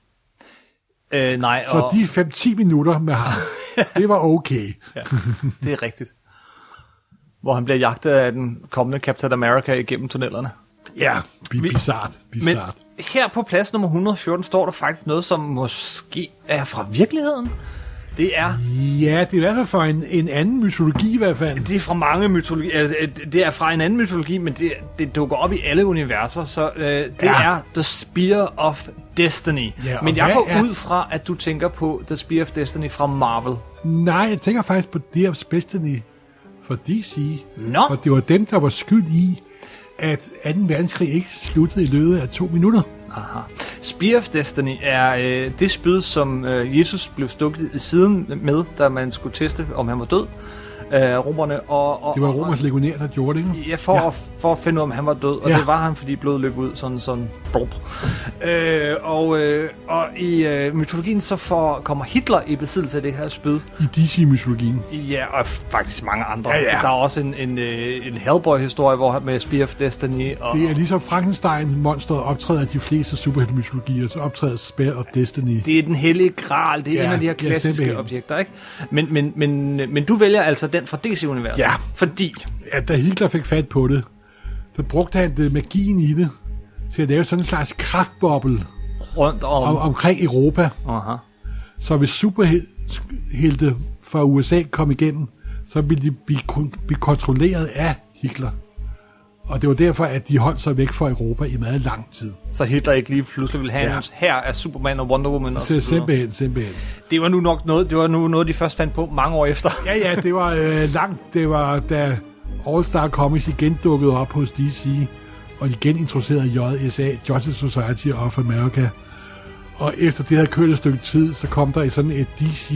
Nej. Nej. Så de 5-10 minutter med ham, det var okay. Ja, det er rigtigt. Hvor han bliver jagtet af den kommende Captain America igennem tunnelerne. Ja, bizarrt. Men her på plads nummer 114 står der faktisk noget, som måske er fra virkeligheden. Det er... Ja, det er i hvert fald fra en anden mytologi i hvert fald. Det er fra mange mytologier. Det er fra en anden mytologi, men det dukker op i alle universer. Så det er The Spear of Destiny. Ja, men jeg går ud fra, at du tænker på The Spear of Destiny fra Marvel. Nej, jeg tænker faktisk på Spear of Destiny fra DC. Nå. For det var dem, der var skyld i, at 2. verdenskrig ikke sluttede i løbet af 2 minutter. Aha. Spear of Destiny er det spyd, som Jesus blev stukket i siden med, da man skulle teste, om han var død. Romerne og det var Romers legionær, der gjorde det, ikke? Ja, for at finde ud af, om han var død, og det var han, fordi blodet løb ud sådan og i mytologien så kommer Hitler i besiddelse af det her spyd. I DC-mytologien. Ja, og faktisk mange andre. Ja. Der er også en Hellboy-historie hvor med Spear of Destiny. Og det er ligesom Frankenstein-monstret optræder af de fleste superheltemytologier, så optræder Spear of Destiny. Det er den hellige gral, det er en af de her klassiske objekter, ikke? Men du vælger altså den fra DC-universet. Ja. Fordi... Ja, da Hitler fik fat på det, så brugte han magien i det til at lave sådan en slags kraftboble rundt omkring Europa. Aha. Så hvis superhelte fra USA kom igennem, så ville de blive kontrolleret af Hitler. Og det var derfor, at de holdt sig væk fra Europa i meget lang tid. Så Hitler ikke lige pludselig ville have her er Superman og Wonder Woman og så simpelthen. Det var nu nok noget, de først fandt på mange år efter. Ja, det var langt. Det var da All Star Comics igen dukkede op hos DC, og igen introducerede JSA, Justice Society of America. Og efter det havde kørt et stykke tid, så kom der sådan et DC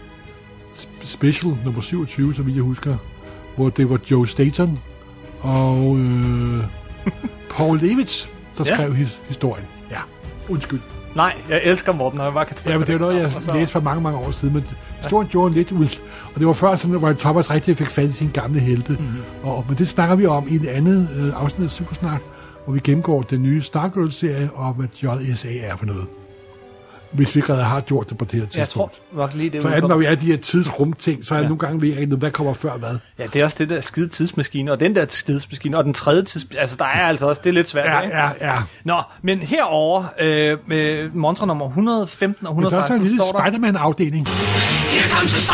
Special nummer 27, som jeg husker, hvor det var Joe Staton og Paul Levitz, der skrev historien. Ja, undskyld. Nej, jeg elsker Morten, når jeg bare kan tage men det er noget, jeg læste for mange år siden, men historien gjorde lidt ud, og det var før, sådan, hvor Thomas rigtig fik fat i sine gamle helte. Men det snakker vi om i en anden afsnit af Supersnak, hvor vi gennemgår den nye Stargirl-serie, og hvad JSA er for noget. Hvis vi ikke har gjort det på det her tidspunkt. Jeg tror nok lige det. Så når vi er de her tidsrumting, så er nogle gange ved at hvad kommer før hvad. Ja, det er også det der skide tidsmaskine, og den der tidsmaskine, og den tredje tidsmaskine. Altså, der er altså også, det er lidt svært. Ja. Nå, men herover med montre nummer 115 og 116 står der... Der er så en lille Spider-Man-afdeling. Here comes the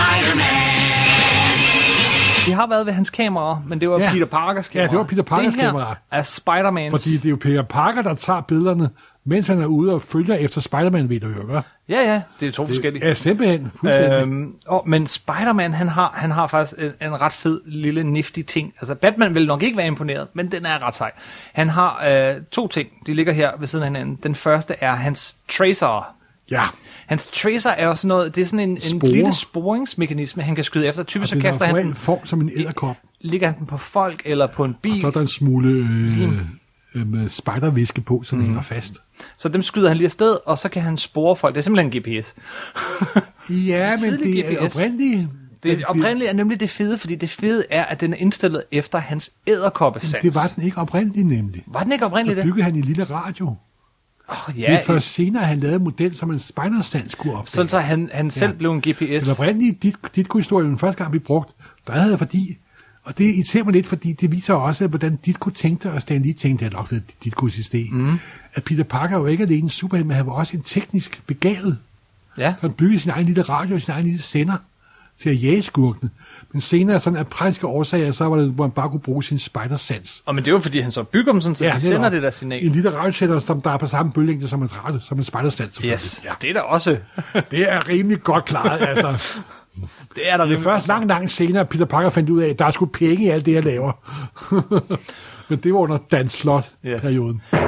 Spider-Man. Vi har været ved hans kamera, men det var Peter Parkers kamera. Ja, det var Peter Parkers kamera. Det her er Spider-Mans. Fordi det er jo Peter Parker, der tager billederne, mens han er ude og følger efter Spider-Man, ved du jo, ikke? Ja, det er to forskellige. Ja, simpelthen. Men Spider-Man, han har faktisk en ret fed, lille, nifty ting. Altså, Batman vil nok ikke være imponeret, men den er ret sej. Han har 2 ting, de ligger her ved siden af hinanden. Den første er hans tracer. Ja. Hans tracer er også noget, det er sådan en lille sporingsmekanisme, han kan skyde efter. Typisk så kaster han den form som en edderkop. Ligger han den på folk eller på en bil. Og så er der en smule med spidervæske på, så den hænger fast. Så dem skyder han lige afsted, og så kan han spore folk. Det er simpelthen en GPS. Ja, men det er oprindeligt. Det oprindelige er nemlig det fede, fordi det fede er, at den er indstillet efter hans edderkoppesans. Det var den ikke oprindeligt nemlig. Var den ikke oprindeligt det? Så byggede han en lille radio. Ja, det er først senere, han lavede en model, som en Spider-Sense skulle opdage. Sådan så han selv blev en GPS. Det var oprindeligt Ditko-historien, den første gang vi brugte, der havde jeg fordi, og det irriterer mig lidt, fordi det viser også, hvordan Ditko tænkte, og Stan Lee tænkte, at nok ved Ditkos system, at Peter Parker var ikke alene en superhelt, men han var også en teknisk begavet. Ja. Han byggede sin egen lille radio, sin egen lille sender til at jage skurkene. Men senere, sådan af praktiske årsager, så var det, hvor han bare kunne bruge sin Spider-Sense. Og men det er jo fordi, han så bygger dem sådan, så de sender det der signal. En lille radiosender, som der er på samme bølgelængde som en radio, som en Spider-Sense. Yes, ja. Det er da også. Det er rimelig godt klaret, altså. Det er der det først langt senere, Peter Parker fandt ud af, at der er sgu penge i alt det, jeg laver. Men det var under Dan Slott-perioden. Yes.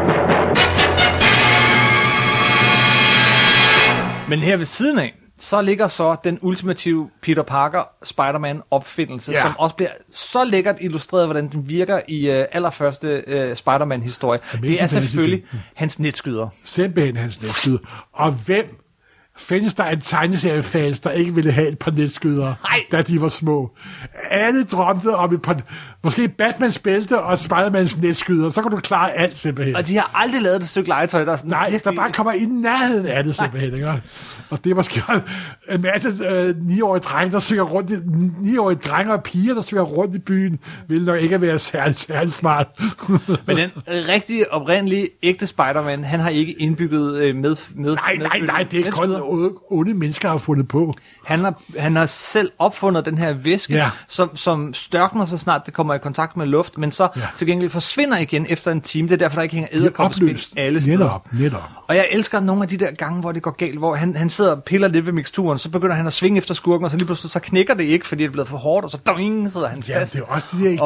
Men her ved siden af, så ligger så den ultimative Peter Parker Spider-Man opfindelse, som også bliver så lækkert illustreret, hvordan den virker i allerførste Spider-Man-historie. Det er selvfølgelig hans netskyder. Simpelthen hans netskyder. Og hvem findes der en tegneseriefans, der ikke ville have et par netskyder, da de var små? Alle drømte om et par, måske Batmans bælte og Spider-Mans netskyder, så kan du klare alt simpelthen. Og de har aldrig lavet et stykke legetøj, der er sådan... Nej, der bare kommer i nærheden af det simpelthen, ikke? Og det er måske en masse 9-årige drenge, der synger rundt 9-årige drenge og piger, der synger rundt i byen, vil nok ikke være særlig smart. Men den rigtige, oprindelige, ægte Spider-Man, han har ikke indbygget med Nej, det er kun onde mennesker har fundet på. Han har selv opfundet den her væske, som størkner så snart det kommer i kontakt med luft, men så til gengæld forsvinder igen efter en time. Det er derfor, der ikke hænger edderkoppespind alle steder. Netop. Og jeg elsker nogle af de der gange, hvor det går galt, hvor han sidder og piller lidt ved miksturen, så begynder han at svinge efter skurken, og så lige pludselig så knækker det ikke, fordi det er blevet for hårdt, og så sidder han fast. Ja, det er også det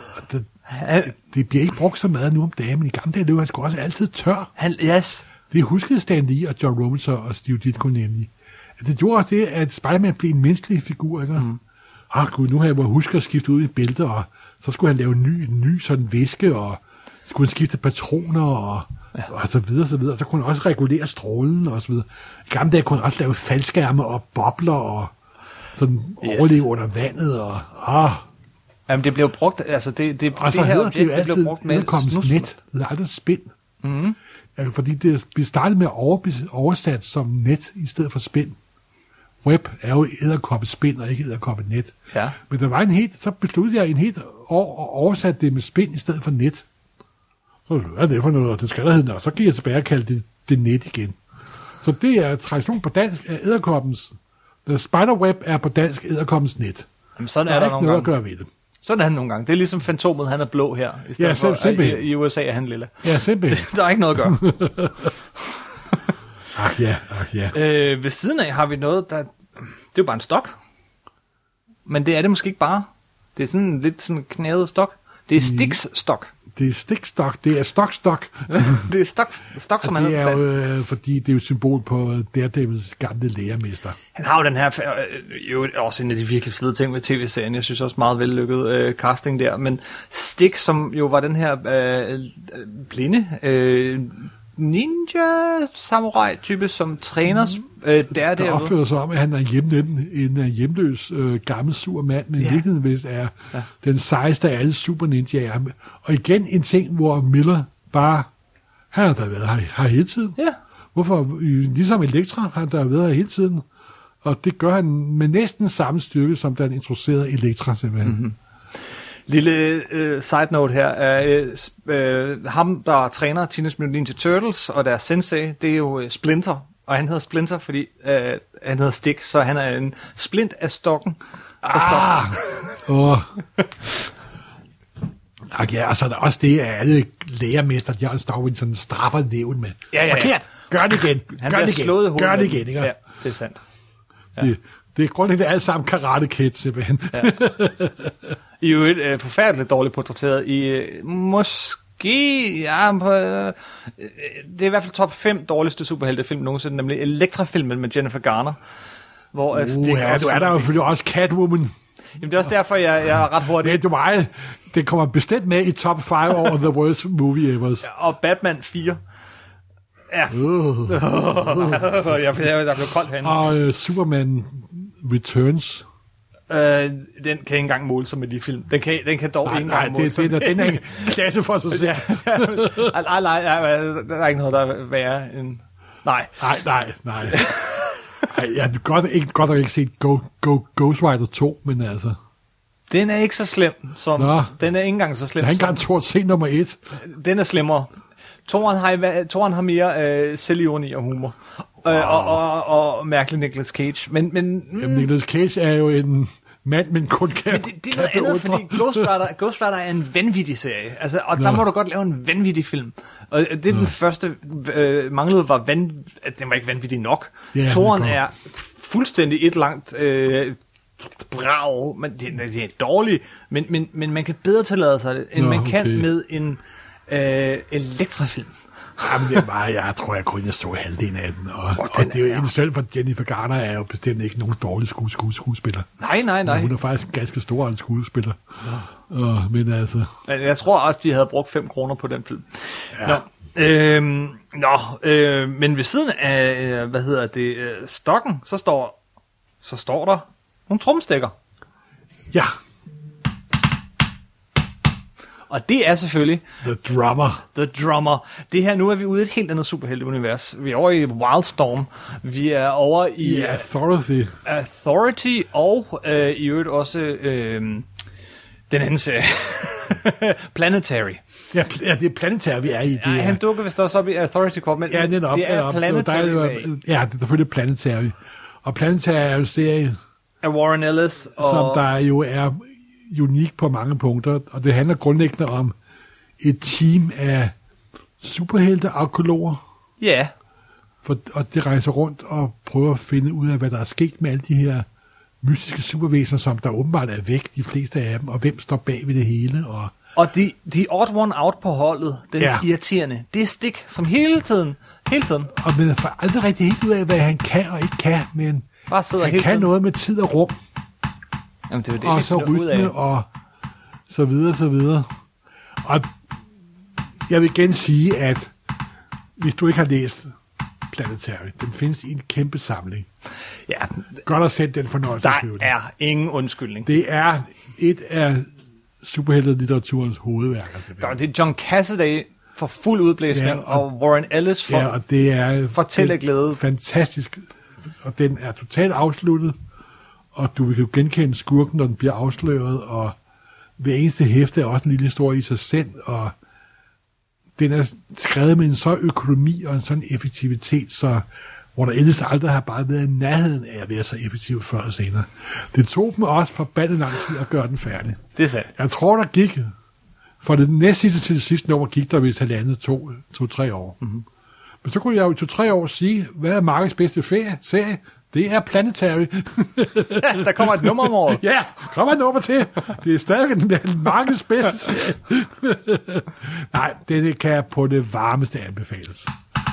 der... Det bliver ikke brugt så meget nu om dagen, men i gamle dage, han skulle også altid tør. Det huskede Stan Lee og John Romita og Steve Ditko nemlig. Det gjorde også det, at Spider-Man blev en menneskelig figur, ikke? Gud, nu har jeg husket at skifte ud i bælter, og så skulle han lave en ny sådan væske, og skulle han skifte patroner, og så videre, så videre. Så kunne han også regulere strålen, og så videre. I gamle dage kunne han også lave faldskærme og bobler, og sådan overleve under vandet, og... Jamen, det blev brugt, altså det og så det her objekt, det blev brugt med net. Det er aldrig spind. Fordi det startede med at oversat som net i stedet for spind. Web er jo edderkoppet spind og ikke edderkoppet net. Ja. Men der var så besluttede jeg en helt år at oversætte det med spind i stedet for net. Så hvad er det for noget, og det skal der hedde, og så gik jeg tilbage og kaldte det net igen. Så det er tradition på dansk af edderkoppens. Spiderweb er på dansk edderkoppens net. Jamen, sådan der er der ikke noget at gøre ved det. Sådan er han nogle gange. Det er ligesom Fantomet, han er blå her, i stedet for i USA er han lilla. Ja, simpelthen. Der er ikke noget at gøre. ja. Ved siden af har vi noget, det er jo bare en stok. Men det er det måske ikke bare. Det er sådan lidt sådan knædet stok. Det er Stix-stok. Det er Stix-stok. Det er stok. Det er stok, som han hedder. Det er jo, fordi det er jo symbol på Daredevils gamle lærermester. Han har jo den her, jo også en af de virkelig fede ting ved tv-serien. Jeg synes også meget vellykket casting der. Men Stix, som jo var den her blinde ninja-samurai-type, som træner der opfører sig om, at han er en hjemløs gammel sur mand, men i virkeligheden vist er den sejeste af alle super ninjaer. Og igen en ting, hvor Miller bare, han har der været her hele tiden. Ja. Hvorfor? Ligesom Elektra har der været her hele tiden. Og det gør han med næsten samme styrke, som den introducerede Elektra simpelthen. Lille side note her. Ham, der træner Teenage Mutant Ninja Turtles, og deres sensei, det er jo Splinter. Og han hedder Splinter, fordi han hedder Stick, så han er en splint af stokken. Ja, og så er der også det, at alle lærermester, de har en stok, sådan straffer leven med. Forkert! Gør det igen! Han bliver slået i hovedet. Gør det igen, ikke? Ja, det er sandt. Ja. Det er grundlæggende alt sammen Karate Kid, simpelthen. Ja. I jo et forfærdeligt dårligt portrætteret i måske, det er i hvert fald top 5 dårligste superheltefilm nogensinde, nemlig Elektra-filmen med Jennifer Garner. Hvor du er der jo selvfølgelig også Catwoman. Jamen det er også derfor, jeg er ret hurtig. Men du var, det kommer bestemt med i top 5 over the worst movie ever. Og Batman 4. Ja. Der blev koldt herinde. Og Superman Returns. Den kan ikke engang måle sig med de film. Den kan dog ikke engang måle sig. Den er en klasse for sig selv. Nej, der er ikke noget, der er værre end... Nej. Jeg har godt nok ikke set Ghost Rider 2, men altså... Den er ikke så slem som... Den er ikke engang så slem. Jeg har ikke engang tort se nummer 1. Den er slemmere. Toren har mere selvironi og humor. Og mærkelig Nicolas Cage. Men Nicolas Cage er jo en mand, men kun kan... Men det er noget andet, fordi Ghost Rider er en vanvittig serie. Altså, og der må du godt lave en vanvittig film. Og det er den første manglede var at den var ikke vanvittig nok. Toren er fuldstændig et langt brag, men det er dårligt, men man kan bedre tillade sig det, end man kan med en Elektra-film. Jamen, det er bare, jeg tror, jeg så halvdelen af den, og det er jo en selv, for Jennifer Garner er jo bestemt ikke nogen dårlig skuespiller. Nej. Hun er faktisk en ganske stor en skuespiller. Men altså... Jeg tror også, de havde brugt 5 kroner på den film. Ja. Men ved siden af, stokken, så står der nogle tromstikker. Ja. Og det er selvfølgelig... The Drummer. Det her, nu er vi ude i et helt andet superhelteunivers. Vi er over i Wildstorm. Vi er over i... Authority, og i øvrigt også den anden serie. Planetary. Ja, det er Planetary, vi er i. Han dukker vist også op i Authority Corp, men det er Planetary. Det er selvfølgelig Planetary. Og Planetary er jo en serie... af Warren Ellis. Som der jo er unik på mange punkter, og det handler grundlæggende om et team af superhelte-arkæologer. Ja. Og det rejser rundt og prøver at finde ud af, hvad der er sket med alle de her mystiske supervæsener, som der åbenbart er væk, de fleste af dem, og hvem står bag ved det hele. Og de odd one out på holdet, den irriterende, det er Stick, som hele tiden. Og man får aldrig rigtig helt ud af, hvad han kan og ikke kan, men bare sidder han kan noget med tid og rum. Jamen, det er det, og så rytme og så videre. Og jeg vil igen sige, at hvis du ikke har læst Planetary, den findes i en kæmpe samling. Ja. Godt at sætte den fornøjelse. Der er ingen undskyldning. Det er et af superheltelitteraturens hovedværker. Det er John Cassaday for fuld udblæsning, og Warren Ellis for og det er fortælleglæde. Fantastisk. Og den er totalt afsluttet. Og du kan jo genkende skurken, når den bliver afsløret, og hver eneste hæfte er også en lille historie i sig selv, og den er skrevet med en så økonomi og en sådan effektivitet, så hvor der ellers aldrig har bare været i nærheden af at være så effektiv før og senere. Det tog dem også forbandet lang tid at gøre den færdig. Det er sandt. Jeg tror, der gik, for det næste til det sidste nummer gik der vist 2-3 år. Mm-hmm. Men så kunne jeg jo 2-3 år sige, hvad er markedets bedste serie? Det er Planetary. Der kommer et nummer om året. Ja, kommer et nummer til. Det er stadig den markedets bedste. Nej, det kan på det varmeste anbefales.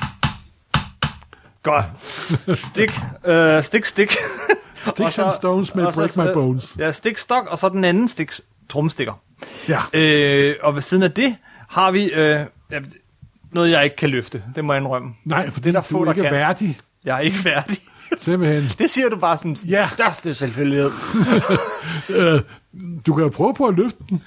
Godt. Stick. Sticks and stones may break my bones. Ja, Stick, stok, og så den anden Stick, tromstikker. Ja. Og ved siden af det har vi noget, jeg ikke kan løfte. Det må jeg indrømme. Nej, for det der få, der ikke er værdig. Jeg er ikke værdig. Simpelthen. Det siger du bare som største selvfølgelighed. Du kan jo prøve på at løfte den.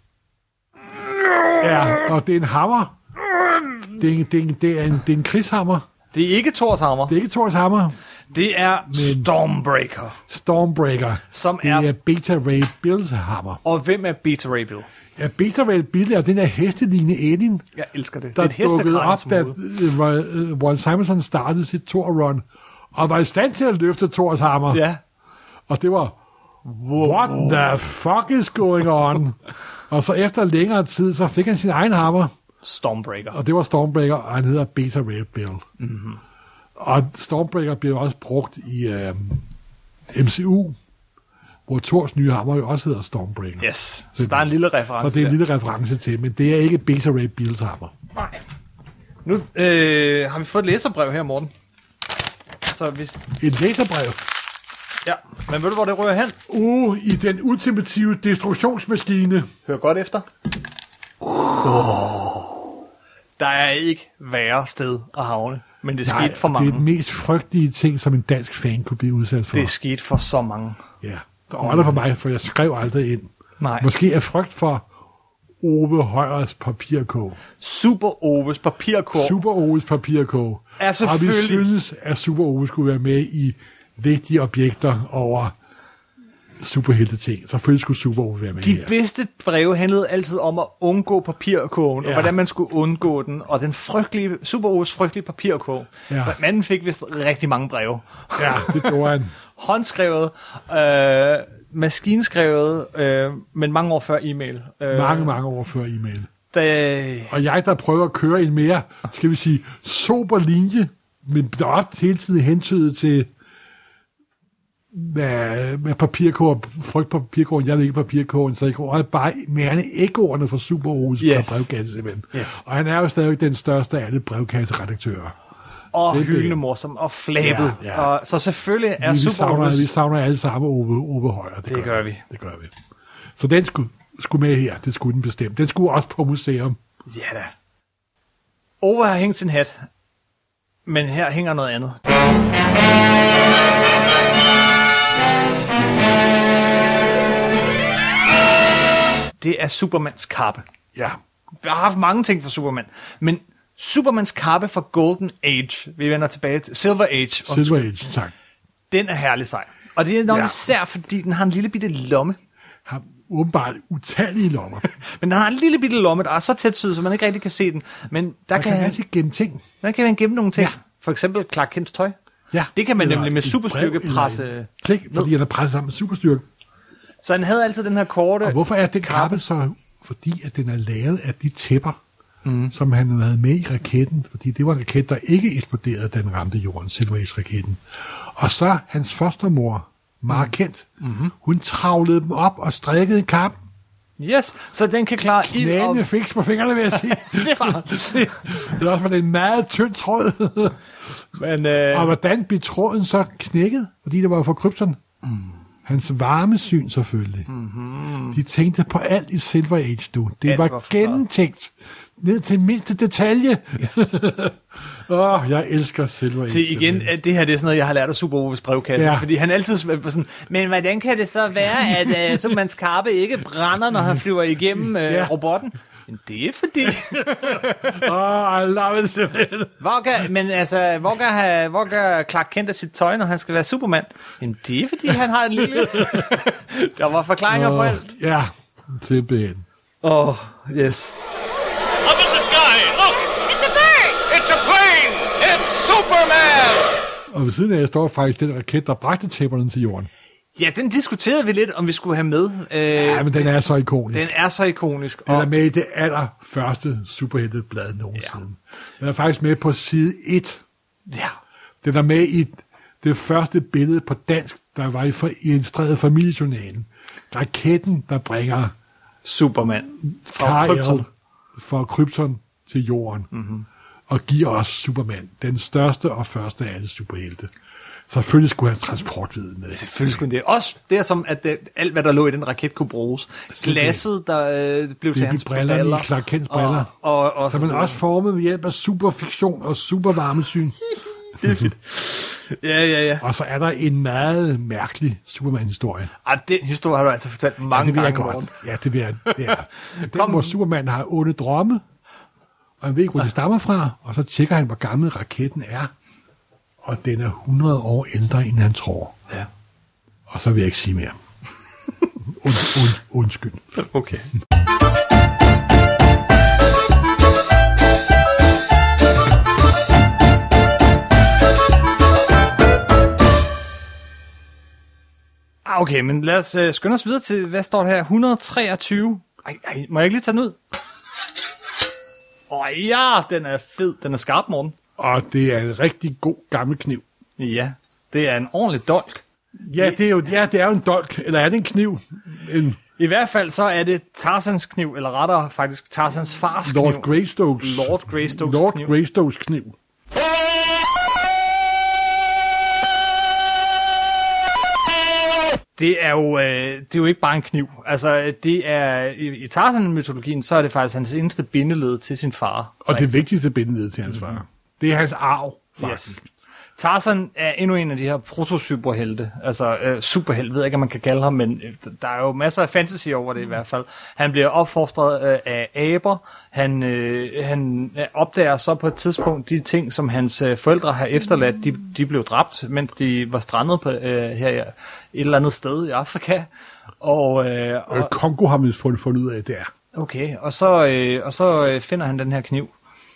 Ja, og det er en hammer. Det er en krigshammer. Det er ikke Thors hammer. Det er ikke Thors hammer. Det er Stormbreaker. Som det er Beta Ray Bills hammer. Og hvem er Beta Ray Bill? Ja, Beta Ray Bill er den her hestelignende alien. Jeg elsker det. Der det er et dukkede op, da Walt Simonson startede sit Thor-run, og var i stand til at løfte Thors hammer. Ja. Og det var, what the fuck is going on? Og så efter længere tid, så fik han sin egen hammer. Stormbreaker. Og det var Stormbreaker, og han hedder Beta Ray Bill. Mm-hmm. Og Stormbreaker blev også brugt i MCU, hvor Thors nye hammer jo også hedder Stormbreaker. Yes, så der er en lille reference. Så det er en lille reference til, men det er ikke Beta Ray Bills hammer. Nej. Nu har vi fået et læserbrev her, Morten. Så hvis... Et læserbrev? Ja, men ved du, hvor det rører hen? I den ultimative destruktionsmaskine. Hør godt efter. Der er ikke værre sted at havne, men det skete for mange. Det er den mest frygtelige ting, som en dansk fan kunne blive udsat for. Det skete for så mange. Ja, står aldrig for mig, for jeg skrev aldrig ind. Nej. Måske af frygt for Ove Højers papirkog. Super Oves papirkog. Super Oves papirkog. Er og selvfølgelig... vi synes, at Super Ove skulle være med i vigtige objekter over superhelte ting. Selvfølgelig skulle Super Ove være med De bedste breve handlede altid om at undgå papirkogen, og hvordan man skulle undgå den, og den frygtelige, Super Oves frygtelige papirkog. Ja. Så manden fik vist rigtig mange breve. Ja, det gjorde han. Håndskrevet, maskinskrevet, men mange år før e-mail. Mange år før e-mail. Og jeg, der prøver at køre en mere, skal vi sige, sober linje, men der er også hele tiden hentydet til med papirkår, frygt på papirkåren, jeg ved ikke papirkåren, så jeg går bare mere ekkoerne fra Super Oves brevkasse. Yes. Og han er jo stadig den største af alle brevkasseredaktører. Og hyldende morsom, og flabet. Ja. Og så selvfølgelig er Super Oves... Vi savner alle sammen Ove Højer. Det gør vi. Det gør vi. Så den skulle med her, det skulle den bestemt. Den skulle også på museum. Ja da. Ove har hængt sin hat, men her hænger noget andet. Det er Supermans kappe. Ja. Vi har haft mange ting for Superman, men Supermans kappe fra Golden Age, vi vender tilbage til Silver Age. Silver Age, tak. Den er herlig sej. Og det er nok især, fordi den har en lille bitte lomme. Har åbenbart utallige lommer. Men den har en lille bitte lomme, der er så tæt syd, så man ikke rigtig kan se den. Men der kan man altid gemme ting. Der kan man gemme nogle ting. Ja. For eksempel Clark Kents tøj. Ja. Det kan man nemlig med superstyrke presse. Fordi han er presset sammen med superstyrke. Så han havde altid den her korte... Og hvorfor er den kappe så... Fordi at den er lavet af de tæpper, som han havde med i raketten. Fordi det var en raket, der ikke eksploderede, da den ramte jorden, Silver Age-raketten. Og så hans fostermor, Mara Kent, hun travlede dem op og strikkede kappen. Yes, så den kan klare ild og... Knæene fik på fingrene, vil jeg sige. Det var det også var en meget tynd tråd. Men, og hvordan blev tråden så knækket? Fordi det var for Krypton. Hans varmesyn selvfølgelig. De tænkte på alt i Silver Age, du. Det var gennemtænkt. Ned til mindste detalje. Yes. Jeg elsker Silver Age. Se igen, det her det er sådan noget, jeg har lært af Super Oves brevkasse. Ja. Fordi han altid var sådan, men hvordan kan det så være, at Supermans kappe ikke brænder, når han flyver igennem robotten? Men det er fordi... I love it. Hvor gør Clark Kent af sit tøj, når han skal være Superman? Men det er fordi, han har en lille... Der var forklaringer på alt. Ja, simpelthen. Yes. Up in the sky, look! It's a bird! It's a plane! It's Superman! Og ved siden af står faktisk den raket, der bragte tæpperne til jorden. Ja, den diskuterede vi lidt, om vi skulle have med. Ja, men den er så ikonisk. Den er så ikonisk. Den er med i det allerførste superhelteblad nogensinde. Den er faktisk med på side 1. Ja. Den er med i det første billede på dansk, der var i Illustreret Familiejournalen. Raketten, der bringer Superman fra Krypton til jorden. Og giver os Superman, den største og første af alle superhelte. Selvfølgelig skulle hans transportviden med. Selvfølgelig skulle det. Også det som, at alt, hvad der lå i den raket, kunne bruges. Glasset, der blev til hans briller. Clark Kents briller. Og så man også formet ved hjælp af superfiktion og supervarmesyn. Det er fedt. Ja. Og så er der en meget mærkelig Superman-historie. Den historie har du altså fortalt mange gange. Godt. Ja, det vil jeg. Det er. Den, hvor Superman har onde drømme, og han ved ikke, hvor de stammer fra, og så tjekker han, hvor gammel raketten er. Og den er 100 år ældre, end han tror. Ja. Og så vil jeg ikke sige mere. Undskyld. Okay. Okay, men lad os skynde os videre til, hvad står der her? 123. Må jeg ikke lige tage den ud? Ja, den er fed. Den er skarp, Morten. Og det er en rigtig god gammel kniv. Ja, det er en ordentlig dolk. Ja, det er jo en dolk. Eller er det en kniv? I hvert fald så er det Tarzans kniv, eller rettere faktisk Tarzans fars kniv. Lord Greystokes kniv. Det er jo ikke bare en kniv. Altså, det er i Tarzan-mytologien, så er det faktisk hans eneste bindeled til sin far. Og det vigtigste bindeled til hans far. Det er hans arv, faktisk. Yes. Tarzan er endnu en af de her proto-superhelte. Altså superhelt, ved jeg ikke, om man kan kalde ham, men der er jo masser af fantasy over det i hvert fald. Han bliver opfostret af aber. Han opdager så på et tidspunkt de ting, som hans forældre har efterladt. De blev dræbt, mens de var strandet på, her et eller andet sted i Afrika. Og Kongo har man fundet ud af, det er. Okay, og så finder han den her kniv.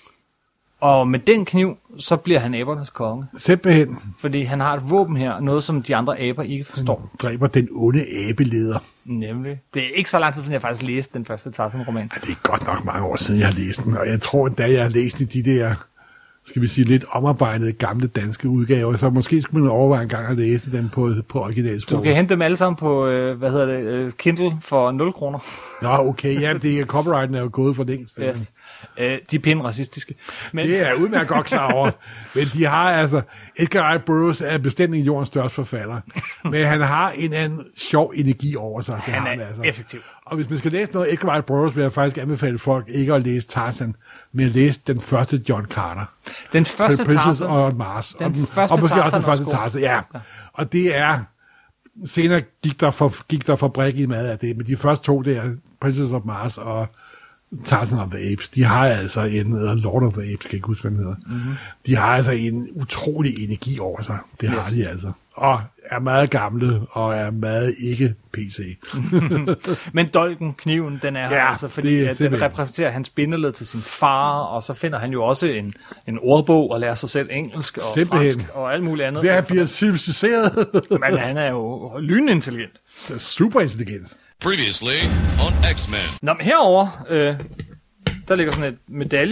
Og med den kniv, så bliver han abernes konge. Simpelthen. Fordi han har et våben her, noget som de andre aber ikke forstår. Han dræber den onde abeleder. Nemlig. Det er ikke så lang tid siden, jeg faktisk læste den første Tarzan-roman. Ja, det er godt nok mange år siden, jeg har læst den. Og jeg tror, da jeg har læst de der, skal vi sige, lidt omarbejdede gamle danske udgaver, så måske skulle man overveje en gang at læse dem på originalsprog. Du kan hente dem alle sammen på, Kindle for 0 kroner. Nå, okay. Ja, copyrighten er jo gået for længst. Yes. De er pænt racistiske. Men det er jeg udmærket godt klar over. Men de har altså... Edgar Allan Burroughs er bestemt en jordens største forfatter. Men han har en anden sjov energi over sig. Han er altså effektiv. Og hvis man skal læse noget Edgar Allan Burroughs, vil jeg faktisk anbefale folk ikke at læse Tarzan, men at læse den første John Carter. Den første Princess on Mars. Og måske også den første Tarzan. Ja. Og det er... Senere gik der fabrik i mad af det, men de første to der, Princess of Mars og Tarzan of the Apes, de har altså Lord of the Apes, kan jeg ikke huske, hvad den hedder. Mm-hmm. De har altså en utrolig energi over sig. Det har de altså. Og er meget gamle, og er meget ikke PC. Men dolken, kniven, den er her altså, fordi at den repræsenterer hans bindeled til sin far, og så finder han jo også en ordbog og lærer sig selv engelsk og fransk og alt muligt andet. Det er bliver civiliseret. Men han er jo lynintelligent. Super intelligent. Previously on X-Men. Nå, men herovre, der ligger sådan et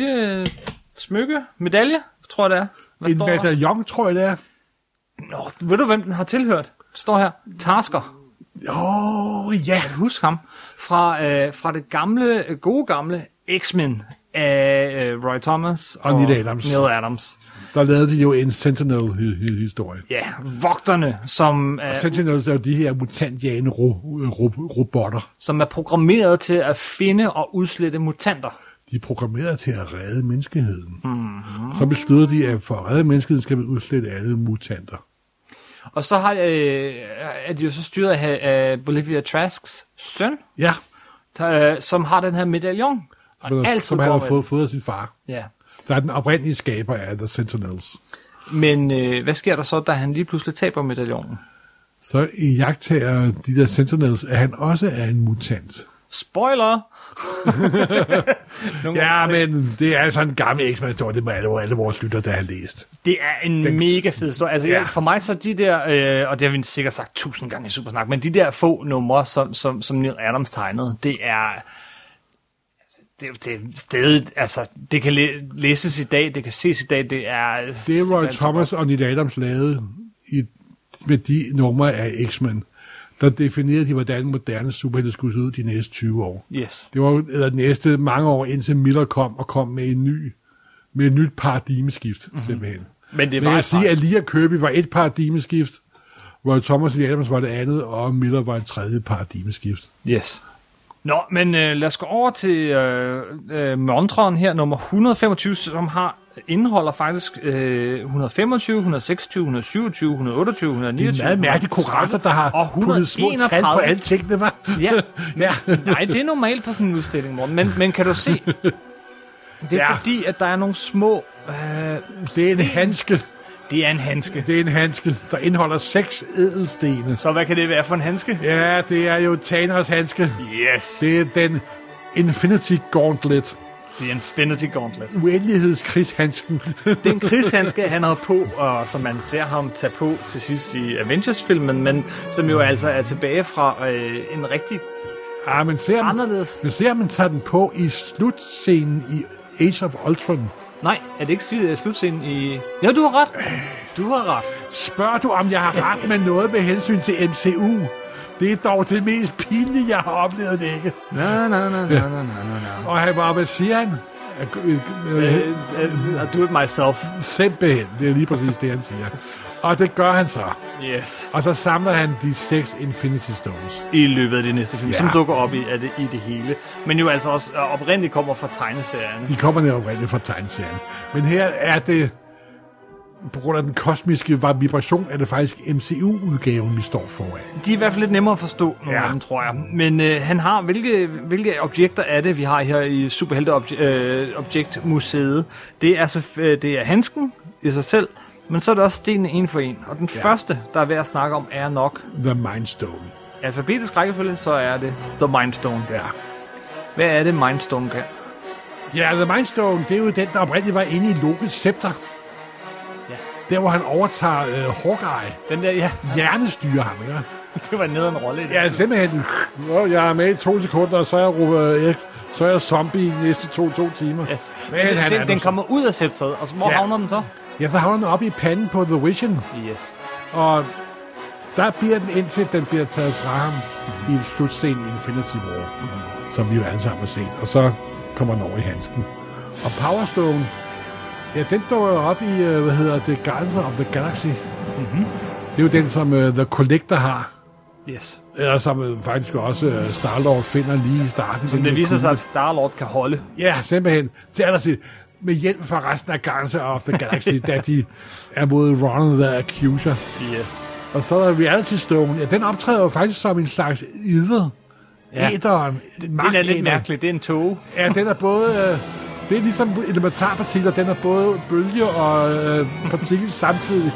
medalje, tror jeg det er. Hvad en medaljon, tror jeg det er. Nå, ved du, hvem den har tilhørt? Det står her. Tasker. Ja. Husk ham. Fra det gode gamle X-Men af Roy Thomas og Neil Adams. Der lavede de jo en Sentinel-historie. Ja, vogterne, som... Og Sentinels er jo de her mutant-robotter. Som er programmeret til at finde og udslette mutanter. De er programmeret til at redde menneskeheden. Mm-hmm. Så beslutter de, at for at redde menneskeheden skal man udslette alle mutanter. Og så er de jo så styret af Bolivia Trasks søn. Ja. Som har den her medaljon. Som han har fået af sin far. Ja. Der er den oprindelige skaber af The Sentinels. Men hvad sker der så, da han lige pludselig taber medaljonen? Så iagttager de der Sentinels, at han også er en mutant. Spoiler! Ja, men det er sådan en gammel X-Men-historie, det må alle vores lytter, der har læst. Det er en mega fed historie. Altså, for mig så de der, og det har vi sikkert sagt 1000 gange i Supersnak, men de der få numre, som Neil Adams tegnede, det er... Det er stedet, altså, det kan læses i dag, det kan ses i dag, det er... Det er Roy Thomas og Neil Adams lavede med de numre af X-Men, der definerede de, hvordan moderne superhelte skulle se ud de næste 20 år. Yes. Det var de næste mange år, indtil Miller kom med et nyt paradigmeskift, simpelthen. Men det var jeg sige, at Lee og Kirby var et paradigmeskift, Roy Thomas og Neil Adams var det andet, og Miller var et tredje paradigmeskift. Yes. Nå, men lad os gå over til montren her, nummer 125, som indeholder faktisk 125, 126, 127, 128, 129... Det er meget mærkelige kurasser, der har puttet små tal på alle tingene, hva'? Ja. Nej, det er normalt på sådan en udstilling, Morten, men kan du se? Det er fordi, at der er nogle små... det er en handske. Det er en handske. Det er en handske, der indeholder 6 ædelstene. Så hvad kan det være for en handske? Ja, det er jo Thanos handske. Yes. Det er den Infinity Gauntlet. Det er Infinity Gauntlet. Uendelighedskrigshandsken. Den krigshandske, han har på, og som man ser ham tage på til sidst i Avengers-filmen, men som jo altså er tilbage fra en rigtig anderledes. Man ser, man tager den på i slutscenen i Age of Ultron. Nej, er det ikke slutscenen i... Ja, du har ret. Du har ret. Spørger du, om jeg har ret med noget med hensyn til MCU? Det er dog det mest pinlige, jeg har oplevet, det ikke? Nej. Og han var, hvad siger han? I do it myself. Simpelthen, det er lige præcis det, han siger. Og det gør han så. Yes. Og så samler han de 6 Infinity Stones. I løbet af det næste film, som dukker op i det hele. Men jo altså også oprindeligt kommer fra tegneserierne. De kommer oprindeligt fra tegneserien. Men her er det på grund af den kosmiske vibration, er det faktisk MCU-udgaven, vi står foran. De er i hvert fald lidt nemmere at forstå, nogle af dem, tror jeg. Men han har, hvilke objekter er det, vi har her i Superhelte-objektmuseet? Det er handsken i sig selv, men så er det også stenene en for en. Og den første, der er værd at snakke om, er nok... The Mind Stone. Alfabetisk rækkefølge, så er det The Mind Stone. Ja. Hvad er det, Mind Stone kan? Ja, The Mind Stone, det er jo den, der oprindeligt var inde i Lokes scepter. Ja. Der, hvor han overtager Hawkeye. Den der, ja. Hjernestyrer ham, ikke? Det var nede en rolle. Ja, simpelthen. Jeg er med i 2 sekunder, og så er jeg zombie i de næste 2 timer. Yes. Men den kommer ud af scepteret, og hvor havner den så? Ja, så havner den op i panden på The Vision. Yes. Og der bliver den, indtil den bliver taget fra ham i en slutscene i Infinity War, som vi jo alle sammen har set. Og så kommer den over i handsken. Og Power Stone, ja, den står jo op i, Guardians of the Galaxy. Mm-hmm. Det er jo den, som The Collector har. Yes. Eller som faktisk også Star-Lord finder lige i starten. Som det viser sig, at Star-Lord kan holde. Ja, simpelthen. Til allersidst, med hjælp fra resten af Guardians of the Galaxy, da de er mod Ron the Accuser. Yes. Og så er der Reality Stone. Ja, den optræder jo faktisk som en slags idder. Ja. Æderen. Den er lidt mærkelig. Det er en tog. Ja, den er både... det er ligesom elementarpartikler. Den er både bølge og partikel samtidig.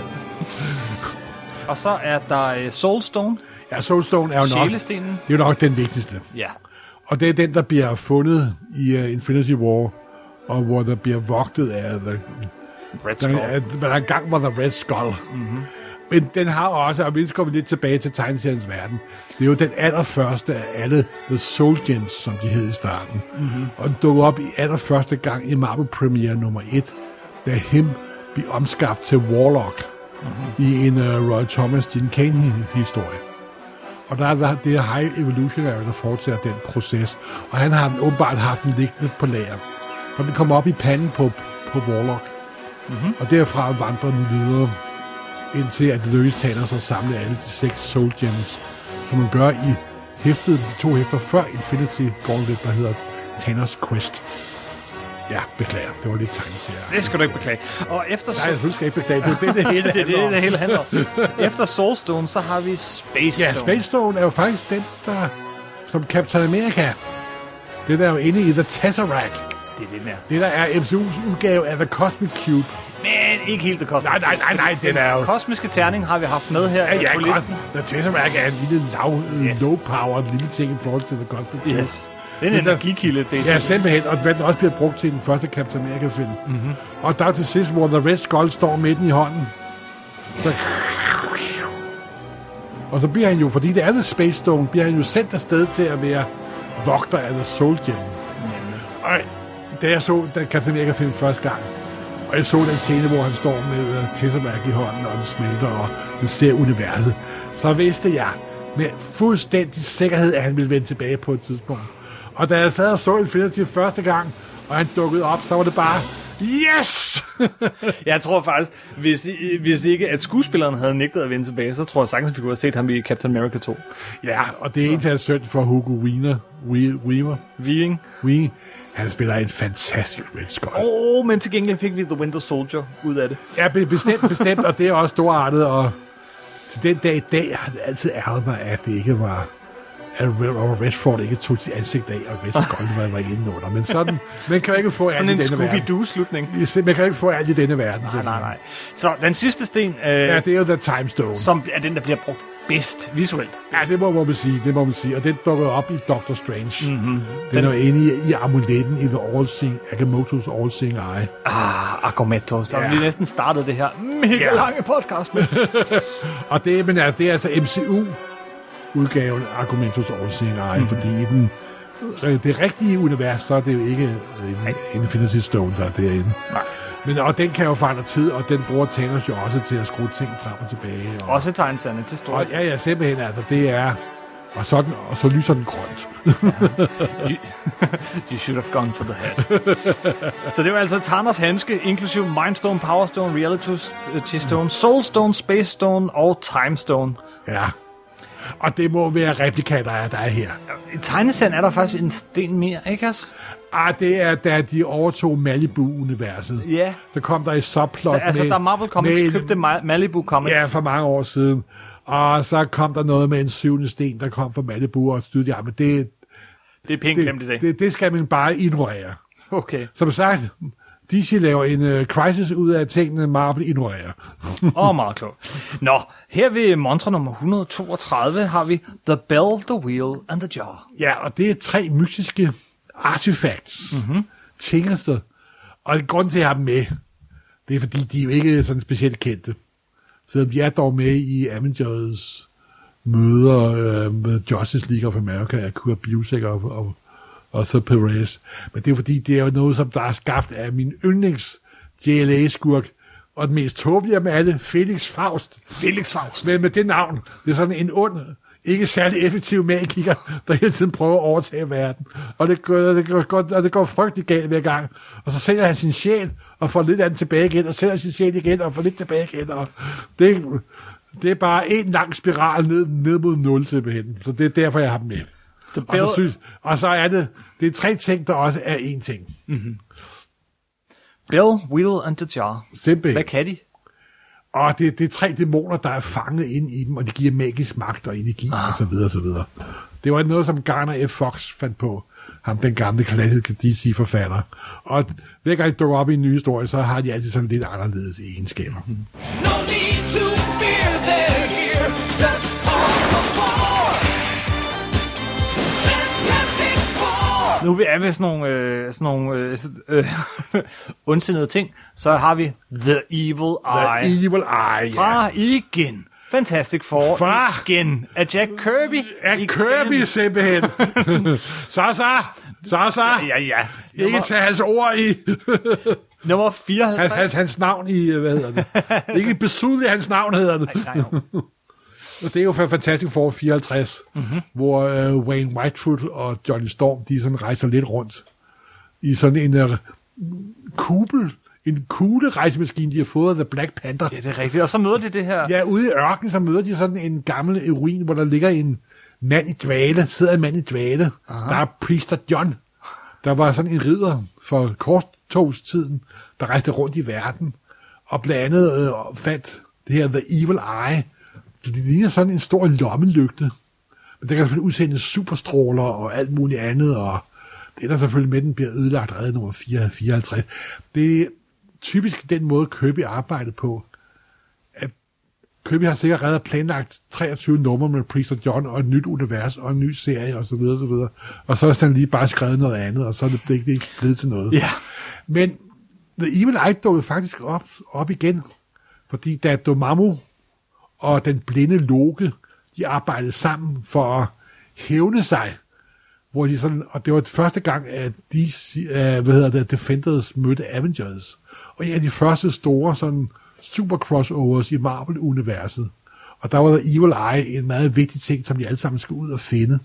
Og så er der Soulstone. Ja, Soulstone er jo nok... Sjælestenen. Det er jo nok den vigtigste. Ja. Og det er den, der bliver fundet i Infinity War, og hvor der bliver vogtet af The Red Skull. Der engang var The Red Skull. Mm-hmm. Men den har også, og vi går lidt tilbage til tegneseriens verden, det er jo den allerførste af alle The Soul Gems, som de hed i starten. Mm-hmm. Og den dukker op i allerførste gang i Marvel Premiere nummer 1, da Him bliver omskabt til Warlock i en Roy Thomas Jean Kane-historie. Og der er det High Evolutionary, der fortsætter den proces. Og han har åbenbart haft den liggende på lager. Og den kommer op i panden på Warlock. Mm-hmm. Og derfra vandrer den videre, indtil at det lykkes Thanos at samle alle de 6 Soul Gems, som man gør i de 2 hæfter før Infinity Gauntlet, der hedder Thanos Quest. Ja, beklager. Det var lidt tegneserie. Det skal du ikke beklage. Og efter Nej, jeg skal ikke beklage. Det er det hele handler om. Det hele handler om. Efter Soulstone, så har vi Space Stone. Ja, Space Stone er jo faktisk den, der... Som Captain America. Det der er jo inde i The Tesseract. Det er det der. Det der er MCU's udgave af The Cosmic Cube. Men ikke helt The Cosmic Cube. Nej, den er jo... Kosmiske terning har vi haft med her på listen. The Tesseract er en lille low-powered lille ting i forhold til The Cosmic Cube. Yes. Det er en energikilde, det er ja, simpelthen, og den også bliver brugt til den første Captain America-film. Mm-hmm. Og der er til sidst, hvor The Red Skull står midten i hånden. Så... Og så bliver han jo, fordi det er The Space Stone, bliver han jo sendt afsted til at være vogter af The Soul Gem. Og da jeg så den Captain America-film første gang, og jeg så den scene, hvor han står med Tesseract i hånden, og den smelter, og den ser universet, så vidste jeg med fuldstændig sikkerhed, at han ville vende tilbage på et tidspunkt. Og da jeg sad og så Infinity første gang, og han dukkede op, så var det bare, yes! Jeg tror faktisk, hvis ikke at skuespilleren havde nægtet at vende tilbage, så tror jeg sagtens, vi kunne have set ham i Captain America 2. Ja, og det er egentlig synd for Hugo Weaving. Han spiller en fantastisk Red Skull. Men til gengæld fik vi The Winter Soldier ud af det. Ja, bestemt, og det er også storartet, og til den dag i dag har det altid ærget mig, at det ikke var... at Redford ikke tog sit ansigt af, og Red Skull var inde under. Men sådan, man kan ikke få alt i denne verden. Sådan en Scooby-Doo-slutning. Man kan ikke få alt i denne verden. Nej. Så den sidste sten... ja, det er jo The Time Stone. Som er den, der bliver brugt bedst visuelt. Ja, det må man sige. Og den dukker op i Doctor Strange. Mm-hmm. Den er inde i amuletten i The Agamotto's All-Seeing Eye. Agamotto. Så vi næsten startede det her mega lange podcast med. Og det er altså MCU udgaven Agamotto's All-Seeing Eye, fordi i det rigtige univers, så er det jo ikke Infinity Stone, der er derinde. Nej. Men og den kan jo forandre tid, og den bruger Thanos jo også til at skrue ting frem og tilbage. Og, også tegneserne til stort. Ja, simpelthen, altså det er... Og så lyser den grønt. You should have gone for the head. Så det var altså Thanos handske, inklusive Mindstone, Powerstone, Reality Stone, Soulstone, Space Stone og Time Stone. Ja. Og det må være replika, der er her. I tegneserien er der faktisk en sten mere, ikke også? Det er, da de overtog Malibu-universet. Ja. Så kom der et subplot da Marvel Comics købte Malibu Comics. Ja, for mange år siden. Og så kom der noget med en 7. sten, der kom fra Malibu, og stod men det er pænt glemt i dag. Det skal man bare ignorere. Okay. Som sagt, DC laver en crisis ud af tingene, Marvel ignorerer. Meget klogt. Nå, her ved montre nummer 132 har vi The Bell, The Wheel and The Jar. Ja, og det er 3 mystiske artifacts. Tingester. Og grunden til at have dem med, det er fordi, de er jo ikke sådan specielt kendte. Så de er dog med i Avengers møder med Justice League of America af Kurt Busiek og så Perez. Men det er fordi, det er jo noget, som der er skabt af min yndlings JLA-skurk, og den mest tåbelige af dem alle, Felix Faust. Felix Faust. Men med det navn, det er sådan en ond, ikke særlig effektiv magiker, der hele tiden prøver at overtage verden. Og det går frygtelig galt hver gang. Og så sælger han sin sjæl, og får lidt af den tilbage igen, og sælger sin sjæl igen, og får lidt tilbage igen. Og det er bare en lang spiral ned mod 0 simpelthen. Så det er derfor, jeg har dem med. Og så er det er 3 ting, der også er én ting. Bell, Wheel and the Jar. Simpelthen. Hvad kan de? Og det er 3 dæmoner, der er fanget ind i dem, og de giver magisk magt og energi, og så videre, og så videre. Det var noget, som Garner F. Fox fandt på. Ham, den gamle klassiske DC-forfatter. Og hver gang de dukker op i en ny historie, så har de altid sådan lidt anderledes egenskaber. No need to fear, they're here. Just call the Four. Fantastic Four. Nu er vi sådan nogle ondsindede ting, så har vi The Evil Eye. The Evil Eye, fra igen. Fantastic Four igen. Af Jack Kirby. Af Kirby simpelthen. Så. Ja. Ikke tage hans ord i. Nummer 54. Hans navn i, hvad hedder det? Ikke besudelig hans navn hedder det. Nej. Og det er jo for Fantastic Four 54, hvor Wayne Whitefoot og Johnny Storm, de sådan rejser lidt rundt i sådan en kuglerejsemaskine, de har fået af The Black Panther. Ja, det er rigtigt. Og så møder de det her. Ja, ude i ørkenen, så møder de sådan en gammel ruin, hvor der ligger en mand i dvale, sidder en mand i dvale. Der er Priester John. Der var sådan en ridder for korstogstiden, der rejste rundt i verden, og blandt andet fandt det her The Evil Eye. Det ligner sådan en stor lommelygte. Men der kan selvfølgelig udsende superstråler og alt muligt andet, og det er der selvfølgelig med, den bliver ødelagt reddet nummer 54. Det er typisk den måde, Kirby arbejdede på. At Kirby har sikkert reddet planlagt 23 numre med Priester John og et nyt univers og en ny serie og så videre, og så videre. Og så er han lige bare skrevet noget andet, og så er det ikke blevet til noget. Ja. Men The Evil Eye dukkede faktisk op igen, fordi da Dormammu og den blinde Loke, de arbejdede sammen for at hævne sig, hvor de sådan, og det var første gang, at Defenders mødte Avengers, og en af de første store sådan super crossovers i Marvel-universet. Og der var der Evil Eye en meget vigtig ting, som de alle sammen skulle ud og finde.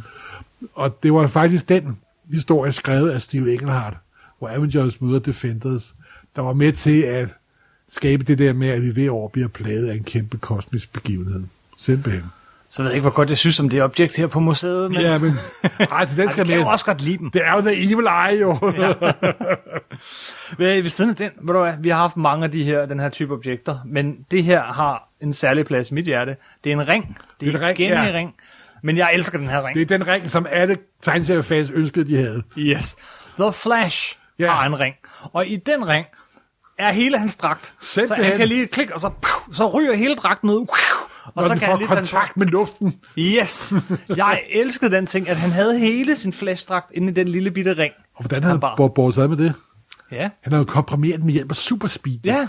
Og det var faktisk den historie skrevet af Steve Englehart, hvor Avengers møder Defenders, der var med til at skabe det der med, at vi ved år bliver plaget af en kæmpe kosmisk begivenhed. Simpelthen. Så ved jeg ikke, hvor godt jeg synes om det objekt her på museet. Men... Ja, men... den skal kan jo også godt lide dem. Det er jo The Evil Eye, jo. Ved siden af den, ved du hvad, vi har haft mange af den her type objekter, men det her har en særlig plads i mit hjerte. Det er en ring. Det er igen en ring. Men jeg elsker den her ring. Det er den ring, som alle tegneseriefans ønskede, de havde. Yes. The Flash har en ring. Og i den ring er hele hans dragt. Så han kan lige klikke, og så ryger hele dragten ud. Og så den får kontakt med luften. Yes. Jeg elskede den ting, at han havde hele sin Flash-dragt inde i den lille bitte ring. Og hvordan havde han båret sig med det? Ja. Han havde jo komprimeret den med hjælp af superspeed. Ja.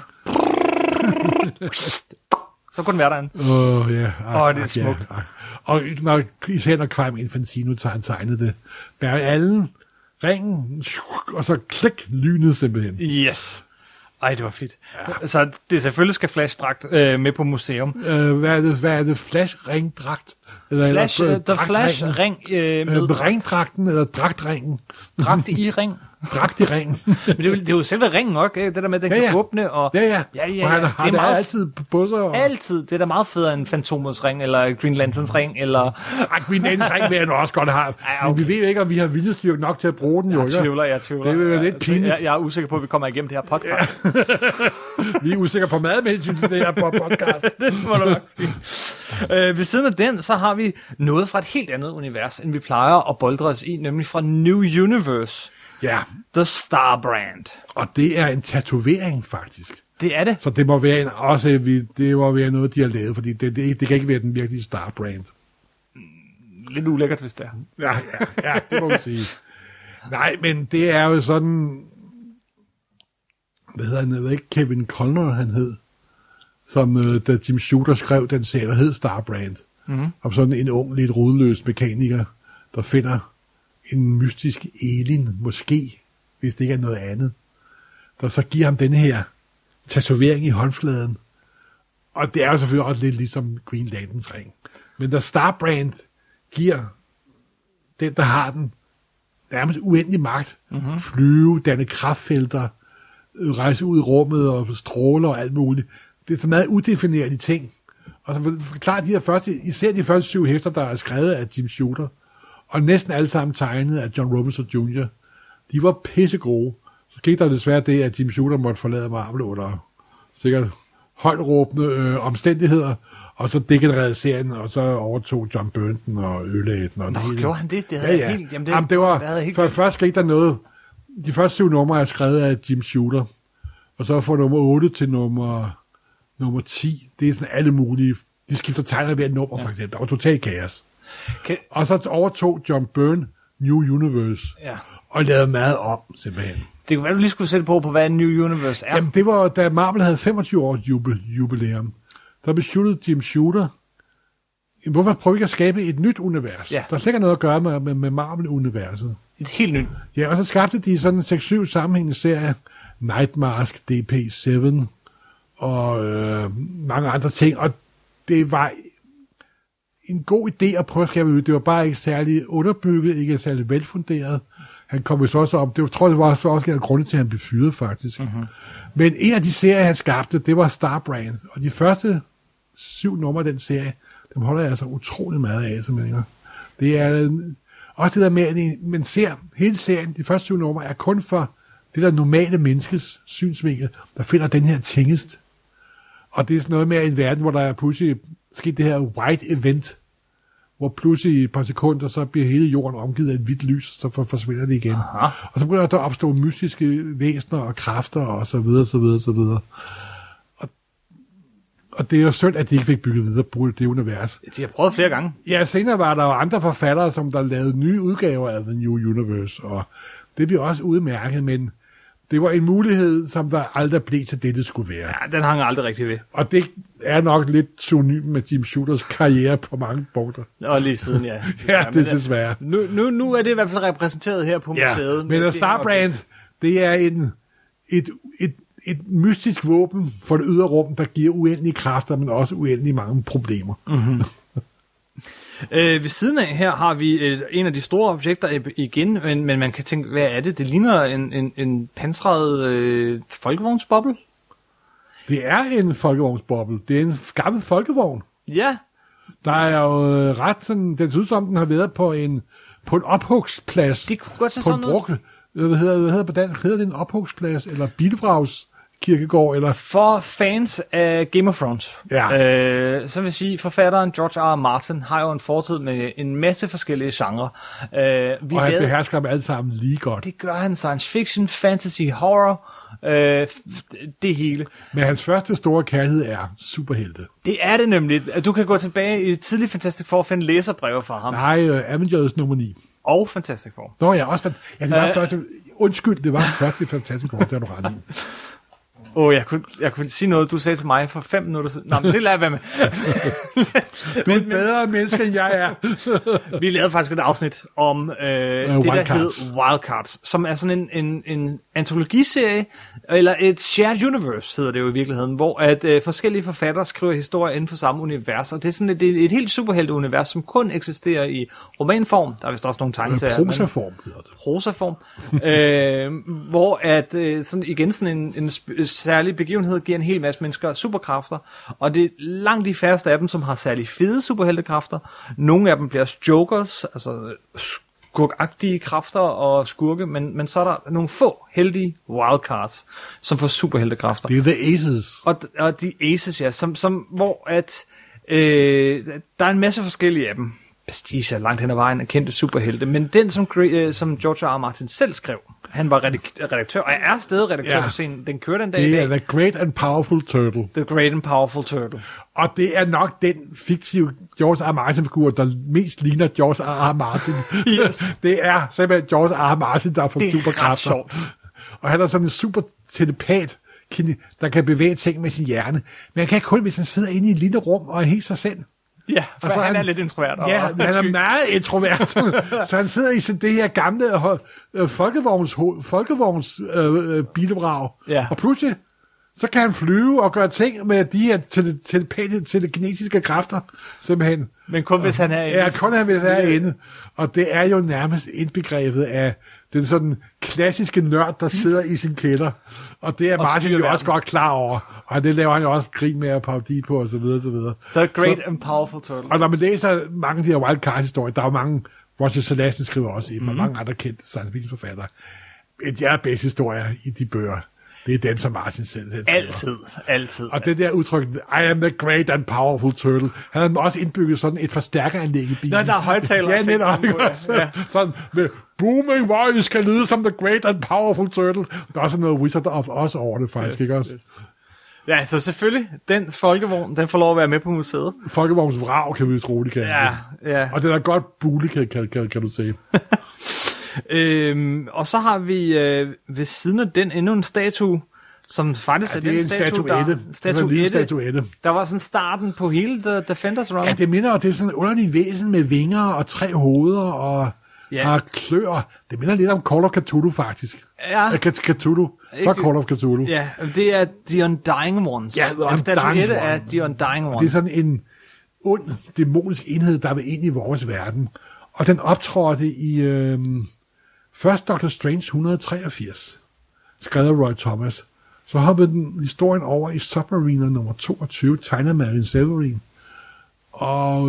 Så kunne den være derinde. Det er smukt. Ja. Og især når Crime Infantino tegnede det. Barry Allen, ringen, og så klik, lynet simpelthen. Yes. Ej, det var fedt. Ja. Så det selvfølgelig skal Flash-dragt med på museum. Hvad er det? Flash-ring-dragt? The Flash-ring med ringdragten, eller dragtringen? Dragt i ring. Dragt i ringen. Men det er jo selve ringen nok, ikke? Det der med, at den kan åbne. Og, ja. Og han har det meget, altid på sig. Og... Altid. Det er da meget federe end Fantomers ring, eller Green Lanterns ring, eller... Green Lanterns ring vil jeg nu også godt have. Ja, okay. Men vi ved ikke, om vi har viljestyrke nok til at bruge den. Jeg tvivler. Det er jo lidt pinligt. Jeg er usikker på, at vi kommer igennem det her podcast. Vi er usikre på mad med hensyn til det her podcast. Det må du nok sige. Ved siden af den, så har vi noget fra et helt andet univers, end vi plejer at boldre os i, nemlig fra New Universe. Ja. The Star Brand. Og det er en tatovering, faktisk. Det er det. Så det må være det må være noget, de har lavet, fordi det kan ikke være den virkelige Star Brand. Lidt ulækkert, hvis det er. Ja, det må man sige. Nej, men det er jo sådan... Hvad hedder han? Jeg ved ikke, Kevin Conner, han hed. Som da Jim Shooter skrev den serie, der hed Star Brand. Mm-hmm. Om sådan en ung, lidt rodløs mekaniker, der finder en mystisk alien, måske, hvis det ikke er noget andet, der så giver ham denne her tatovering i håndfladen. Og det er jo selvfølgelig også lidt ligesom Green Lanterns ring. Men der Star Brand giver den, der har den, nærmest uendelig magt. Mm-hmm. Flyve, danne kraftfelter, rejse ud i rummet og stråler og alt muligt. Det er så meget udefinerlige ting. Og så forklarer især de første 7 hæfter, der er skrevet af Jim Shooter, og næsten alle sammen tegnet af John Robinson Jr. De var pissegode. Så skete der desværre det, at Jim Shooter måtte forlade Marvel under sikkert højt råbende omstændigheder, og så degenererede serien, og så overtog John Byrne og ødelagde den. Nå, gjorde han det? Det havde jeg helt... Jamen, det var... For først skete der noget... De første 7 numre er skrevet af Jim Shooter, og så fra nummer 8 til nummer 10, det er sådan alle mulige... De skifter tegner ved et nummer, for eksempel. Der var totalt kaos. Og så overtog John Byrne New Universe, og lavede meget om, simpelthen. Det kunne være, du lige skulle sætte på, hvad New Universe er. Jamen, det var, da Marvel havde 25 års jubilæum, så besluttede Jim Shooter, hvorfor prøver vi ikke at skabe et nyt univers? Ja. Der er sikkert noget at gøre med Marvel-universet. Et helt nyt. Ja, og så skabte de sådan en 6-7 sammenhængende serie, Nightmask, DP7, og mange andre ting, og det var en god idé at prøve at skabe ud. Det var bare ikke særlig underbygget, ikke særlig velfunderet. Han kom jo så også op, det tror jeg var også en grund til, at han blev fyret, faktisk. Mm-hmm. Men en af de serier, han skabte, det var Star Brand. Og de første 7 numre af den serie, dem holder jeg altså utrolig meget af, simpelthen. Det er også det der med, at man ser hele serien, de første 7 numre, er kun for det der normale menneskes synsvinkel, der finder den her tingest. Og det er sådan noget med en verden, hvor der er pludselig sket det her white event, hvor pludselig i et par sekunder, så bliver hele jorden omgivet af et hvidt lys, så forsvinder det igen. Aha. Og så begynder der at opstå mystiske væsener og kræfter, og så videre, så videre, så videre. Og det er jo synd, at de ikke fik bygget videre på det univers. De har prøvet flere gange. Ja, senere var der jo andre forfattere, som der lavede nye udgaver af The New Universe, og det blev også udmærket, men det var en mulighed, som der aldrig blev til det skulle være. Ja, den hang aldrig rigtig ved. Og det er nok lidt synonym med Jim Shooters karriere på mange punkter. Og lige siden, ja. Ja, det er desværre. Nu er det i hvert fald repræsenteret her på museet. Men Star Brand, det er et mystisk våben for det ydre rum, der giver uendelige kræfter, men også uendelige mange problemer. Mm-hmm. Ved siden af her har vi en af de store objekter igen, men man kan tænke, hvad er det? Det ligner en pansret folkevognsboble. Det er en folkevognsboble. Det er en gammel folkevogn. Ja. Der er jo ret sådan, den ser ud som, den har været på en ophuggsplads. Det kunne godt se sådan noget. Hvad hedder på dansk? Hedder det en ophuggsplads, eller bilvrags kirkegård, eller... For fans af Game of Thrones. Ja. Så vil sige, forfatteren George R. Martin har jo en fortid med en masse forskellige genrer. Og han behersker dem alle sammen lige godt. Det gør han. Science fiction, fantasy, horror, det hele. Men hans første store kærlighed er superhelte. Det er det nemlig. Du kan gå tilbage i tidlig Fantastic Four og finde læserbreve fra ham. Nej, Avengers nummer 9. Og Fantastic Four. Nå ja, også det var første... Undskyld, det var første Fantastic Four, det har du ret i. Jeg kunne sige noget, du sagde til mig for 5 minutter siden. Nå, men det lader jeg være med. Du er et bedre menneske, end jeg er. Vi lavede faktisk et afsnit om det, der hed Wildcards, som er sådan en antologiserie, eller et shared universe, hedder det jo i virkeligheden, hvor at forskellige forfattere skriver historier inden for samme univers, og det er sådan et helt superhelteunivers, som kun eksisterer i romanform. Der er vist også nogle tegneserier. Prosaform hedder det. Prosaform. Hvor at sådan igen sådan en særlig begivenhed giver en hel masse mennesker superkræfter, og det er langt de færreste af dem, som har særlig fede superheltekræfter. Nogle af dem bliver jokers, altså skurkagtige kræfter og skurke, men så er der nogle få heldige wildcards, som får superheltekræfter. Det er the aces. Og de aces, ja, som hvor at der er en masse forskellige af dem. Prestige langt hen ad vejen af kendte superhelte, men den som George R. R. Martin selv skrev, han var redaktør, og er stadig redaktør på scenen. Den kører den dag i dag. Det er The Great and Powerful Turtle. The Great and Powerful Turtle. Og det er nok den fiktive George R. Martin-figur, der mest ligner George R. R. Martin. Yes. Det er simpelthen George R. R. Martin, der får superkræfter. Og han er sådan en super telepat, der kan bevæge ting med sin hjerne. Men han kan kun, hvis han sidder inde i et lille rum og er helt sig selv. Ja, for altså, han er lidt introvert. Ja, han er meget introvert. Så han sidder i det her gamle folkevogns bilbrag. Ja. Og pludselig, så kan han flyve og gøre ting med de her telekinetiske kræfter, simpelthen. Men kun hvis han er inde. Ja, kun hvis han er inde. Og det er jo nærmest indbegrebet af den sådan klassiske nørd, der sidder i sin kælder. Og det er Martin jo også godt klar over. Og det laver han jo også grin med og parodi på, og så videre, så videre. The Great and Powerful Turtle. Og når man læser mange af de her wildcard-historier, der er jo mange, Roger Salassen skriver også i dem, og mange andre kendte science fiction forfattere. De er bedste historier i de bøger. Det er dem, som Martin selv skriver. Altid. Og det der udtryk, I am the great and powerful turtle, han har også indbygget sådan et forstærkeranlæg i bilen. Der er højtalere. Ja, netop. Ja. Sådan med booming voice skal lyde som the great and powerful turtle. Der er også noget Wizard of Oz over det faktisk, ikke også? Yes. Ja, så selvfølgelig, den folkevogn, den får lov at være med på museet. Folkevogns vrag, kan vi roligt kalde det. Ja. Og den er godt bule, kan du sige. Og så har vi ved siden af den endnu en statue, som faktisk er den statuette. Der var sådan starten på hele The Defenders Run. Ja, det minder, det er sådan en underlig væsen med vinger og 3 hoveder og har klør. Det minder lidt om Call of Cthulhu, faktisk. Ja. Cthulhu. Fra Call of Cthulhu. Ja, det er The Undying Ones. Ja, en statuette af The Undying Ones. Det er sådan en ond, dæmonisk enhed, der vil ind i vores verden. Og den optrådte i først Doctor Strange 183, skrevet af Roy Thomas. Så hoppede den historien over i Submariner nummer 22, tegnet af Marion Severin. Og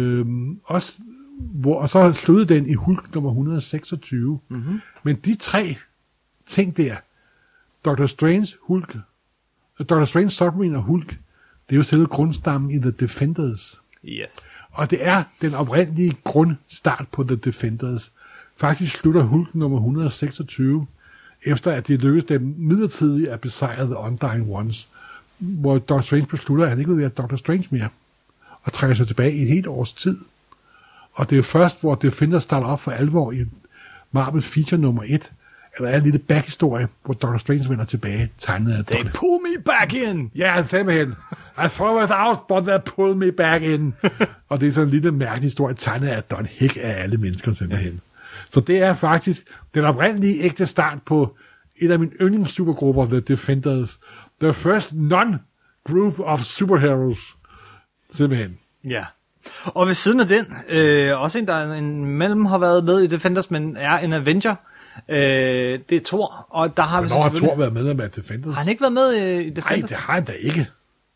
så sluttede den i Hulk nummer 126. Mm-hmm. Men de 3 ting der, Doctor Strange, Submariner og Hulk, det er jo selve grundstammen i The Defenders. Yes. Og det er den oprindelige grundstart på The Defenders. Faktisk slutter Hulk nummer 126, efter at det lykkedes dem midlertidigt at besejre The Undying Ones, hvor Doctor Strange beslutter, at han ikke vil være Doctor Strange mere, og trækker sig tilbage i et helt års tid. Og det er først, hvor Defenders starter op for alvor i Marvel feature nummer 1, at der er en lille backhistorie, hvor Doctor Strange vender tilbage, tegnet af They pull me back in! Ja, simpelthen. I throw it out, but they pull me back in. Og det er sådan en lille mærkelig historie, tegnet af Don Hick af alle mennesker, simpelthen. Yes. Så det er faktisk den oprindelige ægte start på et af mine yndlingssupergrupper, The Defenders. The first non-group of superheroes. Simpelthen. Ja. Og ved siden af den, også en, der mellem har været med i Defenders, men er en Avenger. Det er Thor. Og der har Hvornår har Thor været med med Defenders? Har han ikke været med i Defenders? Nej, det har han da ikke.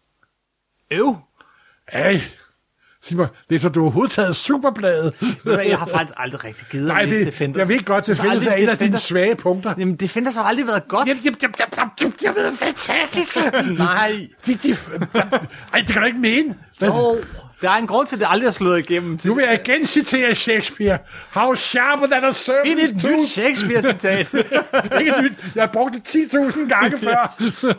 Ej. Sig mig, det er så, du har overhovedet taget Superbladet. Jeg har faktisk aldrig rigtig givet at læse Defenders. Jeg ved godt, Defenders er et af dine svage punkter. Jamen, Defenders har aldrig været godt. Jeg ved, fantastiske. Nej. Ej, det kan du ikke mene. Jo, der er en grund til, at det aldrig har slået igennem. Nu vil jeg igen citere Shakespeare. How sharp that a serpent's tooth. Det er et nyt Shakespeare-citat. Ikke nyt. Jeg har brugt det 10.000 gange før.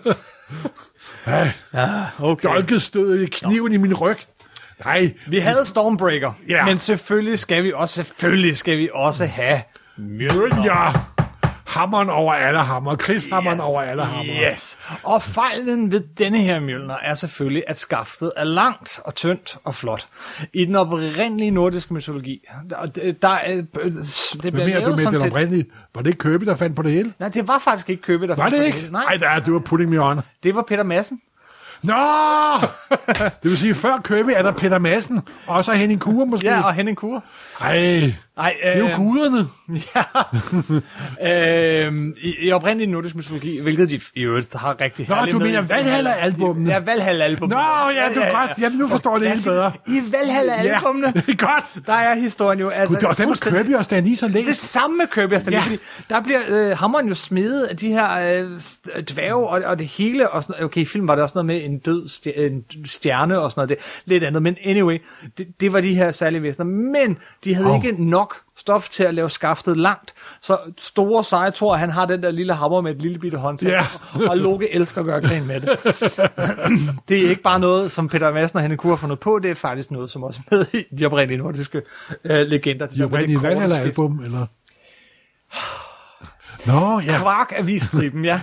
Okay. Dolket stød i kniven i min ryg. Nej. Vi havde Stormbreaker, men selvfølgelig skal vi også have Mjølner. hammeren over alle hammer. Krigshammeren over alle hammer. Yes. Og fejlen ved denne her Mjølner er selvfølgelig, at skaftet er langt og tyndt og flot. I den oprindelige nordiske mytologi, det bliver lavet sådan set. Var det ikke Kirby, der fandt på det hele? Nej, det var faktisk ikke Kirby, der fandt på det hele. Nej, det var putting me on. Det var Peter Madsen. Nå! Det vil sige, før Kirby er der Peter Madsen, og så Henning Kure måske. Ja, og Henning Kure. Ej, det er jo guderne. Ja. I oprindelig nordisk mytologi, hvilket de i øvrigt har rigtig... Nå, du mener Valhalla-albumene. Ja, Valhalla-albumene. Nå, ja, du godt. Jamen, nu forstår jeg det helt bedre. I Valhalla-albumene, godt. Der er historien jo... Altså, og den var Kirby og Stan Lee så læst. Det samme med Kirby og Stan Lee, fordi der bliver hammeren jo smedet af de her dværge og det hele. Og sådan, okay, i film var det også noget med en død stjerne og sådan noget. Det, lidt andet, men anyway, det var de her særlige væsener. Men de havde ikke nok stof til at lave skaftet langt. Så store seje Thor, han har den der lille hammer med et lille bitte håndtag, og Loke elsker at gøre grin med det. Det er ikke bare noget, som Peter Madsen og Henning Kure har fundet på, det er faktisk noget, som også er med i de oprindelige nordiske legender. De oprindelige Valhalla-album, eller... Nå, ja. Kvark-avisstriben, ja.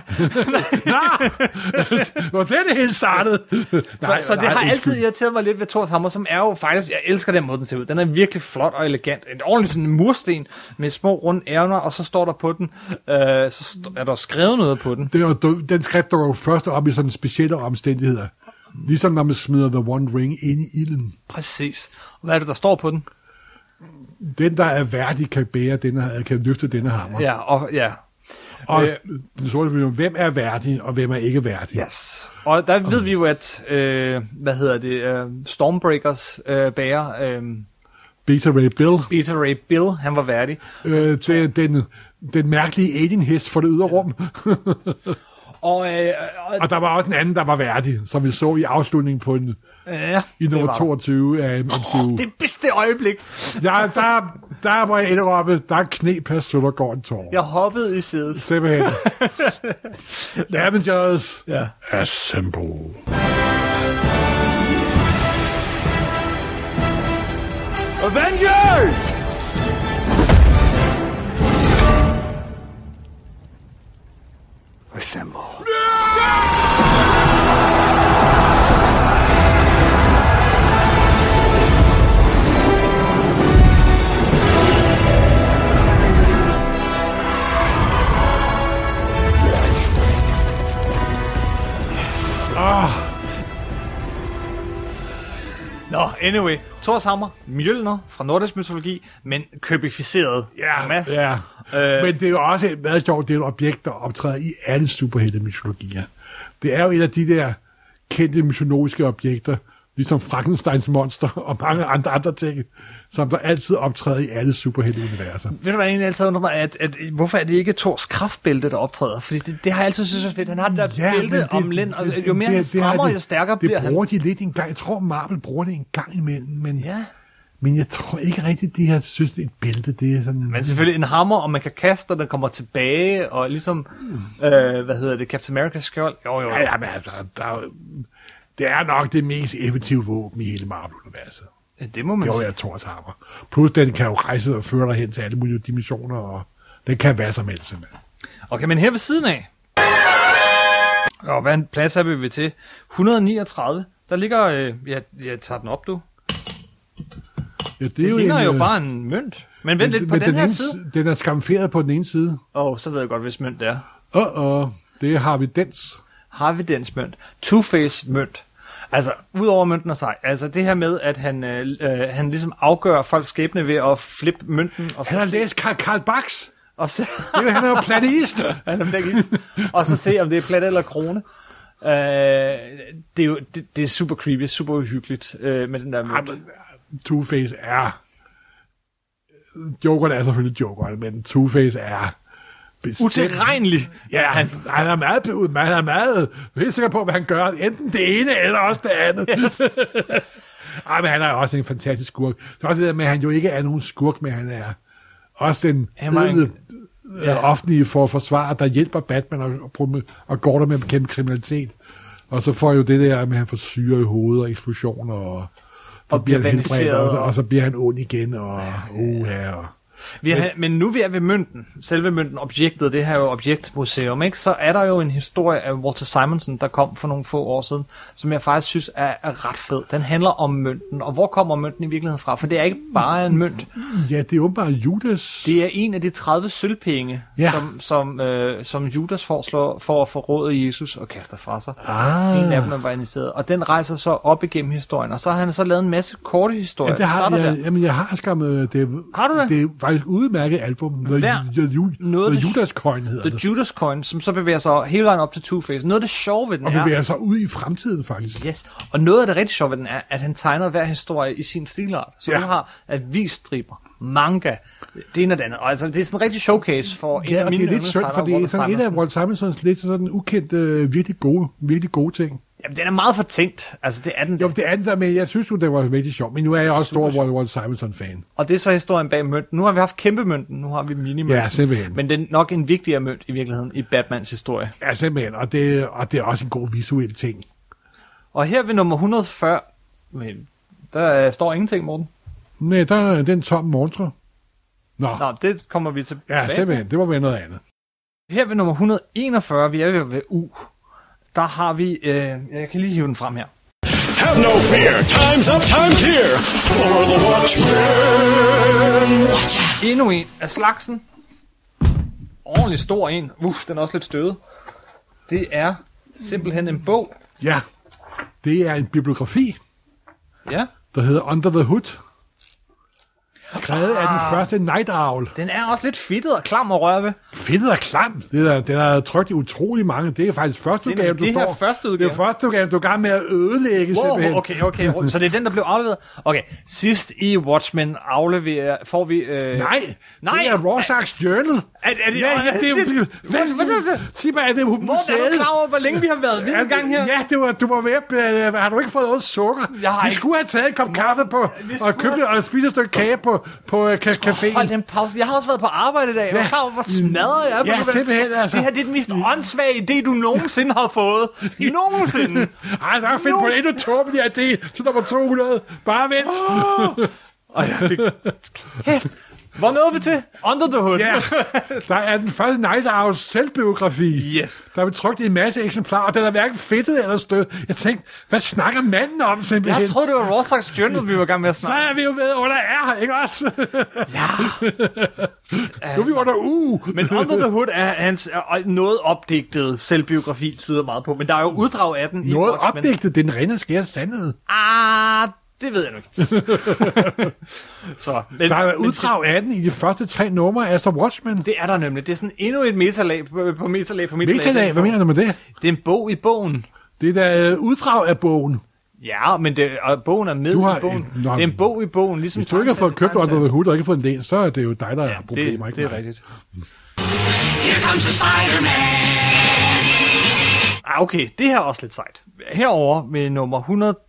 Hvor det hele startede. Så det har altid irriteret mig lidt ved Thors hammer, som er jo faktisk, jeg elsker den måde, den ser ud. Den er virkelig flot og elegant. En ordentlig sådan mursten med små runde ærner, og så står der på den, så er der skrevet noget på den. Den skrift der jo først op i sådan specielle omstændigheder. Ligesom når man smider The One Ring ind i ilden. Præcis. Hvad er det, der står på den? Den, der er værdig, kan løfte denne hammer. Ja. Og hvem er værdig, og hvem er ikke værdig. Yes. Og der ved vi jo, at Stormbreakers bærer... Beta Ray Bill, han var værdig. Den mærkelige alien-hest for det ydre rum. Og der var også en anden, der var værdig, som vi så i afslutningen på i nummer 22 af MCU. Det bedste øjeblik. Der må jeg indrømme, der er knep her, så der går en tår. Jeg hoppede i sædet. Simpelthen. The Avengers Assemble. Avengers! Assemble. Nå, anyway. Thors hammer, Mjølner fra nordisk mytologi, men købificeret. Ja. Men det er jo også meget sjovt, det er et objekt, der optræder i alle superhelte-mytologier. Det er jo et af de der kendte mytologiske objekter, ligesom Frankensteins monster og mange andre ting, som der altid optræder i alle superhelte-universer. Ved du hvad, jeg egentlig altid undrer mig, at hvorfor er det ikke Thors kraftbælte, der optræder? Fordi det har jeg altid synes er fedt. Han har det der bælte om lænd, og jo mere han strammer, jo stærkere bliver han. Det bruger de lidt en gang. Jeg tror, Marvel bruger det en gang imellem, men jeg tror ikke rigtigt, de har synes, det er et bælte. Det er sådan... Men selvfølgelig en hammer, og man kan kaste, og den kommer tilbage, og ligesom, Captain America's skjold. Jo. Ja, men altså, det er nok det mest effektive våben i hele Marvel-universet. Ja, det må man sige. Det er Thors hammer. Plus, den kan jo rejse og føre dig hen til alle mulige dimensioner, og den kan hvad som helst. Okay, men her ved siden af, og hvad en plads er vi ved til? 139. Der ligger, jeg tager den op, du. Ja, det ligner jo bare en mønt. Men vent lidt på den her side. Den er skamferet på den ene side. Så ved jeg godt, hvis mønt det er. Det er Harvey Dents mønt. Two-Face mønt. Altså, udover mønten er sej. Altså, det her med, at han ligesom afgør folks skæbne ved at flippe mønten. Og han har læst Karl Barks. Og så... han er jo platteist. Og så se, om det er platte eller krone. Det er super creepy, super uhyggeligt med den der mønt. Two-Face er... Jokeren er selvfølgelig Jokeren, men Two-Face er... utilregnelig. Ja, han er meget helt sikker på, hvad han gør. Enten det ene, eller også det andet. Yes. Men han er også en fantastisk skurk. Så også det der med, at han jo ikke er nogen skurk, men han er også den offentlige for at forsvare, der hjælper Batman og går der med at bekæmpe kriminalitet. Og så får jo det der med, at han får syre i hovedet og eksplosioner, og bliver helbredt, og så bliver han ond igen, og Men nu vi er ved mønten, selve mønten, objektet, det her er jo objektmuseum, ikke? Så er der jo en historie af Walter Simonson, der kom for nogle få år siden, som jeg faktisk synes er ret fed. Den handler om mønten, og hvor kommer mønten i virkeligheden fra? For det er ikke bare en mønt. Ja, det er åbenbart Judas. Det er en af de 30 sølvpenge, som Judas foreslår for at forråde Jesus og kaster fra sig. En af dem var initieret, og den rejser så op igennem historien, og så har han så lavet en masse korte historier. Ja, det har jeg. Jamen, jeg har skammet det. Har du det? Det er faktisk udmærket album. The Judas Coin hedder det. The Judas Coin, som så bevæger sig hele vejen op til Two-Face. Noget af det sjove ved den og bevæger sig ud i fremtiden, faktisk. Yes. Og noget af det rigtig sjove ved den er, at han tegner hver historie i sin stilart. Så du har avisstriber, manga, det ene og det andet. Og altså, det er sådan en rigtig showcase for en af mine det er lidt synd, for det er sådan en af Walt Simonsons lidt sådan ukendte, virkelig gode ting. Jamen, den er meget fortænkt. Altså, det er den. Jo, det er den der, men jeg synes jo, det var virkelig sjovt. Men nu er jeg også stor Walt Simonson-fan. Og det er så historien bag mønten. Nu har vi haft kæmpe mønten, nu har vi mini-mønten. Ja, simpelthen. Men det er nok en vigtigere mønt i virkeligheden i Batmans historie. Ja, simpelthen. Og det er også en god visuel ting. Og her ved nummer 140, der står ingenting, Morten. Nej, der er den tom montre. Nå, det kommer vi tilbage til. Ja, simpelthen. Det var ved noget andet. Her ved nummer 141, vi er ved U. Der har vi, jeg kan lige hive den frem her. Have no fear, time's up, time's here for the Watchmen. Endnu en af slagsen. Ordentlig stor en. Den er også lidt stødet. Det er simpelthen en bog. Ja, det er en bibliografi. Ja. Der hedder Under the Hood. Skrevet af den første Night Owl. Den er også lidt fedtet og klam at røre ved. Fedtet og klam? Den er trykt i utrolig mange. Det er faktisk første udgave, du står. Det er første udgave. Det er første udgave, du er i gang med at ødelægge simpelthen. Okay. Så det er den, der blev afleveret. Okay, sidst i Watchmen får vi... Nej, det er Rorschachs Journal. Er det... Ja, sig mig, er det museet? Hvor er du klar over, hvor længe vi har været ved en gang her? Ja, du var ved. Har du ikke fået noget sukker? Vi skulle have taget en kop kaffe på, og købt og spist et stykke kage på caféen. Hold den pause. Jeg har også været på arbejde i dag. Jeg er klar over, hvor smadret jeg er. Ja, simpelthen. Altså. Det her det er den mest åndssvage idé, du nogensinde har fået. Nogensinde. Ej, der er fedt på endnu tåbeligere idé. Så nummer 200. Bare vent. Hvor nåede vi til? Under the Hood. Ja, der er den første Night Owls selvbiografi. Yes. Der er trykt i en masse eksemplarer, og den er hverken fedtet eller stød. Jeg tænkte, hvad snakker manden om simpelthen? Jeg troede, det var Rorschachs Journal, vi var i gang med at snakke. Så er vi jo ved under R, ikke også? Ja. Nu er vi under U. Men Under the Hood er hans noget opdigtet selvbiografi, tyder meget på. Men der er jo uddrag af den i noget Watchmen. Opdigtet? Den rene skære sandhed. Det ved jeg nu ikke. Så, der er uddrag af den i de første 3 numre af The Watchmen. Det er der nemlig. Det er sådan endnu et metalag på metalag. Metalag? Hvad mener du med det? Det er en bog i bogen. Det er da uddrag af bogen. Ja, men bogen er med i bogen. Det er en bog i bogen. Ligesom hvis du ikke har fået købt Under the Hood og ikke fået en del, så er det jo dig, der har problemer. Det er rigtigt. Here comes the Spider-Man. Okay, det her er også lidt sejt. Herover med nummer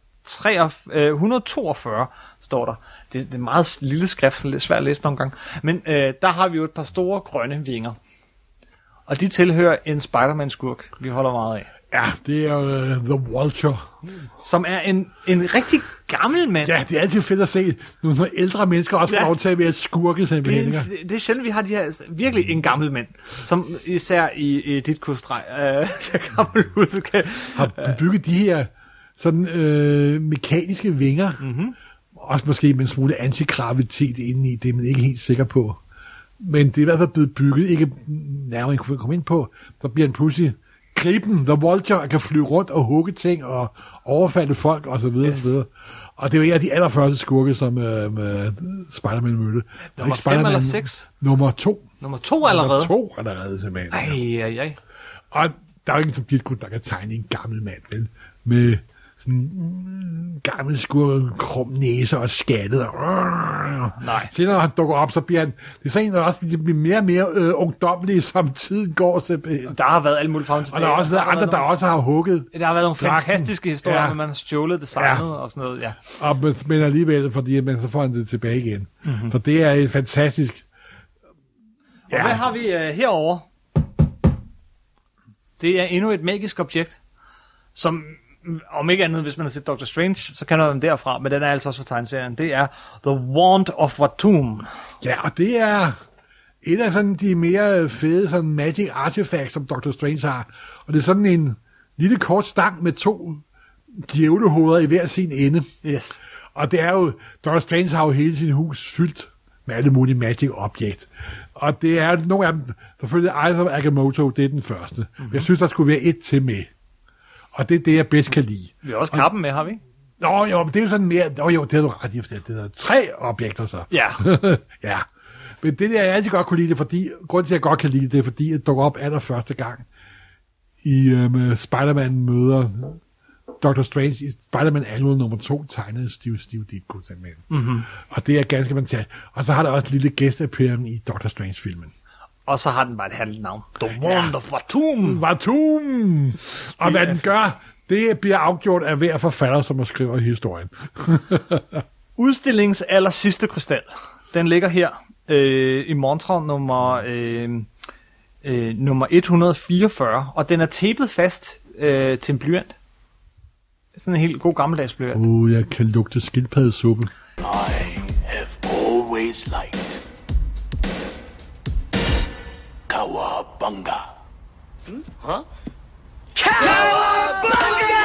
142 står der. Det er meget lille skrift, så lidt svært at læse nogle gange. Men der har vi jo et par store grønne vinger. Og de tilhører en Spider-Man-skurk, vi holder meget af. Ja, det er The Vulture. Som er en rigtig gammel mand. Ja, det er altid fedt at se nogle sådan ældre mennesker også få lov til at være skurke simpelthen. Det er sjældent, vi har de her virkelig en gammel mand, som især i dit kudstreg ser gammel ud. Du kan, har bygget de her sådan mekaniske vinger. Mm-hmm. Også måske med en smule antigravitet indeni, det er man ikke helt sikker på. Men det er i hvert fald blevet bygget, ikke nærmere kunne komme ind på. Så bliver en pludselig griben, The Vulture, kan flyve rundt og hugge ting og overfalde folk og så videre, yes. Og så videre. Og det er jo en af de allerførste skurke, som Spider-Man mødte. Nummer 5 eller 6? Nummer 2. Nummer 2 allerede? Nummer 2 allerede, simpelthen. Ej. Og der er jo ingen som dit der kan tegne en gammel mand, vel? Med sådan en gammel skurk, krum næse og skattet. Nej. Senere når han dukker op, så bliver han... Det er sådan en, der også bliver mere og mere ungdommelig, som tiden går simpelthen. Der har været alle mulige farver tilbage. Og der har også været andre, der også har hugget. Der har været nogle fantastiske historier, hvor man har stjålet designet og sådan noget, ja. Og, men alligevel, fordi man så får han det tilbage igen. Mm-hmm. Så det er et fantastisk... Og hvad har vi herover? Det er endnu et magisk objekt, som om ikke andet, hvis man har set Doctor Strange, så kender man den derfra, men den er altså også fra tegneserien. Det er The Wand of Watum. Ja, og det er et af sådan de mere fede sådan magic artifacts, som Doctor Strange har. Og det er sådan en lille kort stang med 2 djævlehoveder i hver sin ende. Yes. Og det er jo, Doctor Strange har jo hele sin hus fyldt med alle mulige magic-objekt. Og det er nogle af dem, selvfølgelig Eyes of Agamotto, det er den første. Mm-hmm. Jeg synes, der skulle være 1 til med. Og det er det, jeg bedst kan lide. Vi har også kappen med, har vi? Nå, jo, men det er jo sådan mere... Jo, det er du ret i, det er 3 objekter så. Ja. Ja. Men det der, jeg altid godt kunne lide det, fordi... Grunden til, at jeg godt kan lide det, er fordi, at det dukker op allerførste gang i Spider-Man møder Doctor Strange i Spider-Man Annual nummer 2, tegnet Steve Ditko simpelthen. Mm-hmm. Og det er ganske fantastisk. Og så har der også et lille gæsteappearance i Doctor Strange-filmen. Og så har den bare et halvt navn. The Wand of Watum. Watum! Og hvad den gør, det bliver afgjort af hver forfatter, som har skrevet historien. Udstillings aller sidste krystal. Den ligger her i montre nummer 144, og den er tapet fast til en blyant. Sådan en helt god gammeldags blyant. Jeg kan lugte skildpaddesuppe. I have always liked Cowabunga. Huh? Cowabunga!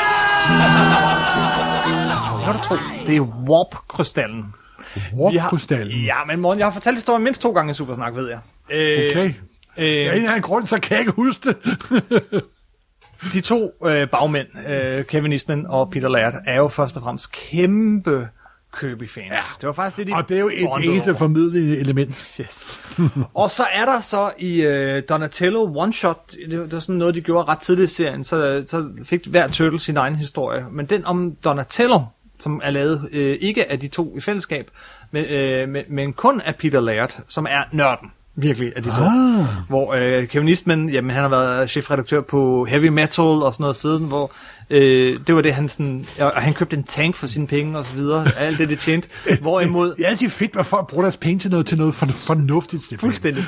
Kan du tro, det er Warp-krystallen. Warp-krystallen? Ja, men Morten, jeg har fortalt historien mindst 2 gange i Supersnak, ved jeg. Okay. Af en eller anden grund, så kan jeg ikke huske det. De 2 bagmænd, Kevin Eastman og Peter Laird, er jo først og fremmest kæmpe Kirby-fans. Ja. Det var faktisk det, de og det er jo et eneste formidlende element. Yes. Og så er der så i Donatello One-Shot, det var sådan noget, de gjorde ret tidligt i serien, så fik hver Turtle sin egen historie. Men den om Donatello, som er lavet ikke af de 2 i fællesskab, men kun af Peter Laird, som er nørden. Virkelig af de 2. Hvor Kevin Eastman, jamen han har været chefredaktør på Heavy Metal og sådan noget siden, hvor det var det han sådan, og han købte en tank for sine penge og så videre, alt det tjente. Hvorimod det er altid fedt, at folk bruger deres penge til noget fornuftigt. Fuldstændig.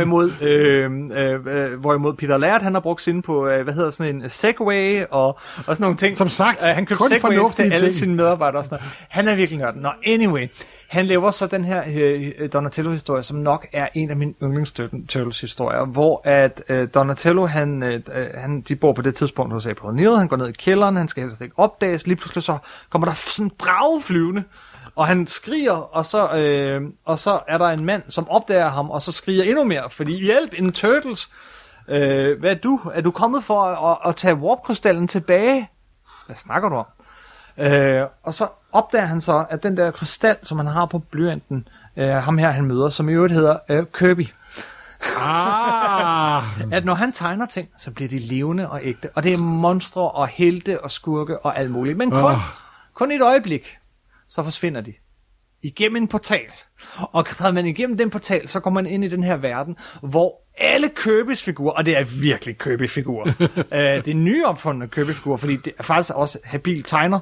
Hvorimod Peter Laird, han har brugt sine på sådan en Segway og sådan nogle ting. Som sagt, han købte Segway til alle sine medarbejdere og sådan noget. Han er virkelig nørden. Nå, anyway. Han laver så den her Donatello-historie, som nok er en af mine yndlings-Turtles-historier, hvor at Donatello, de bor på det tidspunkt hos April O'Neil, han går ned i kælderen, han skal helst ikke opdages, lige pludselig så kommer der sådan en drage flyvende, og han skriger, og så er der en mand, som opdager ham, og så skriger endnu mere, fordi hjælp, en Turtles, hvad er du? Er du kommet for at tage Warp-krystallen tilbage? Hvad snakker du om? Og så opdager han så, at den der krystal, som han har på blyanten, ham her han møder, som i øvrigt hedder Kirby. At når han tegner ting, så bliver de levende og ægte. Og det er monstre og helte og skurke og alt muligt. Men kun et øjeblik, så forsvinder de. Igennem en portal. Og træder man igennem den portal, så kommer man ind i den her verden, hvor alle Kirby's figurer, og det er virkelig Kirby-figurer, det er nyopfundne Kirby-figurer, fordi det er faktisk også habil tegner,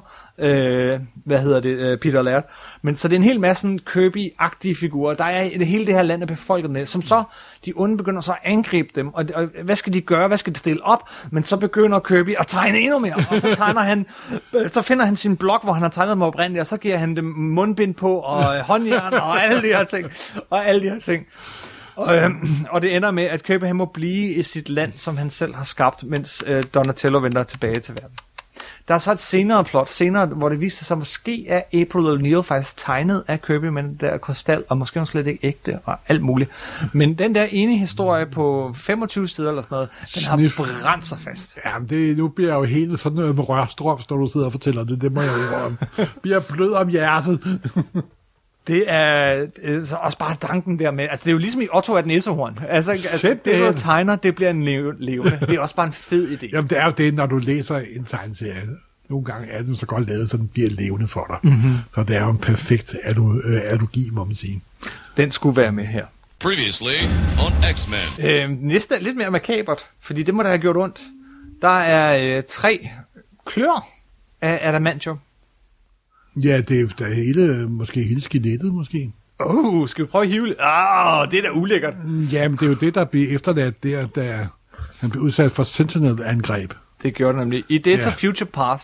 Peter Laird, men så det er en hel masse Kirby-agtige figurer, der er i hele det her land er befolket med, som så, de onde begynder så at angribe dem, og hvad skal de gøre, hvad skal de stille op, men så begynder Kirby at tegne endnu mere, og så tegner han, så finder han sin blok, hvor han har tegnet dem oprindeligt, og så giver han dem mundbind på, og håndjern, og alle de her ting, og det ender med, at Kirby han må blive i sit land, som han selv har skabt, mens Donatello vender tilbage til verden. Der er så et senere plot, hvor det viser sig, måske er April O'Neil faktisk tegnet af Kirby med den der krystal, og måske er hun slet ikke ægte, og alt muligt. Men den der ene historie på 25 sider eller sådan noget, den har brændt sig fast. Jamen, nu bliver jeg jo helt sådan med rørstrøm, når du sidder og fortæller det. Det må jeg jo om. Bliver blød om hjertet. Det er så også bare tanken der med, altså det er jo ligesom i Otto at næsehorn. Altså det du tegner, det bliver en levende. Det er også bare en fed idé. Jamen det er jo det, når du læser en tegneserie. Nogle gange er den så godt lavet, så den bliver levende for dig. Mm-hmm. Så det er jo en perfekt analogi, må man sige. Den skulle være med her. Previously on X-Men. Næste er lidt mere makabert, fordi det må der have gjort ondt. Der er 3 klør af adamantium. Ja, det er måske hele skelettet, måske. Skal vi prøve at hive det? Det er da ulækkert. Jamen, det er jo det, der bliver efterladt der han blev udsat for Sentinel-angreb. Det gjorde det nemlig. I Days of Future Past,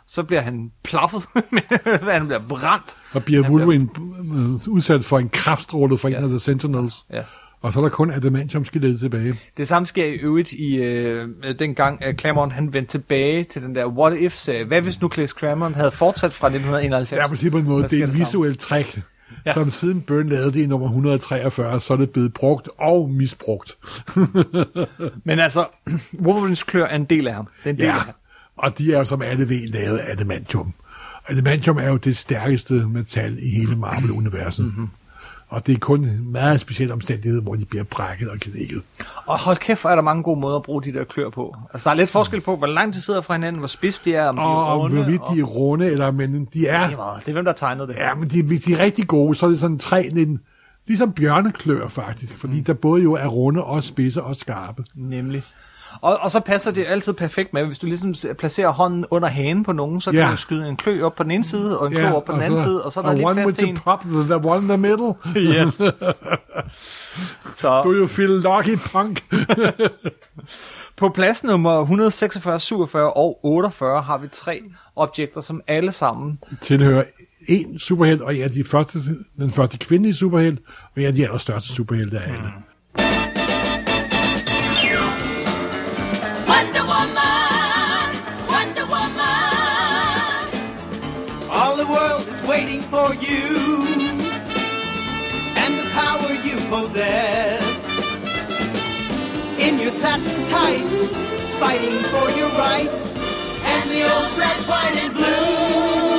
så bliver han plaffet, han bliver brændt. Og bliver Wolverine udsat for en kraftstråle fra en af The Sentinels. Yes. Og så er der kun adamantium-skelettet tilbage. Det samme sker i øvrigt i dengang Claremont han vendte tilbage til den der What If-serie. Hvad hvis nu Chris Claremont havde fortsat fra 1991? Ja, på en måde, det er et visuelt trick, som siden Byrne lavede det i nummer 143, så er det blevet brugt og misbrugt. Men altså, Wolverines klør er en del af ham. Det er en del af ham. Og de er jo som alle ved lavet af adamantium. Adamantium er jo det stærkeste metal i hele Marvel-universet. Mm-hmm. Og det er kun en meget speciel omstændighed, hvor de bliver brækket og knækket. Og hold kæft, er der mange gode måder at bruge de der klør på. Altså, der er lidt forskel på, hvor langt de sidder fra hinanden, hvor spids de er, om de er runde. Og hvorvidt de er runde, eller men de er... Det er hvem, der tegnede det. Ja, men de er rigtig gode. Så er det sådan tre, ligesom bjørneklør faktisk, fordi der både jo er runde og spidse og skarpe. Nemlig. Og så passer det altid perfekt med, hvis du ligesom placerer hånden under hagen på nogen, så kan du skyde en klø op på den ene side, og en klø op på den anden side, og så er der lige plads til en. Pop the one in the middle. Yes. Så. Do you feel lucky, punk? På plads nummer 146, 47 og 48 har vi 3 objekter, som alle sammen tilhører en superhelt, og den første kvindelige superhelt, og en af de allerstørste superhelte af alle. Wonder Woman, Wonder Woman. All the world is waiting for you and the power you possess. In your satin tights, fighting for your rights and the old red, white and blue.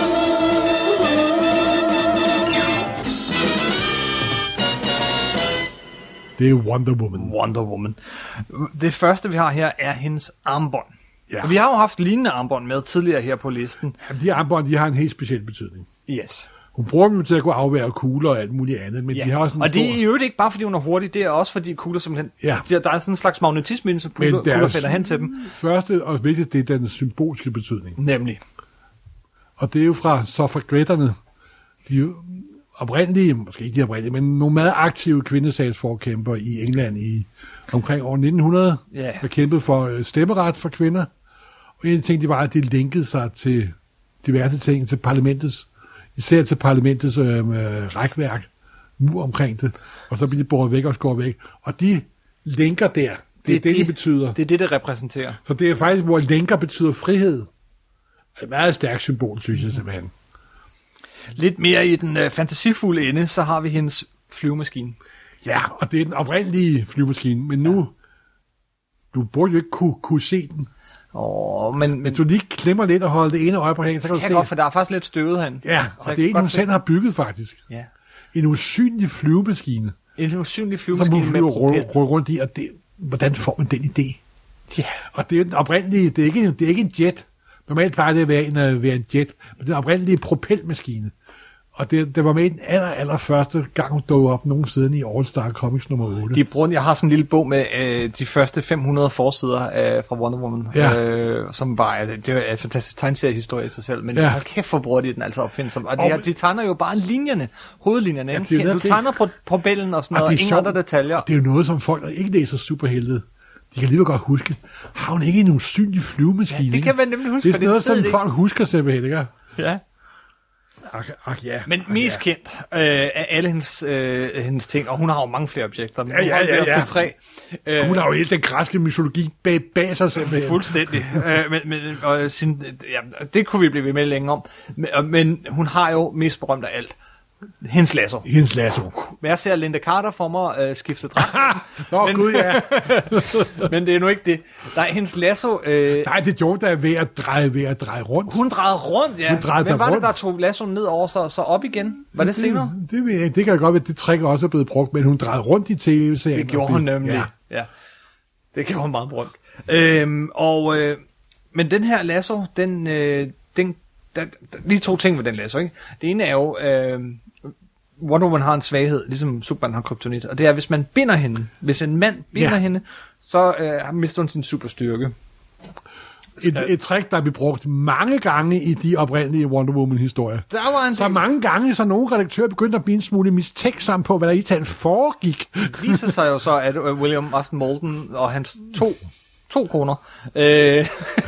Det er Wonder Woman. Wonder Woman. Det første, vi har her, er hendes armbånd. Ja. Og vi har jo haft lignende armbånd med tidligere her på listen. Jamen, de armbånd, de har en helt speciel betydning. Yes. Hun bruger dem til at kunne afvære kugler og alt muligt andet, men de har også en og det er jo ikke bare, fordi hun er hurtig, det er også, fordi kugler simpelthen... Ja. Der er sådan en slags magnetisme, så kugler falder hen til dem. Første og vigtigste, det er den symbolske betydning. Nemlig. Og det er jo fra suffragetterne. De er jo oprindelige, måske ikke de oprindelige, men nogle meget aktive kvindesagsforkæmper i England i omkring år 1900, der kæmpede for stemmeret for kvinder. Og en ting, det var, at de linkede sig til diverse ting, til parlamentets, især til parlamentets rækværk, mur omkring det, og så bliver de båret væk og skåret væk. Og de linker der, det er det, de betyder. Det er det repræsenterer. Så det er faktisk, hvor linker betyder frihed. Et meget stærkt symbol, synes jeg simpelthen. Lidt mere i den fantasifulde ende, så har vi hendes flyvemaskine. Ja, og det er den oprindelige flyvemaskine, men nu, du burde jo ikke kunne se den. Men hvis du lige klemmer lidt og holder det ene øje på hængen, så kan du se. Godt, for der er faktisk lidt støvet hen. Ja, og det er en, hun selv har bygget faktisk. Ja. En usynlig flyvemaskine. En usynlig flyvemaskine som hun flyver rundt i, og det, hvordan får man den idé? Ja. Og det er den oprindelige, det er ikke en jet. Normalt plejer det at være en jet, men den oprindelige propelmaskine. Og det var med i den allerførste gang, hun dog op nogensinde i All Star Comics nummer 8. Jeg har sådan en lille bog med de første 500 forsider fra Wonder Woman, som bare det er en fantastisk tegneseriehistorie i sig selv, men hold kæft, hvor bruger de den altså opfindsom. Og de tegner jo bare linjerne, hovedlinjerne. Ja, du tegner på propellen og sådan noget, ingen andre detaljer. Det er jo noget, som folk ikke læser superhelte. De kan lige godt huske. Har hun ikke en usynlig flyvemaskine? Ja, det kan man nemlig huske. Det er noget, som folk husker simpelthen, ikke? Ja. Ja. Men mest kendt af alle hendes ting, og hun har jo mange flere objekter. Men ja. Til 3. Hun har jo hele den græske mytologi bag sig simpelthen. Fuldstændig. Det kunne vi blive ved med længe om. Men hun har jo mest berømt af alt. Hendes lasso. Men jeg ser Linda Carter for mig skifte dragt. Gud ja. Men det er nu ikke det. Nej, hendes lasso... Nej, det gjorde der ved at dreje rundt. Hun drejede rundt, ja. Men var det, der tog lassoen ned over så op igen? Var det senere? Det kan godt være, det trick også er blevet brugt, men hun drejede rundt i tv-serien. Det gjorde hun nemlig. Ja. Det gjorde hun meget brugt. Men den her lasso, den lige 2 ting ved den lasso, ikke? Det ene er jo... Wonder Woman har en svaghed, ligesom Superman har kryptonit, og det er, hvis man binder hende, hvis en mand binder hende, så mister hun sin superstyrke. Et trick, der bliver brugt mange gange i de oprindelige Wonder Woman-historier. Så mange gange, så nogle redaktører begyndte at blive en smule mistænksomme på, hvad der i talt foregik. Det viser sig jo så, at William Austin Moulton og hans to koner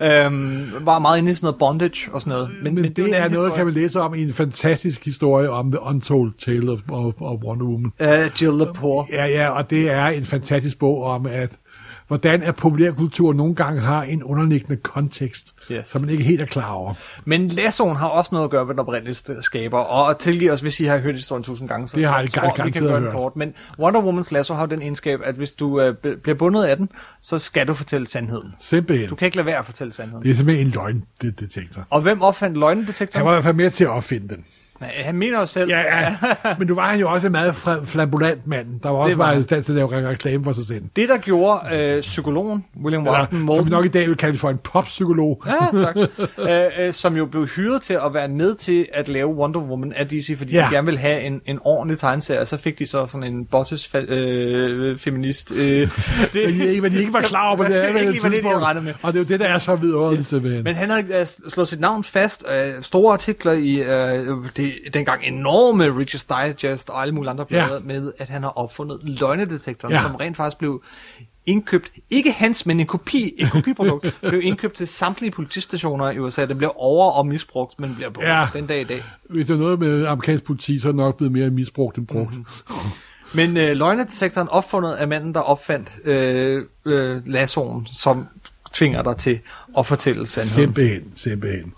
Var meget inde i sådan noget bondage og sådan noget. Men det er noget, historie. Kan man læse om i en fantastisk historie om The Untold Tale of Wonder Woman. Jill Lepore. Ja, og det er en fantastisk bog om, hvordan populærkultur nogle gange har en underliggende kontekst, som man ikke helt er klar over. Men lassoen har også noget at gøre med den oprindelige skaber, og tilgiv os, hvis I har hørt historien 1000 gange, så det har vi kan gøre den kort. Men Wonder Woman's lasso har jo den egenskab, at hvis du bliver bundet af den, så skal du fortælle sandheden. Simpelthen. Du kan ikke lade være at fortælle sandheden. Det er simpelthen en løgndetektor. Og hvem opfandt løgndetektoren? Han var i hvert fald med til at opfinde den. Han mener jo selv. Ja. Men nu var han jo også en meget flamboyant mand, der var også i stand til at lave reklame for sig selv. Det, der gjorde psykologen, William Washington Moulton, som vi nok i dag vil kalde for en poppsykolog. Ja, tak. Som jo blev hyret til at være med til at lave Wonder Woman af DC, fordi de gerne ville have en ordentlig tegneserie, og så fik de så sådan en botches feminist. Men de ikke var klar over på det her tidspunkt. Og det er jo det, der er så vidunderligt simpelthen. Men han havde slået sit navn fast, store artikler i dengang enorme Reader's Digest og alle mulige andre blader med, at han har opfundet løgnedetektoren, som rent faktisk blev indkøbt, ikke hans, men et kopiprodukt, blev indkøbt til samtlige politistationer i USA. Det blev over- og misbrugt, men bliver brugt den dag i dag. Hvis det er noget med amerikansk politi, så er det nok blevet mere misbrugt end brugt. Men løgnedetektoren opfundet af manden, der opfandt lassoen, som tvinger dig til at fortælle sandheden. Simpelthen.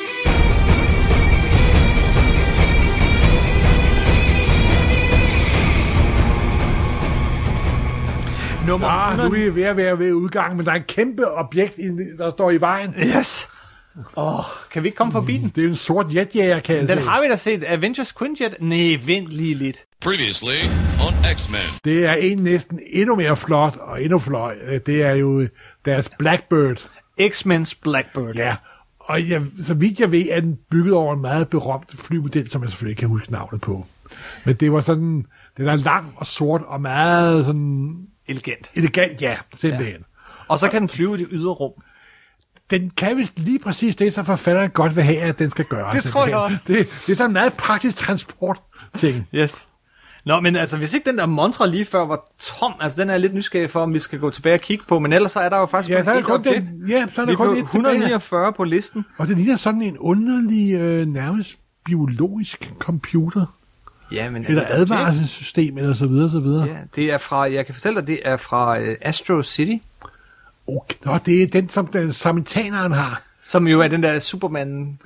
Nu er vi ved at være ved udgangen, men der er en kæmpe objekt, der står i vejen. Yes. Kan vi ikke komme forbi den? Det er en sort jetjæger, kan jeg Den har vi da set. Avengers Quinjet? Nej, vent lige lidt. Previously on X-Men. Det er en næsten endnu mere flot og endnu fløj. Det er jo deres Blackbird. X-Men's Blackbird. Ja. Og så vidt jeg ved, er den bygget over en meget berømt flymodel, som jeg selvfølgelig ikke kan huske navnet på. Men det var sådan, den er lang og sort og meget sådan... Elegant, ja, simpelthen. Ja. Og så kan den flyve i det ydre rum. Den kan vist lige præcis det, så forfatteren godt vil have, at den skal gøre. Det tror jeg også. Det er sådan en meget praktisk transport-ting. Yes. Nå, men altså, hvis ikke den der montre lige før var tom, altså den er lidt nysgerrig for, om vi skal gå tilbage og kigge på, men ellers så er der jo faktisk kun et objekt. Så er der kun et 149 på listen. Og det ligner sådan en underlig, nærmest biologisk computer. Ja, men eller advarselssystem, eller så videre, så videre. Ja, det er fra, jeg kan fortælle dig, det er fra Astro City. Okay. Nå, det er den, som den samaritaneren har. Som jo er den der Superman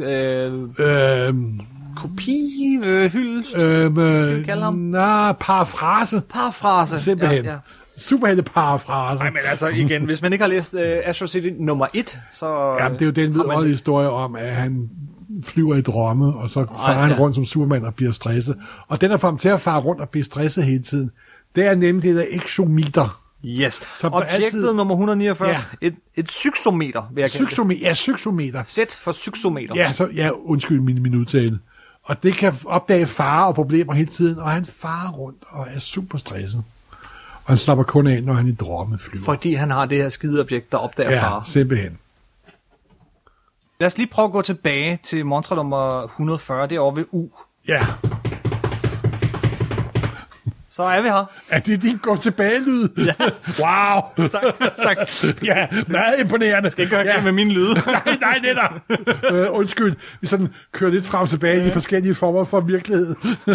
kopi-hyldest, skal vi kalde ham? Parafrase. Simpelthen. Ja. Superhelte-parafrase. Nej, men altså igen, hvis man ikke har læst Astro City nummer 1, så... Jamen, det er jo den vidunderlige historie om, at han flyver i drømme, og så farer han rundt som Superman og bliver stresset. Og den er for ham til at fare rundt og blive stresset hele tiden. Det er nemlig det der exometer. Yes. Objektet nummer 149. Et psyksometer, vil jeg kalde det. Ja, psyksometer. Sæt for psyksometer. Ja, undskyld min udtale. Og det kan opdage farer og problemer hele tiden, og han farer rundt og er super stresset. Og han slapper kun af, når han i drømme flyver. Fordi han har det her skideobjekt, der opdager farer. Ja, simpelthen. Lad os lige prøve at gå tilbage til monster nummer 140, det er over ved U. Ja. Så er vi her. Er det din gå tilbage-lyd? Ja. Wow. Tak. Ja, meget imponerende. Skal ikke gøre det med mine lyde. nej, netop. Undskyld, vi sådan kører lidt frem og tilbage i forskellige former for virkelighed.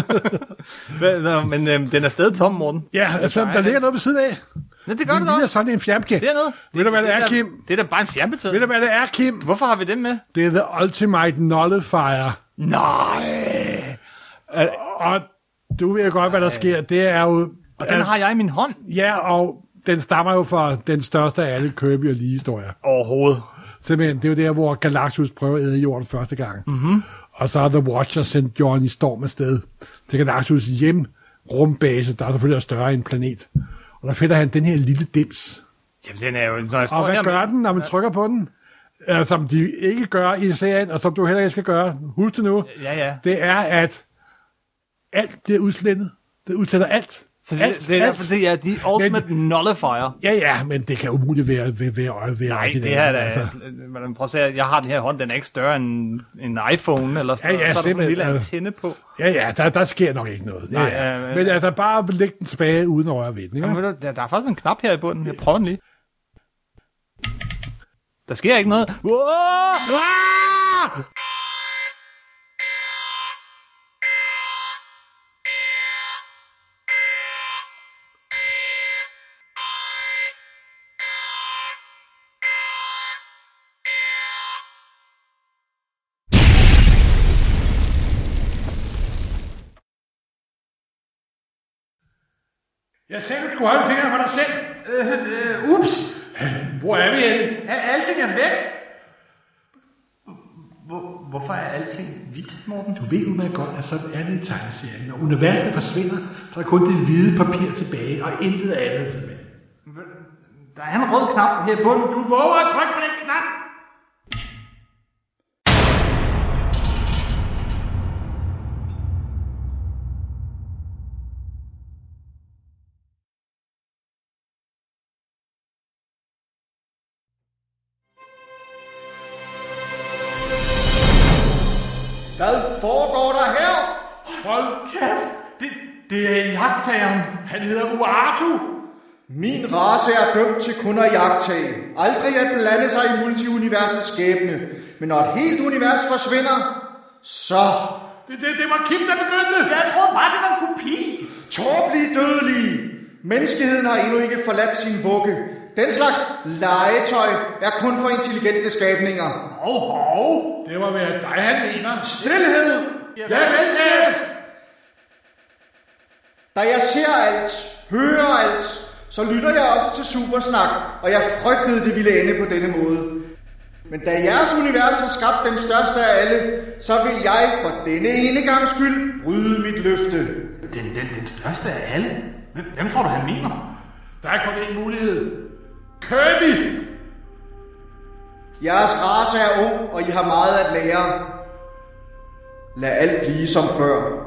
Men den er stadig tom, Morten. Ja, altså, der ligger noget ved siden af. Ja, det gør det også. Det er sådan en fjernbetjening. Det er noget. Ved du, hvad det er, Kim? Det er da bare en fjernbetjening. Ved du, hvad det er, Kim? Hvorfor har vi det med? Det er The Ultimate Nullifier. Nej. Og du ved godt, hvad der sker. Det er jo... Og den har jeg i min hånd. Ja, og den stammer jo fra den største af alle Kirby og Lee-historier. Overhovedet. Simpelthen, det er jo der, hvor Galactus prøver at æde jorden første gang. Mm-hmm. Og så har The Watcher sendt Johnny Storm afsted til Galactus rumbase, der er selvfølgelig større end planet. Og der finder han den her lille dims. Jamen, den er jo en sådan... Og hvad gør den, når man trykker på den? Som de ikke gør i serien, og som du heller ikke skal gøre. Husk det nu. Ja. Det er, at alt bliver udslettet. Det udsletter alt. Så det er derfor, det er de ultimate nullifier. Ja, men det kan umuligt være nej, det her er altså. Prøv at se, jeg har den her hånd, den er ikke større end en iPhone, eller sådan noget, så er der sådan en lille antenne på. Ja, der sker nok ikke noget. Nej, men altså, bare læg den tilbage uden at røre ved den. Jamen, der er faktisk en knap her i bunden, jeg prøver den lige. Der sker ikke noget. Jeg sagde, du skulle holde fingrene for dig selv. Ups. Hvor er vi henne? Alting er væk. Hvorfor er alting hvidt, Morten? Du ved udmærket godt, at sådan er det i tegneserien. Når universet forsvinder, så er der kun det hvide papir tilbage, og intet andet tilbage. Der er en rød knap her i bunden. Du våger at trykke på den knap. Hvad foregår der her? Hold kæft! Det er jagttageren. Han hedder Uatu. Min race er dømt til kun at jagttage. Aldrig at blande sig i multiuniversets skæbne. Men når et helt univers forsvinder, så... Det var Kim, der begyndte. Jeg troede bare, det var en kopi. Tåbelige dødelige. Menneskeheden har endnu ikke forladt sin vugge. Den slags legetøj er kun for intelligente skabninger. Hov. Det må være dig, han mener. Stilhed! Ja, chef! Da jeg ser alt, hører alt, så lytter jeg også til Supersnak, og jeg frygtede, det ville ende på denne måde. Men da jeres univers har skabt den største af alle, så vil jeg for denne ene gangs skyld bryde mit løfte. Den største af alle? Hvem tror du, han mener? Der er kun én mulighed. Kirby! Jeres race er ung, og I har meget at lære. Lad alt blive som før.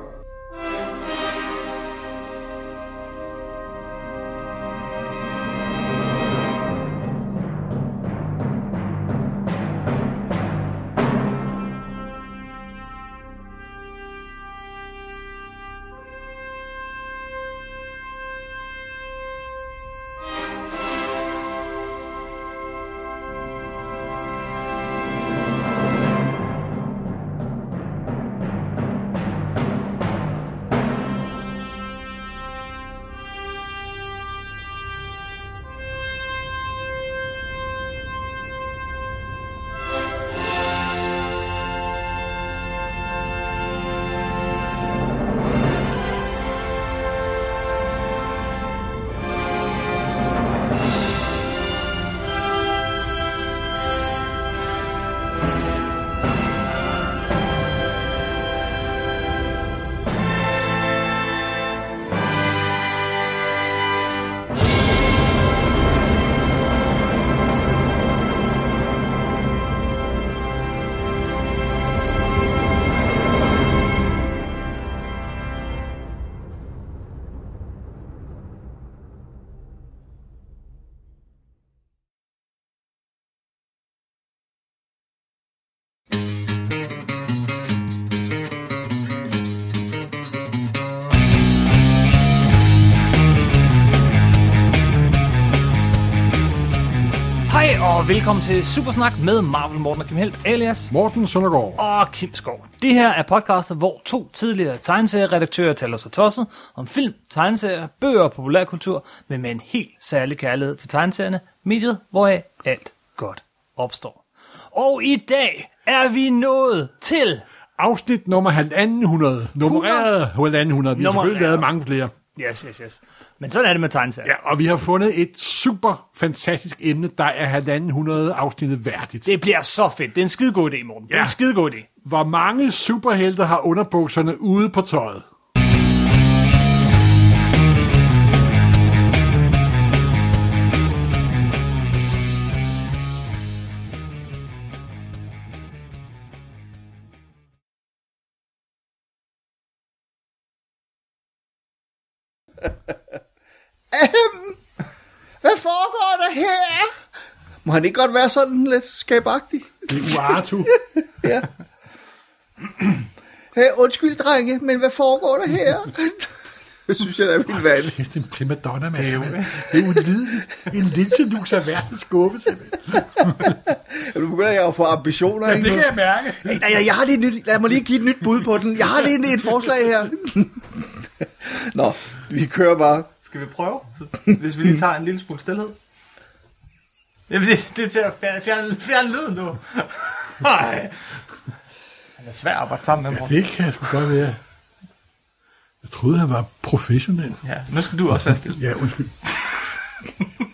Og velkommen til Supersnak med Marvel Morten og Kim Helt, alias Morten Søndergaard og Kim Skov. Det her er podcastet, hvor to tidligere tegneserieredaktører taler sig tosset om film, tegneserier, bøger og populærkultur, men med en helt særlig kærlighed til tegneserierne, mediet, hvoraf alt godt opstår. Og i dag er vi nået til afsnit nummer 1.500, nummereret 1.500. Vi har selvfølgelig lavet mange flere. Yes. Men sådan er det med tegneserier. Ja, og vi har fundet et super fantastisk emne, der er 1.500 afsnittet værdigt. Det bliver så fedt. Det er en skidegod idé, Morten. Det er en skidegod idé. Hvor mange superhelte har underbukserne ude på tøjet? Hvad foregår der her? Må han ikke godt være sådan lidt skabagtig? Det er Uatu. Ja. Hey, undskyld, drenge, men hvad foregår der her? Det synes jeg, der er vildt vanligt. Det er en primadonna, mand. Det er ulideligt. En linselus er værste skuffe, simpelthen. Du begynder jeg at få ambitioner, ja, ikke? det kan jeg mærke. Nej, jeg har lige et nyt. Lad mig lige give et nyt bud på den. Jeg har lige et forslag her. Nå, vi kører bare. Skal vi prøve? Så, hvis vi lige tager en lille smule stillhed. Jamen, det er til at fjerne lyden nu. Nej. Han er svær at arbejde sammen med. Ja, det kan jeg sgu godt være. Jeg troede, han var professionel. Ja, nu skal du også være stille. Ja, undskyld.